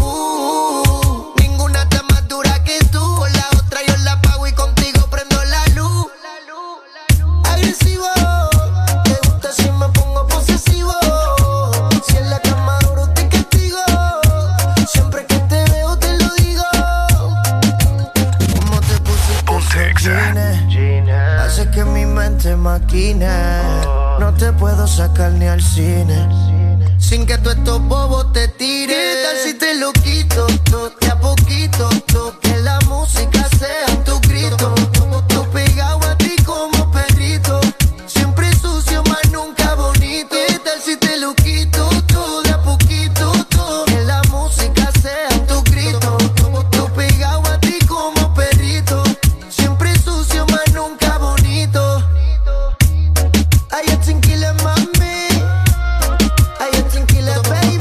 Uh, ninguna está más dura que tú. Con la otra yo la pago y contigo prendo la luz. Agresivo, te gusta si me pongo posesivo. Si en la cama duro te castigo. Siempre que te veo te lo digo. ¿Cómo te pusiste esos jeans? Hace que mi mente maquine. No te puedo sacar ni al cine sin que tú estos bobos te tires. ¿Qué tal si te lo quito? De a poquito, que la música sea tu grito. Yo pegado a ti como perrito, siempre sucio, más nunca bonito. ¿Qué tal si te lo quito? De a poquito, que la música sea tu grito. Yo pegado a ti como perrito, siempre sucio, más nunca bonito. Ay, yo tranquila, mami. Ay, yo tranquila, baby.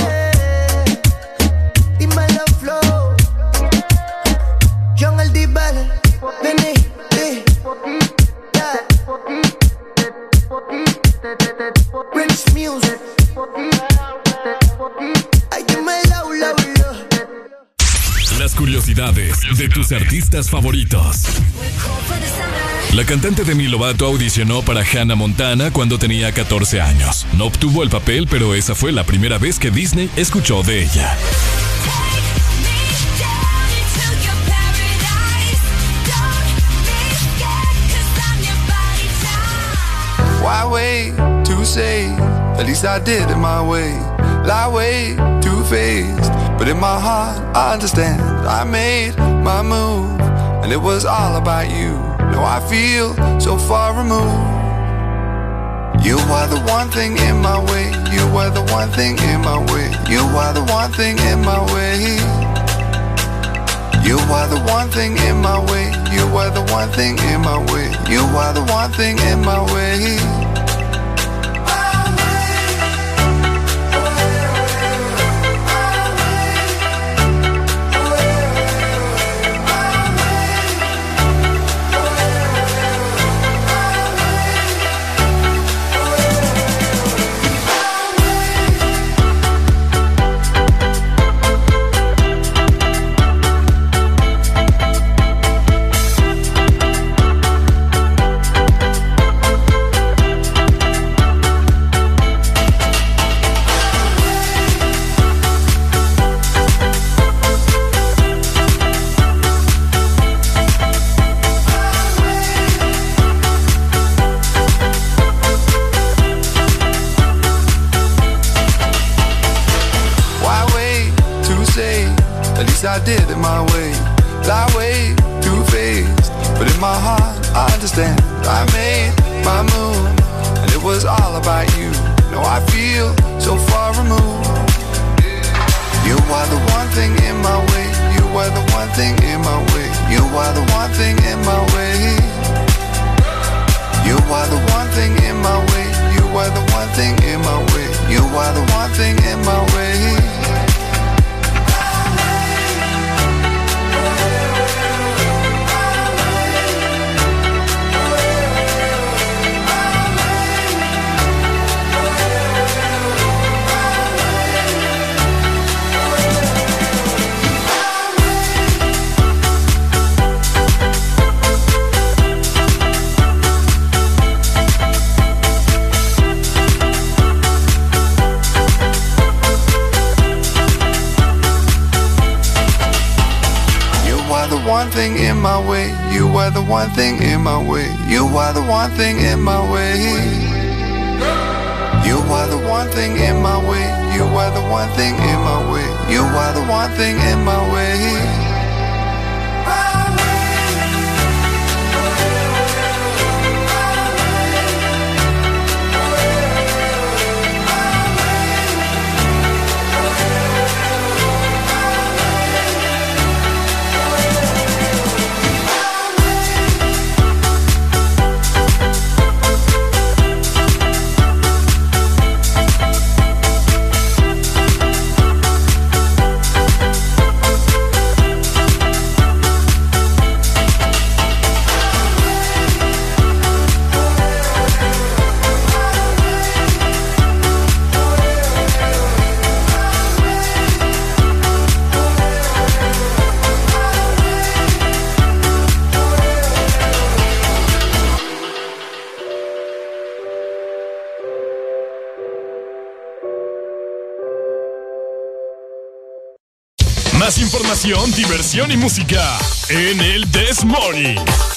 Dímelo, flow. John el Dibal, vení, eh. Yeah. Rich music. Ay, dímelo, low, low. Las curiosidades de tus artistas favoritos. La cantante Demi Lovato audicionó para Hannah Montana cuando tenía catorce años. No obtuvo el papel, pero esa fue la primera vez que Disney escuchó de ella. Why wait to say? At least I did it my way. lie way too faced. But in my heart, I understand. I made my move, and it was all about you. Now I feel so far removed. You are the one thing in my way. You are the one thing in my way. You are the one thing in my way. You are the one thing in my way. You are the one thing in my way. You are the one thing in my way. I did it my way, lie way too faced. But in my heart, I understand. I made my move, and it was all about you. Now I feel so far removed. You are the one thing in my way. You are the one thing in my way. You are the one thing in my way. You are the one thing in my way. You are the one thing in my way. You are the one thing in my way. One thing in my way, you are the one thing in my way. You are the one thing in my way. You are the one thing in my way. You are the one thing in my way. You are the one thing in my way. Más información, diversión y música en el This Morning.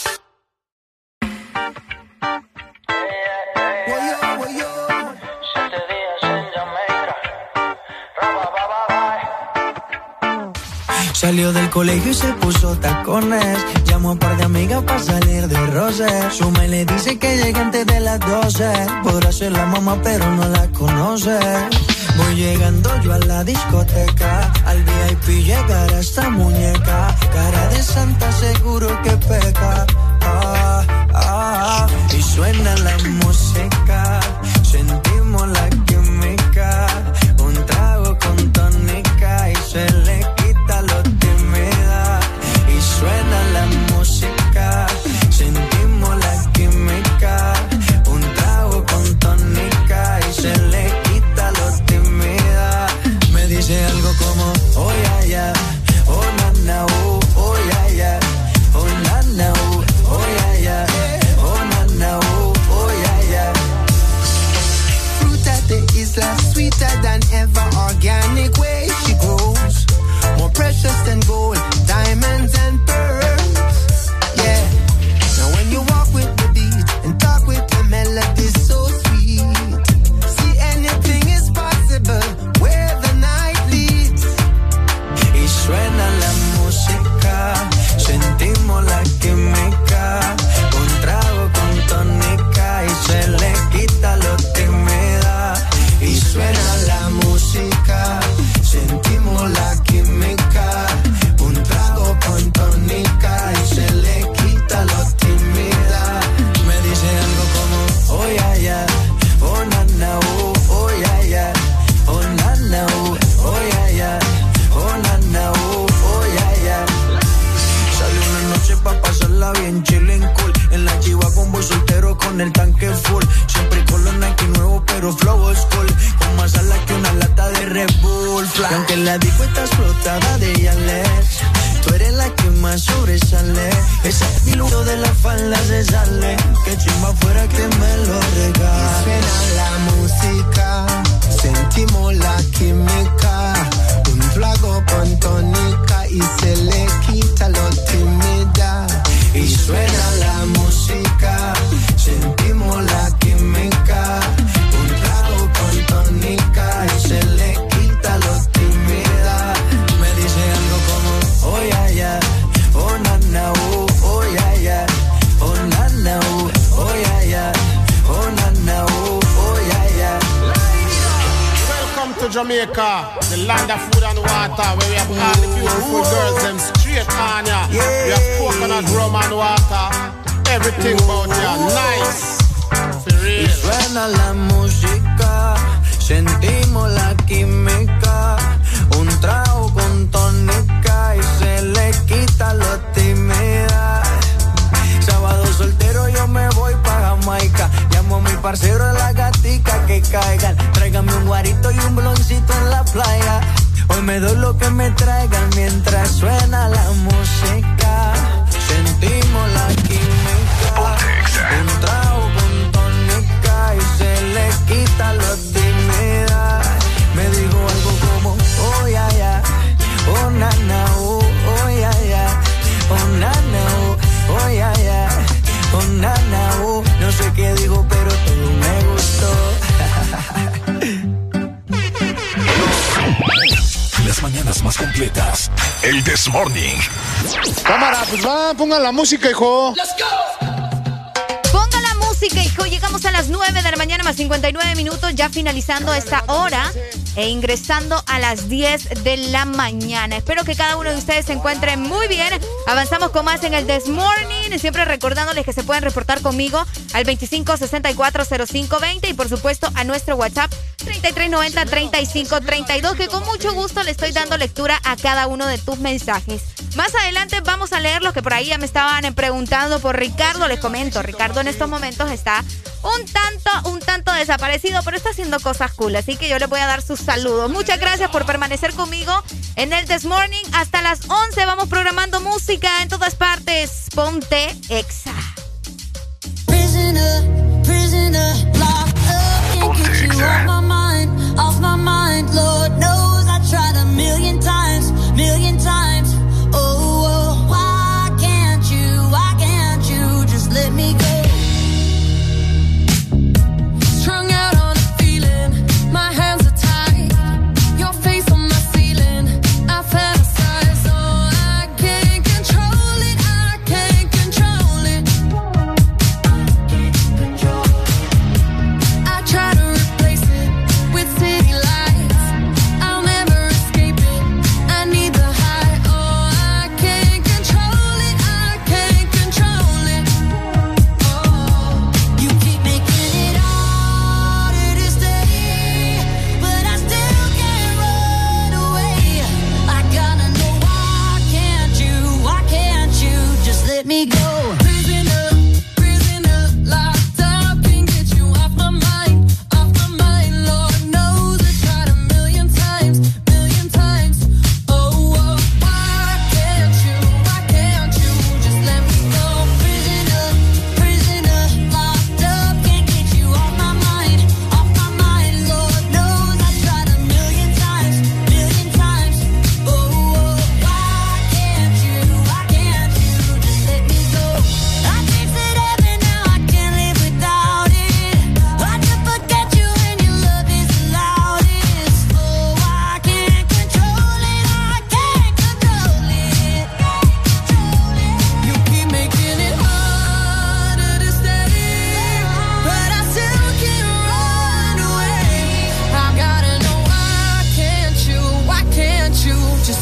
Salió del colegio y se puso tacones. Llamó a un par de amigas para salir de roce. Su mail le dice que llegue antes de las doce. Podrá ser la mamá pero no la conoce. Voy llegando yo a la discoteca. Al V I P llegará esta muñeca. Cara de santa seguro que peca. Ah, ah, y suena la música. Sentimos la química. Un trago con tónica y se le quita lo tímida. Y suena la música. Sentimos la química. Un trago con tónica y se le quita lo tímida. Me dice algo como oh yeah yeah, oh na na oh, oh yeah yeah, oh na na oh, oh yeah yeah, oh na na oh, oh yeah yeah. Fruit at the isla, sweeter than ever, organic way she grows, more precious than gold, diamonds and pearls. Yeah. Now when you walk with the beat and talk with the melody so sweet, see anything is possible. Where música, sentimos la química. Un trago con tónica y se le quita lo tímida. Me dice algo como, oh yeah, yeah, oh na na, oh, oh yeah, yeah, oh na na, oh, oh yeah, yeah, oh na na, oh, oh yeah, yeah. Sale una noche pa' pasarla bien chillin' cool. En la chiva con voy soltero con el tanque full. Siempre con los Nike nuevos pero flow old school. Con más alas que una lata de Red Bull. Y aunque la disco está explotada de Yales, tú eres la que más sobresale. Ese diluto de la falda se sale. Que chimba fuera que me lo regale. Y suena la música, sentimos la química. Un trago con tónica y se le quita lo tímida. Y suena la música, sentimos la química. Un trago con tónica y se le quita lo tímida. Me dice algo como, oh yeah, yeah, oh na na, oh, oh yeah, yeah, oh na na, oh, oh yeah, yeah, oh na na, oh, oh yeah, yeah. Welcome to Jamaica, the land of food and water, where we have all the beautiful girls, them straight on ya. We have coconut rum and water, everything about ya, nice, for real. Y suena la música, sentimos la química. Un trago con tónica y se le quita lo tímida. Sábado soltero yo me voy pa' Jamaica. Llamo a mi parcero de la gatica que caigan. Tráigame un guarito y un bloncito en la playa. Hoy me doy lo que me traigan mientras suena la música. Sentimos la química. Un trago con tónica y se le quita lo tímida. Me dijo algo como, oh yeah, yeah, oh na na, oh, oh yeah, yeah, oh na na, oh, oh yeah, yeah, oh na na, oh. No sé qué dijo, pero todo me gustó. Las mañanas más completas. El This Morning. Cámara, pues va, pongan la música, hijo. Let's go. Ponga la música, hijo. Llegamos a las nueve de la mañana más cincuenta y nueve minutos, ya finalizando esta hora e ingresando a las diez de la mañana. Espero que cada uno de ustedes se encuentre muy bien. Avanzamos con más en el This Morning, siempre recordándoles que se pueden reportar conmigo al veinticinco sesenta y cuatro cero cinco veinte y por supuesto a nuestro WhatsApp treinta y tres noventa treinta y cinco treinta y dos, que con mucho gusto le estoy dando lectura a cada uno de tus mensajes. Más adelante vamos a leer los que por ahí ya me estaban preguntando por Ricardo. Les comento, Ricardo en estos momentos está un tanto, un tanto desaparecido, pero está haciendo cosas cool, así que yo le voy a dar sus saludos. Muchas gracias por permanecer conmigo en el This Morning. Hasta las once vamos programando música en todas partes. Ponte Exa. Prisoner, prisoner, locked up, can't get you off my mind, off my mind. Lord knows I tried a million times, million times. Oh, oh, why can't you, why can't you just let me go? Strung out on a feeling, my hands are tied, your face on my ceiling, I fantasize, oh, I can't control it, I can't control it.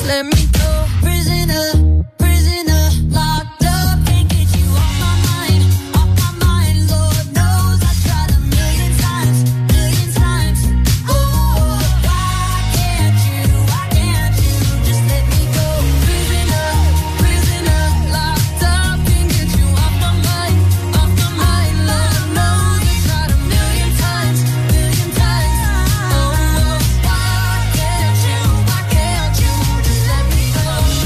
just let me go. Prisoner, prisoner, locked up, can't get you off my mind, off my mind. Lord knows I tried a million times, million times. Oh, why can't you, why can't you just let me go? Prisoner, prisoner, locked up, can't get you off my mind, off my mind. Lord knows I tried a million times, million times. Oh, why can't you, why can't you just let me go?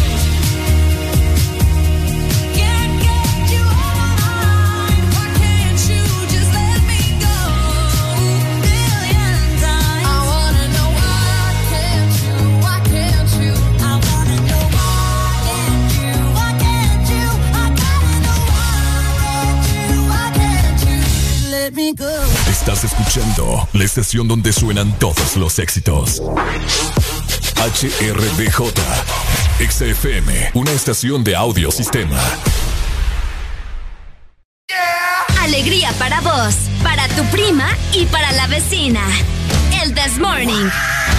Can't get you off my mind, why can't you just let me go? Million times. I wanna know why can't you, why can't you? I wanna know why can't you, why can't you? I gotta know why can't you, why can't you just let me go? Estás escuchando la estación donde suenan todos los éxitos. H R D J X F M, una estación de audio sistema. Alegría para vos, para tu prima y para la vecina. El This Morning.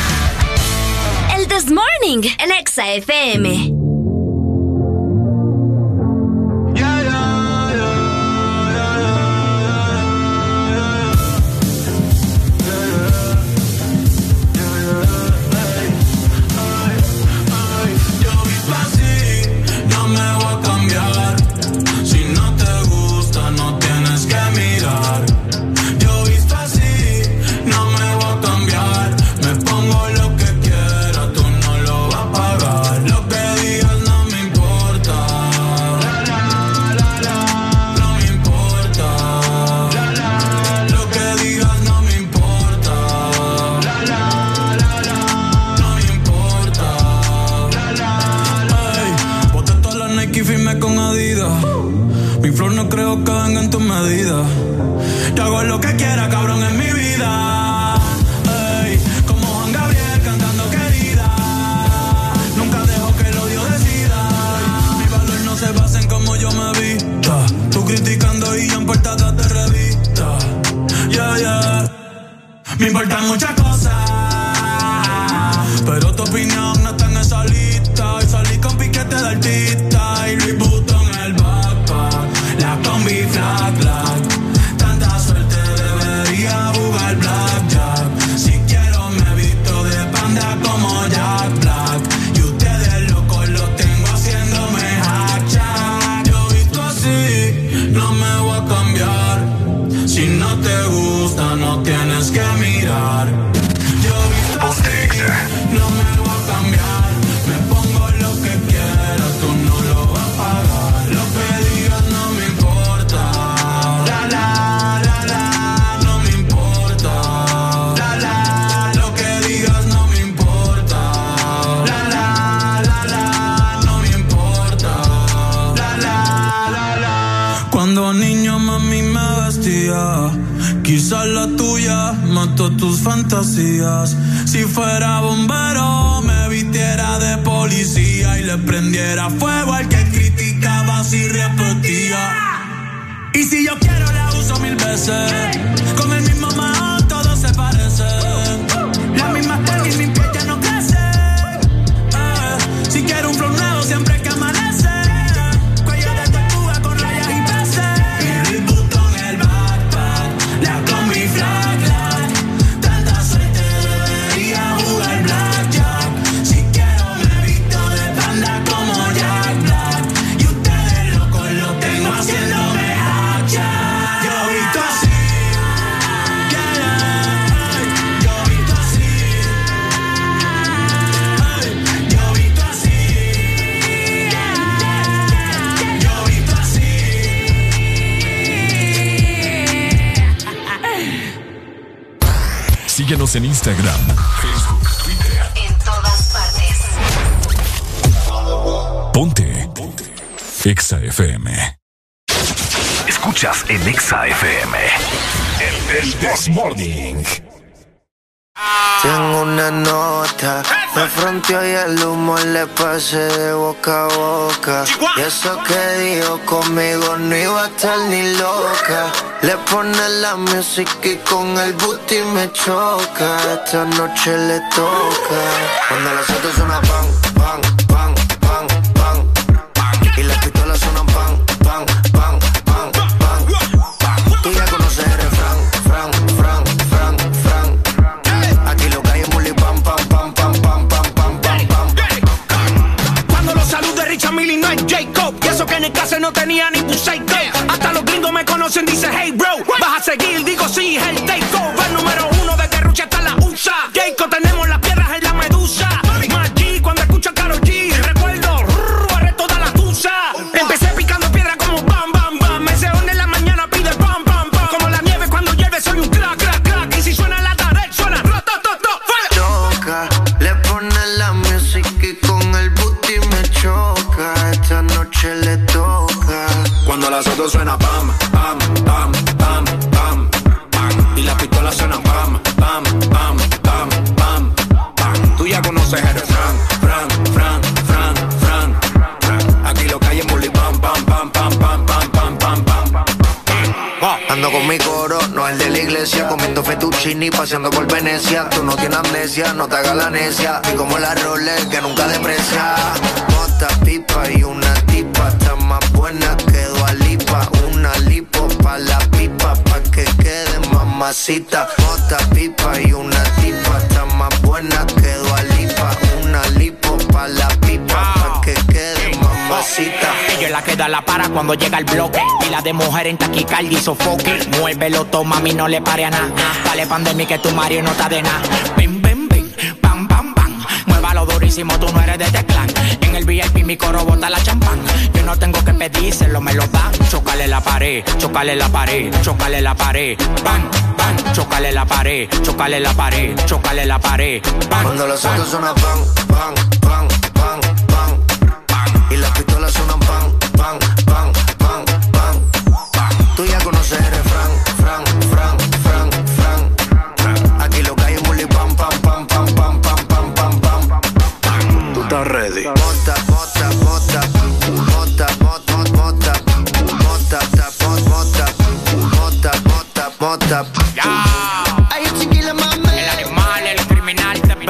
El This Morning, el Exa F M. No me voy a cambiar. Si no te gusta, no tienes que mirar. Yo visto así, no me voy a cambiar. Me pongo lo que quiera, tú no lo vas a pagar. Lo que digas no me importa. No me importa. Lo que digas no me importa. No me importa. Ey, boté todas las Nike y firmé con Adidas. Mi flow no creo que venga en tus medidas. Yo hago lo que quiera, cabrón, en mi vida. Ey, como Juan Gabriel cantando querida. Nunca dejo que el odio decida. Mi valor no se basa en cómo yo me vista. Tú criticando y yo en portadas de revista. Yeah, yeah. Me importan muchas cosas, pero tu opinión no está en esa lista. Y salí con piquete de artista y Louis Vuitton en el backpack. La combi flag, flag. Tanta suerte debería jugar blackjack. Si quiero me visto de panda como Jack Black. Y ustedes locos los tengo haciéndome hacha. Yo visto así, no me voy a cambiar. Si no te gusta, no tienes que mirar. Yo visto así, no me voy a cambiar. Me pongo lo que quiera, tú no lo vas a pagar. Lo que digas no me importa. La la la la, no me importa. La la, lo que digas no me importa. La la la la, no me importa. La la la la. Cuando niño mami me vestía, quizás la tuya mató tus fantasías. Si fuera bombero me vistiera de policía y le prendiera fuego al que criticaba si repetía. Y si yo quiero la uso mil veces. Con el mismo mahón todos se parecen. La misma tela y mi piel ya no crece. Eh, si quiero un flow nuevo siempre hay que amanece. Cuello de tortuga con rayas y peces. Y Louis Vuitton en el backpack. La combi flag, flag. Tanta suerte debería jugar blackjack. Si quiero me visto de panda como Jack Black. Y ustedes locos los tengo haciéndome hacha. Yo visto así, yeah, yeah. Yo visto así, hey. Yo visto así, yo visto así. Síguenos en Instagram, Facebook, Twitter. En todas partes. Ponte. Ponte. Exa F M. Escuchas en Exa F M. El This Morning. Tengo una nota, me fronteó y el humo le pasé de boca a boca. Y eso que dijo conmigo no iba a estar ni loca. Le pone la música y con el booty me choca. Esta noche le toca. Cuando las autos suenan pan, pan, pan, pan, pan, pan. Y las pistolas suenan pan, pan, pan, pan, pan, pan. Tú ya conoces el refrán, fran, fran, fran, fran. Aquí lo que hay es muli pam, pam, pam, pam, pam, pam, pam, pam, pam. Cuando los saludos de Richard Millie no es Jacob. Y eso que en el caso no tenía ni Puseico. Hasta los gringos me conocen, dice hey bro. Vas a seguir, digo sí, el takeover. Número uno de Rucha hasta la U S A. Jacob, tenemos las piedras en la medusa. Maggi, cuando escucho a Karol G. Recuerdo, rrr, arre toda la tusa. Empecé picando piedra como bam, bam, bam. Me se une en la mañana, pide bam, bam, bam. Como la nieve cuando llueve, soy un crack, crack, crack. Y si suena la tarde, suena rotototo. Toca, le pone la música y con el booty me choca. Esta noche le toca. Cuando las autos suena pam, pam, pam, pam, pam, pam. Y las pistolas suenan pam, pam, pam, pam, pam, pam. Tú ya conoces el refrán, fran, fran, fran, fran, fran. Aquí lo que hay es muli pam, pam, pam, pam, pam, pam, pam, pam, pam. Ando con mi coro, no el de la iglesia. Comiendo fettuccini, paseando por Venecia. Tú no tienes amnesia, no te hagas la necia. Y como la Rolex que nunca deprecia. Mota, pipa y una tipa. Está más buena que Dua Lipa. Una lipo pa' la pipa, pa' que quede mamacita. Mota, pipa y una tipa. Está más buena que Dua Lipa. Una lipo pa' la pipa, pa' que quede mamacita. Ella la queda la para cuando llega el bloque. Y la de mujer en taquicardia y sofoque. Muévelo, toma, mami, no le pare a nada. Dale pandemia que tu Mario no está de nada. Ven, ven, ven, pam, pam, pam. Muévalo durísimo, tú no eres de este clan. En el V I P mi coro bota la champán. Yo no tengo que pedírselo, me lo dan. Chocale la pared, chocale la pared, chocale la pared. Bam, bam, chocale la pared, chocale la pared, chocale la pared. Bam, cuando los autos suenan pan, pan, pan, pan, pan, pan. Y las pistolas suenan pan, pan, pan, pan, pan, pan. Tú ya conoces el refrán, fran, fran, fran, fran. Aquí lo que hay es muli pam, pam, pam, pam, pam, pam, pam, pam, pam. Tú estás ready. Mota, mota, mota, mota, mota, mota, mota, mota, mota, mota, mota. Ay, chiquila, mami. El animal, el criminal también.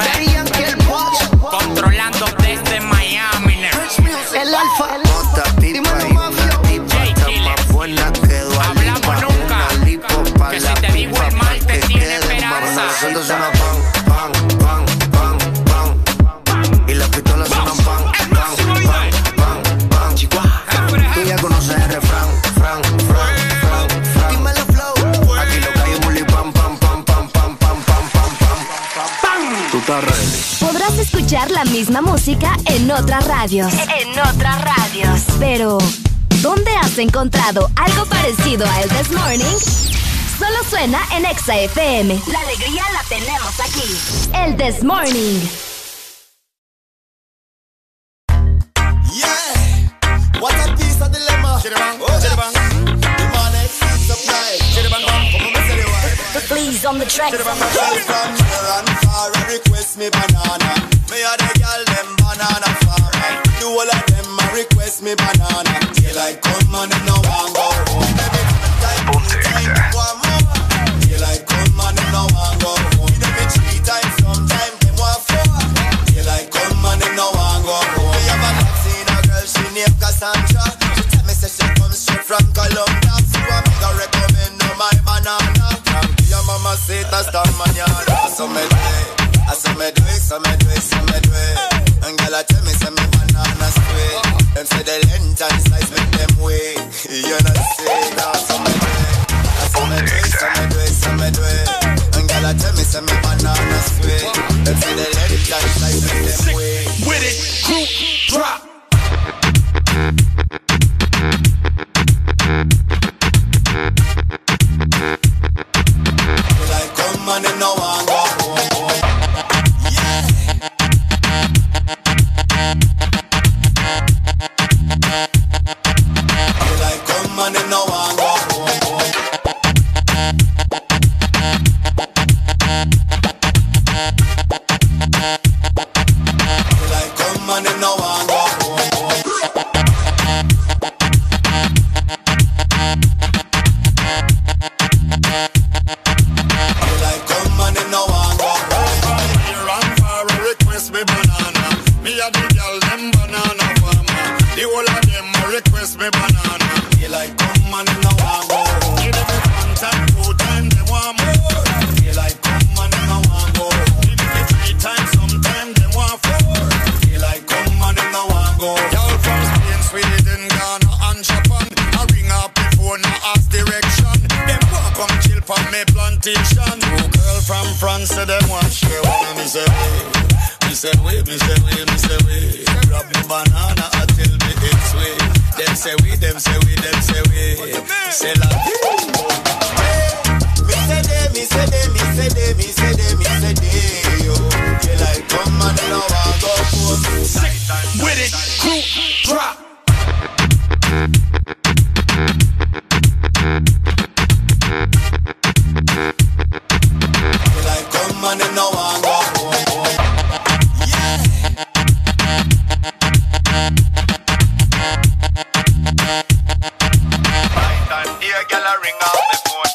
Controlando desde Miami. El alfa, mota, pipa y una tipa. Está más buena que Dua Lipa. Una lipo pa' la pipa, pa' que quede esperanza. Cuando los suenan pan, pan, pan, pan, pan. Y las pistolas suenan pan, pan, pan, pan, pan. Tú ya conoces el refrán, fran, fran, fran, fran. Dímelo flow. Aquí lo que hay es muli pam, pam, pam, pam, pam, pam, pam, pam, pam. Tú estás ready. Podrás escuchar la misma música en otras radios. En otras radios. Pero, ¿dónde has encontrado algo parecido a El This Morning? Solo suena en Exa F M. La alegría la tenemos aquí. El This Morning. Yeah, what a piece of dilemma. Chiribang, oh, chiribang. The money, supply. Chiribang, como me sale igual. Please on the track. Chiribang, girl from near and far and request me banana. Me a the girl them banana farmer. The whole of them a request me banana. Daylight come and them no want go home. Baby, time, time, one more. Daylight come and them no want go home. Give them three times, sometime them want four. Daylight come and them no want go home. Me have a seen a girl, she named Cassandra. She tell me say she come straight from Colombia. So I make her recommend no my banana. Your mama say that's the mañana. So me do it, I so me do it, so me do it, so me do it. And girl I tell me say me banana sweet. Them say the length and size make them weak. You know say that, so me do it, I so me do it, so me do it, so me do it. And girl I tell me say me banana sweet. Them say the length and size make them weak. With it, group drop. Like come and them no want go home. Yeah. Like come and them no want go home. money, no one go home. You like come money, no one go home. You run for a request me banana. Me a the girl them banana farmer. The whole of them a request me banana. You like come money, no one go home. Give them a one time, two time, they want more. You like come money, no one go home. Give them a three times, sometime they want four. You like come money, no one go home. Y'all from Spain, Sweden, Ghana and Japan. I ring up before no ask direction. Them want come chill for me plantation. Two girl from France say them want share one. Me say wait, me say wait, me say wait, me say wait. Grab me banana until me it's way. Them say we, them say we, them say we. Say la Me say they, me say they, me say they, me say they, me say they, yo. You like come on, now I go home. with it, crew, drop. You like come on, now I go home. Yeah. Right time, here, girl, I ring out the phone.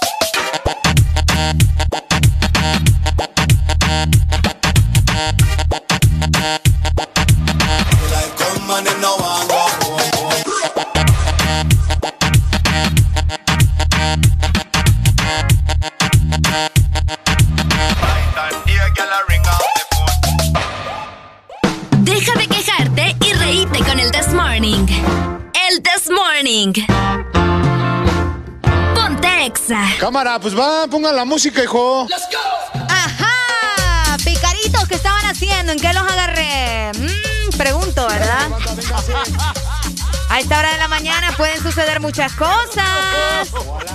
You like come on, now I go home. Right time, here, girl, I ring out the phone. Deja de quejarte y reíte con el This Morning. El This Morning. Ponte Exa. Cámara, pues va, pongan la música, hijo. Ajá, picaritos, ¿qué estaban haciendo? ¿En qué los agarré? Mmm, pregunto, ¿verdad? A esta hora de la mañana pueden suceder muchas cosas.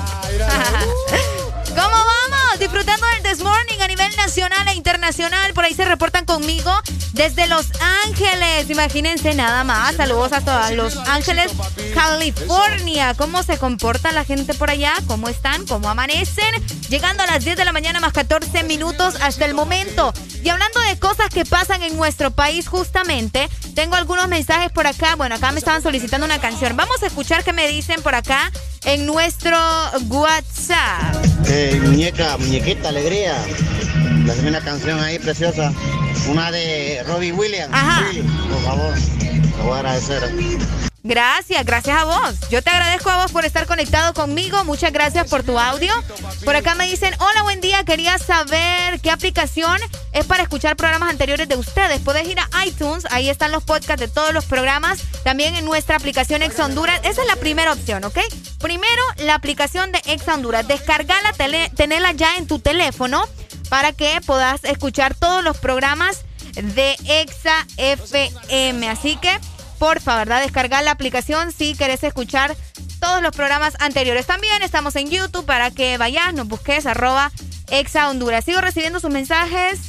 ¿Cómo vamos? Disfrutando del This Morning a nivel nacional e internacional. Por ahí se reportan conmigo desde Los Ángeles. Imagínense nada más. Saludos a todos Los Ángeles, California. ¿Cómo se comporta la gente por allá? ¿Cómo están? ¿Cómo amanecen? Llegando a las diez de la mañana más catorce minutos hasta el momento. Y hablando de cosas que pasan en nuestro país justamente, tengo algunos mensajes por acá. Bueno, acá me estaban solicitando una canción. Vamos a escuchar qué me dicen por acá en nuestro WhatsApp. Eh, muñeca, muñequita, alegría. Dame una canción ahí preciosa. Una de Robbie Williams. Ajá. Sí, por favor. Te voy a agradecer. Gracias, gracias a vos. Yo te agradezco a vos por estar conectado conmigo. Muchas gracias por tu audio. Por acá me dicen, hola, buen día. Quería saber qué aplicación es para escuchar programas anteriores de ustedes. Puedes ir a iTunes. Ahí están los podcasts de todos los programas. También en nuestra aplicación Exa Honduras. Esa es la primera opción, ¿ok? Primero, la aplicación de Exa Honduras. Descargala, tele, tenerla ya en tu teléfono para que puedas escuchar todos los programas de Exa F M. Así que porfa, ¿verdad? Descargar la aplicación si querés escuchar todos los programas anteriores. También estamos en YouTube para que vayas, nos busques, arroba Exa Honduras. Sigo recibiendo sus mensajes.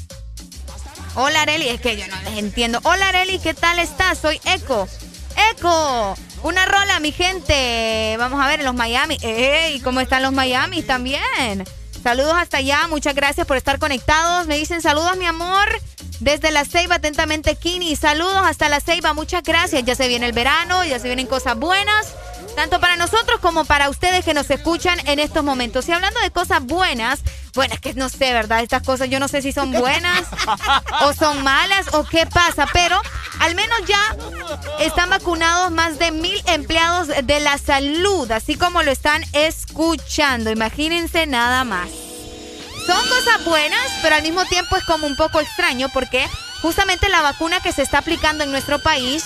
Hola, Areli, es que yo no les entiendo. Hola, Areli, ¿qué tal estás? Soy Eco. Eco, una rola, mi gente. Vamos a ver, en los Miami. ¡Ey! ¿Cómo están los Miami también? Saludos hasta allá, muchas gracias por estar conectados. Me dicen saludos, mi amor. Desde La Ceiba, atentamente, Kini. Saludos hasta La Ceiba, muchas gracias. Ya se viene el verano, ya se vienen cosas buenas, tanto para nosotros como para ustedes que nos escuchan en estos momentos. Y hablando de cosas buenas, bueno, es que no sé, ¿verdad? Estas cosas yo no sé si son buenas o son malas o qué pasa, pero al menos ya están vacunados más de mil empleados de la salud, así como lo están escuchando. Imagínense nada más. Son cosas buenas, pero al mismo tiempo es como un poco extraño porque justamente la vacuna que se está aplicando en nuestro país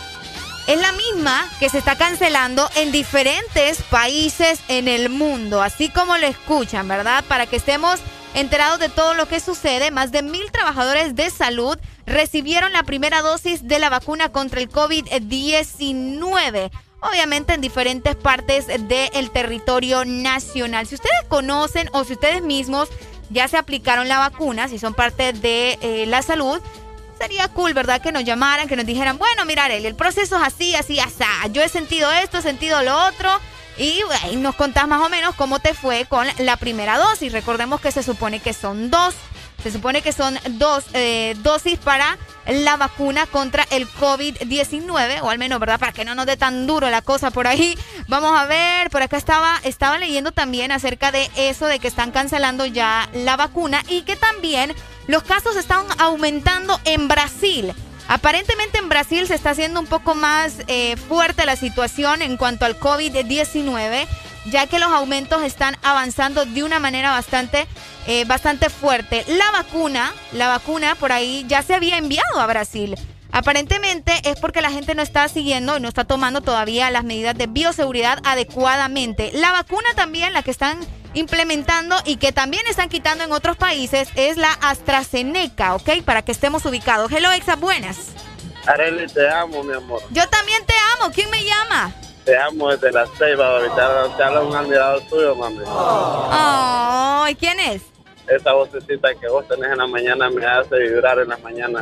es la misma que se está cancelando en diferentes países en el mundo, así como lo escuchan, ¿verdad? Para que estemos enterados de todo lo que sucede, más de mil trabajadores de salud recibieron la primera dosis de la vacuna contra el COVID diecinueve. Obviamente en diferentes partes del territorio nacional. Si ustedes conocen o si ustedes mismos ya se aplicaron la vacuna, si son parte de eh, la salud, sería cool, ¿verdad? Que nos llamaran, que nos dijeran, bueno, mira, Arely, el proceso es así, así, así. Yo he sentido esto, he sentido lo otro. Y bueno, nos contás más o menos cómo te fue con la primera dosis. Recordemos que se supone que son dos. Se supone que son dos eh, dosis para la vacuna contra el COVID diecinueve, o al menos, ¿verdad? Para que no nos dé tan duro la cosa por ahí. Vamos a ver, por acá estaba, estaba leyendo también acerca de eso, de que están cancelando ya la vacuna y que también los casos están aumentando en Brasil. Aparentemente en Brasil se está haciendo un poco más eh, fuerte la situación en cuanto al COVID diecinueve, ya que los aumentos están avanzando de una manera bastante, eh, bastante fuerte. La vacuna, la vacuna por ahí ya se había enviado a Brasil. Aparentemente es porque la gente no está siguiendo y no está tomando todavía las medidas de bioseguridad adecuadamente. La vacuna también, la que están implementando y que también están quitando en otros países, es la AstraZeneca, ¿ok? Para que estemos ubicados. Hello, Exa, buenas. Arely, te amo, mi amor. Yo también te amo. ¿Quién me llama? Te amo desde la Ceiba, ahorita te habla un admirador tuyo, mami. Oh, ¿y quién es? Esa vocecita que vos tenés en la mañana me hace vibrar en las mañanas.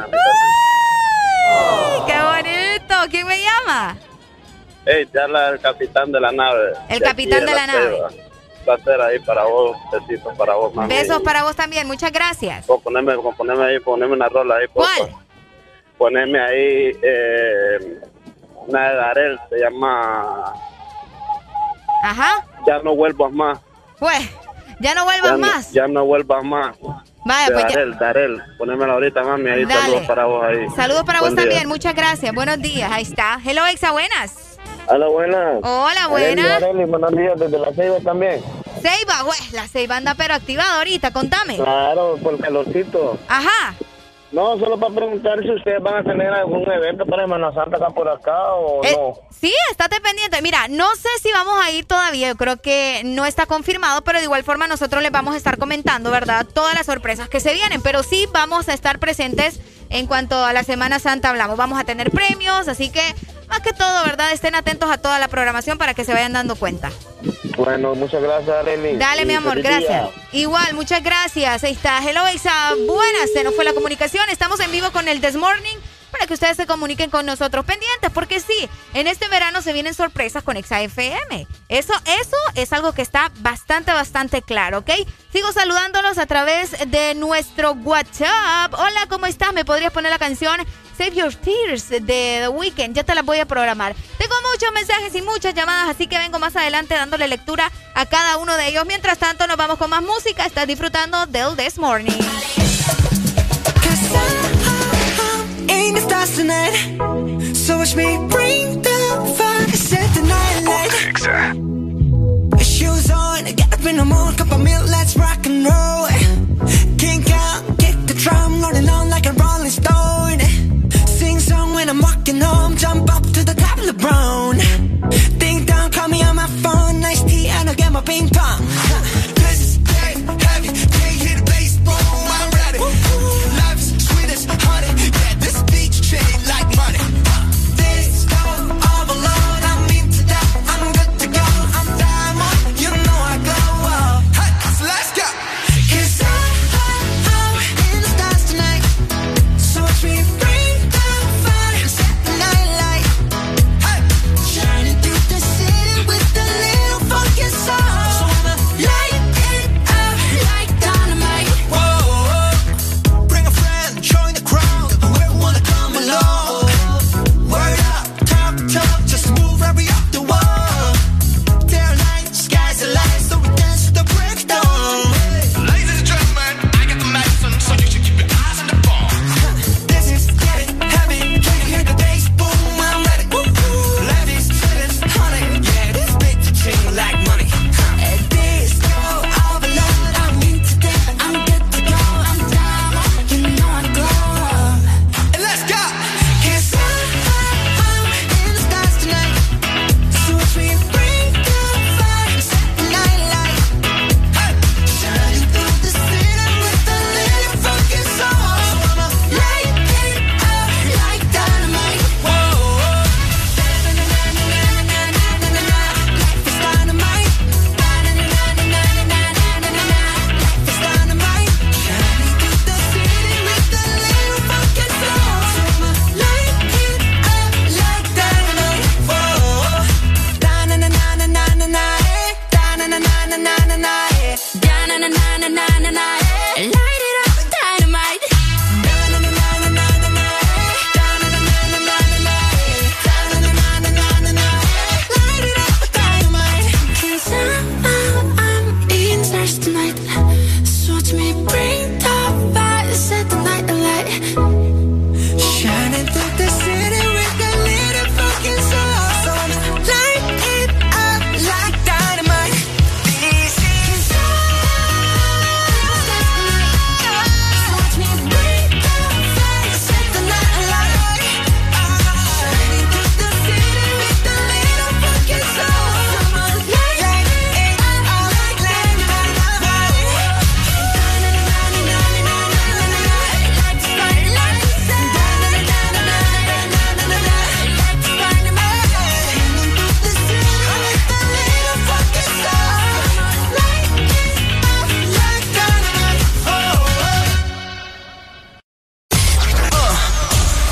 ¡Ay, qué bonito! ¿Quién me llama? Hey, te habla el capitán de la nave. El capitán de la nave. Un placer ahí para vos, besitos para vos, mami. Besos para vos también, muchas gracias. Poneme, poneme ahí, poneme una rola ahí. ¿Cuál? Porfa. Poneme ahí... Eh, una de Darel, se llama... Ajá. Ya no vuelvas más. Pues, ya no vuelvas ya más. No, ya no vuelvas más. Vaya, de pues Darel, ya. Darel, ponémela ahorita, mami, ahí. Dale. Saludos para vos ahí. Saludos para Buen vos día. también, muchas gracias. Buenos días, ahí está. Hello, Exa, buenas. Hola, buenas. Hola, buenas. Arely, Arely, buenos días desde la Ceiba también. Ceiba, güey, la Ceiba anda pero activada ahorita, contame. Claro, por el calorcito. Ajá. No, solo para preguntar si ustedes van a tener algún evento para Semana Santa acá por acá o Eh, no. Sí, estate pendiente. Mira, no sé si vamos a ir todavía, yo creo que no está confirmado, pero de igual forma nosotros les vamos a estar comentando, ¿verdad? Todas las sorpresas que se vienen, pero sí vamos a estar presentes en cuanto a la Semana Santa hablamos. Vamos a tener premios, así que más que todo, ¿verdad? Estén atentos a toda la programación para que se vayan dando cuenta. Bueno, muchas gracias, Arely. Dale, Y mi amor, feliz gracias. día. Igual, muchas gracias. Ahí está. Hello, Exa. Buenas, se nos fue la comunicación. Estamos en vivo con el This Morning para que ustedes se comuniquen con nosotros pendientes, porque sí, en este verano se vienen sorpresas con Exa F M. Eso, eso es algo que está bastante, bastante claro, ¿ok? Sigo saludándolos a través de nuestro WhatsApp. Hola, ¿cómo estás? ¿Me podrías poner la canción Save Your Tears de The Weeknd? Ya te la voy a programar. Tengo muchos mensajes y muchas llamadas, así que vengo más adelante dándole lectura a cada uno de ellos. Mientras tanto, nos vamos con más música. Estás disfrutando del This Morning. Ain't the stars tonight, so watch me bring the fire, set the night light. Shoes on, get up in the mood, cup of milk, let's rock and roll. Kink out, kick the drum, rolling on like a rolling stone. Sing song when I'm walking home, jump up to the top of the brown. Ding dong, call me on my phone, nice tea and I'll get my ping pong. This is dead heavy, can't hear the bass, boom, I'm ready. Life is sweet as honey, yeah, this beach chain like money. This love all alone, I'm into that, I'm good to go. I'm diamond, you know I glow up. Hey, so let's go. 'Cause I, I, I'm in the stars tonight, so watch me bring the fire, set the night light. Hey, shining through the city with a little funky soul. So I'ma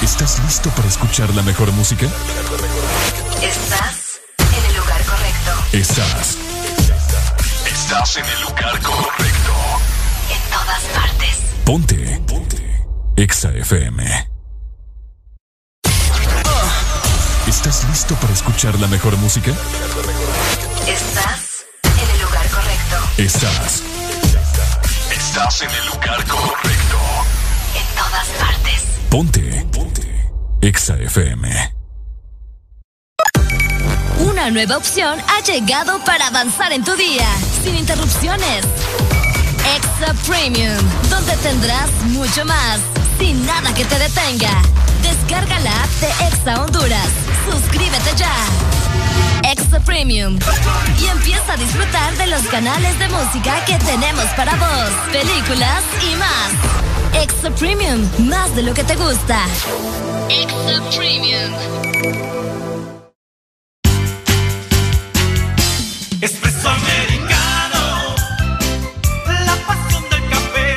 ¿Estás listo para escuchar la mejor música? Estás en el lugar correcto. Estás. Estás en el lugar correcto. En todas partes. Ponte. Ponte. Exa F M. ¿Estás listo para escuchar la mejor música? Estás en el lugar correcto. Estás. Estás en el lugar correcto. En todas partes. Ponte. Ponte. Exa F M. Una nueva opción ha llegado para avanzar en tu día, sin interrupciones. Exa Premium, donde tendrás mucho más, sin nada que te detenga. Descarga la app de Exa Honduras. Suscríbete ya. Exa Premium. Y empieza a disfrutar de los canales de música que tenemos para vos, películas y más. Exa Premium, más de lo que te gusta. Exa Premium. Espresso americano, la pasión del café,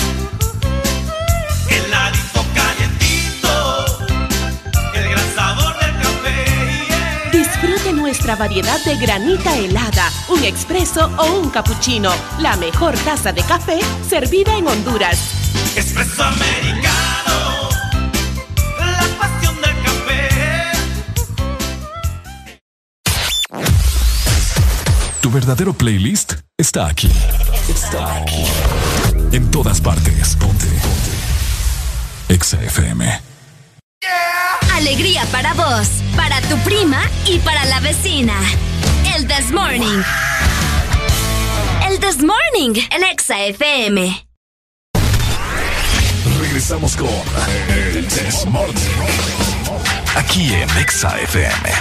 heladito calientito, el gran sabor del café. Yeah. Disfrute nuestra variedad de granita helada, un expreso o un cappuccino, la mejor taza de café servida en Honduras. Espresso americano, la pasión del café. Tu verdadero playlist está aquí. Está aquí. En todas partes. Ponte. Ponte. Exa F M. Alegría para vos, para tu prima y para la vecina. El This Morning. El This Morning, el Exa F M. Regresamos con el This Morning. Aquí en Exa F M.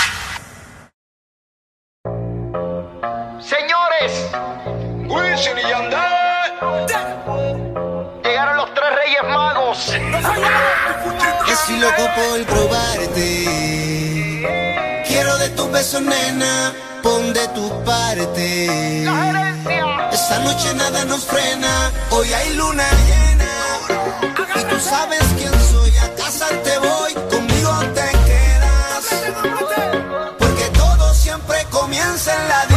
Señores, Wisin y Yandel, llegaron los tres Reyes Magos. Estoy loco por probarte. Quiero de tus besos, nena, pon de tu parte. Esta noche nada nos frena. Hoy hay luna llena y tú sabes quién soy. A casa te voy, conmigo te quedas, porque todo siempre comienza en la disco.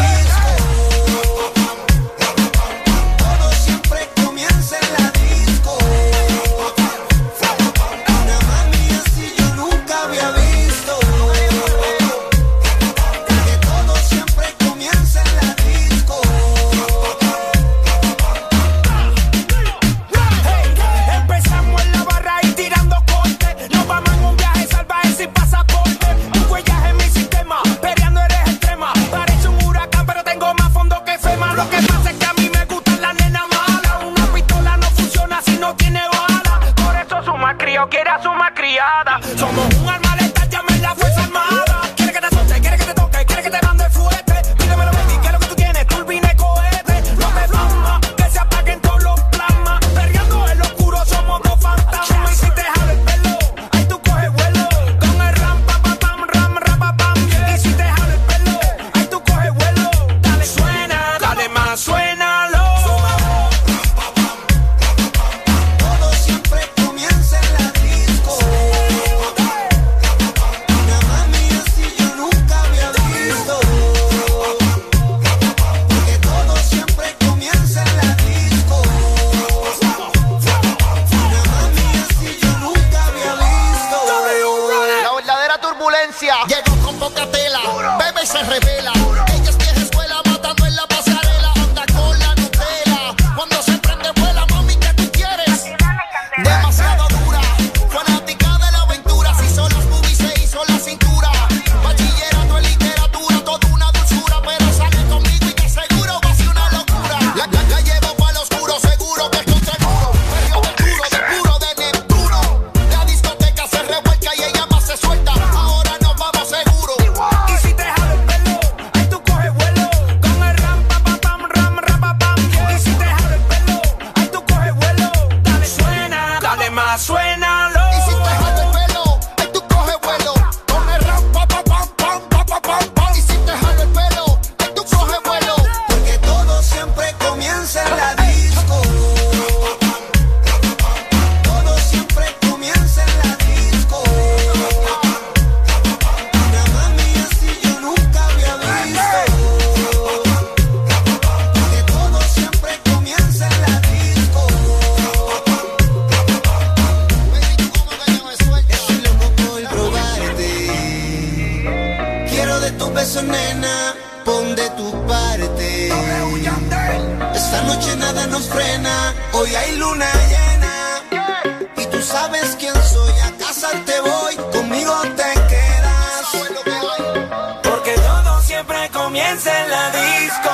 Quiere a su malcriada. Somos un arma letal, llamen la fuerza armada. Quiere que te azote, quiere que te toque, quiere que te mande fuerte. Pídemelo, baby, que es lo que tú tienes, turbina y cohete. No te flama, que se apaguen todos los plasmas. Perreando en lo oscuro, somos dos fantasmas. Y si te jala el pelo, ahí tú coges vuelo. Con el ram, pa, pa, pam, ram, ram, pa, pam, yeah. Y si te jala el pelo, ahí tú coges vuelo. Dale, suena, dale más, suénalo. Llegó con poca tela, bebe y se revela. Ella es vieja escuela, matando en la pasarela. Anda con la Nutella, cuando se prende vuela. Mami, ¿qué tú quieres? Demasiado dura, fanática de la aventura. Si son las boobies se hizo la cintura. Bachillerato en literatura, toda una dulzura. Pero sale conmigo y que seguro va a ser una locura. La, la, la llevo para el oscuro, seguro que estoy seguro. Perreo de puro, de puro de Neptuno. La discoteca se revuelca y ella más se suelta. Ahora nos vamos seguro. Y si te jala el pelo, tu parte. Esta noche nada nos frena, hoy hay luna llena. Y tú sabes quién soy, a casa te voy, conmigo te quedas. Porque todo siempre comienza en la disco.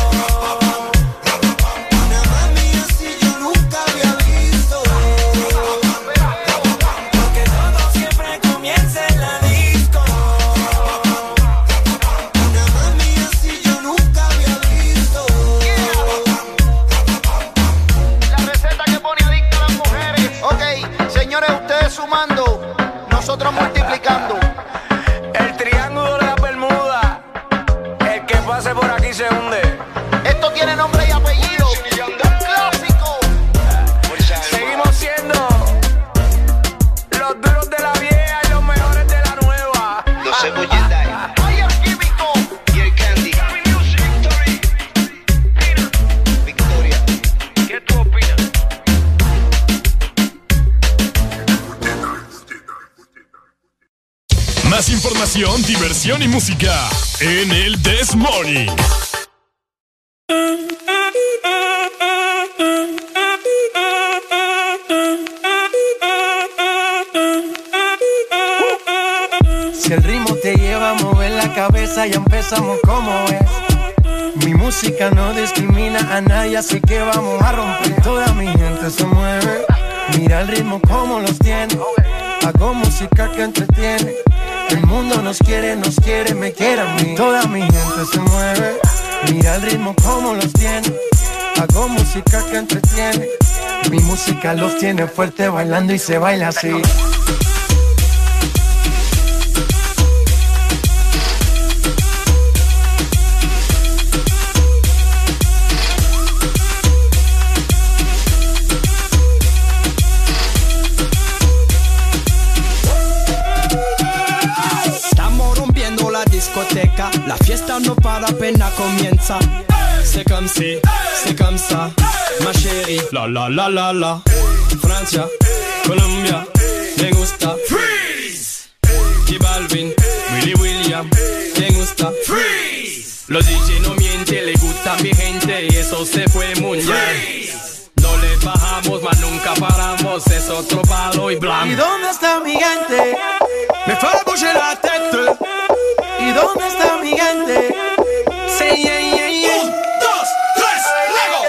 Nosotros multiplicando. El triángulo de la Bermuda, el que pase por aquí se hunde. Esto tiene nombre y apellido. Un clásico. Seguimos siendo los duros de la vieja y los mejores de la nueva. Los cebolletas. Ay, el químico. Y el candy. Victoria. ¿Qué tú opinas? Más información, diversión y música en el This Morning. Si el ritmo te lleva a mover la cabeza, ya empezamos como es. Mi música no discrimina a nadie, así que vamos a romper. Toda mi gente se mueve, mira el ritmo como los tiene. Hago música que entretiene. El mundo nos quiere, nos quiere, me quiere a mí. Toda mi gente se mueve, mira el ritmo como los tiene. Hago música que entretiene. Mi música los tiene fuerte bailando y se baila así. La fiesta no para, apenas comienza. C'est comme si, c'est comme ça, ma chérie. La la la la la. Francia, Colombia, me gusta. Freeze. J Balvin, Willy William, me gusta. Freeze. Los D J no mienten, le gusta a mi gente y eso se fue muy bien. No le bajamos, mas nunca paramos, es otro palo y blanco. ¿Y dónde está mi gente? Me fue a bouger la tête. ¿Y dónde está mi gente? Sí, yeah, yeah, yeah. Un, dos, tres, luego.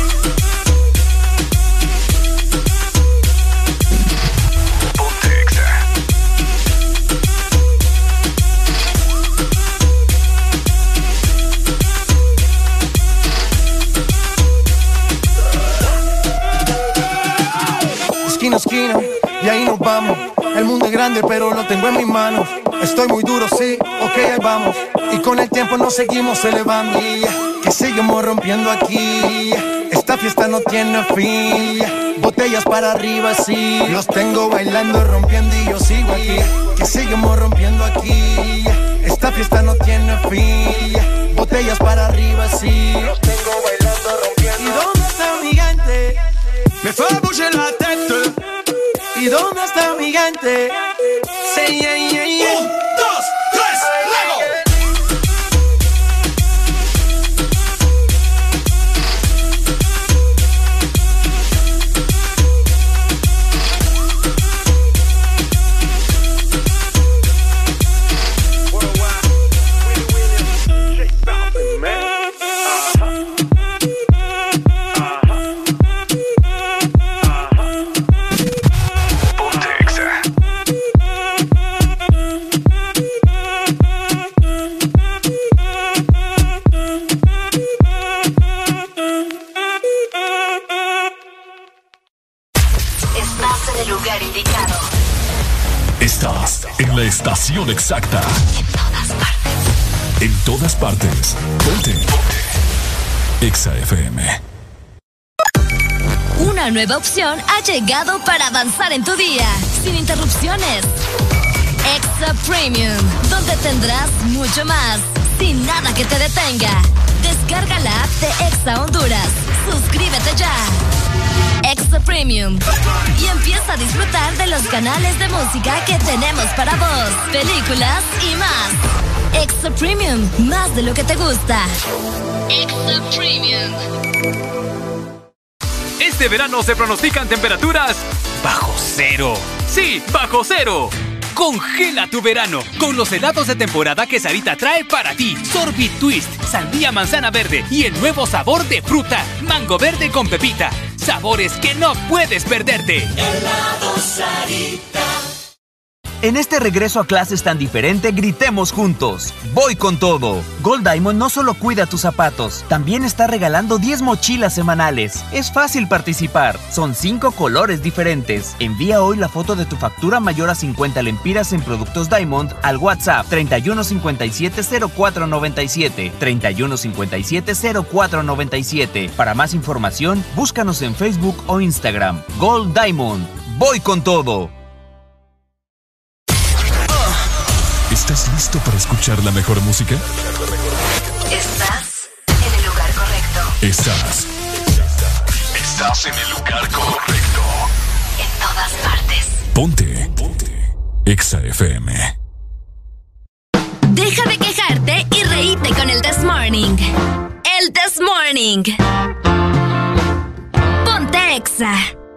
Ponte Exa. Esquina a esquina, y ahí nos vamos. El mundo es grande, pero lo tengo en mis manos. Estoy muy duro, sí, ok, ahí vamos. Y con el tiempo nos seguimos elevando. Que seguimos rompiendo aquí. Esta fiesta no tiene fin. Botellas para arriba, sí. Los tengo bailando, rompiendo y yo sigo aquí. Que seguimos rompiendo aquí. Esta fiesta no tiene fin. Botellas para arriba, sí. Los tengo bailando, rompiendo. ¿Y dónde está mi gente? Me fue a bouger la tête. ¿Y dónde está mi gente? Sí, yeah, yeah, yeah. Un, dos, tres, luego. Estás en la estación exacta. En todas partes. En todas partes. Ponte. Exa F M. Una nueva opción ha llegado para avanzar en tu día, sin interrupciones. Exa Premium, donde tendrás mucho más, sin nada que te detenga. Descarga la app de Exa Honduras. Suscríbete ya. Exa Premium. Y empieza a disfrutar de los canales de música que tenemos para vos, películas y más. Extra Premium, más de lo que te gusta. Extra Premium. Este verano se pronostican temperaturas bajo cero. Sí, bajo cero. Congela tu verano con los helados de temporada que Sarita trae para ti. Sorbit Twist, sandía manzana verde y el nuevo sabor de fruta, mango verde con pepita. Sabores que no puedes perderte. Helado Sarita. En este regreso a clases tan diferente, gritemos juntos. ¡Voy con todo! Gold Diamond no solo cuida tus zapatos, también está regalando diez mochilas semanales. Es fácil participar. Son cinco colores diferentes. Envía hoy la foto de tu factura mayor a cincuenta lempiras en productos Diamond al WhatsApp treinta y uno cincuenta y siete cero cuatro noventa y siete. treinta y uno cincuenta y siete cero cuatro noventa y siete. Para más información, búscanos en Facebook o Instagram. Gold Diamond. ¡Voy con todo! ¿Estás listo para escuchar la mejor música? Estás en el lugar correcto. Estás. Estás en el lugar correcto. En todas partes. Ponte. Ponte. Exa F M. Deja de quejarte y reíte con el This Morning. El This Morning. Ponte Exa.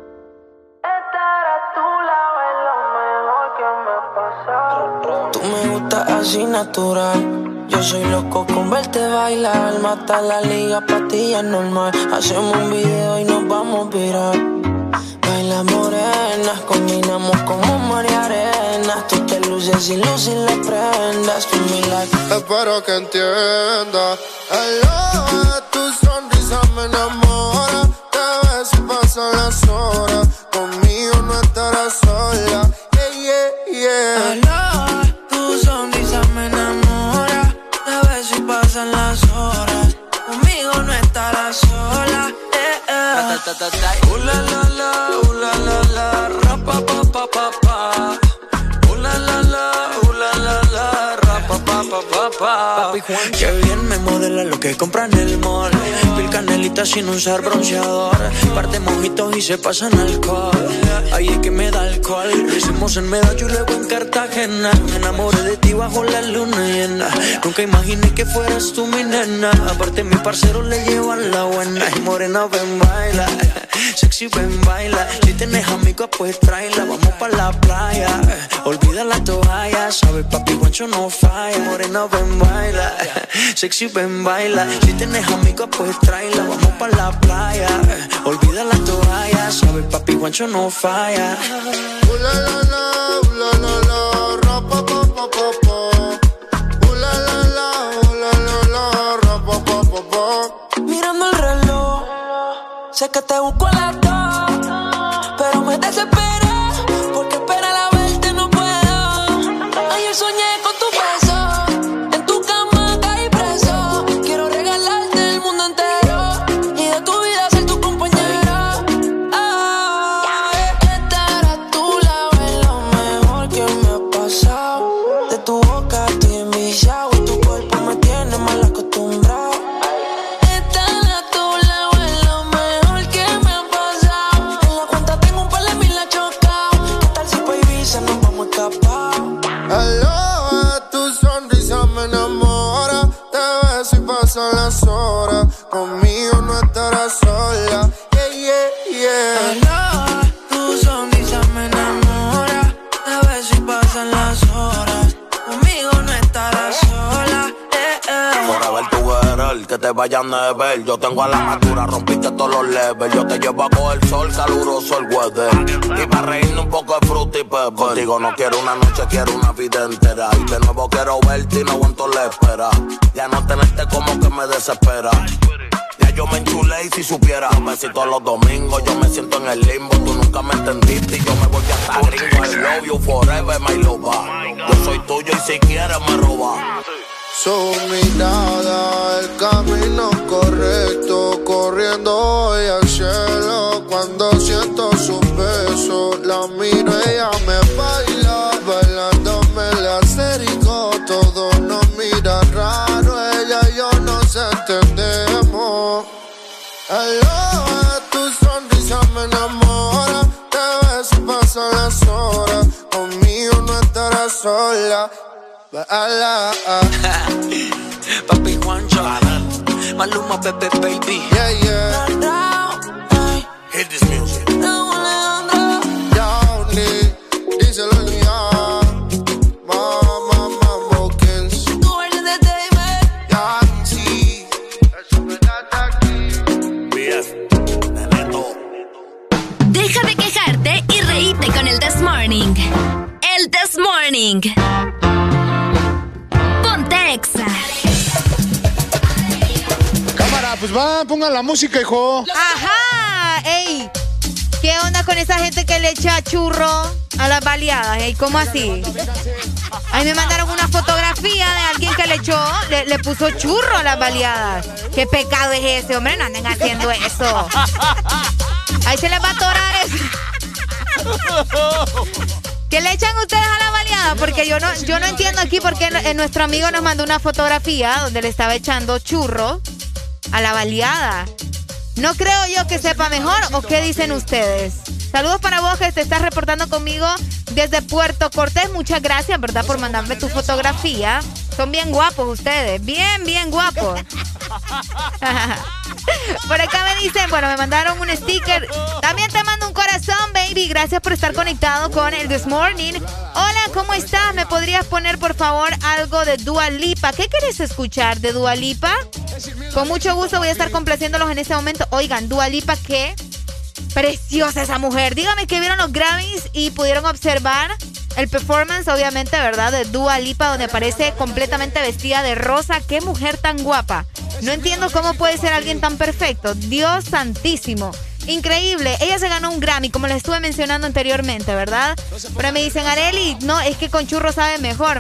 Me gusta así natural. Yo soy loco con verte bailar. Mata la liga, pastillas normal. Hacemos un video y nos vamos a virar. Baila morena, combinamos como mar y arena. Tú te luces y luces las prendas. Tú mi like. Espero que entiendas. Hello, tu sonrisa me enamora. Te ves y pasan las horas. Conmigo no estarás sola. Yeah, yeah, yeah. Hello, tu sonrisa me enamora. Te ves y pasan las horas. Conmigo no estarás sola. Eh, eh. Uh, la, la, la, uh, la, la, la, ra, pa, pa, pa, pa, pa. Uh, la, la, la, uh, la, la, la, ra, pa, pa, pa, pa, pa. Qué bien me modela lo que compra en el mall. Pil canelita sin usar bronceador. Parte mojitos y se pasan alcohol. Ahí es que me da alcohol. Lo hicimos en Medallo y luego en Cartagena. Me enamoré de ti bajo la luna llena. Nunca imaginé que fueras tú mi nena. Aparte mi parcero le llevan la buena. Y morena ven baila, sexy ven baila. Si tienes amigos pues tráela. Vamos pa' la playa, olvida la toalla. Sabes papi guancho no falla. Morena ven baila, sexy ven baila. Si tienes amigos pues tráela. Vamos pa' la playa, olvida la toalla. Sabes papi guancho no falla. Uh, la, la, la, uh, la, la, la, ra, pa, pa, pa, pa, pa. Uh, la, la, la, uh, la, la, la, ra, pa, pa, pa, pa. Mirando el reloj, sé que te busco a las dos, pero me desespera, porque espera la verte no puedo. Ayer soñé con tu beso, en tu cama caí preso. Quiero regalarte el mundo entero, y de tu vida ser tu compañero. Ah, estar a tu lado es lo mejor que me ha pasado. De tu boca estoy enviciado, y tu cuerpo me tiene mal acostumbrado. Hello, tu sonrisa me enamora. Te ves y pasan las horas. Conmigo no estarás sola. Yeah, yeah, yeah. Hello, tu sonrisa me enamora. Te ves y pasan las horas. Conmigo no estarás sola. Eh, eh. Forever tú eres el que te vayan a ver. Yo tengo a la madura, rompiste todos los levels. Yo te llevo a coger sol, caluroso el weather. Y para reírnos un poco de fruta y pepper. Contigo no quiero una noche, quiero una vida entera. Y de nuevo quiero verte y no aguanto la espera. Ya no tenerte como que me desespera. Ya yo me enchulé y si supiera, un besito los domingos, yo me siento en el limbo. Tú nunca me entendiste y yo me volví hasta gringo. I love you forever, my lover. Yo soy tuyo y si quieres me roba. Su mirada, el camino correcto, corriendo hoy al cielo. Cuando siento sus besos, la miro, ella me baila, bailándome el acerico. Todos nos miran raro, ella y yo nos entendemos. Hello, tu sonrisa me enamora. Te ves y pasan las horas. Conmigo no estarás sola. Papi Juancho, Maluma, Pepe, baby. Yeah, yeah. Hit this music. Downey, díselo al día. Mamá, mamá, Kings. Tú eres de David. Yancy. Eso me da aquí. Deja de quejarte y reíte con el This Morning. El This Morning. Ponte Exa. Cámara, pues va, pongan la música, hijo. Ajá, ey. ¿Qué onda con esa gente que le echa churro a las baleadas? Ey, ¿cómo así? Ahí me mandaron una fotografía de alguien que le echó, le, le puso churro a las baleadas. ¿Qué pecado es ese, hombre? No anden haciendo eso. Ahí se les va a atorar eso. ¿Qué le echan ustedes a la baleada? Porque yo no, yo no entiendo aquí por qué nuestro amigo nos mandó una fotografía donde le estaba echando churro a la baleada. No creo yo que sepa mejor, ¿o qué dicen ustedes? Saludos para vos que te estás reportando conmigo desde Puerto Cortés. Muchas gracias, ¿verdad? Por mandarme tu fotografía. Son bien guapos ustedes. Bien, bien guapos. Por acá me dicen, bueno, me mandaron un sticker. También te mando un corazón, baby. Gracias por estar conectado con el This Morning. Hola, ¿cómo estás? ¿Me podrías poner, por favor, algo de Dua Lipa? ¿Qué querés escuchar de Dua Lipa? Con mucho gusto voy a estar complaciéndolos en este momento. Oigan, Dua Lipa, qué preciosa esa mujer. Dígame que vieron los Grammys y pudieron observar el performance, obviamente, ¿verdad? De Dua Lipa, donde aparece completamente vestida de rosa. ¡Qué mujer tan guapa! No entiendo cómo puede ser alguien tan perfecto. Dios santísimo. Increíble. Ella se ganó un Grammy, como les estuve mencionando anteriormente, ¿verdad? Pero me dicen, Arely, no, es que con churro sabe mejor.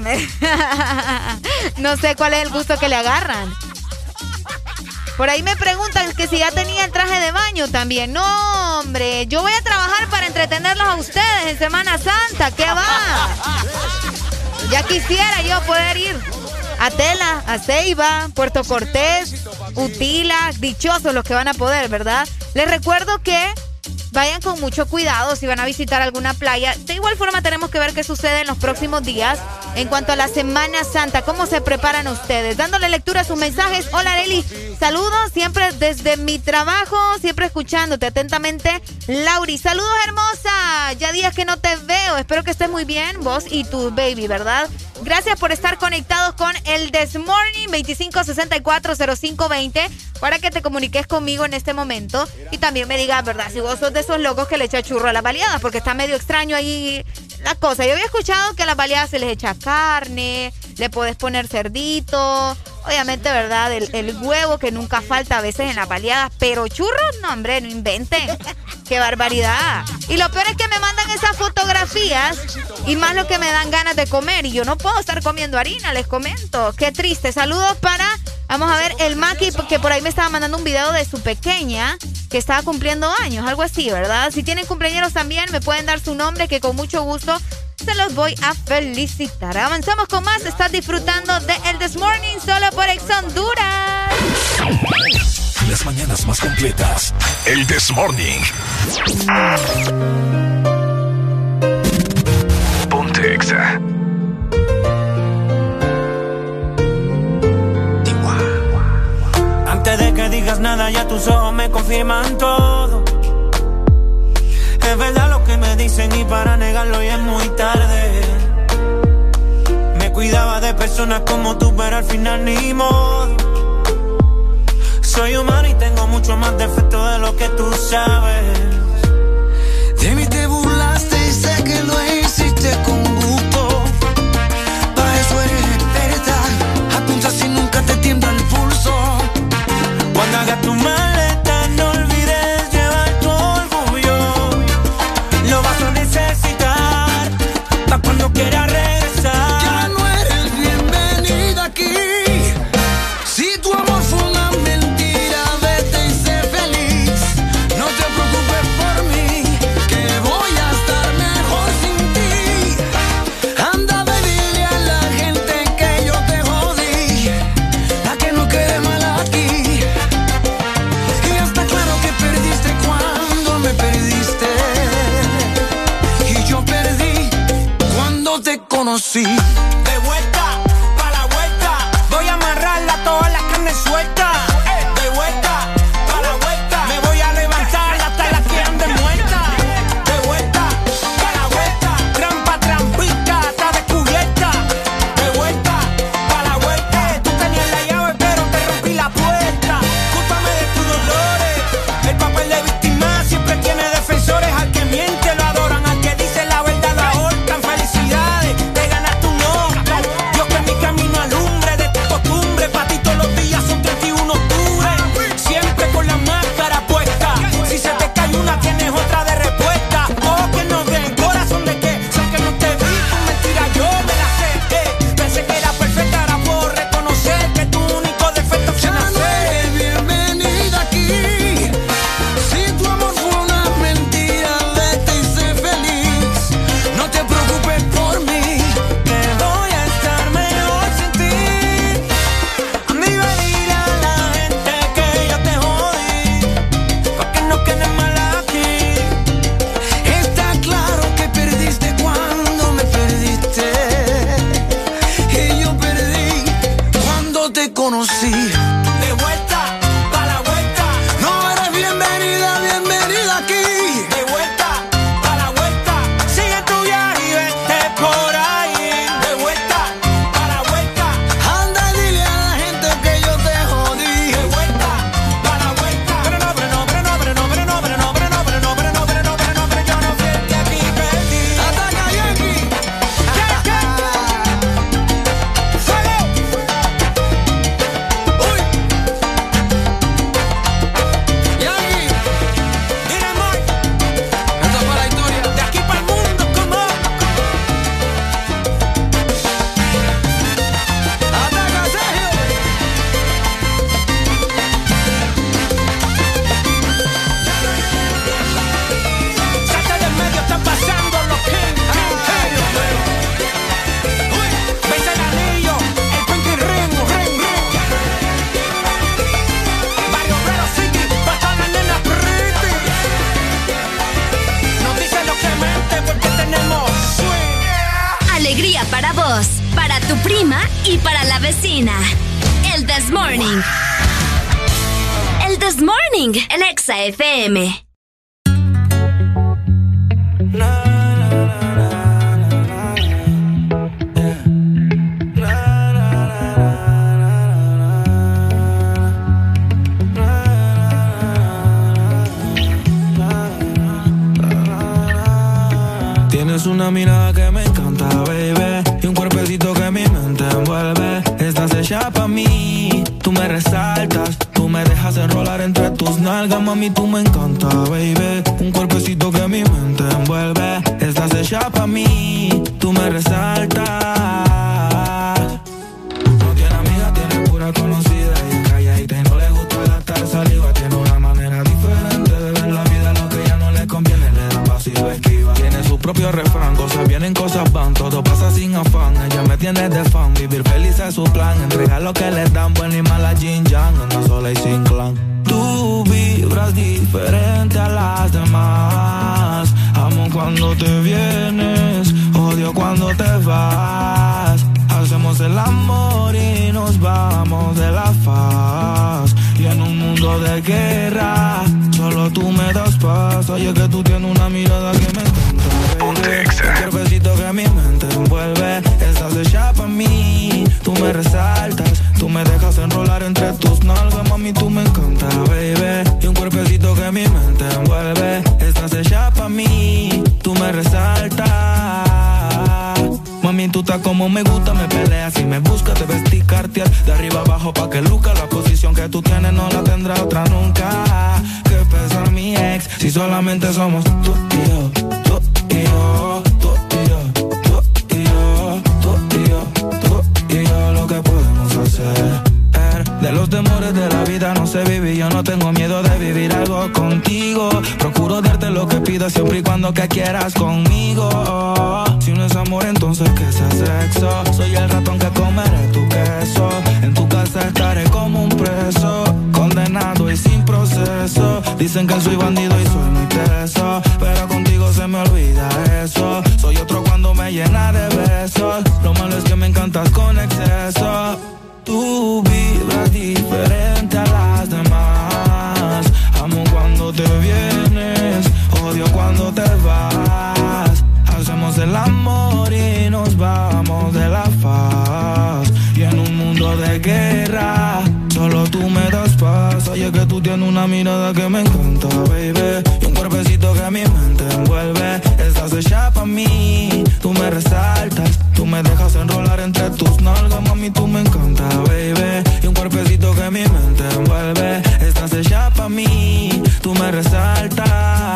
No sé cuál es el gusto que le agarran. Por ahí me preguntan que si ya tenía el traje de baño también. No, hombre, yo voy a trabajar para entretenerlos a ustedes en Semana Santa. ¿Qué va? Ya quisiera yo poder ir a Tela, a Ceiba, Puerto Cortés, Utila. Dichosos los que van a poder, ¿verdad? Les recuerdo que vayan con mucho cuidado si van a visitar alguna playa. De igual forma tenemos que ver qué sucede en los próximos días en cuanto a la Semana Santa. ¿Cómo se preparan ustedes? Dándole lectura a sus mensajes. Hola, Arely. Saludos siempre desde mi trabajo, siempre escuchándote atentamente. Lauri, saludos, hermosa. Ya días que no te veo. Espero que estés muy bien, vos y tu baby, ¿verdad? Gracias por estar conectados con el This Morning veinticinco sesenta y cuatro cero cinco veinte para que te comuniques conmigo en este momento y también me digas, ¿verdad? Si vos sos de esos locos que le echa churro a las baleadas, porque está medio extraño ahí la cosa. Yo había escuchado que a las baleadas se les echa carne, le podés poner cerdito, obviamente, ¿verdad? El, el huevo que nunca falta a veces en las baleadas, pero churros, no, hombre, no inventen. ¡Qué barbaridad! Y lo peor es que me mandan esas fotografías y más lo que me dan ganas de comer y yo no puedo estar comiendo harina, les comento. ¡Qué triste! Saludos para, vamos a ver, el Maki, que por ahí me estaba mandando un video de su pequeña que estaba cumpliendo años, algo así, ¿verdad? Si tienen cumpleaños también, me pueden dar su nombre, que con mucho gusto se los voy a felicitar. Avanzamos con más. Estás disfrutando de el This Morning solo por Ex Honduras. Las mañanas más completas. El This Morning. Ponte Exa. Antes de que digas nada, ya tus ojos me confirman todo. Es verdad lo que me dicen y para negarlo ya es muy tarde. Me cuidaba de personas como tú, pero al final ni modo. Soy humano y tengo mucho más defectos de lo que tú sabes. De mí te burlaste y sé que lo hiciste con gusto. Para eso eres experta, apunta si nunca te tiembla el pulso. Cuando hagas tu maleta no olvides llevar tu orgullo. Lo vas a necesitar para cuando quieras regresar. Ya no eres bienvenida aquí. Si tu amor fue una mentira, vete y sé feliz. No te preocupes por mí, que voy a estar mejor sin ti. Anda, ve, dile a la gente que yo te jodí, a que no quede mal aquí. Y ya está claro que perdiste cuando me perdiste. Y yo perdí cuando te conocí. De vuelta. conocí. De vuelta, pa' la vuelta. No eres bienvenida, bienvenida aquí. De vuelta, pa' la vuelta. Sigue tu viaje y vete por ahí. De vuelta, pa' la vuelta. Anda y dile a la gente que yo te jodí. De vuelta, pa' la vuelta. Pero no, pero no, pero no, pero no, pero no, pero no, pero no, pero no, pero no, pero no, pero no, pero yo no fui el que aquí perdí. Ataca Yankee. Alegría para vos, para tu prima y para la vecina. El This Morning. El This Morning, el Exa F M. Tienes una mirada que me encanta, baby, y un cuerpecito que mi mente envuelve. Estás hecha pa' mí, tú me resaltas, tú me dejas enrolar entre tus nalgas, mami, tú me encanta, baby. Un cuerpecito que mi mente envuelve. Estás hecha pa' mí, tú me resaltas. No tiene amiga, tiene pura conocida y es calladita y no le gusta gastar saliva. Tiene una manera diferente de ver la vida, lo que ya no le conviene le da pasiva esquiva. Tiene su propio refrán, cosas vienen, cosas van, todo pasa sin afán. Ella me tiene de fan, vivir feliz es su plan. Entregar lo que le dan, buena y mala Jin Yang, anda sola y sin clan. Tú vibras diferente a las demás. Amo cuando te vienes, odio cuando te vas. Hacemos el amor y nos vamos de la faz. Y en un mundo de guerra, solo tú me das paz. Oye que tú tienes una mirada que me encanta, Ponte Exa. el cuerpecito que mi mente envuelve. Estás hecha pa' mí, tú me resaltas, tú me dejas enrolar entre tus nalgas, mami, tú me encanta, baby. Y un cuerpecito que mi mente envuelve. Estás hecha pa' mí, tú me resaltas. Mami, tú estás como me gusta, me peleas y me buscas, te vestí Cartier de arriba abajo pa' que luzca. La posición que tú tienes no la tendrá otra nunca. Que pesa mi ex, si solamente somos tú y yo, tú y yo, tú y yo, tú y yo, tú y yo, tú y yo, lo que podemos hacer. De los temores de la vida no sé vivir, yo no tengo miedo de vivir algo contigo. Procuro darte lo que pidas siempre y cuando que quieras conmigo. Si no es amor, entonces que sea sexo. Soy el ratón que comeré tu queso. En tu casa estaré como un preso, condenado y sin proceso. Dicen que soy bandido y soy muy teso, pero contigo se me olvida eso. Soy otro cuando me llena de besos. Lo malo es que me encantas con exceso. Tú vibras diferente a las demás. Amo cuando te vienes, odio cuando te vas. Hacemos el amor y nos vamos de la faz. Y en un mundo de guerra, solo tú me das paz. Oye que tú tienes una mirada que me encanta, baby, y un cuerpecito que mi mente envuelve. Estás hecha pa' mí, tú me resaltas, tú me dejas enrolar entre tus nalgas, mami, tú me encanta, baby. Y un cuerpecito que mi mente envuelve. Estás hecha pa' mí, tú me resaltas.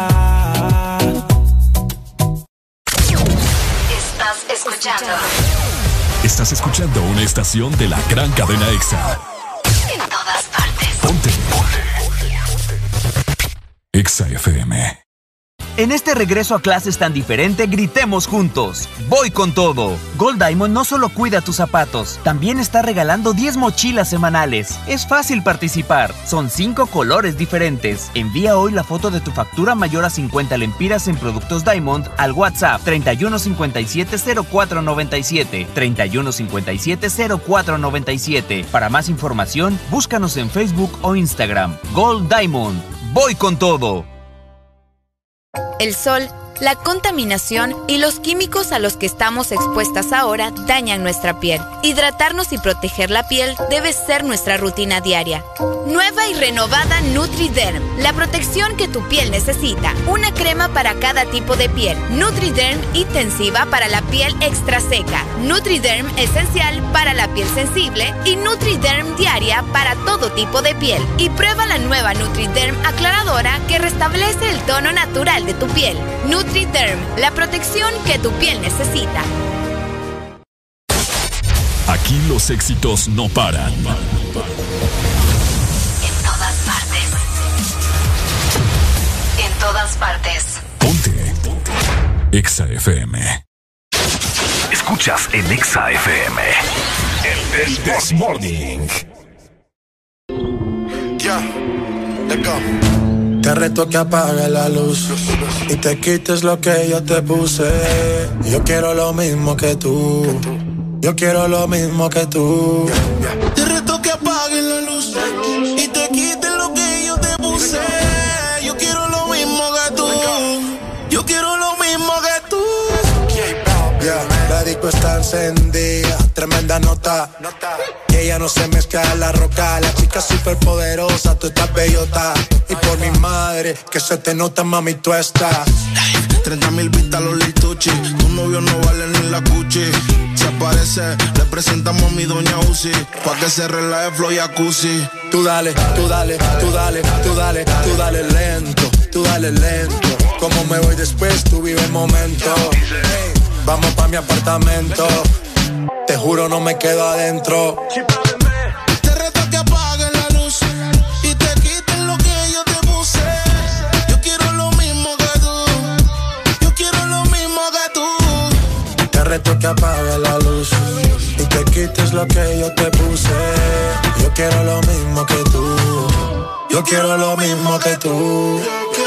Estás escuchando. Estás escuchando una estación de la gran cadena Exa. En todas partes. Ponte. Exa F M. En este regreso a clases tan diferente, gritemos juntos. Voy con todo. Gold Diamond no solo cuida tus zapatos, también está regalando diez mochilas semanales. Es fácil participar. Son cinco colores diferentes. Envía hoy la foto de tu factura mayor a cincuenta lempiras en productos Diamond al WhatsApp treinta y uno cincuenta y siete cero cuatro noventa y siete. treinta y uno cincuenta y siete cero cuatro noventa y siete. Para más información, búscanos en Facebook o Instagram. Gold Diamond. Voy con todo. El sol, la contaminación y los químicos a los que estamos expuestas ahora dañan nuestra piel. Hidratarnos y proteger la piel debe ser nuestra rutina diaria. Nueva y renovada NutriDerm, la protección que tu piel necesita. Una crema para cada tipo de piel. NutriDerm intensiva para la piel extra seca. NutriDerm esencial para la piel sensible y NutriDerm diaria para todo tipo de piel. Y prueba la nueva NutriDerm aclaradora que restablece el tono natural de tu piel. NutriDerm, la protección que tu piel necesita. Aquí los éxitos no paran. En todas partes. En todas partes. Ponte. Exa F M. Escuchas en Exa F M. El This Morning. Ya, let's go. Te reto que apagues la luz y te quites lo que yo te puse. Yo quiero lo mismo que tú. Yo quiero lo mismo que tú. Te reto que apagues la luz y te quites lo que yo te puse. Yo quiero lo mismo que tú. Yo quiero lo mismo que tú. Yeah, la disco está encendida, tremenda nota. Y ella no se mezcla a la roca. La chica súper poderosa, tú estás bellota. Y por mi madre, que se te nota, mami, tú estás. Treinta mil vistas los lituchi. Tu novio no vale ni la cuchi. Si aparece, le presentamos a mi doña Uzi. Pa' que se relaje flow y jacuzzi. Tú dale, tú dale, tú dale, tú dale, tú dale lento, tú dale lento. Como me voy después, tú vive el momento. Hey, vamos pa' mi apartamento. Te juro no me quedo adentro. Te reto que apagues la luz y te quites lo que yo te puse. Yo quiero lo mismo que tú. Yo quiero lo mismo que tú. Te reto que apagues la luz y te quites lo que yo te puse. Yo quiero lo mismo que tú. Yo quiero lo mismo que tú.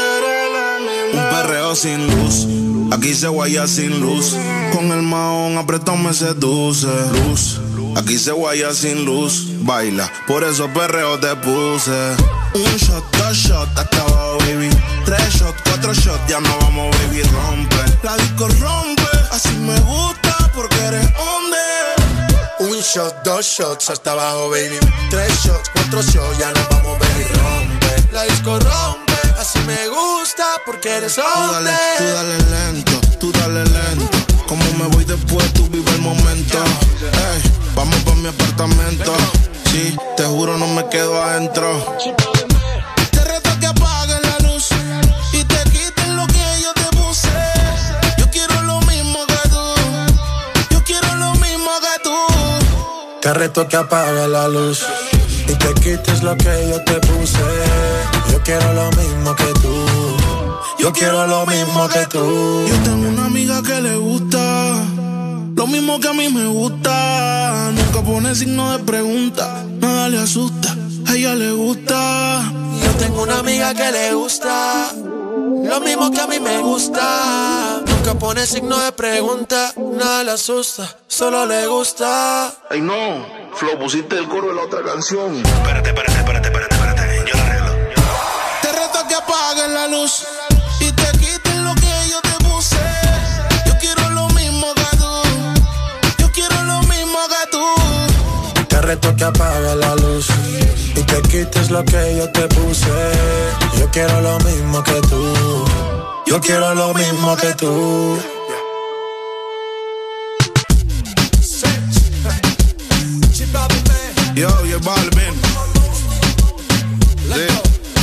Un perreo sin luz, aquí se guaya sin luz. Con el mahón apretado me seduce. Luz, aquí se guaya sin luz. Baila, por eso perreo te puse. Un shot, dos shots, hasta abajo, baby. Tres shots, cuatro shots, ya no vamos, baby, rompe. La disco rompe, así me gusta porque eres hombre. Un shot, dos shots, hasta abajo, baby. Tres shots, cuatro shots, ya nos vamos, baby, rompe. La disco rompe, así me gusta porque eres hombre. Tú dale, tú dale lento, tú dale lento. Como me voy después, tú vive el momento. Ey, vamos pa' mi apartamento. Sí, te juro no me quedo adentro. Te reto que apagues la luz y te quites lo que yo te puse. Yo quiero lo mismo que tú. Yo quiero lo mismo que tú. Te reto que apagues la luz y te quites lo que yo te puse. Yo quiero lo mismo que tú. Yo quiero lo mismo que tú. Yo tengo una amiga que le gusta lo mismo que a mí me gusta. Nunca pone signo de pregunta, nada le asusta, a ella le gusta. Yo tengo una amiga que le gusta lo mismo que a mí me gusta. Nunca pone signo de pregunta, nada le asusta, solo le gusta. Ay no, Flo, pusiste el coro de la otra canción. Espérate, espérate, espérate, espérate, espérate, yo la arreglo. Te reto que apagues la luz y te quites lo que yo te puse. Yo quiero lo mismo que tú. Yo quiero lo mismo que tú. Te reto que apagues la luz y te quites lo que yo te puse. Yo quiero lo mismo que tú. Yo quiero lo mismo que tú. Yo, yo, Balvin. Sí.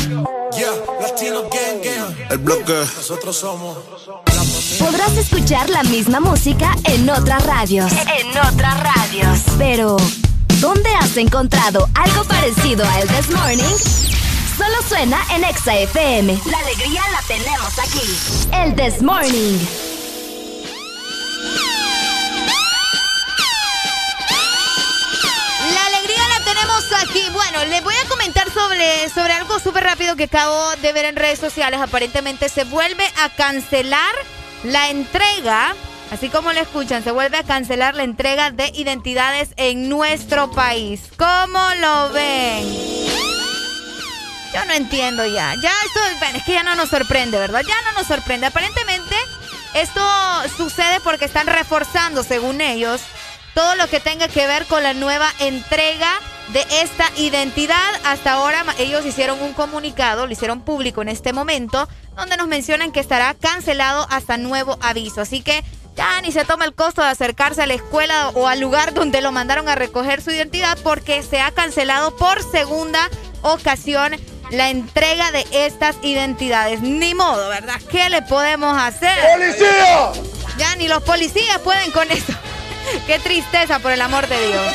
El bloque. Nosotros somos. Podrás escuchar la misma música en otras radios. En otras radios. Pero, ¿dónde has encontrado algo parecido a El This Morning? solo suena en Exa F M. La alegría la tenemos aquí. El This Morning. La alegría la tenemos aquí. Bueno, les voy a comentar sobre, sobre algo súper rápido que acabo de ver en redes sociales. Aparentemente se vuelve a cancelar la entrega, así como lo escuchan, se vuelve a cancelar la entrega de identidades en nuestro país. ¿Cómo lo ven? Yo no entiendo ya. Ya esto, bueno, es que ya no nos sorprende, ¿verdad? Ya no nos sorprende. Aparentemente esto sucede porque están reforzando, según ellos, todo lo que tenga que ver con la nueva entrega de esta identidad. Hasta ahora ellos hicieron un comunicado, lo hicieron público en este momento, donde nos mencionan que estará cancelado hasta nuevo aviso. Así que ya ni se toma el costo de acercarse a la escuela o al lugar donde lo mandaron a recoger su identidad, porque se ha cancelado por segunda ocasión la entrega de estas identidades. Ni modo, ¿verdad? ¿Qué le podemos hacer? ¡Policía! Ya ni los policías pueden con esto. Qué tristeza, por el amor de Dios.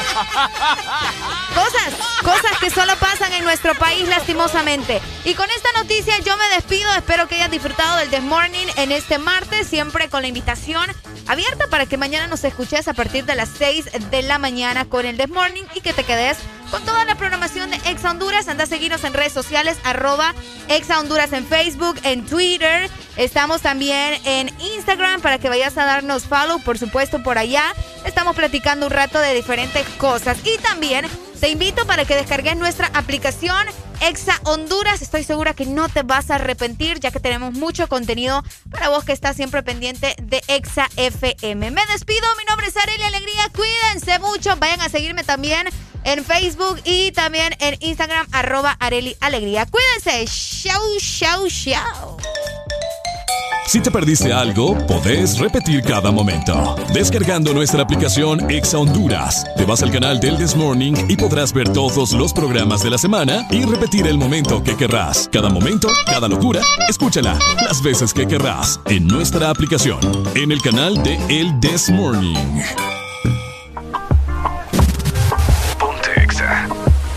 Cosas, cosas que solo pasan en nuestro país, lastimosamente. Y con esta noticia yo me despido. Espero que hayas disfrutado del This Morning en este martes, siempre con la invitación abierta para que mañana nos escuches a partir de las seis de la mañana con el This Morning y que te quedes con toda la programación de Exa Honduras. Anda a seguirnos en redes sociales, arroba Exa Honduras en Facebook, en Twitter. Estamos también en Instagram para que vayas a darnos follow, por supuesto, por allá. Estamos platicando un rato de diferentes cosas. Y también te invito para que descargues nuestra aplicación Exa Honduras. Estoy segura que no te vas a arrepentir, ya que tenemos mucho contenido para vos que estás siempre pendiente de Exa F M. Me despido, mi nombre es Arely Alegría. Cuídense mucho. Vayan a seguirme también en Facebook y también en Instagram, arroba Arely Alegría. Cuídense. Chau, chau, chau. Si te perdiste algo, podés repetir cada momento. Descargando nuestra aplicación Exa Honduras, te vas al canal del This Morning y podrás ver todos los programas de la semana y repetir el momento que querrás. Cada momento, cada locura, escúchala las veces que querrás en nuestra aplicación, en el canal de El This Morning. Ponte Exa.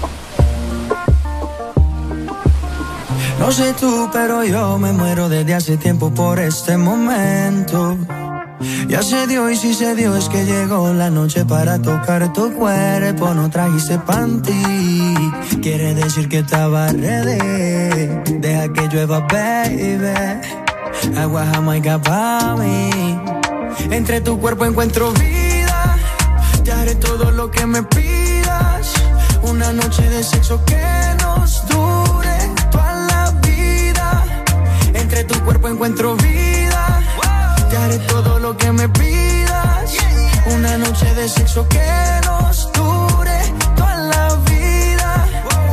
No sé tú, pero yo me muero desde hace tiempo por este momento. Ya se dio y si se dio es que llegó la noche para tocar tu cuerpo. No trajiste panty, quiere decir que estaba ready. Deja que llueva, baby. Agua jamaica pa' mí. Entre tu cuerpo encuentro vida. Te haré todo lo que me pidas. Una noche de sexo que nos dure toda la vida. Entre tu cuerpo encuentro vida. Te haré todo lo que me pidas. Una noche de sexo que nos dure toda la vida.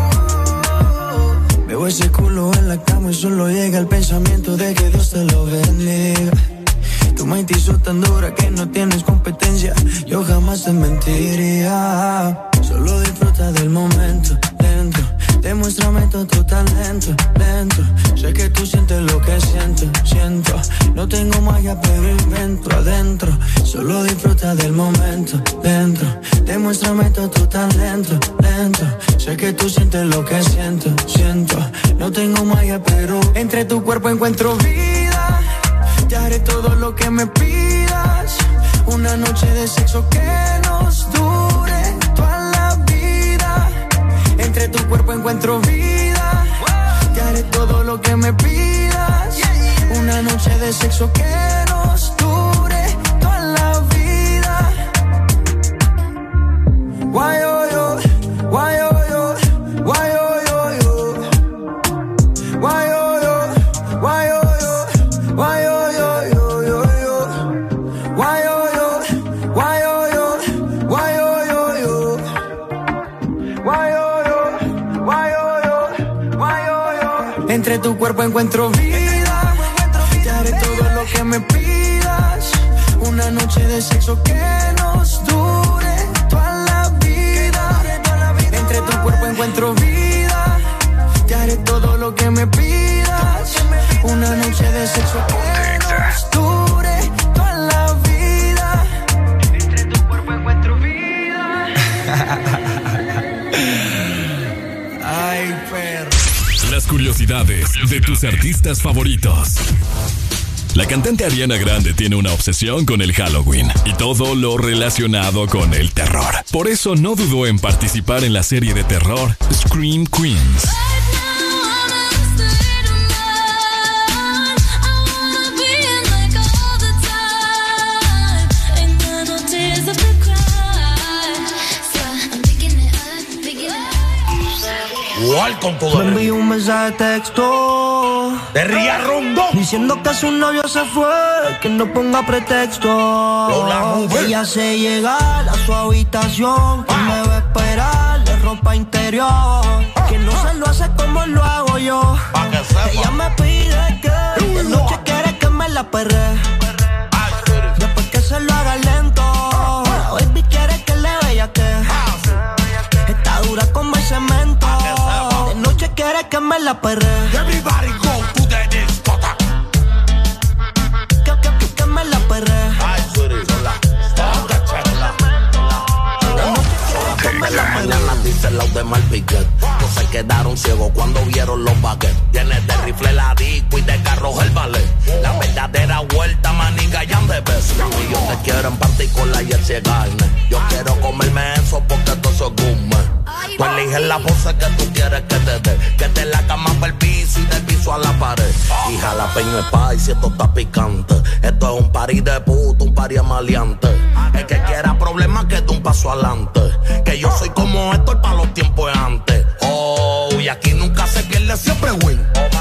Veo ese culo en la cama y solo llega el pensamiento de que Dios te lo bendiga. Tu mente hizo tan dura que no tienes competencia. Yo jamás te mentiría. Solo disfruta del momento, lento. Demuéstrame todo tu talento, lento. Sé que tú sientes lo que siento, siento. No tengo magia pero invento adentro. Solo disfruta del momento, lento. Demuéstrame todo tu talento, lento. Sé que tú sientes lo que siento, siento. No tengo magia pero entre tu cuerpo encuentro vida. Te haré todo lo que me pidas. Una noche de sexo que nos dure toda la vida. Entre tu cuerpo encuentro vida. Te haré todo lo que me pidas. Una noche de sexo que nos dure toda la vida. Why oh yo, why oh yo, why oh yo yo. Why oh yo, why oh yo, why oh yo yo yo yo. Why oh yo, why oh yo, why oh yo yo. Why oh yo, why oh yo, why oh yo. Entre tu cuerpo encuentro vida. Te haré todo lo que me pidas. Una noche de sexo que nos dure toda la vida. Entre tu cuerpo encuentro vida. Te haré todo lo que me pidas. Una noche de sexo que nos dure toda la vida. Entre tu cuerpo encuentro vida. Ay, perro. curiosidades de tus artistas favoritos. La cantante Ariana Grande tiene una obsesión con el Halloween y todo lo relacionado con el terror. Por eso no dudó en participar en la serie de terror Scream Queens. Con todo me envió un mensaje de texto de Ría Rondo diciendo que su novio se fue, que no ponga pretexto. Ella se llega a su habitación y me va a esperar de ropa interior, que no se lo hace como lo hago yo. Ella me pide que de noche quiere que me la perre, después que se lo haga lento. La baby quiere que le vaya que está dura como el cemento. De noche quiere que me la perre. Everybody go to the discotheque. Que, que, que, que me la perre. Ay, Suri, hola. En la mañana dice el de Malpiquet. No se quedaron ciegos cuando vieron los baguettes. Tienes de rifle la disco y de carros el ballet. La verdadera vuelta, maniga y ande beso. Y yo te quiero en particular y el ciegarne. Yo quiero comerme eso porque todo eso es gourmet. Tú eliges la pose que tú quieres que te dé, que te la cama para el piso y del piso a la pared. Y jalapeño es pay si esto está picante. Esto es un party de puto, un party maleante. El que quiera problemas que dé un paso adelante. Que yo soy como Héctor para los tiempos de antes. Oh, y aquí nunca se pierde, siempre win.